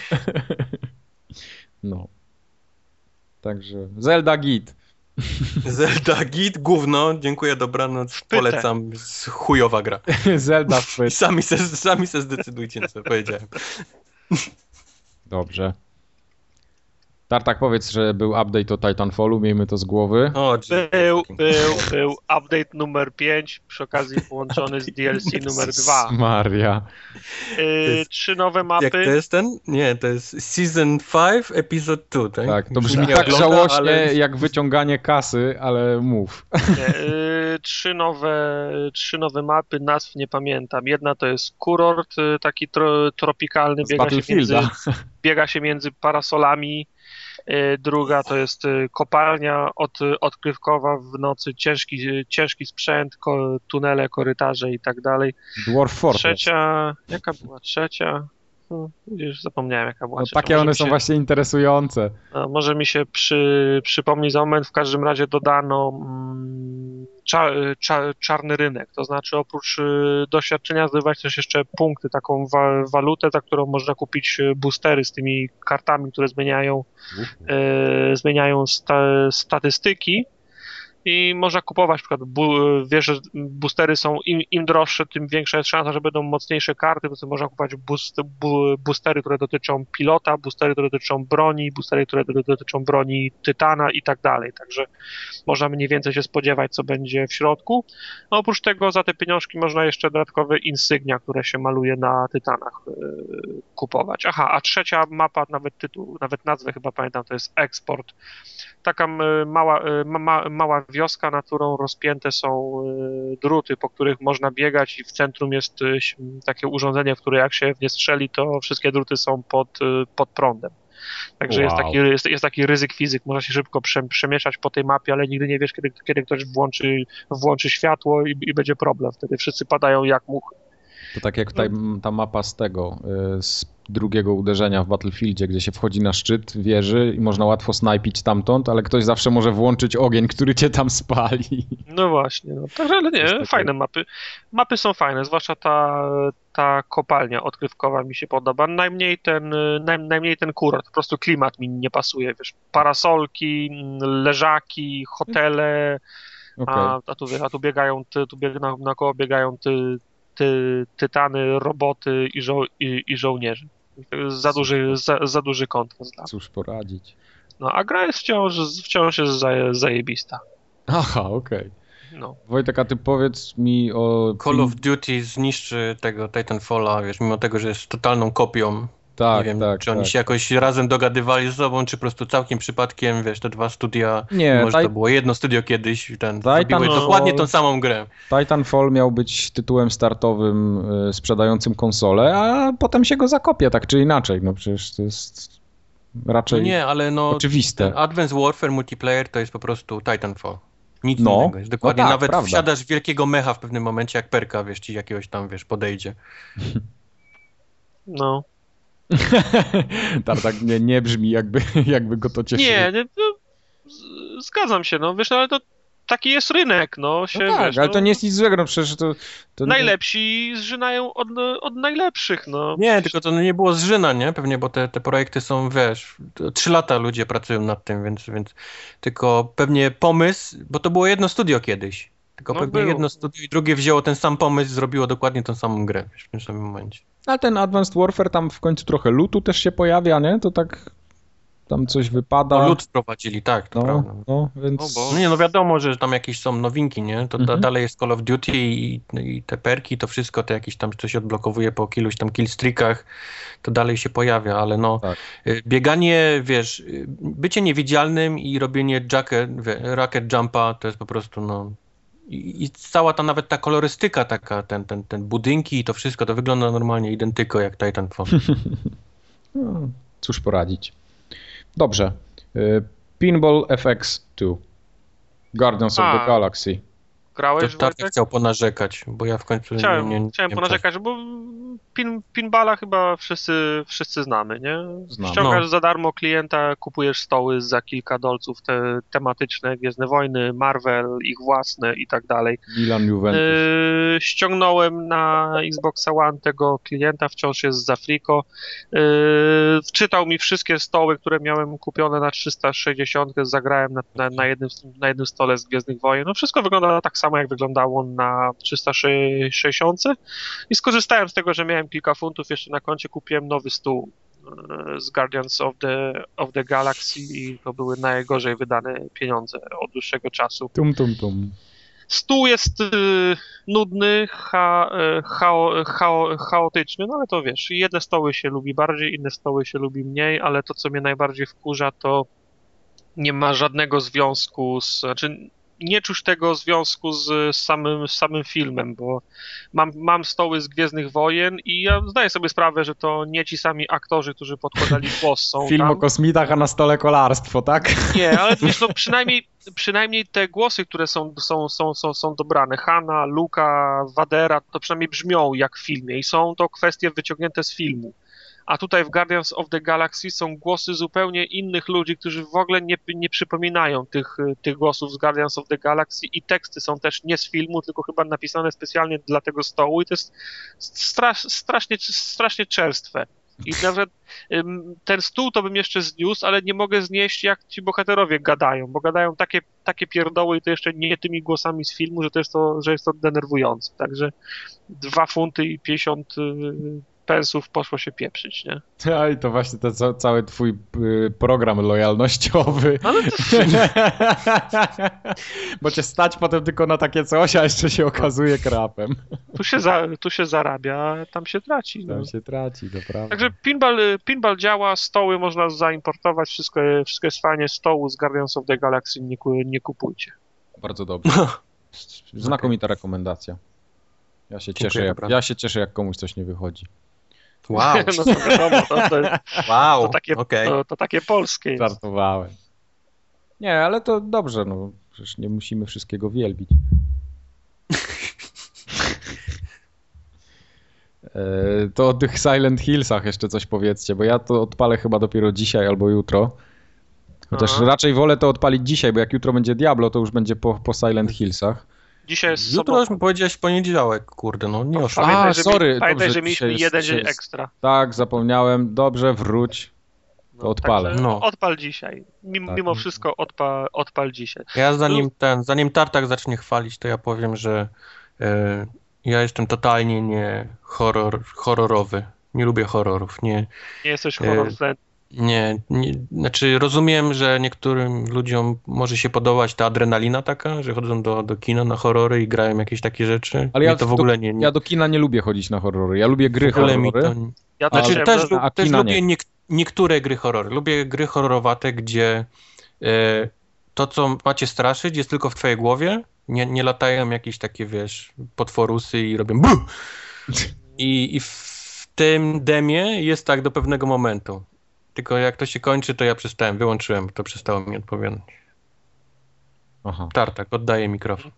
No. Także Zelda git. Zelda git, gówno, dziękuję, dobranoc, polecam, chujowa gra. Zelda wpyt. Sami se zdecydujcie, co powiedziałem. Dobrze. Tartak, powiedz, że był update o Titanfallu, miejmy to z głowy. Był update numer 5, przy okazji połączony z DLC numer 2. Maria. 3 nowe mapy. Jak to jest ten? Nie, to jest Season 5, Episode 2, tak? Tak, to brzmi tak żałośnie jak wyciąganie kasy, ale mów. Nie, 3 nowe mapy, nazw nie pamiętam. Jedna to jest kurort, taki tropikalny, biega się między parasolami. Druga to jest kopalnia odkrywkowa w nocy, ciężki sprzęt, tunele, korytarze i tak dalej. Dwarf Fortress. Trzecia, jaka była trzecia? Już zapomniałem, jaka była trzecia. Takie one są właśnie interesujące. Może mi się przypomni za moment, w każdym razie dodano czarny rynek, to znaczy oprócz doświadczenia zdobywać też jeszcze punkty, taką walutę, za którą można kupić boostery z tymi kartami, które zmieniają statystyki i można kupować, na przykład wiesz, że boostery są, im droższe, tym większa jest szansa, że będą mocniejsze karty, to można kupować boostery, które dotyczą pilota, boostery, które dotyczą broni, boostery, które dotyczą broni Tytana i tak dalej, także można mniej więcej się spodziewać, co będzie w środku. No, oprócz tego za te pieniążki można jeszcze dodatkowe insygnia, które się maluje na Tytanach kupować. Aha, a trzecia mapa, nawet nazwę chyba pamiętam, to jest Export. Taka mała wioska, na którą rozpięte są druty, po których można biegać i w centrum jest takie urządzenie, w które jak się w nie strzeli, to wszystkie druty są pod prądem. Także jest taki ryzyk fizyk, można się szybko przemieszać po tej mapie, ale nigdy nie wiesz, kiedy ktoś włączy światło i będzie problem. Wtedy wszyscy padają jak muchy. To tak jak ta mapa z drugiego uderzenia w Battlefieldzie, gdzie się wchodzi na szczyt wieży i można łatwo snajpić tamtąd, ale ktoś zawsze może włączyć ogień, który cię tam spali. No właśnie, no. Także, ale nie, fajne mapy. Mapy są fajne, zwłaszcza ta kopalnia odkrywkowa mi się podoba. Najmniej ten kurort, po prostu klimat mi nie pasuje, wiesz, parasolki, leżaki, hotele, okay. a tu biegają, naokoło biegają tytany, roboty i żołnierze. Za duży kontrast. Cóż poradzić. No, a gra jest wciąż jest zajebista. Aha, okej. No. Wojtek, a ty powiedz mi o... Call of Duty zniszczy tego Titanfalla, wiesz, mimo tego, że jest totalną kopią. Tak, nie wiem, tak, czy oni się jakoś razem dogadywali ze sobą, czy po prostu całkiem przypadkiem, wiesz, te dwa studia, może to było jedno studio kiedyś, zrobiły dokładnie tą samą grę. Titanfall miał być tytułem startowym sprzedającym konsolę, a potem się go zakopie, tak czy inaczej, no przecież to jest raczej oczywiste. Ten Advanced Warfare Multiplayer to jest po prostu Titanfall. Nic innego. Jest dokładnie, tak, nawet prawda. Wsiadasz wielkiego mecha w pewnym momencie, jak perka, wiesz, ci jakiegoś tam, wiesz, podejdzie. No. Tak nie brzmi, jakby go to cieszyło. Nie, zgadzam się, no wiesz, no, ale to taki jest rynek, no. Tak, wiesz, ale to nie jest nic złego, no przecież to najlepsi zżynają od najlepszych, no. Nie, tylko to nie było zżyna, nie? Pewnie, bo te projekty są, wiesz, 3 lata ludzie pracują nad tym, więc tylko pewnie pomysł, bo to było jedno studio kiedyś, tylko pewnie jedno studio i drugie wzięło ten sam pomysł, zrobiło dokładnie tą samą grę, wiesz, w tym samym momencie. Ale ten Advanced Warfare, tam w końcu trochę lootu też się pojawia, nie? To tak tam coś wypada. No loot wprowadzili, tak, to prawda. Więc... No wiadomo, że tam jakieś są nowinki, nie? To dalej jest Call of Duty i te perki, to wszystko, to jakieś tam coś odblokowuje po iluś tam killstreakach, to dalej się pojawia, ale bieganie, wiesz, bycie niewidzialnym i robienie rocket jumpa, to jest po prostu, I cała nawet ta kolorystyka taka, ten budynki i to wszystko, to wygląda normalnie identyko jak Titanfall. No, cóż poradzić. Dobrze. Pinball FX2. Guardians of the Galaxy. Grałeś, to Tartek chciał ponarzekać, bo ja w końcu chciałem ponarzekać, bo pinballa chyba wszyscy znamy, nie? Ściągasz za darmo klienta, kupujesz stoły za kilka dolców, te tematyczne, Gwiezdne Wojny, Marvel, ich własne i tak dalej. Milan Juventus. Ściągnąłem na Xboxa One tego klienta, wciąż jest za friko. Wczytał mi wszystkie stoły, które miałem kupione na 360, zagrałem na jednym stole z Gwiezdnych Wojen. No wszystko wygląda tak samo, jak wyglądało na 360 i skorzystałem z tego, że miałem kilka funtów jeszcze na koncie, kupiłem nowy stół z Guardians of the Galaxy i to były najgorzej wydane pieniądze od dłuższego czasu. Stół jest nudny, chaotyczny, no ale to wiesz, jedne stoły się lubi bardziej, inne stoły się lubi mniej, ale to, co mnie najbardziej wkurza, to nie ma żadnego związku nie czuć tego związku z samym filmem, bo mam stoły z Gwiezdnych Wojen i ja zdaję sobie sprawę, że to nie ci sami aktorzy, którzy podkładali głos są Film tam. O kosmitach, a na stole kolarstwo, tak? Nie, ale wiesz, przynajmniej te głosy, które są dobrane, Hanna, Luka, Vadera, to przynajmniej brzmią jak w filmie i są to kwestie wyciągnięte z filmu. A tutaj w Guardians of the Galaxy są głosy zupełnie innych ludzi, którzy w ogóle nie przypominają tych głosów z Guardians of the Galaxy i teksty są też nie z filmu, tylko chyba napisane specjalnie dla tego stołu i to jest strasznie czerstwe. I nawet ten stół to bym jeszcze zniósł, ale nie mogę znieść, jak ci bohaterowie gadają, bo gadają takie pierdoły i to jeszcze nie tymi głosami z filmu, że jest to denerwujące. Także 2 funty i 50 pensów poszło się pieprzyć, nie? I to właśnie ten cały twój program lojalnościowy. Ale to... Bo cię stać potem tylko na takie coś, a jeszcze się okazuje krapem. Tu się zarabia, tam się traci. Tam się traci, to prawda. Także pinball działa, stoły można zaimportować, wszystko jest fajnie, stołu z Guardians of the Galaxy nie kupujcie. Bardzo dobrze. Znakomita rekomendacja. Ja się cieszę, jak komuś coś nie wychodzi. Wow. No to wiadomo, wow. To takie polskie jest. Żartowałem. Nie, ale to dobrze, no przecież nie musimy wszystkiego wielbić. To o tych Silent Hillsach jeszcze coś powiedzcie, bo ja to odpalę chyba dopiero dzisiaj albo jutro. Chociaż raczej wolę to odpalić dzisiaj, bo jak jutro będzie Diablo, to już będzie po Silent Hillsach. Dzisiaj jest jutro już mi powiedziałeś poniedziałek, kurde, no nie oszukaj. Pamiętaj, że mieliśmy jeden dzień ekstra. Tak, zapomniałem. Dobrze, wróć. To odpalę. No. Odpal dzisiaj. Mimo wszystko odpal dzisiaj. Ja zanim Tartak zacznie chwalić, to ja powiem, że ja jestem totalnie nie horrorowy. Nie lubię horrorów. Nie jesteś horror fan. Nie, znaczy rozumiem, że niektórym ludziom może się podobać ta adrenalina taka, że chodzą do kina na horrory i grają jakieś takie rzeczy. Ale to w ogóle nie. Ja do kina nie lubię chodzić na horrory. Ja lubię gry horrory. Ja też lubię niektóre gry horrory. Lubię gry horrorowate, gdzie to, co macie straszyć, jest tylko w twojej głowie. Nie latają jakieś takie, wiesz, potworusy i robią buh! I w tym demie jest tak do pewnego momentu. Tylko jak to się kończy, to ja wyłączyłem, to przestało mi odpowiadać. Aha. Tartak, oddaję mikrofon.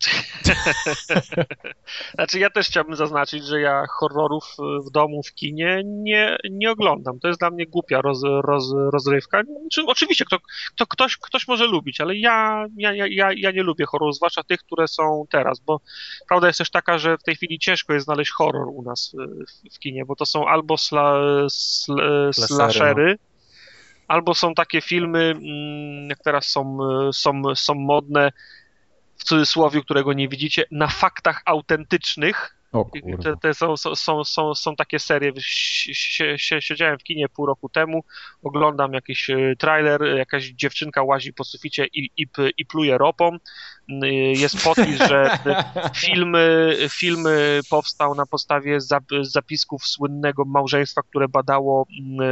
Znaczy ja też chciałbym zaznaczyć, że ja horrorów w domu, w kinie nie oglądam. To jest dla mnie głupia rozrywka. Znaczy, oczywiście ktoś może lubić, ale ja nie lubię horrorów, zwłaszcza tych, które są teraz, bo prawda jest też taka, że w tej chwili ciężko jest znaleźć horror u nas w kinie, bo to są albo slashery, albo są takie filmy, jak teraz są modne, w cudzysłowie, którego nie widzicie, na faktach autentycznych. O kurwa. Te są takie serie. Siedziałem w kinie pół roku temu, oglądam jakiś trailer, jakaś dziewczynka łazi po suficie i pluje ropą. Jest podpis, że film powstał na podstawie zapisków słynnego małżeństwa, które badało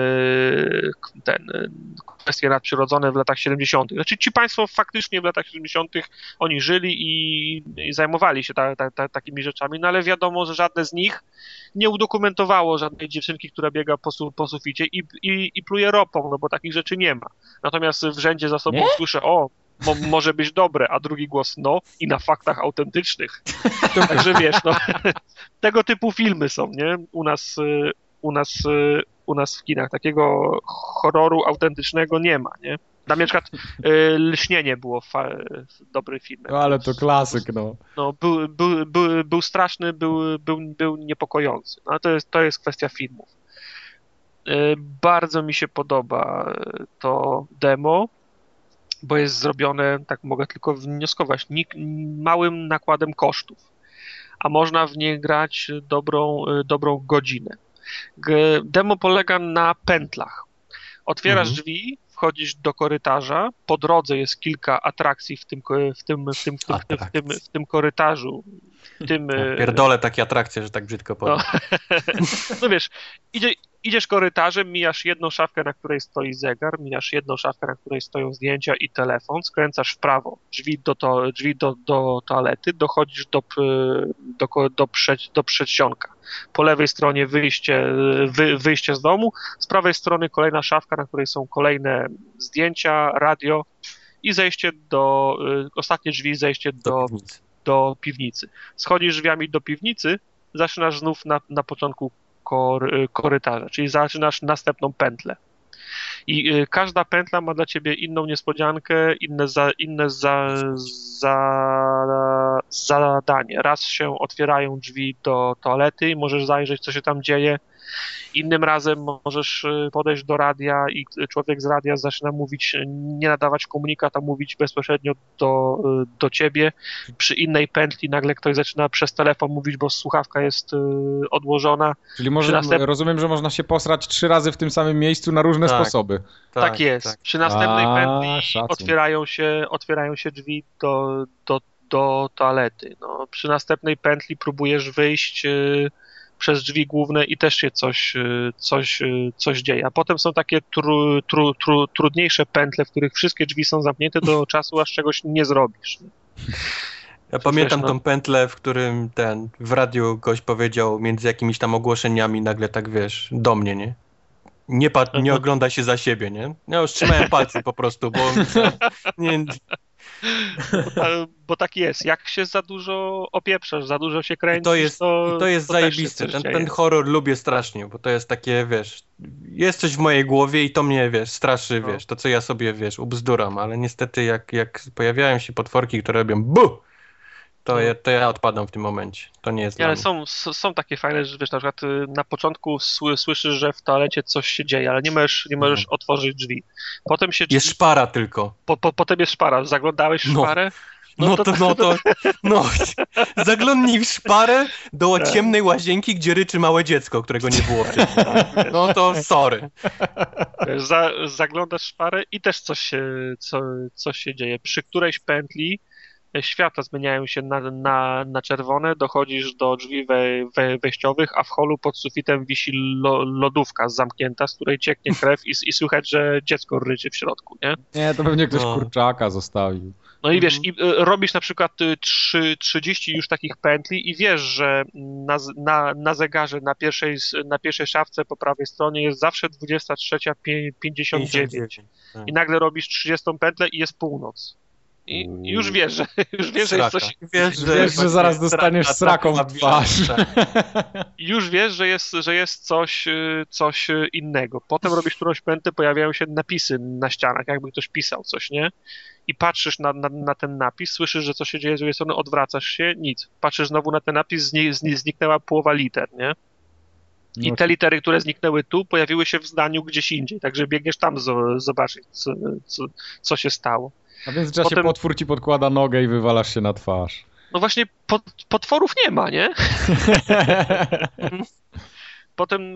kwestie nadprzyrodzone w latach 70. Znaczy ci państwo faktycznie w latach 70. oni żyli i zajmowali się takimi rzeczami, no ale wiadomo, że żadne z nich nie udokumentowało żadnej dziewczynki, która biega po suficie i pluje ropą, no bo takich rzeczy nie ma. Natomiast w rzędzie za sobą słyszę, może być dobre, a drugi głos, i na faktach autentycznych. Także wiesz, tego typu filmy są, nie? U nas w kinach takiego horroru autentycznego nie ma, nie? Dla mnie na przykład Lśnienie było dobry film. No ale to klasyk, no. No był straszny, był niepokojący. No, ale to jest kwestia filmów. Bardzo mi się podoba to demo, bo jest zrobione, tak mogę tylko wnioskować, małym nakładem kosztów, a można w nie grać dobrą godzinę. Demo polega na pętlach. Otwierasz drzwi, wchodzisz do korytarza, po drodze jest kilka atrakcji w tym korytarzu. Pierdolę takie atrakcje, że tak brzydko powiem. No wiesz, idziesz korytarzem, mijasz jedną szafkę, na której stoi zegar, mijasz jedną szafkę, na której stoją zdjęcia i telefon, skręcasz w prawo, drzwi do toalety, dochodzisz do przedsionka. Po lewej stronie wyjście z domu, z prawej strony kolejna szafka, na której są kolejne zdjęcia, radio i ostatnie drzwi, zejście do piwnicy. Schodzisz drzwiami do piwnicy, zaczynasz znów na początku korytarza, czyli zaczynasz następną pętlę. I każda pętla ma dla ciebie inną niespodziankę, inne zadanie. Raz się otwierają drzwi do toalety i możesz zajrzeć, co się tam dzieje. Innym razem możesz podejść do radia i człowiek z radia zaczyna mówić, nie nadawać komunikat, a mówić bezpośrednio do ciebie. Przy innej pętli nagle ktoś zaczyna przez telefon mówić, bo słuchawka jest odłożona. Czyli rozumiem, że można się posrać 3 razy w tym samym miejscu na różne sposoby. Tak jest. Tak. Przy następnej pętli otwierają się drzwi do toalety. No, przy następnej pętli próbujesz wyjść przez drzwi główne i też się coś dzieje. A potem są takie trudniejsze pętle, w których wszystkie drzwi są zamknięte do czasu, aż czegoś nie zrobisz. Ja pamiętam tą pętlę, w którym w radiu gość powiedział między jakimiś tam ogłoszeniami nagle tak, wiesz, do mnie, nie? Nie ogląda się za siebie, nie? Ja już trzymałem palce po prostu, bo nie... Bo tak jest. Jak się za dużo opieprzasz, za dużo się kręcisz, to jest zajebiste. Ten horror lubię strasznie, bo to jest takie, wiesz, jest coś w mojej głowie i to mnie, wiesz, straszy, wiesz, to co ja sobie, wiesz, ubzduram, ale niestety jak pojawiają się potworki, które robią bu, to ja odpadam w tym momencie. To nie jest dla mnie. Ale są takie fajne, że wiesz, na przykład na początku słyszysz, że w toalecie coś się dzieje, ale nie możesz otworzyć drzwi. Potem się jest szpara tylko. Potem jest szpara. Zaglądałeś w szparę? Zaglądnij w szparę do ciemnej łazienki, gdzie ryczy małe dziecko, którego nie było wcześniej. No to sorry. Zaglądasz w szparę i też coś się dzieje. Przy którejś pętli światła zmieniają się na czerwone, dochodzisz do drzwi wejściowych, a w holu pod sufitem wisi lodówka zamknięta, z której cieknie krew i słychać, że dziecko ryczy w środku, nie? Nie, to pewnie ktoś kurczaka zostawił. No i wiesz, robisz na przykład 30 już takich pętli i wiesz, że na zegarze na pierwszej szafce po prawej stronie jest zawsze 23:59. I nagle robisz 30 pętlę i jest północ. I już wiesz, że jest coś... Wiesz, że zaraz dostaniesz sraką w twarz. I już wiesz, że jest coś innego. Potem robisz którąś pętlę, pojawiają się napisy na ścianach, jakby ktoś pisał coś, nie? I patrzysz na ten napis, słyszysz, że coś się dzieje z drugiej strony, odwracasz się, nic. Patrzysz znowu na ten napis, zniknęła połowa liter, nie? I te litery, które zniknęły tu, pojawiły się w zdaniu gdzieś indziej, także biegniesz tam zobaczyć, co się stało. A więc w czasie potwór ci podkłada nogę i wywalasz się na twarz. No właśnie potworów nie ma, nie? Potem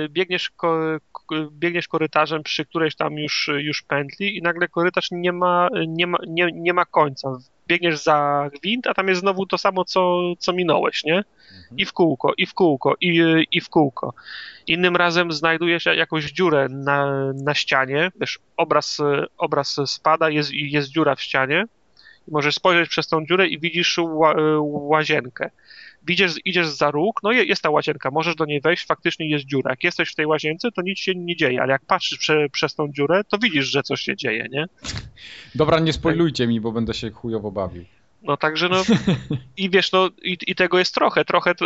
biegniesz korytarzem przy którejś tam już pętli i nagle korytarz nie ma końca. Biegniesz za gwint, a tam jest znowu to samo, co minąłeś, nie? I w kółko, i w kółko, i w kółko. Innym razem znajdujesz jakąś dziurę na ścianie, wiesz, obraz spada, jest dziura w ścianie, możesz spojrzeć przez tą dziurę i widzisz łazienkę. Idziesz za róg, no jest ta łazienka, możesz do niej wejść, faktycznie jest dziura. Jak jesteś w tej łazience, to nic się nie dzieje, ale jak patrzysz przez tą dziurę, to widzisz, że coś się dzieje, nie? Dobra, nie spoilujcie mi, bo będę się chujowo bawił. No także no i wiesz, no i tego jest trochę.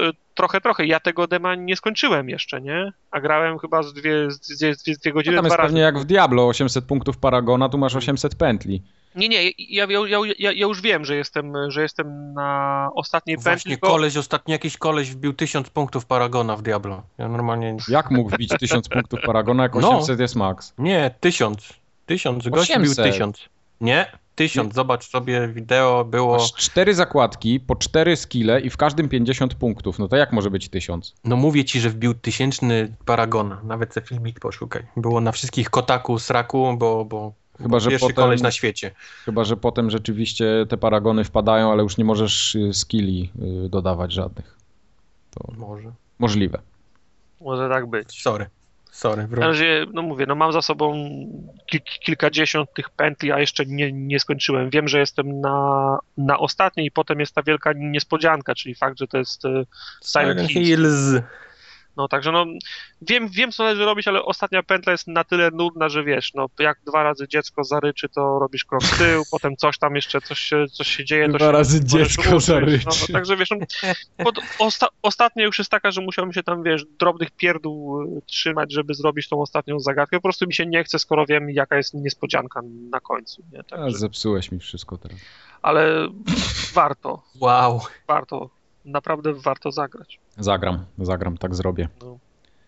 Ja tego dema nie skończyłem jeszcze, nie? A grałem chyba z dwie godziny, tam jest pewnie jak w Diablo, 800 punktów Paragona, tu masz 800 pętli. Nie, ja już wiem, że jestem na ostatniej pętli. Właśnie, ostatni jakiś koleś wbił 1000 punktów Paragona w Diablo. Ja normalnie... Jak mógł wbić 1000 punktów Paragona, jak 800 jest max? Nie, 1000. Gość wbił 1000. Nie, 1000. Zobacz sobie, wideo było... Masz 4 zakładki, po 4 skille i w każdym 50 punktów. No to jak może być 1000? No mówię ci, że wbił 1000 Paragona. Nawet te filmik poszukaj. Było na wszystkich kotaku, sraku, bo chyba, że pierwszy koleś na świecie. Chyba, że potem rzeczywiście te paragony wpadają, ale już nie możesz skilli dodawać żadnych. To może. Możliwe. Może tak być. Sorry. W razie, no mówię, no mam za sobą kilkadziesiąt tych pętli, a jeszcze nie skończyłem. Wiem, że jestem na ostatniej i potem jest ta wielka niespodzianka, czyli fakt, że to jest Silent Hills. No także no wiem co należy robić, ale ostatnia pętla jest na tyle nudna, że wiesz, no jak 2 razy dziecko zaryczy, to robisz krok w tył, potem coś tam jeszcze, coś się dzieje. 2 razy dziecko zaryczy. No, także wiesz, no, ostatnia już jest taka, że musiałem się tam, wiesz, drobnych pierdół trzymać, żeby zrobić tą ostatnią zagadkę. Po prostu mi się nie chce, skoro wiem, jaka jest niespodzianka na końcu. Nie? Także... Zepsułeś mi wszystko teraz. Ale warto. Wow. Warto. Naprawdę warto zagrać. Zagram, tak zrobię. No.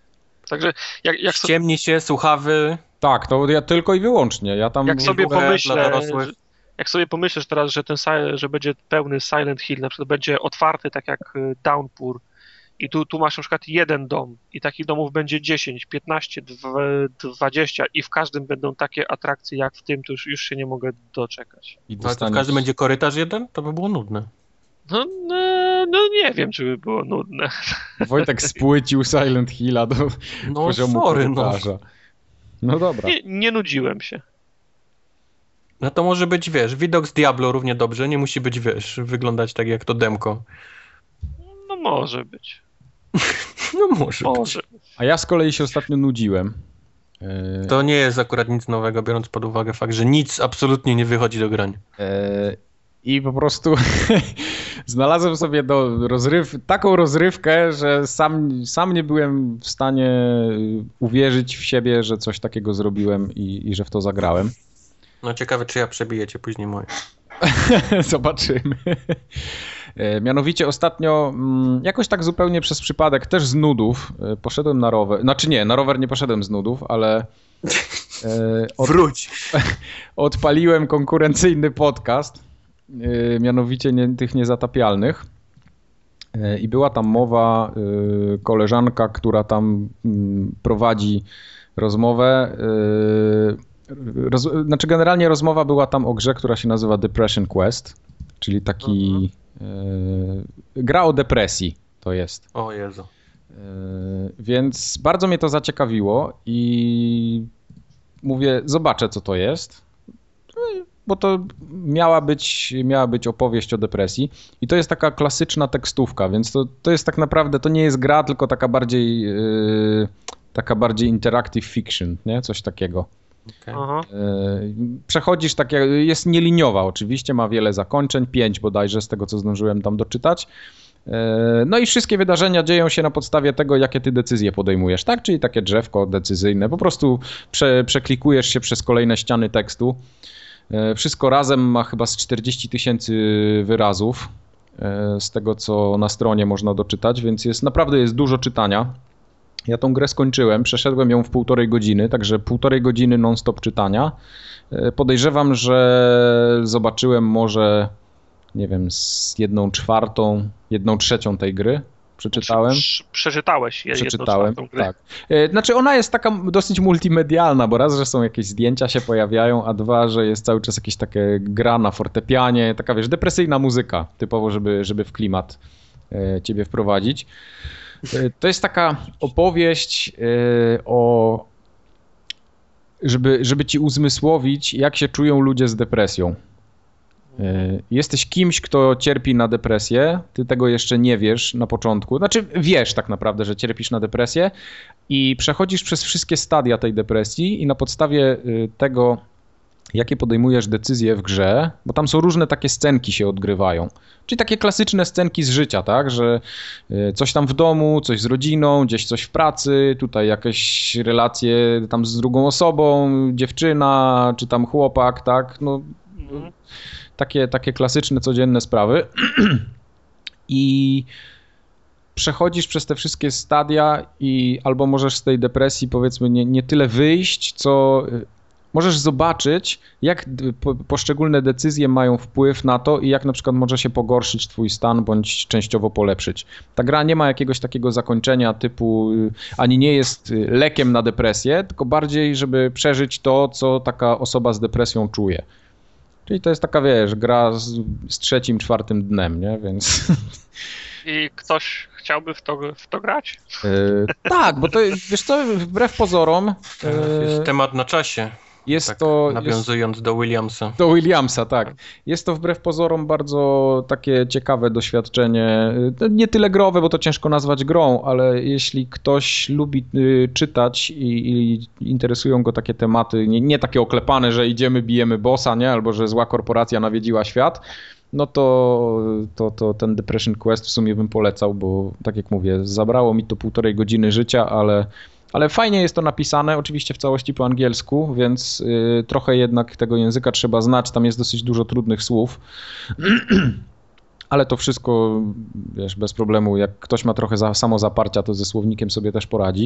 Także jak ściemni się, słuchawy. Tak, to ja tylko i wyłącznie. Ja tam jak sobie pomyślisz teraz, że będzie pełny Silent Hill, na przykład będzie otwarty tak jak Downpour i tu masz na przykład jeden dom i takich domów będzie 10, 15, 20 i w każdym będą takie atrakcje jak w tym, to już się nie mogę doczekać. Ale to w każdym będzie korytarz jeden? To by było nudne. No nie wiem, czy by było nudne. Wojtek spłycił Silent Hilla do poziomu korytarza. No dobra. Nie nudziłem się. No to może być, widok z Diablo równie dobrze, nie musi być, wyglądać tak jak to demko. No może być. No może być. A ja z kolei się ostatnio nudziłem. To nie jest akurat nic nowego, biorąc pod uwagę fakt, że nic absolutnie nie wychodzi do grań. I po prostu znalazłem sobie taką rozrywkę, że sam nie byłem w stanie uwierzyć w siebie, że coś takiego zrobiłem i że w to zagrałem. No ciekawe, czy ja przebiję cię później moje. Zobaczymy. Mianowicie ostatnio, jakoś tak zupełnie przez przypadek, też z nudów, poszedłem na rower. Znaczy nie, na rower nie poszedłem z nudów, ale wróć. Odpaliłem konkurencyjny podcast, mianowicie tych niezatapialnych. I była tam mowa, koleżanka, która tam prowadzi rozmowę. Znaczy generalnie rozmowa była tam o grze, która się nazywa Depression Quest, czyli taki gra o depresji to jest. O Jezu. Więc bardzo mnie to zaciekawiło i mówię, zobaczę co to jest, bo to miała być opowieść o depresji i to jest taka klasyczna tekstówka, więc to jest tak naprawdę, to nie jest gra, tylko taka bardziej interactive fiction, nie? Coś takiego. Okay. Przechodzisz tak, jest nieliniowa oczywiście, ma wiele zakończeń, 5 bodajże z tego co zdążyłem tam doczytać. No i wszystkie wydarzenia dzieją się na podstawie tego, jakie ty decyzje podejmujesz, tak? Czyli takie drzewko decyzyjne, po prostu przeklikujesz się przez kolejne ściany tekstu. Wszystko razem ma chyba z 40 000 wyrazów z tego co na stronie można doczytać, więc naprawdę jest dużo czytania. Ja tą grę skończyłem, przeszedłem ją w 1,5 godziny, także 1,5 godziny non-stop czytania. Podejrzewam, że zobaczyłem może, nie wiem, z 1/4, 1/3 tej gry. Przeczytałem. Przeczytałeś. Przeczytałem, tak. Znaczy ona jest taka dosyć multimedialna, bo raz, że są jakieś zdjęcia się pojawiają, a dwa, że jest cały czas jakieś takie gra na fortepianie, taka depresyjna muzyka, typowo, żeby w klimat ciebie wprowadzić. To jest taka opowieść żeby ci uzmysłowić, jak się czują ludzie z depresją. Jesteś kimś, kto cierpi na depresję, ty tego jeszcze nie wiesz na początku, znaczy wiesz tak naprawdę, że cierpisz na depresję i przechodzisz przez wszystkie stadia tej depresji i na podstawie tego, jakie podejmujesz decyzje w grze, bo tam są różne takie scenki się odgrywają. Czyli takie klasyczne scenki z życia, tak, że coś tam w domu, coś z rodziną, gdzieś coś w pracy, tutaj jakieś relacje tam z drugą osobą, dziewczyna, czy tam chłopak, tak, no takie klasyczne, codzienne sprawy. I przechodzisz przez te wszystkie stadia i albo możesz z tej depresji, powiedzmy, nie tyle wyjść, co możesz zobaczyć, jak poszczególne decyzje mają wpływ na to i jak na przykład może się pogorszyć twój stan, bądź częściowo polepszyć. Ta gra nie ma jakiegoś takiego zakończenia typu, ani nie jest lekiem na depresję, tylko bardziej, żeby przeżyć to, co taka osoba z depresją czuje. Czyli to jest taka, gra z 3., 4. dnem, nie? Więc... I ktoś chciałby w to grać? Tak, bo to, wiesz co, wbrew pozorom... jest temat na czasie. Jest tak, to... Nawiązując do Williamsa. Do Williamsa, tak. Jest to wbrew pozorom bardzo takie ciekawe doświadczenie. Nie tyle growe, bo to ciężko nazwać grą, ale jeśli ktoś lubi czytać i interesują go takie tematy, nie takie oklepane, że idziemy, bijemy bossa, nie? Albo że zła korporacja nawiedziła świat, no to ten Depression Quest w sumie bym polecał, bo tak jak mówię, zabrało mi to 1,5 godziny życia, ale fajnie jest to napisane, oczywiście w całości po angielsku, więc trochę jednak tego języka trzeba znać, tam jest dosyć dużo trudnych słów. ale to wszystko, wiesz, bez problemu. Jak ktoś ma trochę samozaparcia, to ze słownikiem sobie też poradzi.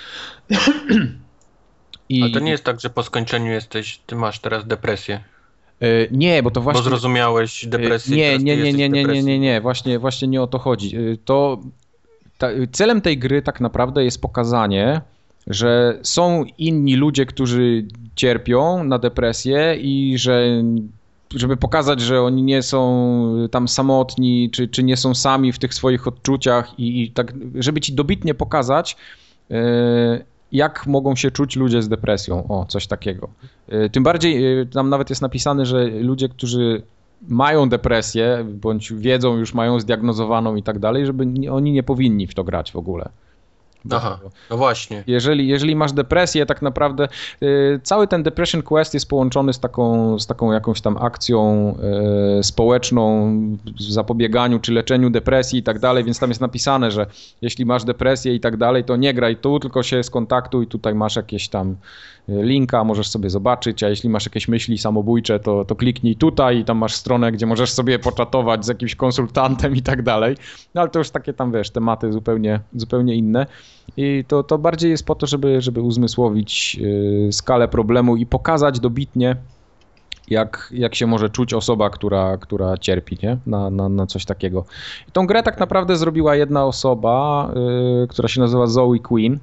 Ale to nie jest tak, że po skończeniu ty masz teraz depresję. Nie, bo to właśnie... Bo zrozumiałeś depresję. Nie, właśnie nie o to chodzi. Celem tej gry tak naprawdę jest pokazanie, że są inni ludzie, którzy cierpią na depresję i żeby pokazać, że oni nie są tam samotni, czy nie są sami w tych swoich odczuciach i tak, żeby ci dobitnie pokazać, jak mogą się czuć ludzie z depresją. O, coś takiego. Tym bardziej tam nawet jest napisane, że ludzie, którzy mają depresję, bądź wiedzą, już mają zdiagnozowaną i tak dalej, żeby oni nie powinni w to grać w ogóle. Aha, no właśnie. Jeżeli masz depresję, tak naprawdę cały ten Depression Quest jest połączony z taką jakąś tam akcją społeczną w zapobieganiu czy leczeniu depresji i tak dalej, więc tam jest napisane, że jeśli masz depresję i tak dalej, to nie graj tu, tylko się skontaktuj, tutaj masz jakieś tam linka, możesz sobie zobaczyć, a jeśli masz jakieś myśli samobójcze, to kliknij tutaj i tam masz stronę, gdzie możesz sobie poczatować z jakimś konsultantem i tak dalej. No ale to już takie tam, wiesz, tematy zupełnie inne. I to bardziej jest po to, żeby uzmysłowić skalę problemu i pokazać dobitnie, jak się może czuć osoba, która cierpi, nie? Na coś takiego. I tą grę tak naprawdę zrobiła jedna osoba, która się nazywa Zoe Quinn.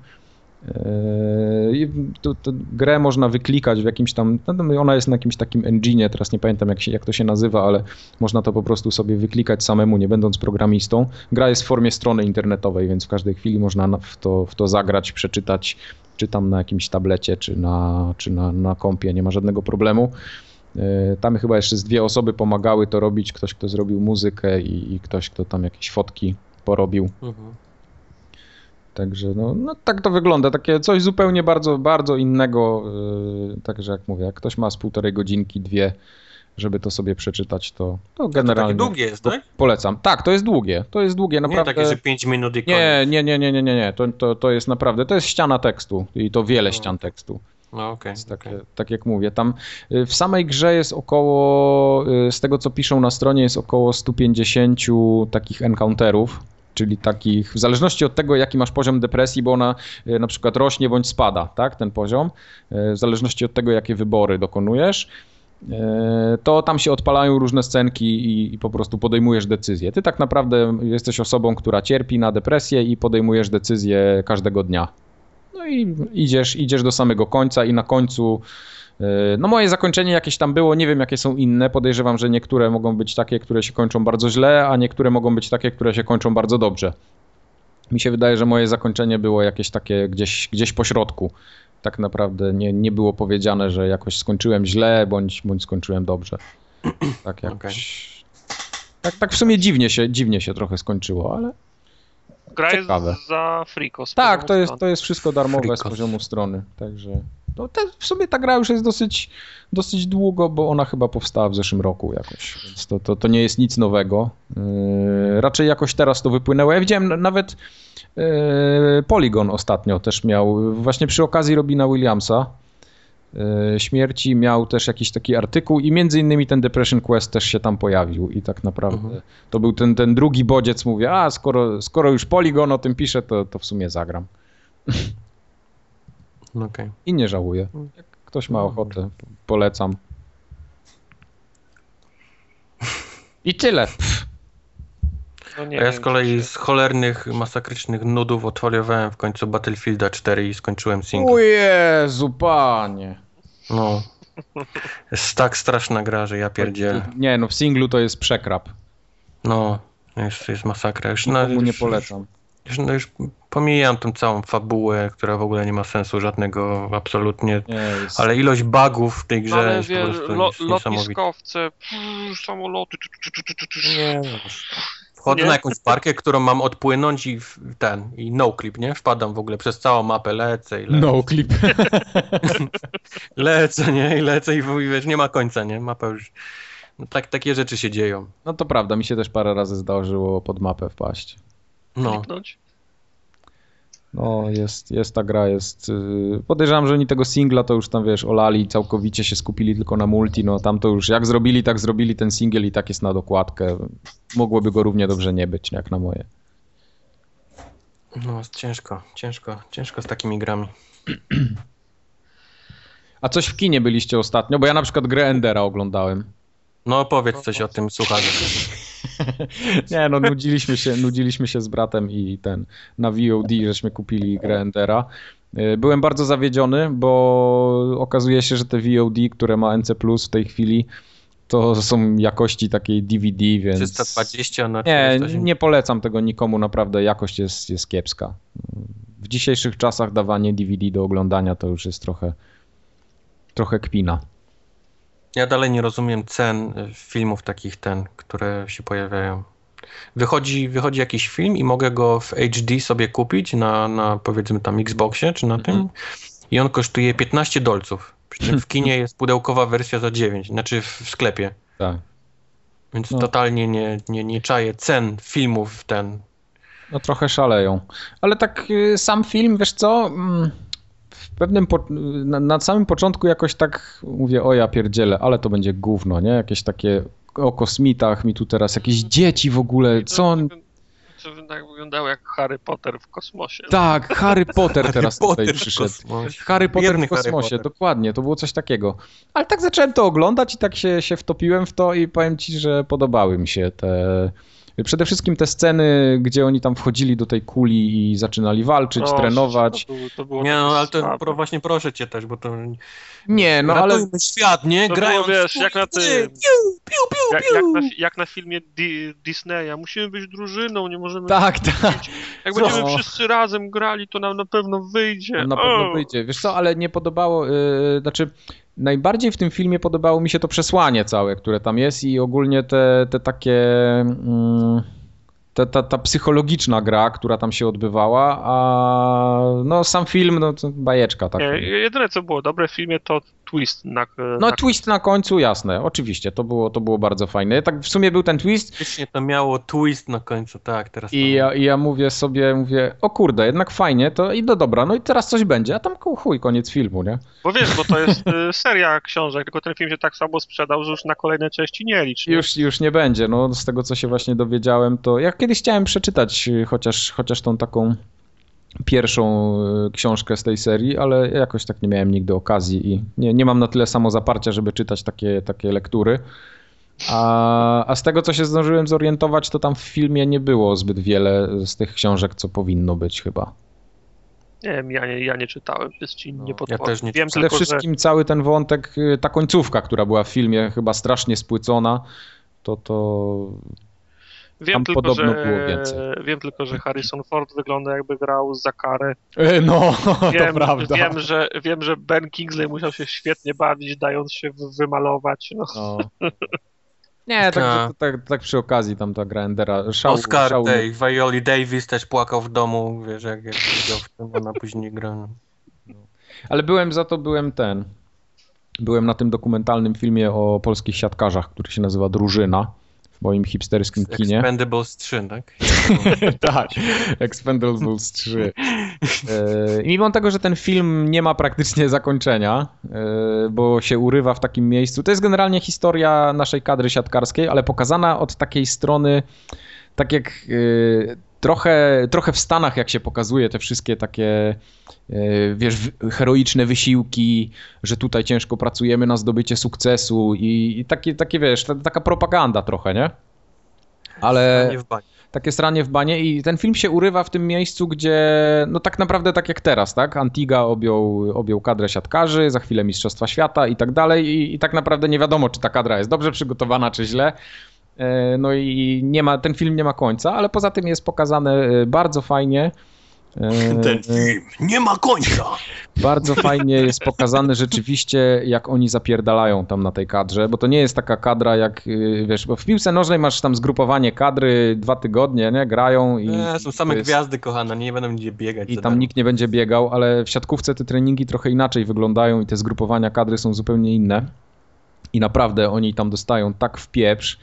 Grę można wyklikać w jakimś tam, ona jest na jakimś takim engine'ie, teraz nie pamiętam jak to się nazywa, ale można to po prostu sobie wyklikać samemu, nie będąc programistą. Gra jest w formie strony internetowej, więc w każdej chwili można w to zagrać, przeczytać, czy tam na jakimś tablecie, czy na kompie, nie ma żadnego problemu. Tam chyba jeszcze z 2 osoby pomagały to robić, ktoś, kto zrobił muzykę i ktoś, kto tam jakieś fotki porobił. Także no tak to wygląda, takie coś zupełnie bardzo, bardzo innego, także jak mówię, jak ktoś ma z 1,5 godzinki, 2, żeby to sobie przeczytać, to generalnie... To takie długie jest, tak? Polecam. Tak, to jest długie, naprawdę. Nie takie, że 5 minut i koniec. Nie, to jest naprawdę, to jest ściana tekstu i to wiele ścian tekstu. No okej. Tak jak mówię, tam w samej grze jest około, z tego co piszą na stronie, jest około 150 takich encounterów, czyli takich, w zależności od tego, jaki masz poziom depresji, bo ona na przykład rośnie bądź spada, tak, ten poziom, w zależności od tego, jakie wybory dokonujesz, to tam się odpalają różne scenki i po prostu podejmujesz decyzję. Ty tak naprawdę jesteś osobą, która cierpi na depresję i podejmujesz decyzję każdego dnia. No i idziesz do samego końca i na końcu, no moje zakończenie jakieś tam było, nie wiem jakie są inne, podejrzewam, że niektóre mogą być takie, które się kończą bardzo źle, a niektóre mogą być takie, które się kończą bardzo dobrze. Mi się wydaje, że moje zakończenie było jakieś takie gdzieś po środku. Tak naprawdę nie było powiedziane, że jakoś skończyłem źle, bądź skończyłem dobrze. Tak jakoś... Tak w sumie dziwnie się trochę skończyło, ale gra ciekawe. Jest za friko. Tak, to jest wszystko darmowe z poziomu strony, także... No w sumie ta gra już jest dosyć długo, bo ona chyba powstała w zeszłym roku jakoś, więc to nie jest nic nowego. Raczej jakoś teraz to wypłynęło. Ja widziałem nawet Polygon ostatnio też miał, właśnie przy okazji Robina Williamsa śmierci miał też jakiś taki artykuł i między innymi ten Depression Quest też się tam pojawił i tak naprawdę to był ten drugi bodziec, mówię, skoro już Polygon o tym pisze, to w sumie zagram. Okay. I nie żałuję. Jak ktoś ma ochotę, polecam. I tyle. No nie ja z kolei z cholernych, masakrycznych nudów odwariowałem w końcu Battlefielda 4 i skończyłem single. O Jezu, panie. No. Jest tak straszna gra, że ja pierdzielę. Nie, no w singlu to jest przekrap. No, jest masakra. Już nie polecam. Już pomijam tą całą fabułę, która w ogóle nie ma sensu żadnego, absolutnie. Ale ilość bugów w tej grze jest po prostu lotniskowce, samoloty. Nie, wchodzę na jakąś parkę, którą mam odpłynąć i no clip, nie? Wpadam w ogóle przez całą mapę, lecę. No clip. lecę, nie? I lecę i wiesz, nie ma końca, nie? Mapa już... No takie rzeczy się dzieją. No to prawda, mi się też parę razy zdarzyło pod mapę wpaść. No. No, ta gra jest... Podejrzewam, że oni tego singla to już tam, wiesz, olali, całkowicie się skupili tylko na multi, no tam to już jak zrobili, tak zrobili ten singiel i tak jest na dokładkę. mogłoby go równie dobrze nie być, jak na moje. No, ciężko z takimi grami. A coś w kinie byliście ostatnio? Bo ja na przykład grę Endera oglądałem. No opowiedz coś o tym, słuchajcie. Nie, no nudziliśmy się z bratem i na VOD żeśmy kupili grę Endera. Byłem bardzo zawiedziony, bo okazuje się, że te VOD, które ma NC+, w tej chwili, to są jakości takiej DVD, więc... 320 na 480. Nie polecam tego nikomu, naprawdę jakość jest kiepska. W dzisiejszych czasach dawanie DVD do oglądania to już jest trochę kpina. Ja dalej nie rozumiem cen filmów takich które się pojawiają. Wychodzi jakiś film i mogę go w HD sobie kupić na powiedzmy tam Xboxie czy na tym i on kosztuje $15. Przy czym w kinie jest pudełkowa wersja za 9, znaczy w sklepie. Tak. Więc totalnie nie czaję cen filmów No trochę szaleją. Ale tak sam film, wiesz co... na samym początku jakoś tak mówię, o ja pierdzielę, ale to będzie gówno, nie? Jakieś takie o kosmitach mi tu teraz, jakieś dzieci w ogóle, co on... To wyglądało jak Harry Potter w kosmosie. Tak, Harry Potter teraz tutaj przyszedł. Harry Potter w kosmosie, Potter. Dokładnie, to było coś takiego. Ale tak zacząłem to oglądać i tak się wtopiłem w to i powiem ci, że podobały mi się przede wszystkim te sceny, gdzie oni tam wchodzili do tej kuli i zaczynali walczyć, trenować. To było nie, no ale to właśnie proszę cię też, bo to... Nie, no ale... świat, nie? Grają było, wiesz, jak na tym... Jak na filmie Disneya. Musimy być drużyną, nie możemy... Tak. Jak będziemy wszyscy razem grali, to nam na pewno wyjdzie. Na pewno wyjdzie. Wiesz co, ale nie podobało... Znaczy... Najbardziej w tym filmie podobało mi się to przesłanie całe, które tam jest i ogólnie te takie... Ta psychologiczna gra, która tam się odbywała, a no sam film, no to bajeczka taka. Jedyne co było dobre w filmie to twist twist na końcu, jasne, oczywiście, to było bardzo fajne. Tak w sumie był ten twist. Faktycznie to miało twist na końcu, tak, teraz. I ja mówię, o kurde, jednak fajnie, to i dobra, no i teraz coś będzie, a tam chuj, koniec filmu, nie? Bo wiesz, bo to jest seria książek, tylko ten film się tak samo sprzedał, że już na kolejne części nie licz. Nie? Już nie będzie, no z tego co się właśnie dowiedziałem, to ja kiedyś chciałem przeczytać chociaż tą taką pierwszą książkę z tej serii, ale jakoś tak nie miałem nigdy okazji i nie mam na tyle samozaparcia, żeby czytać takie lektury. A z tego, co się zdążyłem zorientować, to tam w filmie nie było zbyt wiele z tych książek, co powinno być chyba. Nie wiem, ja nie czytałem, więc ci nie podpowiem. Ja też nie wiem. Przede wszystkim cały ten wątek, ta końcówka, która była w filmie chyba strasznie spłycona, to Wiem tylko, że Harrison Ford wygląda jakby grał za karę. No, to prawda. Wiem, że Ben Kingsley musiał się świetnie bawić, dając się wymalować. No. Nie, tak przy okazji tam ta gra Endera. Oscar tej Violi Davis też płakał w domu, wiesz, jak widział w tym, ona później gra. Ale byłem na tym dokumentalnym filmie o polskich siatkarzach, który się nazywa Drużyna. W moim hipsterskim kinie. Expendables 3, tak? Tak, Expendables 3. I mimo tego, że ten film nie ma praktycznie zakończenia, bo się urywa w takim miejscu, to jest generalnie historia naszej kadry siatkarskiej, ale pokazana od takiej strony, tak jak trochę w Stanach, jak się pokazuje te wszystkie takie, wiesz, heroiczne wysiłki, że tutaj ciężko pracujemy na zdobycie sukcesu i takie wiesz, taka propaganda trochę, nie? Ale takie stranie w banie i ten film się urywa w tym miejscu, gdzie no tak naprawdę tak jak teraz, tak? Antigua objął kadrę siatkarzy, za chwilę Mistrzostwa Świata i tak dalej i tak naprawdę nie wiadomo, czy ta kadra jest dobrze przygotowana, czy źle. No i ten film nie ma końca, ale poza tym jest pokazane bardzo fajnie. Ten film nie ma końca. Bardzo fajnie jest pokazane rzeczywiście, jak oni zapierdalają tam na tej kadrze, bo to nie jest taka kadra jak, wiesz, bo w piłce nożnej masz tam zgrupowanie kadry 2 tygodnie, nie, grają i... są same gwiazdy, kochane, nie będą nigdzie biegać. I tam nikt nie będzie biegał, ale w siatkówce te treningi trochę inaczej wyglądają i te zgrupowania kadry są zupełnie inne. I naprawdę oni tam dostają tak w pieprz,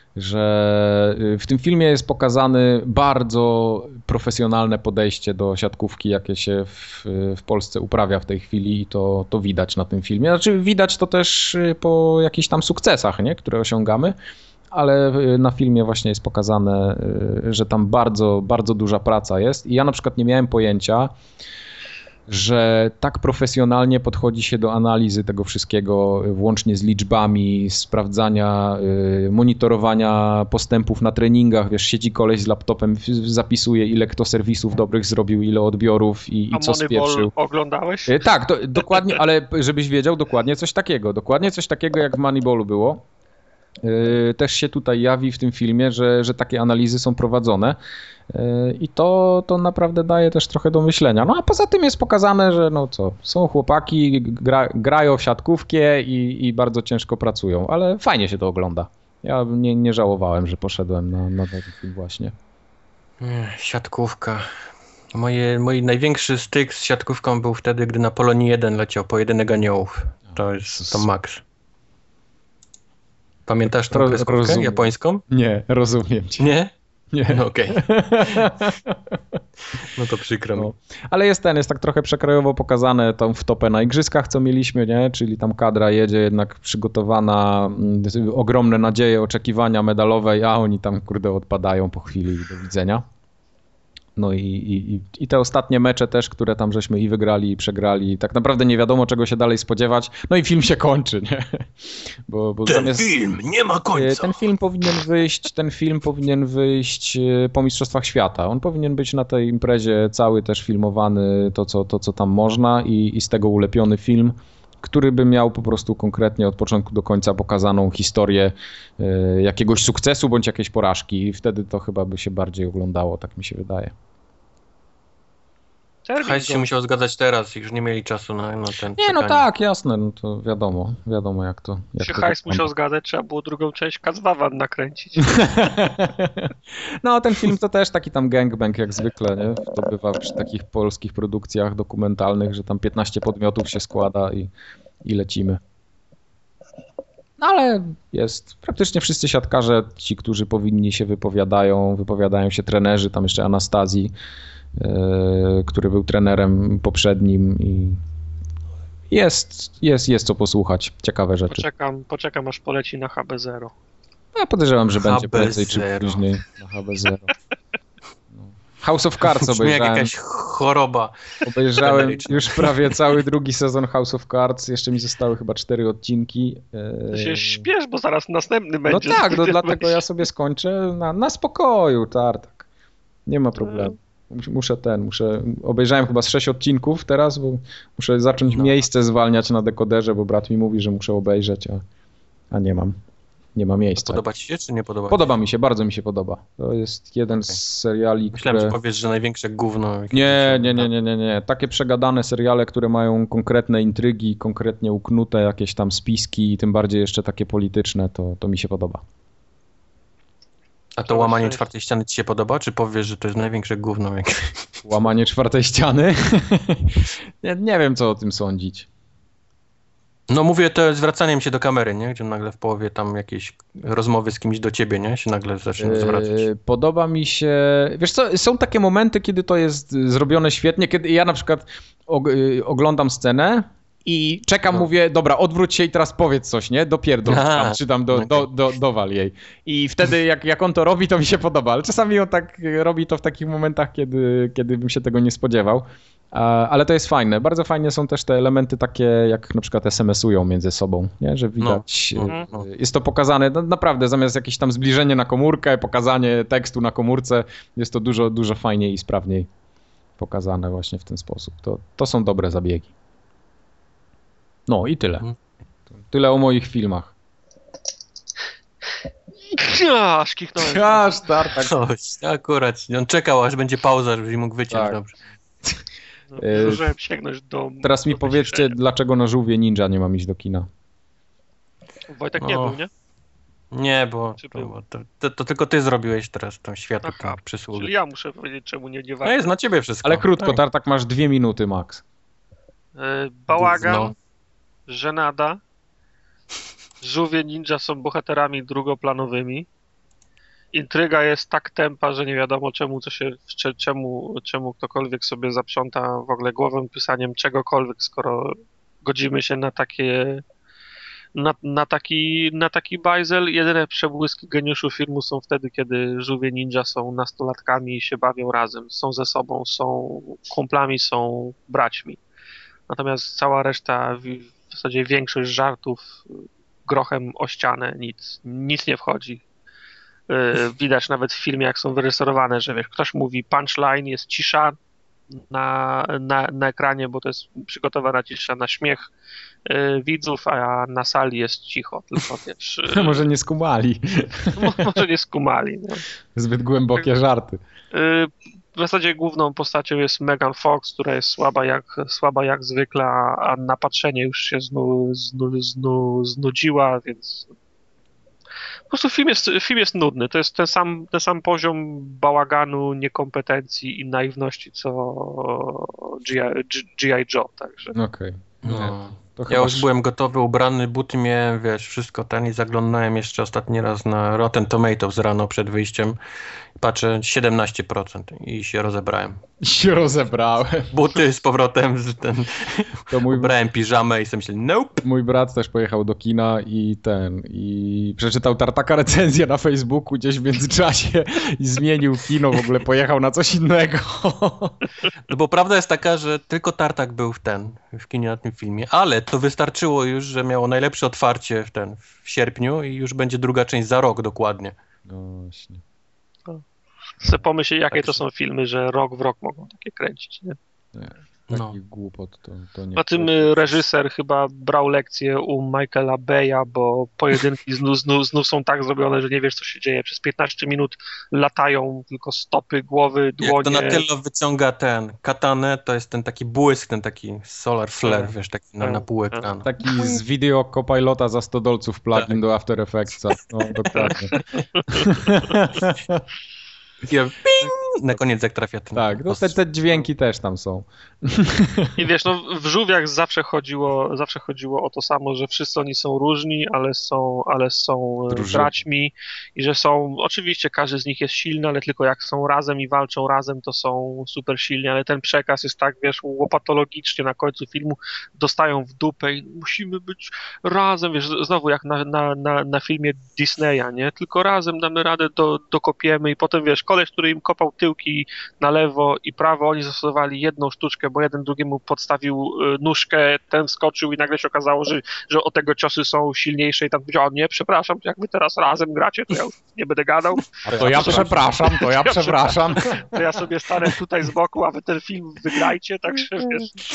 że w tym filmie jest pokazane bardzo profesjonalne podejście do siatkówki, jakie się w Polsce uprawia w tej chwili i to widać na tym filmie. Znaczy widać to też po jakichś tam sukcesach, nie? Które osiągamy, ale na filmie właśnie jest pokazane, że tam bardzo, bardzo duża praca jest i ja na przykład nie miałem pojęcia, że tak profesjonalnie podchodzi się do analizy tego wszystkiego, włącznie z liczbami, sprawdzania, monitorowania postępów na treningach. Wiesz, siedzi koleś z laptopem, zapisuje, ile kto serwisów dobrych zrobił, ile odbiorów i co spieprzył. Oglądałeś? Tak, dokładnie, ale żebyś wiedział, dokładnie coś takiego jak w Moneyballu było. Też się tutaj jawi w tym filmie, że takie analizy są prowadzone i to naprawdę daje też trochę do myślenia. No a poza tym jest pokazane, że no co, są chłopaki, grają w siatkówkę i bardzo ciężko pracują, ale fajnie się to ogląda. Ja nie żałowałem, że poszedłem na ten film właśnie. Siatkówka. Mój największy styk z siatkówką był wtedy, gdy na Polonii 1 leciał Pojedynek Aniołów. To jest to Max. Pamiętasz tą kreskówkę japońską? Nie, rozumiem cię. Nie? Nie. No okej. No to przykro mi. Ale jest tak trochę przekrojowo pokazane tą wtopę na igrzyskach, co mieliśmy, nie? Czyli tam kadra jedzie jednak przygotowana, ogromne nadzieje, oczekiwania medalowe, a oni tam kurde odpadają po chwili do widzenia. No i te ostatnie mecze też, które tam żeśmy i wygrali, i przegrali. Tak naprawdę nie wiadomo, czego się dalej spodziewać. No i film się kończy, nie? Bo film nie ma końca. Ten film powinien wyjść po Mistrzostwach Świata. On powinien być na tej imprezie cały też filmowany, to co tam można i z tego ulepiony film, który by miał po prostu konkretnie od początku do końca pokazaną historię jakiegoś sukcesu bądź jakiejś porażki i wtedy to chyba by się bardziej oglądało, tak mi się wydaje. Hajs się musiał zgadzać teraz, już nie mieli czasu na ten czekanie. No tak, jasne, no to wiadomo jak to. Czy Hajs musiał zgadzać, trzeba było drugą część Kazwawan nakręcić. No ten film to też taki tam gangbang jak zwykle, nie? To bywa przy takich polskich produkcjach dokumentalnych, że tam 15 podmiotów się składa i lecimy. No ale jest, praktycznie wszyscy siatkarze, ci, którzy powinni się wypowiadają się trenerzy, tam jeszcze Anastazji, który był trenerem poprzednim i jest co posłuchać, ciekawe rzeczy. Poczekam aż poleci na HB0. Ja podejrzewam, że będzie prędzej czy później na HB0. House of Cards obejrzałem. Jak jakaś choroba. Obejrzałem już prawie cały drugi sezon House of Cards, jeszcze mi zostały chyba 4 odcinki. To się śpiesz, bo zaraz następny będzie. No tak, dlatego ja sobie skończę na spokoju, tak. Nie ma problemu. Obejrzałem chyba z 6 odcinków teraz, bo muszę zacząć miejsce zwalniać na dekoderze, bo brat mi mówi, że muszę obejrzeć, a nie mam. Nie ma miejsca. Podoba ci się, czy nie podoba? Podoba mi się, bardzo mi się podoba. To jest jeden z seriali, Myślałem, że powiesz, że największe gówno. Nie. Takie przegadane seriale, które mają konkretne intrygi, konkretnie uknute jakieś tam spiski i tym bardziej jeszcze takie polityczne, to mi się podoba. A to łamanie czwartej ściany ci się podoba, czy powiesz, że to jest największe gówno? Łamanie czwartej ściany? nie wiem, co o tym sądzić. No mówię to zwracaniem się do kamery, nie? Gdzie nagle w połowie tam jakieś rozmowy z kimś do ciebie, nie? Się nagle zacznie zwracać. Podoba mi się... Wiesz co, są takie momenty, kiedy to jest zrobione świetnie, kiedy ja na przykład oglądam scenę i czekam, mówię, dobra, odwróć się i teraz powiedz coś, nie? Dopierdol tam, czy tam dowal jej. I wtedy jak on to robi, to mi się podoba, ale czasami on tak robi to w takich momentach, kiedy bym się tego nie spodziewał. Ale to jest fajne. Bardzo fajnie są też te elementy takie, jak na przykład SMS-ują między sobą, nie? Że widać, jest to pokazane, naprawdę zamiast jakieś tam zbliżenie na komórkę, pokazanie tekstu na komórce, jest to dużo, dużo fajniej i sprawniej pokazane właśnie w ten sposób. To są dobre zabiegi. No i tyle. Tyle o moich filmach. Aż kichnąłem. Akurat. On czekał, aż będzie pauza, żebyś mógł wyciąć. Tak. Dobrze. Zdążyłem sięgnąć do... Teraz mi powiedzcie, dlaczego na Żółwie Ninja nie mam iść do kina. Wojtek nie był, nie? Nie, bo to tylko ty zrobiłeś teraz tą światu przysługę. Czyli ja muszę powiedzieć, czemu nie warto. No jest na ciebie wszystko. Ale krótko, tak masz 2 minuty max. Bałagan, żenada, Żółwie Ninja są bohaterami drugoplanowymi. Intryga jest tak tępa, że nie wiadomo czemu ktokolwiek sobie zaprząta w ogóle głowę pisaniem czegokolwiek, skoro godzimy się na takie na taki bajzel jedyne przebłyski geniuszu filmu są wtedy, kiedy żółwie ninja są nastolatkami i się bawią razem, są ze sobą, są kumplami, są braćmi. Natomiast cała reszta, w zasadzie większość żartów grochem o ścianę, nic nie wchodzi. Widać nawet w filmie, jak są wyreżyserowane, że wiesz, ktoś mówi punchline, jest cisza na ekranie, bo to jest przygotowana cisza na śmiech widzów, a na sali jest cicho, tylko wiesz... Może nie skumali. Może nie skumali. No. Zbyt głębokie żarty. W zasadzie główną postacią jest Megan Fox, która jest słaba jak zwykle, a na patrzenie już się znudziła, więc po prostu film jest nudny. To jest ten sam poziom bałaganu, niekompetencji i naiwności, co G.I. Joe, także. Okej. No. Ja już byłem gotowy, ubrany, buty miałem, wiesz, wszystko ten i zaglądałem jeszcze ostatni raz na Rotten Tomatoes rano przed wyjściem. Patrzę 17% i się rozebrałem. Buty z powrotem, ubrałem piżamę i sobie myślałem, nope. Mój brat też pojechał do kina i przeczytał taka recenzja na Facebooku gdzieś w międzyczasie i zmienił kino, w ogóle pojechał na coś innego. No bo prawda jest taka, że tylko Tartak był w kinie na tym filmie, ale to wystarczyło już, że miało najlepsze otwarcie w sierpniu i już będzie druga część za rok dokładnie. No właśnie. Chcę pomyśleć, jakie to są filmy, że rok w rok mogą takie kręcić, nie? Taki głupot to nie. A tym reżyser chyba brał lekcję u Michaela Beya, bo pojedynki znów są tak zrobione, że nie wiesz, co się dzieje. Przez 15 minut latają tylko stopy, głowy, dłonie. Jak Donatello wyciąga katanę, to jest ten taki błysk, ten taki solar flare, wiesz, taki na pół ekranu. Taki z Video Copilota za $100 plugin do After Effectsa. No, dokładnie. Na koniec jak trafia ten... Tak, no te dźwięki też tam są. I wiesz, no w Żółwiach zawsze chodziło o to samo, że wszyscy oni są różni, ale są braćmi i że są, oczywiście każdy z nich jest silny, ale tylko jak są razem i walczą razem, to są super silni, ale ten przekaz jest tak, wiesz, łopatologicznie na końcu filmu dostają w dupę i musimy być razem, wiesz, znowu jak na filmie Disneya, nie? Tylko razem damy radę, dokopiemy i potem, wiesz, koleś, który im kopał tyłki na lewo i prawo, oni zastosowali jedną sztuczkę, bo jeden drugiemu podstawił nóżkę, ten skoczył i nagle się okazało, że o tego ciosy są silniejsze i tam powiedział, nie, przepraszam, jak wy teraz razem gracie, to ja już nie będę gadał. To ja przepraszam. To ja sobie stanę tutaj z boku, a wy ten film wygrajcie, także wiesz.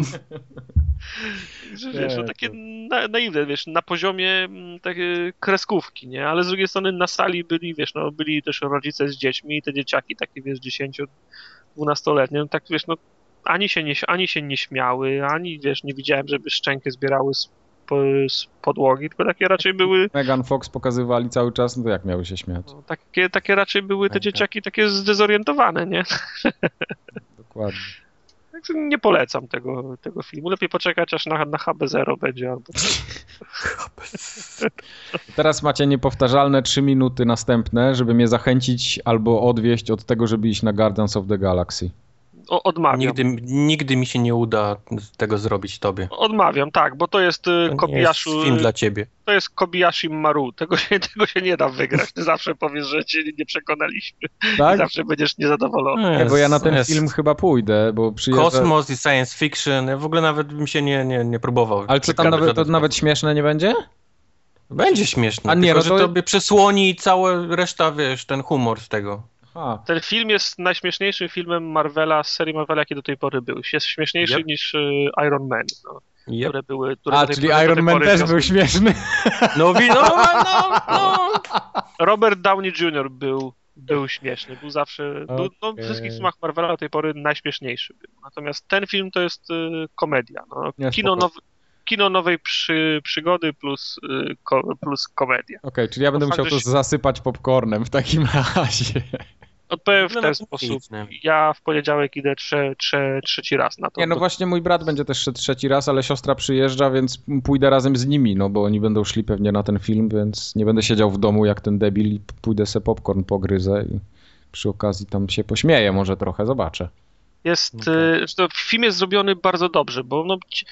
Wiesz, no takie naiwne, wiesz, na poziomie takie kreskówki, nie? Ale z drugiej strony na sali byli też rodzice z dziećmi i te dzieciaki takie, wiesz, 10-12-letnie, no tak, wiesz, no ani się nie śmiały, ani, wiesz, nie widziałem, żeby szczękę zbierały z podłogi, tylko takie raczej były... Megan Fox pokazywali cały czas, no to jak miały się śmiać? No, takie raczej były te dzieciaki takie zdezorientowane, nie? Dokładnie. Nie polecam tego filmu. Lepiej poczekać, aż na HB0 będzie. Albo... Teraz macie niepowtarzalne 3 minuty następne, żeby mnie zachęcić albo odwieść od tego, żeby iść na Guardians of the Galaxy. Odmawiam. Nigdy mi się nie uda tego zrobić tobie. Odmawiam, tak, bo to jest Kobayashi... To jest film dla ciebie. To jest Kobayashi Maru. Tego się nie da wygrać. Ty zawsze powiesz, że cię nie przekonaliśmy. Tak? I zawsze będziesz niezadowolony. Bo ja na ten film chyba pójdę, bo przyjeżdżę... Kosmos i science fiction. Ja w ogóle nawet bym się nie próbował. Ale czy tam nawet śmieszne nie będzie? Będzie śmieszne. A nie, tylko, że tobie przysłoni cała reszta, wiesz, ten humor z tego. Aha. Ten film jest najśmieszniejszym filmem Marvela, z serii Marvela, jaki do tej pory był. Jest śmieszniejszy niż Iron Man. No. Które były, czyli Iron Man też był śmieszny. No. Robert Downey Jr. był śmieszny. Był zawsze, w wszystkich filmach Marvela do tej pory najśmieszniejszy był. Natomiast ten film to jest komedia. No. Kino nowej przygody plus komedia. Okej, czyli ja będę musiał to zasypać popcornem w takim razie. Odpowiem w ten sposób. Ja w poniedziałek idę trzeci raz na to. Nie, no właśnie mój brat będzie też szedł trzeci raz, ale siostra przyjeżdża, więc pójdę razem z nimi, no bo oni będą szli pewnie na ten film, więc nie będę siedział w domu jak ten debil i pójdę se popcorn pogryzę i przy okazji tam się pośmieję może trochę, zobaczę. Film jest zrobiony bardzo dobrze, bo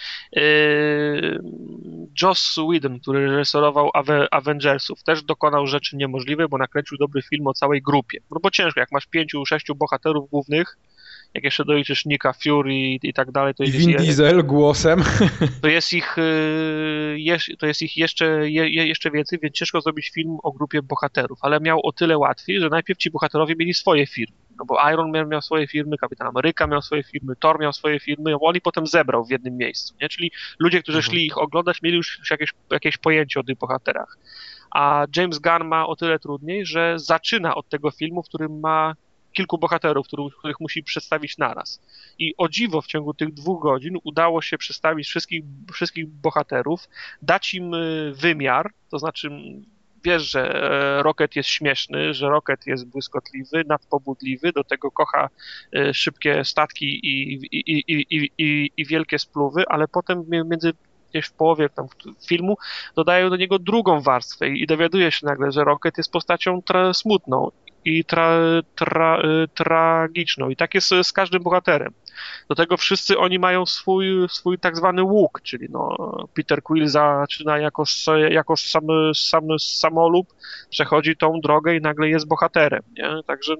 Joss Whedon, który reżyserował Avengersów, też dokonał rzeczy niemożliwej, bo nakręcił dobry film o całej grupie. No bo ciężko, jak masz 5-6 bohaterów głównych, jak jeszcze doliczysz Nicka Fury i tak dalej, to jest Vin Diesel głosem. To jest ich jeszcze więcej, więc ciężko zrobić film o grupie bohaterów, ale miał o tyle łatwiej, że najpierw ci bohaterowie mieli swoje firmy, no bo Iron Man miał swoje firmy, Kapitan Ameryka miał swoje firmy, Thor miał swoje firmy, on ich potem zebrał w jednym miejscu, nie? Czyli ludzie, którzy szli ich oglądać, mieli już jakieś pojęcie o tych bohaterach. A James Gunn ma o tyle trudniej, że zaczyna od tego filmu, w którym ma kilku bohaterów, których musi przedstawić naraz. I o dziwo w ciągu tych 2 godzin udało się przedstawić wszystkich bohaterów, dać im wymiar, to znaczy wiesz, że Rocket jest śmieszny, że Rocket jest błyskotliwy, nadpobudliwy, do tego kocha szybkie statki i wielkie spluwy, ale potem gdzieś w połowie filmu dodają do niego drugą warstwę i dowiaduje się nagle, że Rocket jest postacią smutną i tragiczną. I tak jest z każdym bohaterem. Do tego wszyscy oni mają swój tak zwany łuk, czyli Peter Quill zaczyna jako samolub, przechodzi tą drogę i nagle jest bohaterem, nie? Także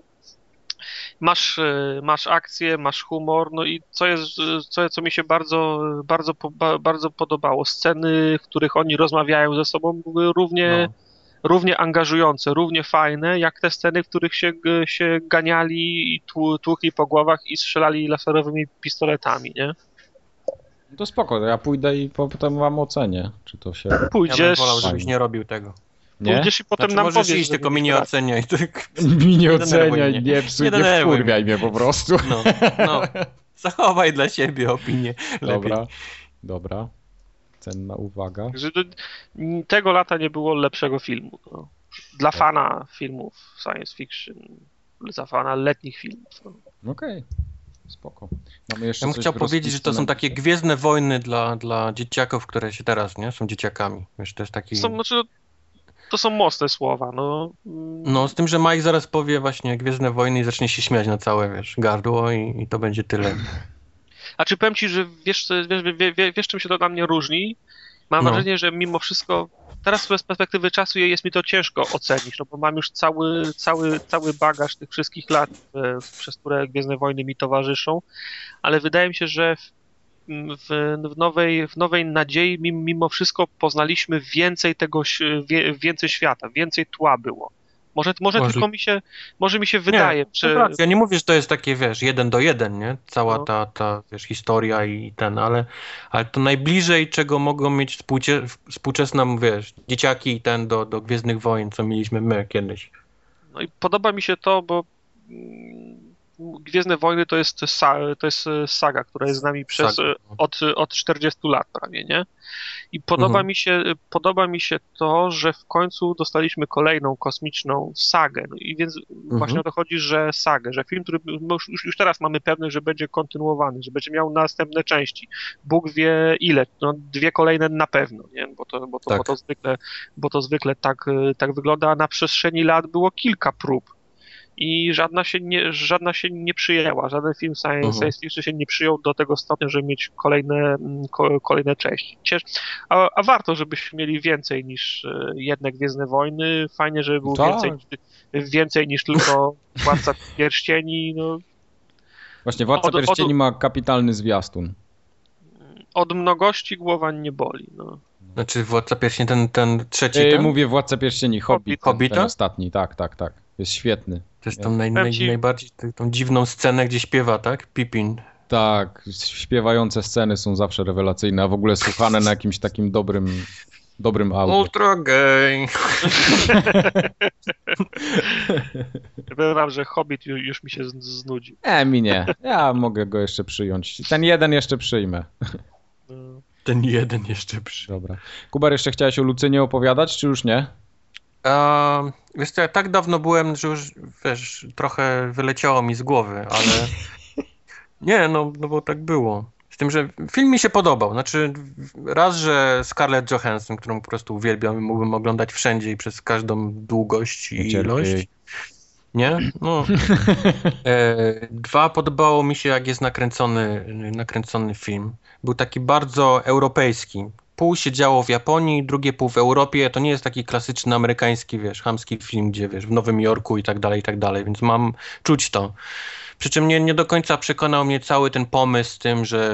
masz akcję, masz humor, no i co mi się bardzo podobało, sceny, w których oni rozmawiają ze sobą, były równie angażujące, równie fajne, jak te sceny, w których się ganiali i tłukli po głowach i strzelali laserowymi pistoletami, nie? To spoko, ja pójdę i potem wam ocenię, czy to się... Pójdziesz... Ja bym wolał, żebyś nie robił tego. Nie? Pójdziesz i potem nam możesz powiesz, iść, tylko mi nie oceniaj. Mi nie oceniaj, nie psuj, nie wkurwiaj mnie po prostu. No. Zachowaj dla siebie opinię. Dobra. Cenna uwaga. Tego lata nie było lepszego filmu. No. Dla fana filmów science fiction, dla fana letnich filmów. No. Okej. Spoko. Ja bym chciał powiedzieć, że to są takie Gwiezdne Wojny dla dzieciaków, które się teraz, nie? Są dzieciakami. Wiesz, to jest taki... To są mocne słowa, No, z tym, że Mike zaraz powie właśnie Gwiezdne Wojny i zacznie się śmiać na całe, gardło i to będzie tyle. A czy powiem ci, że wiesz czym się to dla mnie różni? Mam wrażenie, że mimo wszystko, teraz z perspektywy czasu jest mi to ciężko ocenić, bo mam już cały bagaż tych wszystkich lat, przez które Gwiezdne Wojny mi towarzyszą, ale wydaje mi się, że w nowej nadziei mimo wszystko poznaliśmy więcej świata, więcej tła było. Może tylko mi się wydaje, ja nie mówię, że to jest takie, 1:1, nie? Cała ta historia i ale to najbliżej, czego mogą mieć współczesne, dzieciaki i do Gwiezdnych Wojen, co mieliśmy my kiedyś. No i podoba mi się to, bo Gwiezdne Wojny to jest saga, która jest z nami od 40 lat prawie, nie? I podoba mi się to, że w końcu dostaliśmy kolejną kosmiczną sagę. No i więc właśnie o to chodzi, że film, który już teraz mamy pewność, że będzie kontynuowany, że będzie miał następne części. Bóg wie ile, 2 kolejne na pewno, nie? Bo to zwykle tak wygląda, a na przestrzeni lat było kilka prób. I żadna się nie przyjęła, żaden film science fiction się nie przyjął do tego stopnia, żeby mieć kolejne części. A warto, żebyśmy mieli więcej niż jedne Gwiezdne Wojny, fajnie, żeby było więcej niż tylko Władca Pierścieni. No. Właśnie Władca Pierścieni ma kapitalny zwiastun. Od mnogości głowa nie boli. No. Znaczy Władca Pierścieni, ten trzeci? Mówię Władca Pierścieni, Hobbit, ten ostatni, tak. Jest świetny. To jest tam najbardziej tą dziwną scenę, gdzie śpiewa, tak? Pippin. Tak, śpiewające sceny są zawsze rewelacyjne, a w ogóle słuchane na jakimś takim dobrym audio. Ultra gay. Powiem wam, że Hobbit już mi się znudzi. Mi nie. Ja mogę go jeszcze przyjąć. Ten jeden jeszcze przyjmę. Dobra. Kubar, jeszcze chciałeś o Lucynie opowiadać, czy już nie? Wiesz co, ja tak dawno byłem, że już, trochę wyleciało mi z głowy, ale nie, no bo tak było. Z tym, że film mi się podobał. Znaczy, raz, że Scarlett Johansson, którą po prostu uwielbiam i mógłbym oglądać wszędzie i przez każdą długość i ilość. Nie? No. 2 podobało mi się, jak jest nakręcony film. Był taki bardzo europejski. Pół się działo w Japonii, drugie pół w Europie. To nie jest taki klasyczny amerykański, chamski film, gdzie w Nowym Jorku i tak dalej, więc mam czuć to. Przy czym nie do końca przekonał mnie cały ten pomysł z tym, że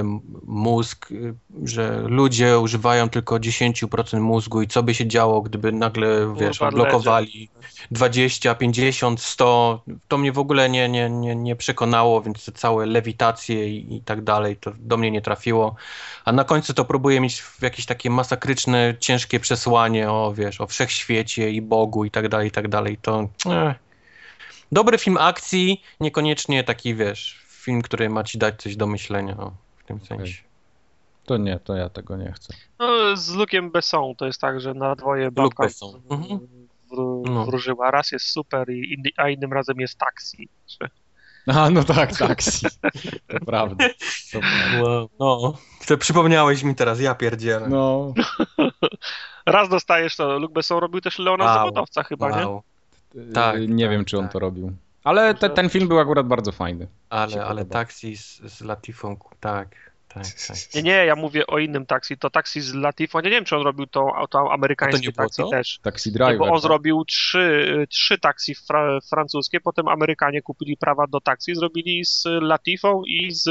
że ludzie używają tylko 10% mózgu i co by się działo, gdyby nagle, odblokowali 20, 50, 100. To mnie w ogóle nie przekonało, więc te całe lewitacje i tak dalej, to do mnie nie trafiło. A na końcu to próbuje mieć jakieś takie masakryczne, ciężkie przesłanie o wszechświecie i Bogu i tak dalej, to... Dobry film akcji, niekoniecznie taki, film, który ma ci dać coś do myślenia, w tym sensie. To nie, to ja tego nie chcę. No, z Luciem Besson to jest tak, że na dwoje babka wróżyła. Raz jest super, a innym razem jest Taxi. No tak, Taxi. To prawda. Wow. No, to przypomniałeś mi teraz, ja pierdzielę. No. Raz dostajesz to, Luc Besson robił też Leona Zawodowca chyba, nie? Tak, nie wiem, czy on to robił. Ale ten film był akurat bardzo fajny. Ale Taxi z Latifą, tak. Nie, ja mówię o innym Taxi. To Taxi z Latifą, nie wiem, czy on robił to amerykańskie Taxi też. Taxi Driver. Bo on zrobił trzy Taxi francuskie, potem Amerykanie kupili prawa do Taxi, zrobili z Latifą i z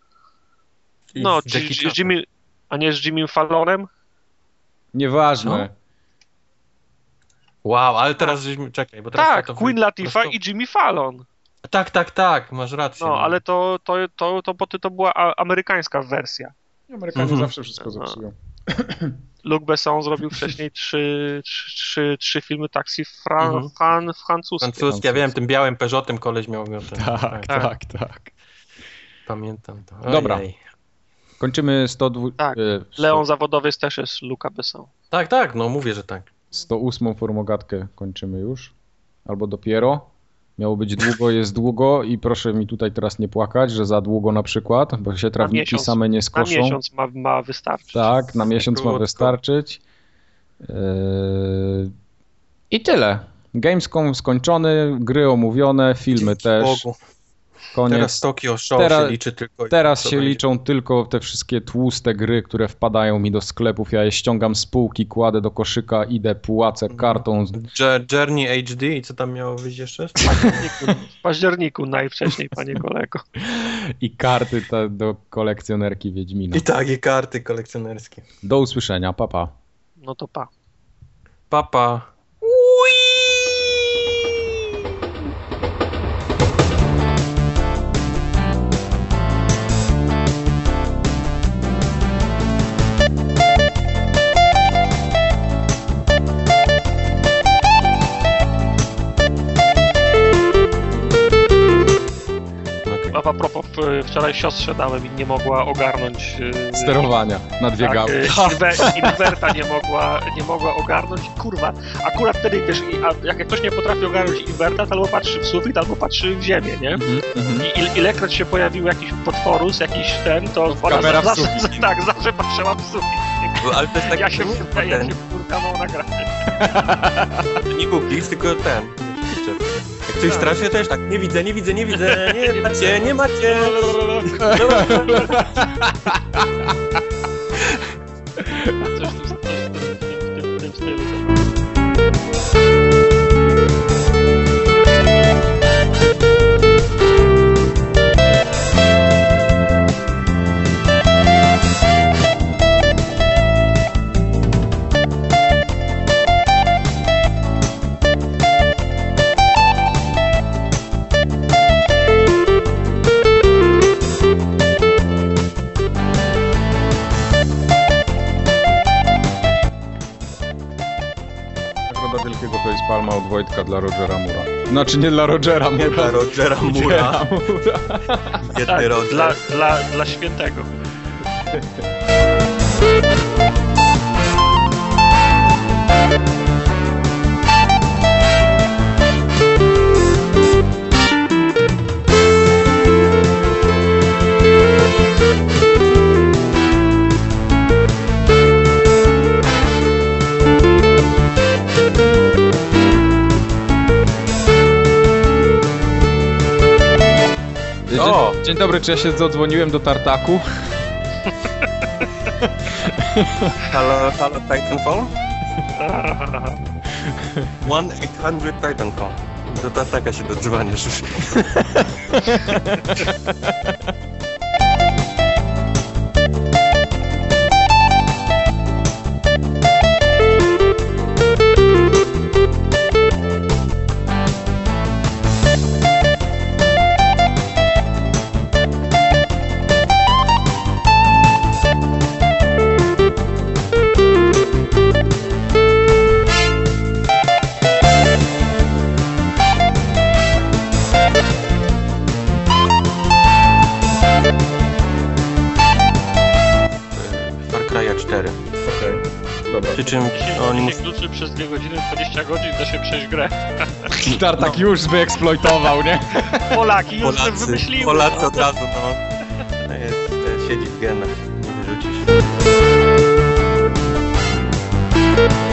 Jimmy, a nie z Jimmym Fallonem? Nieważne. Wow, ale teraz czekaj, bo teraz tak, Queen Latifah i Jimmy Fallon. Tak, masz rację. No, ale to była amerykańska wersja. Amerykanie zawsze wszystko zepsują. Luc Besson zrobił wcześniej trzy filmy Taxi francuskie. Francuskie, ja wiem, tym białym Peugeotem koleś miał ten. Tak. Pamiętam to. Dobra. Kończymy 102... Tak, Leon Zawodowiec też jest Luca Besson. Tak, no mówię, że tak. 108 formogatkę kończymy już. Albo dopiero. Miało być długo, jest długo i proszę mi tutaj teraz nie płakać, że za długo na przykład, bo się trawniki same nie skoszą. Na miesiąc ma wystarczyć. Tak, na miesiąc ma wystarczyć. I tyle. Gamescom skończony, gry omówione, filmy też. Bogu. Koniec. Teraz Tokyo Show się liczy tylko. Teraz się liczą tylko te wszystkie tłuste gry, które wpadają mi do sklepów. Ja je ściągam z półki, kładę do koszyka, idę, płacę kartą. Journey HD i co tam miało wyjść jeszcze? W październiku najwcześniej, panie kolego. I karty do kolekcjonerki Wiedźmina. I karty kolekcjonerskie. Do usłyszenia, pa. No to pa. Pa. A propos, wczoraj siostrze dałem i nie mogła ogarnąć sterowania na dwie gałki. Inwerta nie mogła ogarnąć. Kurwa, akurat wtedy, jak ktoś nie potrafi ogarnąć inwerta, to albo patrzy w sufit, albo patrzy w ziemię, nie? I ilekroć się pojawił jakiś potworus, to kamera w sufit. Tak, zawsze patrzyła w sufit. Ale to jest tak... Ja się wkurkano na grę. To nie był Blitz, tylko ten. Jak coś straszy, też tak, nie widzę, nie macie. Coś w tym stylu. To jest palma od Wojtka dla Rogera Mura. Znaczy nie dla Rogera Mura. Nie dla Rogera Mura. Tak, dla świętego. Dzień dobry, czy ja się zadzwoniłem do Tartaku? Halo, Titanfall? 1-800 Titanfall. Do Tartaka się dodzwaniasz już. Przy czym oni muszą przez 2 godziny, 20 godzin da się przejść grę. Tartak już wyeksploitował, nie? Polaki już wymyśliły. Polacy od razu, no. Siedzi w genach, nie wyrzucisz.